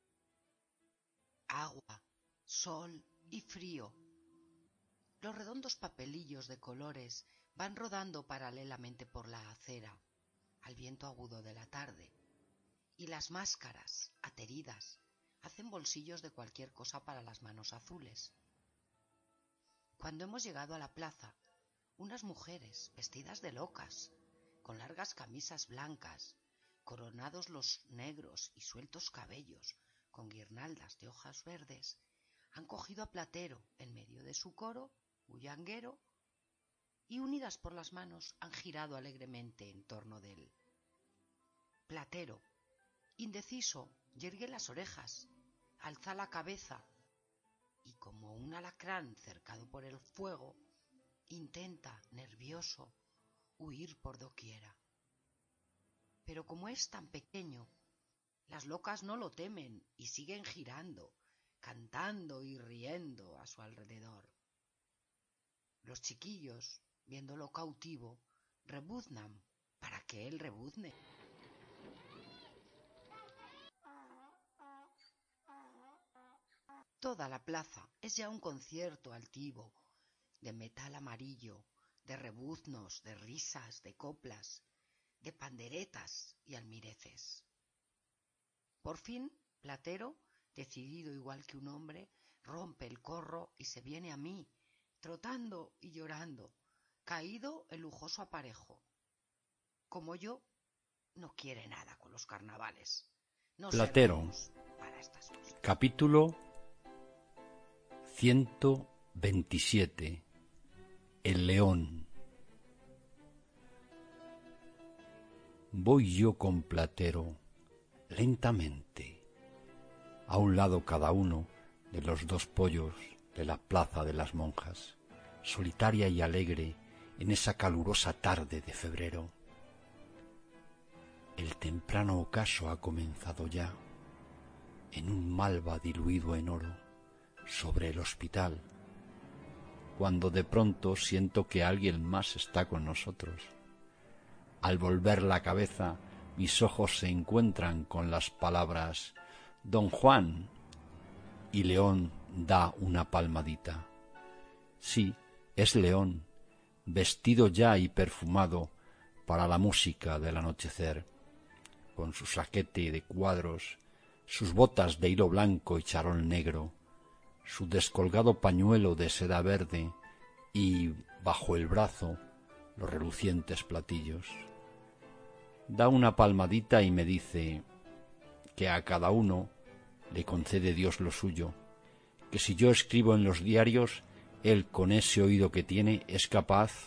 Agua, sol y frío. Los redondos papelillos de colores van rodando paralelamente por la acera, al viento agudo de la tarde, y las máscaras, ateridas, hacen bolsillos de cualquier cosa para las manos azules. Cuando hemos llegado a la plaza, unas mujeres vestidas de locas, con largas camisas blancas, coronados los negros y sueltos cabellos con guirnaldas de hojas verdes, han cogido a Platero en medio de su coro bullanguero y, unidas por las manos, han girado alegremente en torno de él. Platero, indeciso, yergue las orejas, alza la cabeza y, como un alacrán cercado por el fuego, intenta, nervioso, huir por doquiera. Pero como es tan pequeño, las locas no lo temen y siguen girando, cantando y riendo a su alrededor. Los chiquillos, viéndolo cautivo, rebuznan para que él rebuzne. Toda la plaza es ya un concierto altivo, de metal amarillo, de rebuznos, de risas, de coplas, de panderetas y almireces. Por fin, Platero, decidido igual que un hombre, rompe el corro y se viene a mí, trotando y llorando, caído el lujoso aparejo. Como yo, no quiere nada con los carnavales. No Platero, para estas cosas. Capítulo ciento veintisiete. El león. voy yo con Platero, lentamente, a un lado cada uno de los dos pollos de la plaza de las monjas, solitaria y alegre en esa calurosa tarde de febrero. El temprano ocaso ha comenzado ya, en un malva diluido en oro, sobre el hospital, cuando de pronto siento que alguien más está con nosotros. Al volver la cabeza, mis ojos se encuentran con las palabras «Don Juan», y León da una palmadita. Sí, es León, vestido ya y perfumado para la música del anochecer, con su saquete de cuadros, sus botas de hilo blanco y charol negro, su descolgado pañuelo de seda verde y, bajo el brazo, los relucientes platillos. Da una palmadita y me dice que a cada uno le concede Dios lo suyo, que si yo escribo en los diarios, él con ese oído que tiene es capaz.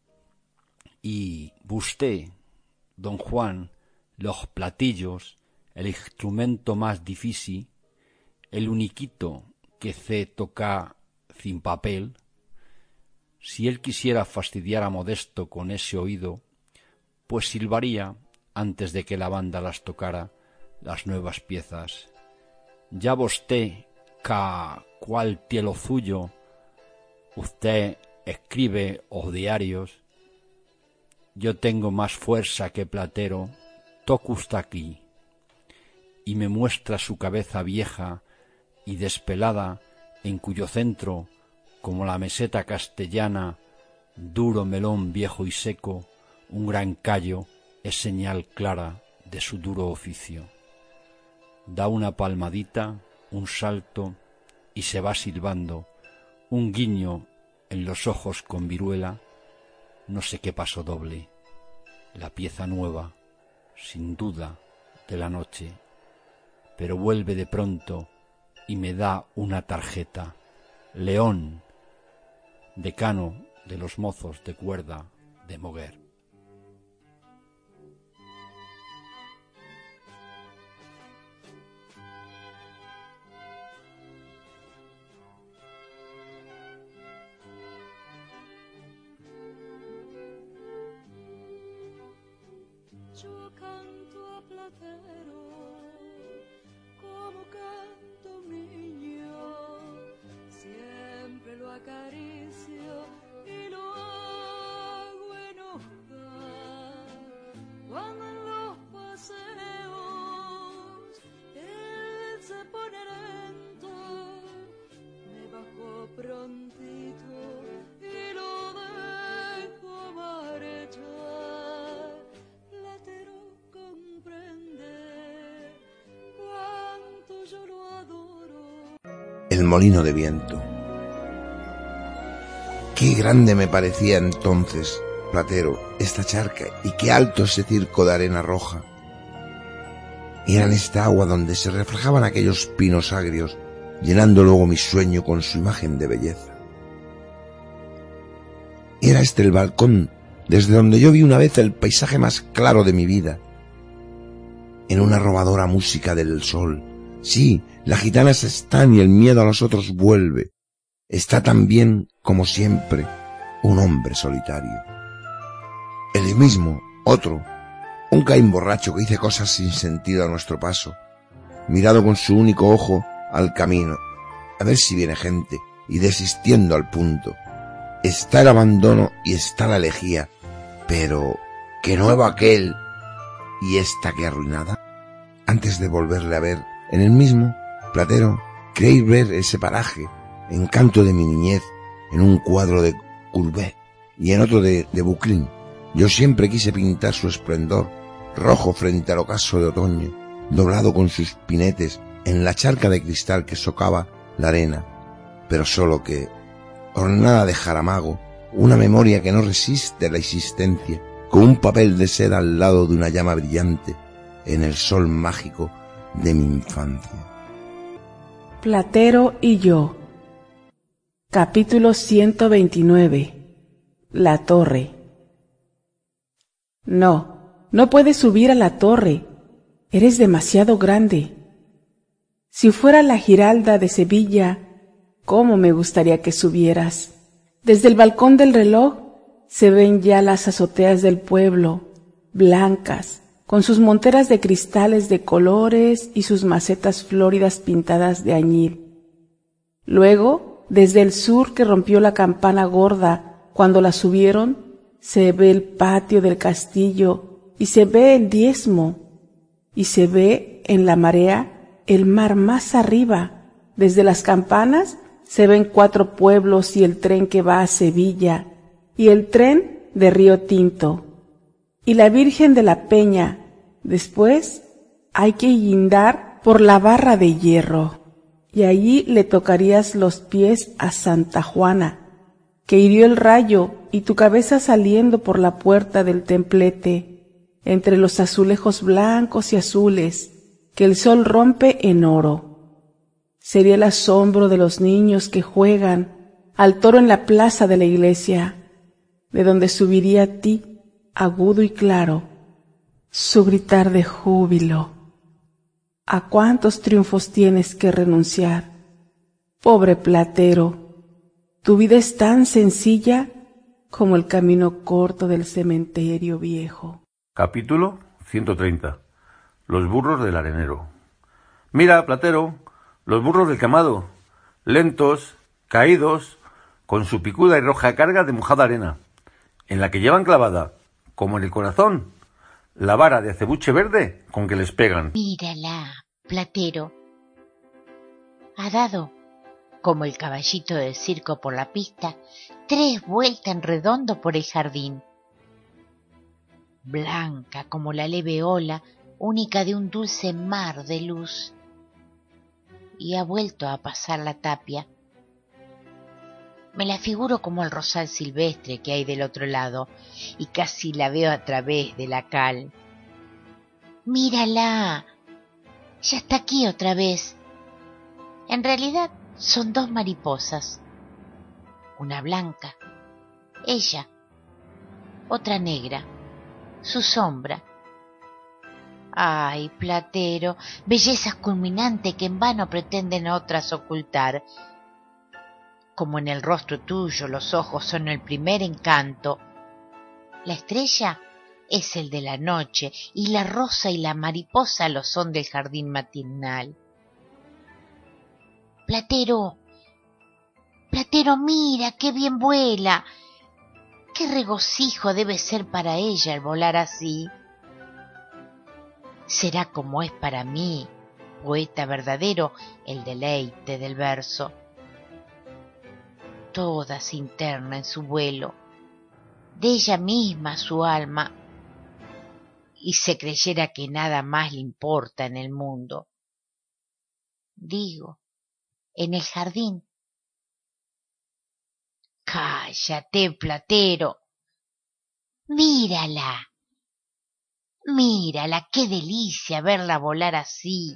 Y busté, don Juan, los platillos, el instrumento más difícil, el uniquito que sé tocar sin papel. Si él quisiera fastidiar a Modesto con ese oído, pues silbaría, antes de que la banda las tocara, las nuevas piezas. Ya vosté, ca cual tielo suyo, usted escribe os diarios. Yo tengo más fuerza que Platero, toco usted aquí. Y me muestra su cabeza vieja y despelada, en cuyo centro, como la meseta castellana, duro melón viejo y seco, un gran callo es señal clara de su duro oficio. Da una palmadita, un salto, y se va silbando, un guiño en los ojos con viruela, no sé qué paso doble, la pieza nueva, sin duda, de la noche, pero vuelve de pronto y me da una tarjeta. León, decano de los mozos de cuerda de Moguer. Yo canto a Platero como canta un niño, siempre lo acaricio y lo hago enojar. Cuando en los paseos él se pone lento, me bajo prontito y lo dejo marchar. El molino de viento. Qué grande me parecía entonces, Platero, esta charca, y qué alto ese circo de arena roja. Y era en esta agua donde se reflejaban aquellos pinos agrios, llenando luego mi sueño con su imagen de belleza. Y era este el balcón desde donde yo vi una vez el paisaje más claro de mi vida, en una robadora música del sol. Sí, las gitanas están y el miedo a los otros vuelve. Está también, como siempre, un hombre solitario. El mismo, otro, un Caín borracho que dice cosas sin sentido a nuestro paso, mirado con su único ojo al camino, a ver si viene gente, y desistiendo al punto. Está el abandono y está la elegía, pero ¿qué nuevo aquel y esta que arruinada? Antes de volverle a ver, en el mismo, Platero, creí ver ese paraje, encanto de mi niñez, en un cuadro de Courbet y en otro de, de Bouclin. Yo siempre quise pintar su esplendor, rojo frente al ocaso de otoño, doblado con sus pinetes en la charca de cristal que socava la arena, pero solo que, ornada de jaramago, una memoria que no resiste la existencia, con un papel de seda al lado de una llama brillante, en el sol mágico de mi infancia. Platero y yo. Capítulo ciento veintinueve. La torre. No, no puedes subir a la torre. Eres demasiado grande. Si fuera la Giralda de Sevilla, cómo me gustaría que subieras. Desde el balcón del reloj se ven ya las azoteas del pueblo, blancas, con sus monteras de cristales de colores y sus macetas floridas pintadas de añil. Luego, desde el sur que rompió la campana gorda cuando la subieron, se ve el patio del castillo y se ve el diezmo y se ve en la marea el mar más arriba. Desde las campanas se ven cuatro pueblos y el tren que va a Sevilla y el tren de Río Tinto y la Virgen de la Peña. Después hay que guindar por la barra de hierro y allí le tocarías los pies a Santa Juana, que hirió el rayo y tu cabeza saliendo por la puerta del templete, entre los azulejos blancos y azules que el sol rompe en oro. Sería el asombro de los niños que juegan al toro en la plaza de la iglesia, de donde subiría a ti, agudo y claro, su gritar de júbilo. ¿A cuántos triunfos tienes que renunciar? Pobre platero, tu vida es tan sencilla como el camino corto del cementerio viejo. Capítulo ciento treinta. Los burros del arenero. Mira, platero, los burros del quemado, lentos, caídos, con su picuda y roja carga de mojada arena, en la que llevan clavada, como en el corazón, la vara de acebuche verde con que les pegan. Mírala, platero. Ha dado, como el caballito del circo por la pista, tres vueltas en redondo por el jardín. Blanca como la leve ola, única de un dulce mar de luz. Y ha vuelto a pasar la tapia. Me la figuro como el rosal silvestre que hay del otro lado, y casi la veo a través de la cal. Mírala, ya está aquí otra vez. En realidad son dos mariposas, una blanca, ella, otra negra, su sombra. Ay, platero, belleza culminante que en vano pretenden otras ocultar. Como en el rostro tuyo los ojos son el primer encanto, la estrella es el de la noche y la rosa y la mariposa lo son del jardín matinal. Platero, platero, mira qué bien vuela. Qué regocijo debe ser para ella el volar así. Será como es para mí, poeta verdadero, el deleite del verso. Toda se interna en su vuelo, de ella misma su alma, y se creyera que nada más le importa en el mundo. Digo, en el jardín. Cállate, platero. Mírala. Mírala, qué delicia verla volar así,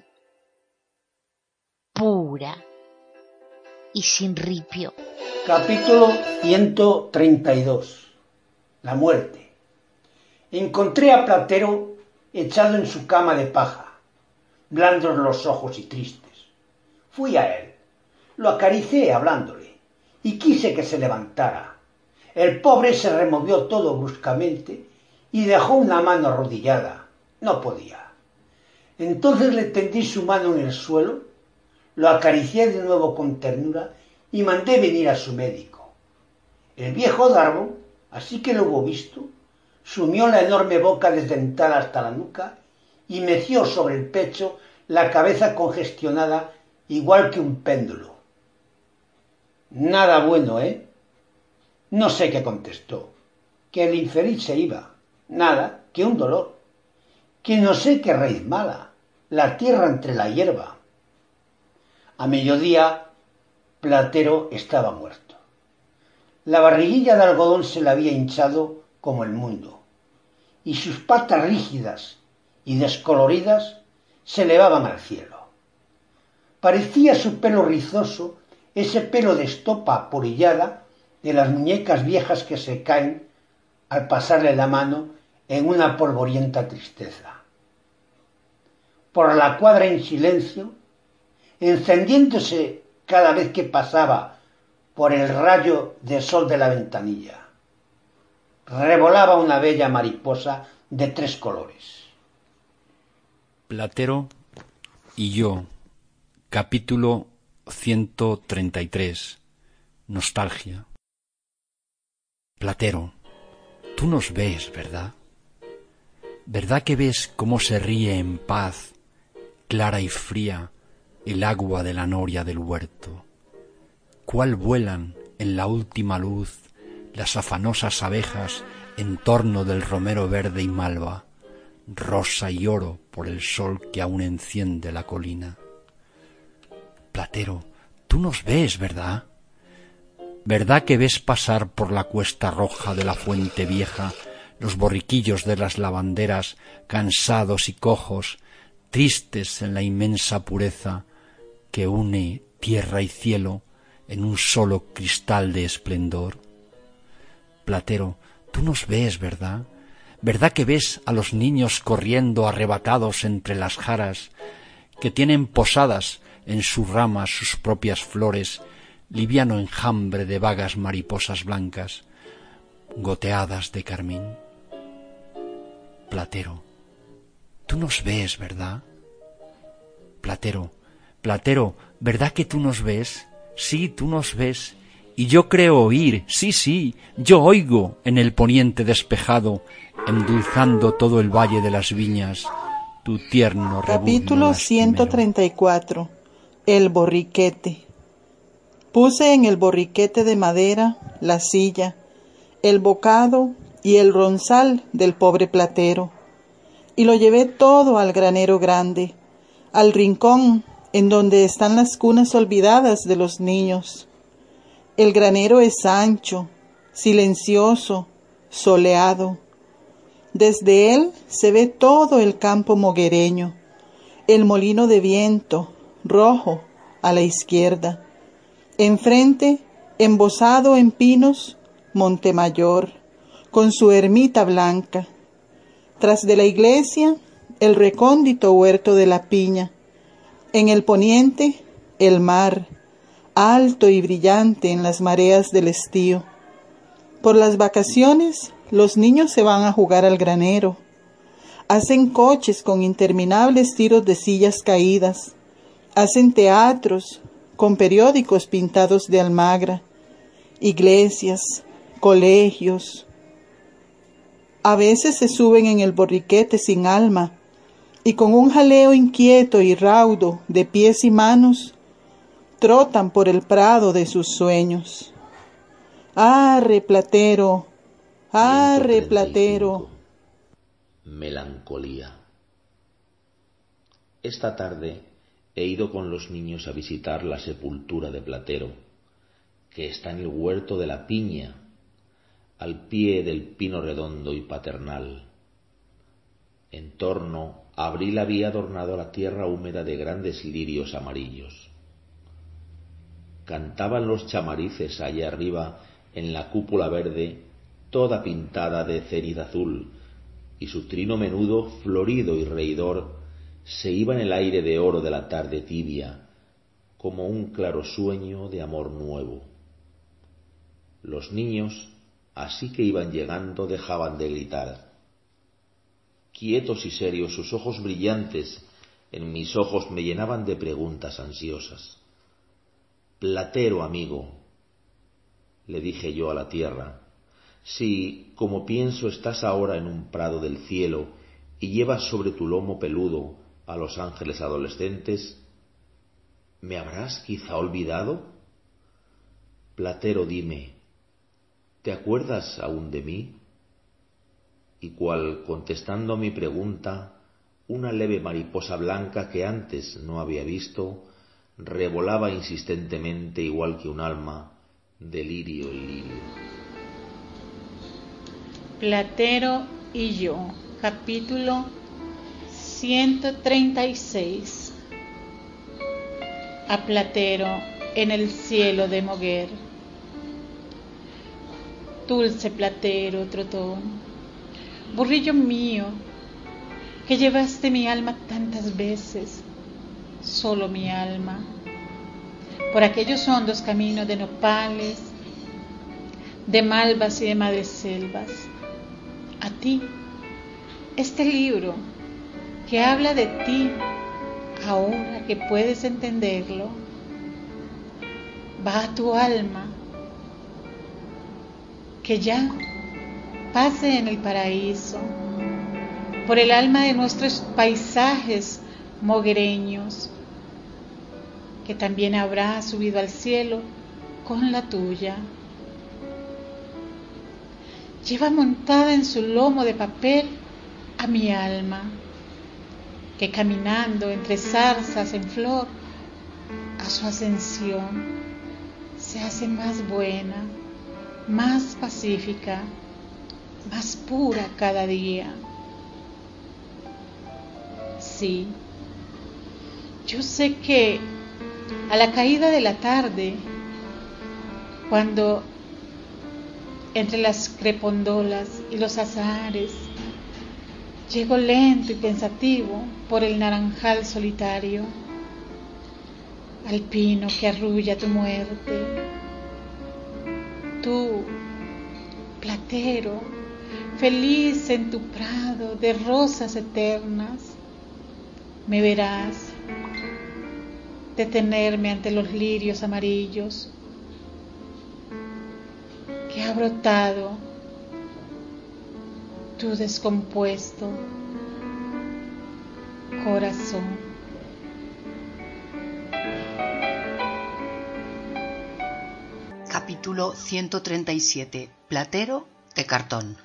pura y sin ripio. Capítulo ciento treinta y dos. La muerte. Encontré a Platero echado en su cama de paja, blandos los ojos y tristes. Fui a él, lo acaricié hablándole, y quise que se levantara. El pobre se removió todo bruscamente y dejó una mano arrodillada. No podía. Entonces le tendí su mano en el suelo, lo acaricié de nuevo con ternura y mandé venir a su médico. El viejo Darbo, así que lo hubo visto, sumió la enorme boca desdentada hasta la nuca y meció sobre el pecho la cabeza congestionada igual que un péndulo. Nada bueno, ¿eh? No sé qué contestó. Que el infeliz se iba. Nada, que un dolor. Que no sé qué raíz mala. La tierra entre la hierba. A mediodía, Platero estaba muerto. La barriguilla de algodón se le había hinchado como el mundo, y sus patas rígidas y descoloridas se elevaban al cielo. Parecía su pelo rizoso, ese pelo de estopa apolillada de las muñecas viejas que se caen al pasarle la mano en una polvorienta tristeza. Por la cuadra en silencio, encendiéndose cada vez que pasaba por el rayo de sol de la ventanilla, revolaba una bella mariposa de tres colores. Platero y yo, capítulo ciento treinta y tres. Nostalgia. Platero, tú nos ves, ¿verdad? ¿Verdad que ves cómo se ríe en paz, clara y fría, el agua de la noria del huerto? Cuál vuelan en la última luz las afanosas abejas en torno del romero verde y malva, rosa y oro por el sol que aún enciende la colina. Platero, tú nos ves, ¿verdad? ¿Verdad que ves pasar por la cuesta roja de la fuente vieja los borriquillos de las lavanderas, cansados y cojos, tristes en la inmensa pureza que une tierra y cielo en un solo cristal de esplendor? Platero, tú nos ves, ¿verdad? ¿Verdad que ves a los niños corriendo arrebatados entre las jaras, que tienen posadas en sus ramas sus propias flores, liviano enjambre de vagas mariposas blancas, goteadas de carmín? Platero, tú nos ves, ¿verdad? Platero, Platero, ¿verdad que tú nos ves? Sí, tú nos ves, y yo creo oír, sí, sí, yo oigo en el poniente despejado, endulzando todo el valle de las viñas, tu tierno rebuzno. Capítulo ciento treinta y cuatro. El borriquete. Puse en el borriquete de madera la silla, el bocado y el ronzal del pobre Platero, y lo llevé todo al granero grande, al rincón en donde están las cunas olvidadas de los niños. El granero es ancho, silencioso, soleado. Desde él se ve todo el campo moguereño, el molino de viento, rojo, a la izquierda. Enfrente, embosado en pinos, Montemayor, con su ermita blanca. Tras de la iglesia, el recóndito huerto de la piña. En el poniente, el mar, alto y brillante en las mareas del estío. Por las vacaciones, los niños se van a jugar al granero. Hacen coches con interminables tiros de sillas caídas. Hacen teatros con periódicos pintados de almagra. Iglesias, colegios. A veces se suben en el borriquete sin alma y con un jaleo inquieto y raudo de pies y manos trotan por el prado de sus sueños. ¡Arre, Platero! ¡Arre, Platero! Melancolía. Esta tarde he ido con los niños a visitar la sepultura de Platero, que está en el huerto de la piña, al pie del pino redondo y paternal. En torno, abril había adornado la tierra húmeda de grandes lirios amarillos. Cantaban los chamarices allá arriba en la cúpula verde, toda pintada de ceniz azul, y su trino menudo, florido y reidor, se iba en el aire de oro de la tarde tibia, como un claro sueño de amor nuevo. Los niños, así que iban llegando, dejaban de gritar. Quietos y serios, sus ojos brillantes en mis ojos me llenaban de preguntas ansiosas. Platero, amigo, le dije yo a la tierra, si, como pienso, estás ahora en un prado del cielo y llevas sobre tu lomo peludo a los ángeles adolescentes, ¿me habrás quizá olvidado? Platero, dime, ¿te acuerdas aún de mí? Y cual, contestando a mi pregunta, una leve mariposa blanca que antes no había visto, revolaba insistentemente igual que un alma, de lirio en lirio. Platero y yo, capítulo ciento treinta y seis. A Platero en el cielo de Moguer. Dulce Platero, trotón, burrillo mío, que llevaste mi alma tantas veces, solo mi alma, por aquellos hondos caminos de nopales, de malvas y de madreselvas. A ti, este libro que habla de ti, ahora que puedes entenderlo, va a tu alma, que ya pase en el paraíso, por el alma de nuestros paisajes moguereños, que también habrá subido al cielo con la tuya. Lleva montada en su lomo de papel a mi alma, que caminando entre zarzas en flor, a su ascensión se hace más buena, más pacífica, más pura cada día. Sí, yo sé que a la caída de la tarde, cuando entre las crepondolas y los azahares llego lento y pensativo por el naranjal solitario, al pino que arrulla tu muerte, tú, platero, feliz en tu prado de rosas eternas, me verás detenerme ante los lirios amarillos que ha brotado tu descompuesto corazón. Capítulo ciento treinta y siete. Platero de cartón.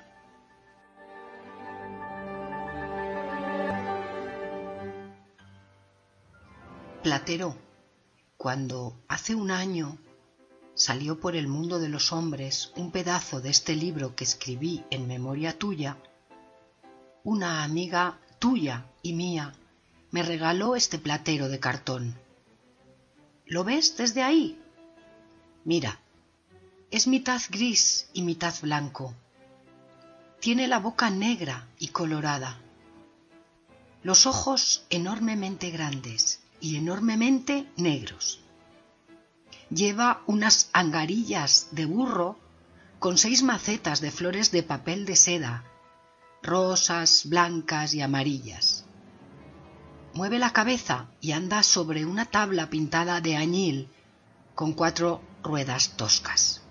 Platero, cuando hace un año salió por el mundo de los hombres un pedazo de este libro que escribí en memoria tuya, una amiga tuya y mía me regaló este platero de cartón. ¿Lo ves desde ahí? Mira, es mitad gris y mitad blanco. Tiene la boca negra y colorada, los ojos enormemente grandes y enormemente negros. Lleva unas angarillas de burro con seis macetas de flores de papel de seda, rosas, blancas y amarillas. Mueve la cabeza y anda sobre una tabla pintada de añil con cuatro ruedas toscas.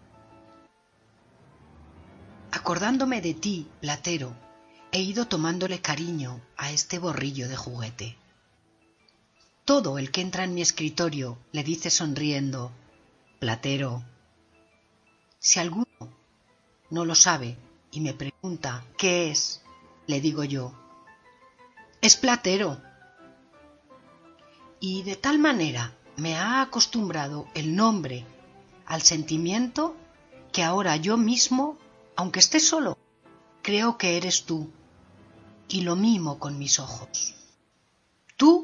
Acordándome de ti, Platero, he ido tomándole cariño a este borrillo de juguete. Todo el que entra en mi escritorio le dice sonriendo: Platero. Si alguno no lo sabe y me pregunta qué es, le digo yo: es Platero. Y de tal manera me ha acostumbrado el nombre al sentimiento que ahora yo mismo, aunque esté solo, creo que eres tú y lo mimo con mis ojos. Tú.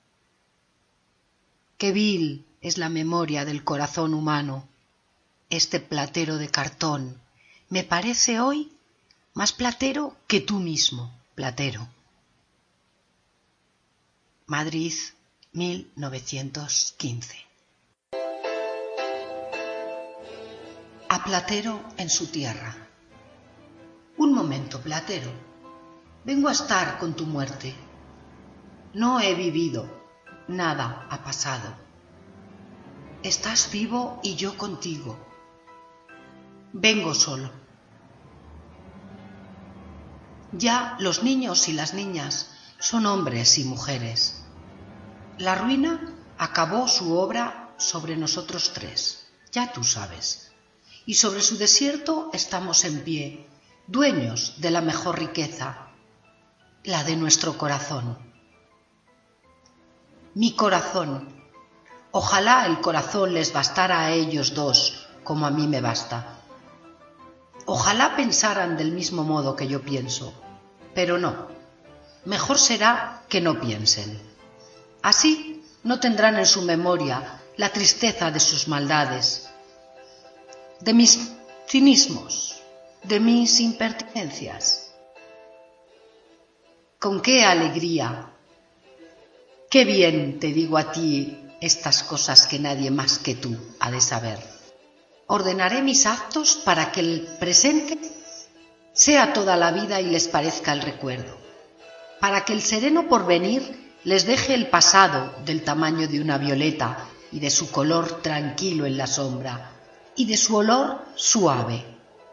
Qué vil es la memoria del corazón humano. Este platero de cartón me parece hoy más platero que tú mismo, Platero. Madrid, mil novecientos quince. A Platero en su tierra. Un momento, Platero. Vengo a estar con tu muerte. No he vivido. Nada ha pasado. Estás vivo y yo contigo. Vengo solo. Ya los niños y las niñas son hombres y mujeres. La ruina acabó su obra sobre nosotros tres, ya tú sabes. Y sobre su desierto estamos en pie, dueños de la mejor riqueza, la de nuestro corazón. Mi corazón. Ojalá el corazón les bastara a ellos dos como a mí me basta. Ojalá pensaran del mismo modo que yo pienso, pero no. Mejor será que no piensen. Así no tendrán en su memoria la tristeza de sus maldades, de mis cinismos, de mis impertinencias. con qué alegría. Qué bien te digo a ti estas cosas que nadie más que tú ha de saber. Ordenaré mis actos para que el presente sea toda la vida y les parezca el recuerdo, para que el sereno porvenir les deje el pasado del tamaño de una violeta y de su color tranquilo en la sombra y de su olor suave.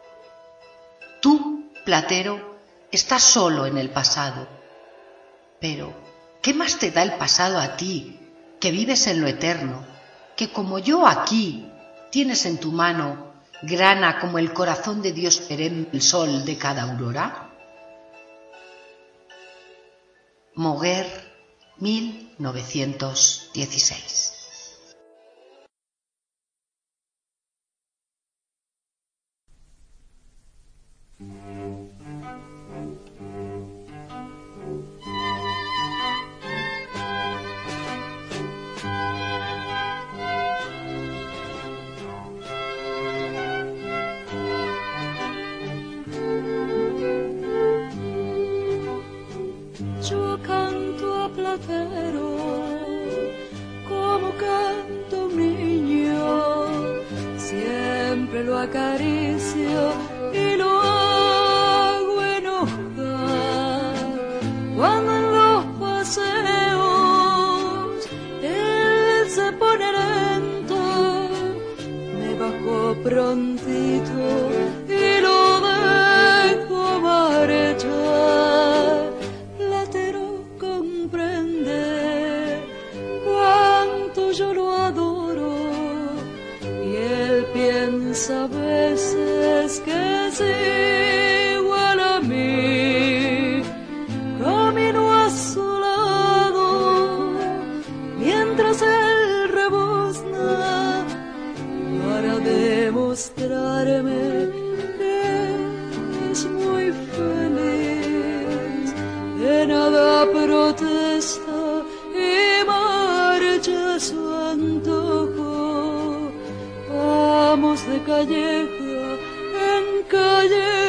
Tú, Platero, estás solo en el pasado, pero ¿qué más te da el pasado a ti, que vives en lo eterno, que como yo aquí tienes en tu mano grana como el corazón de Dios perenne el sol de cada aurora? Moguer, mil novecientos dieciséis. Yo canto a Platero como canta un niño, siempre lo acaricio y lo hago enojar. Cuando en los paseos él se pone lento, me bajo prontito y lo dejo marchar. Yo lo adoro y él piensa a veces que es igual a mí. Camino a su lado mientras él rebuzna para demostrarme que es muy feliz. De nada protesta y marcha su antojo. Vamos de calleja en calle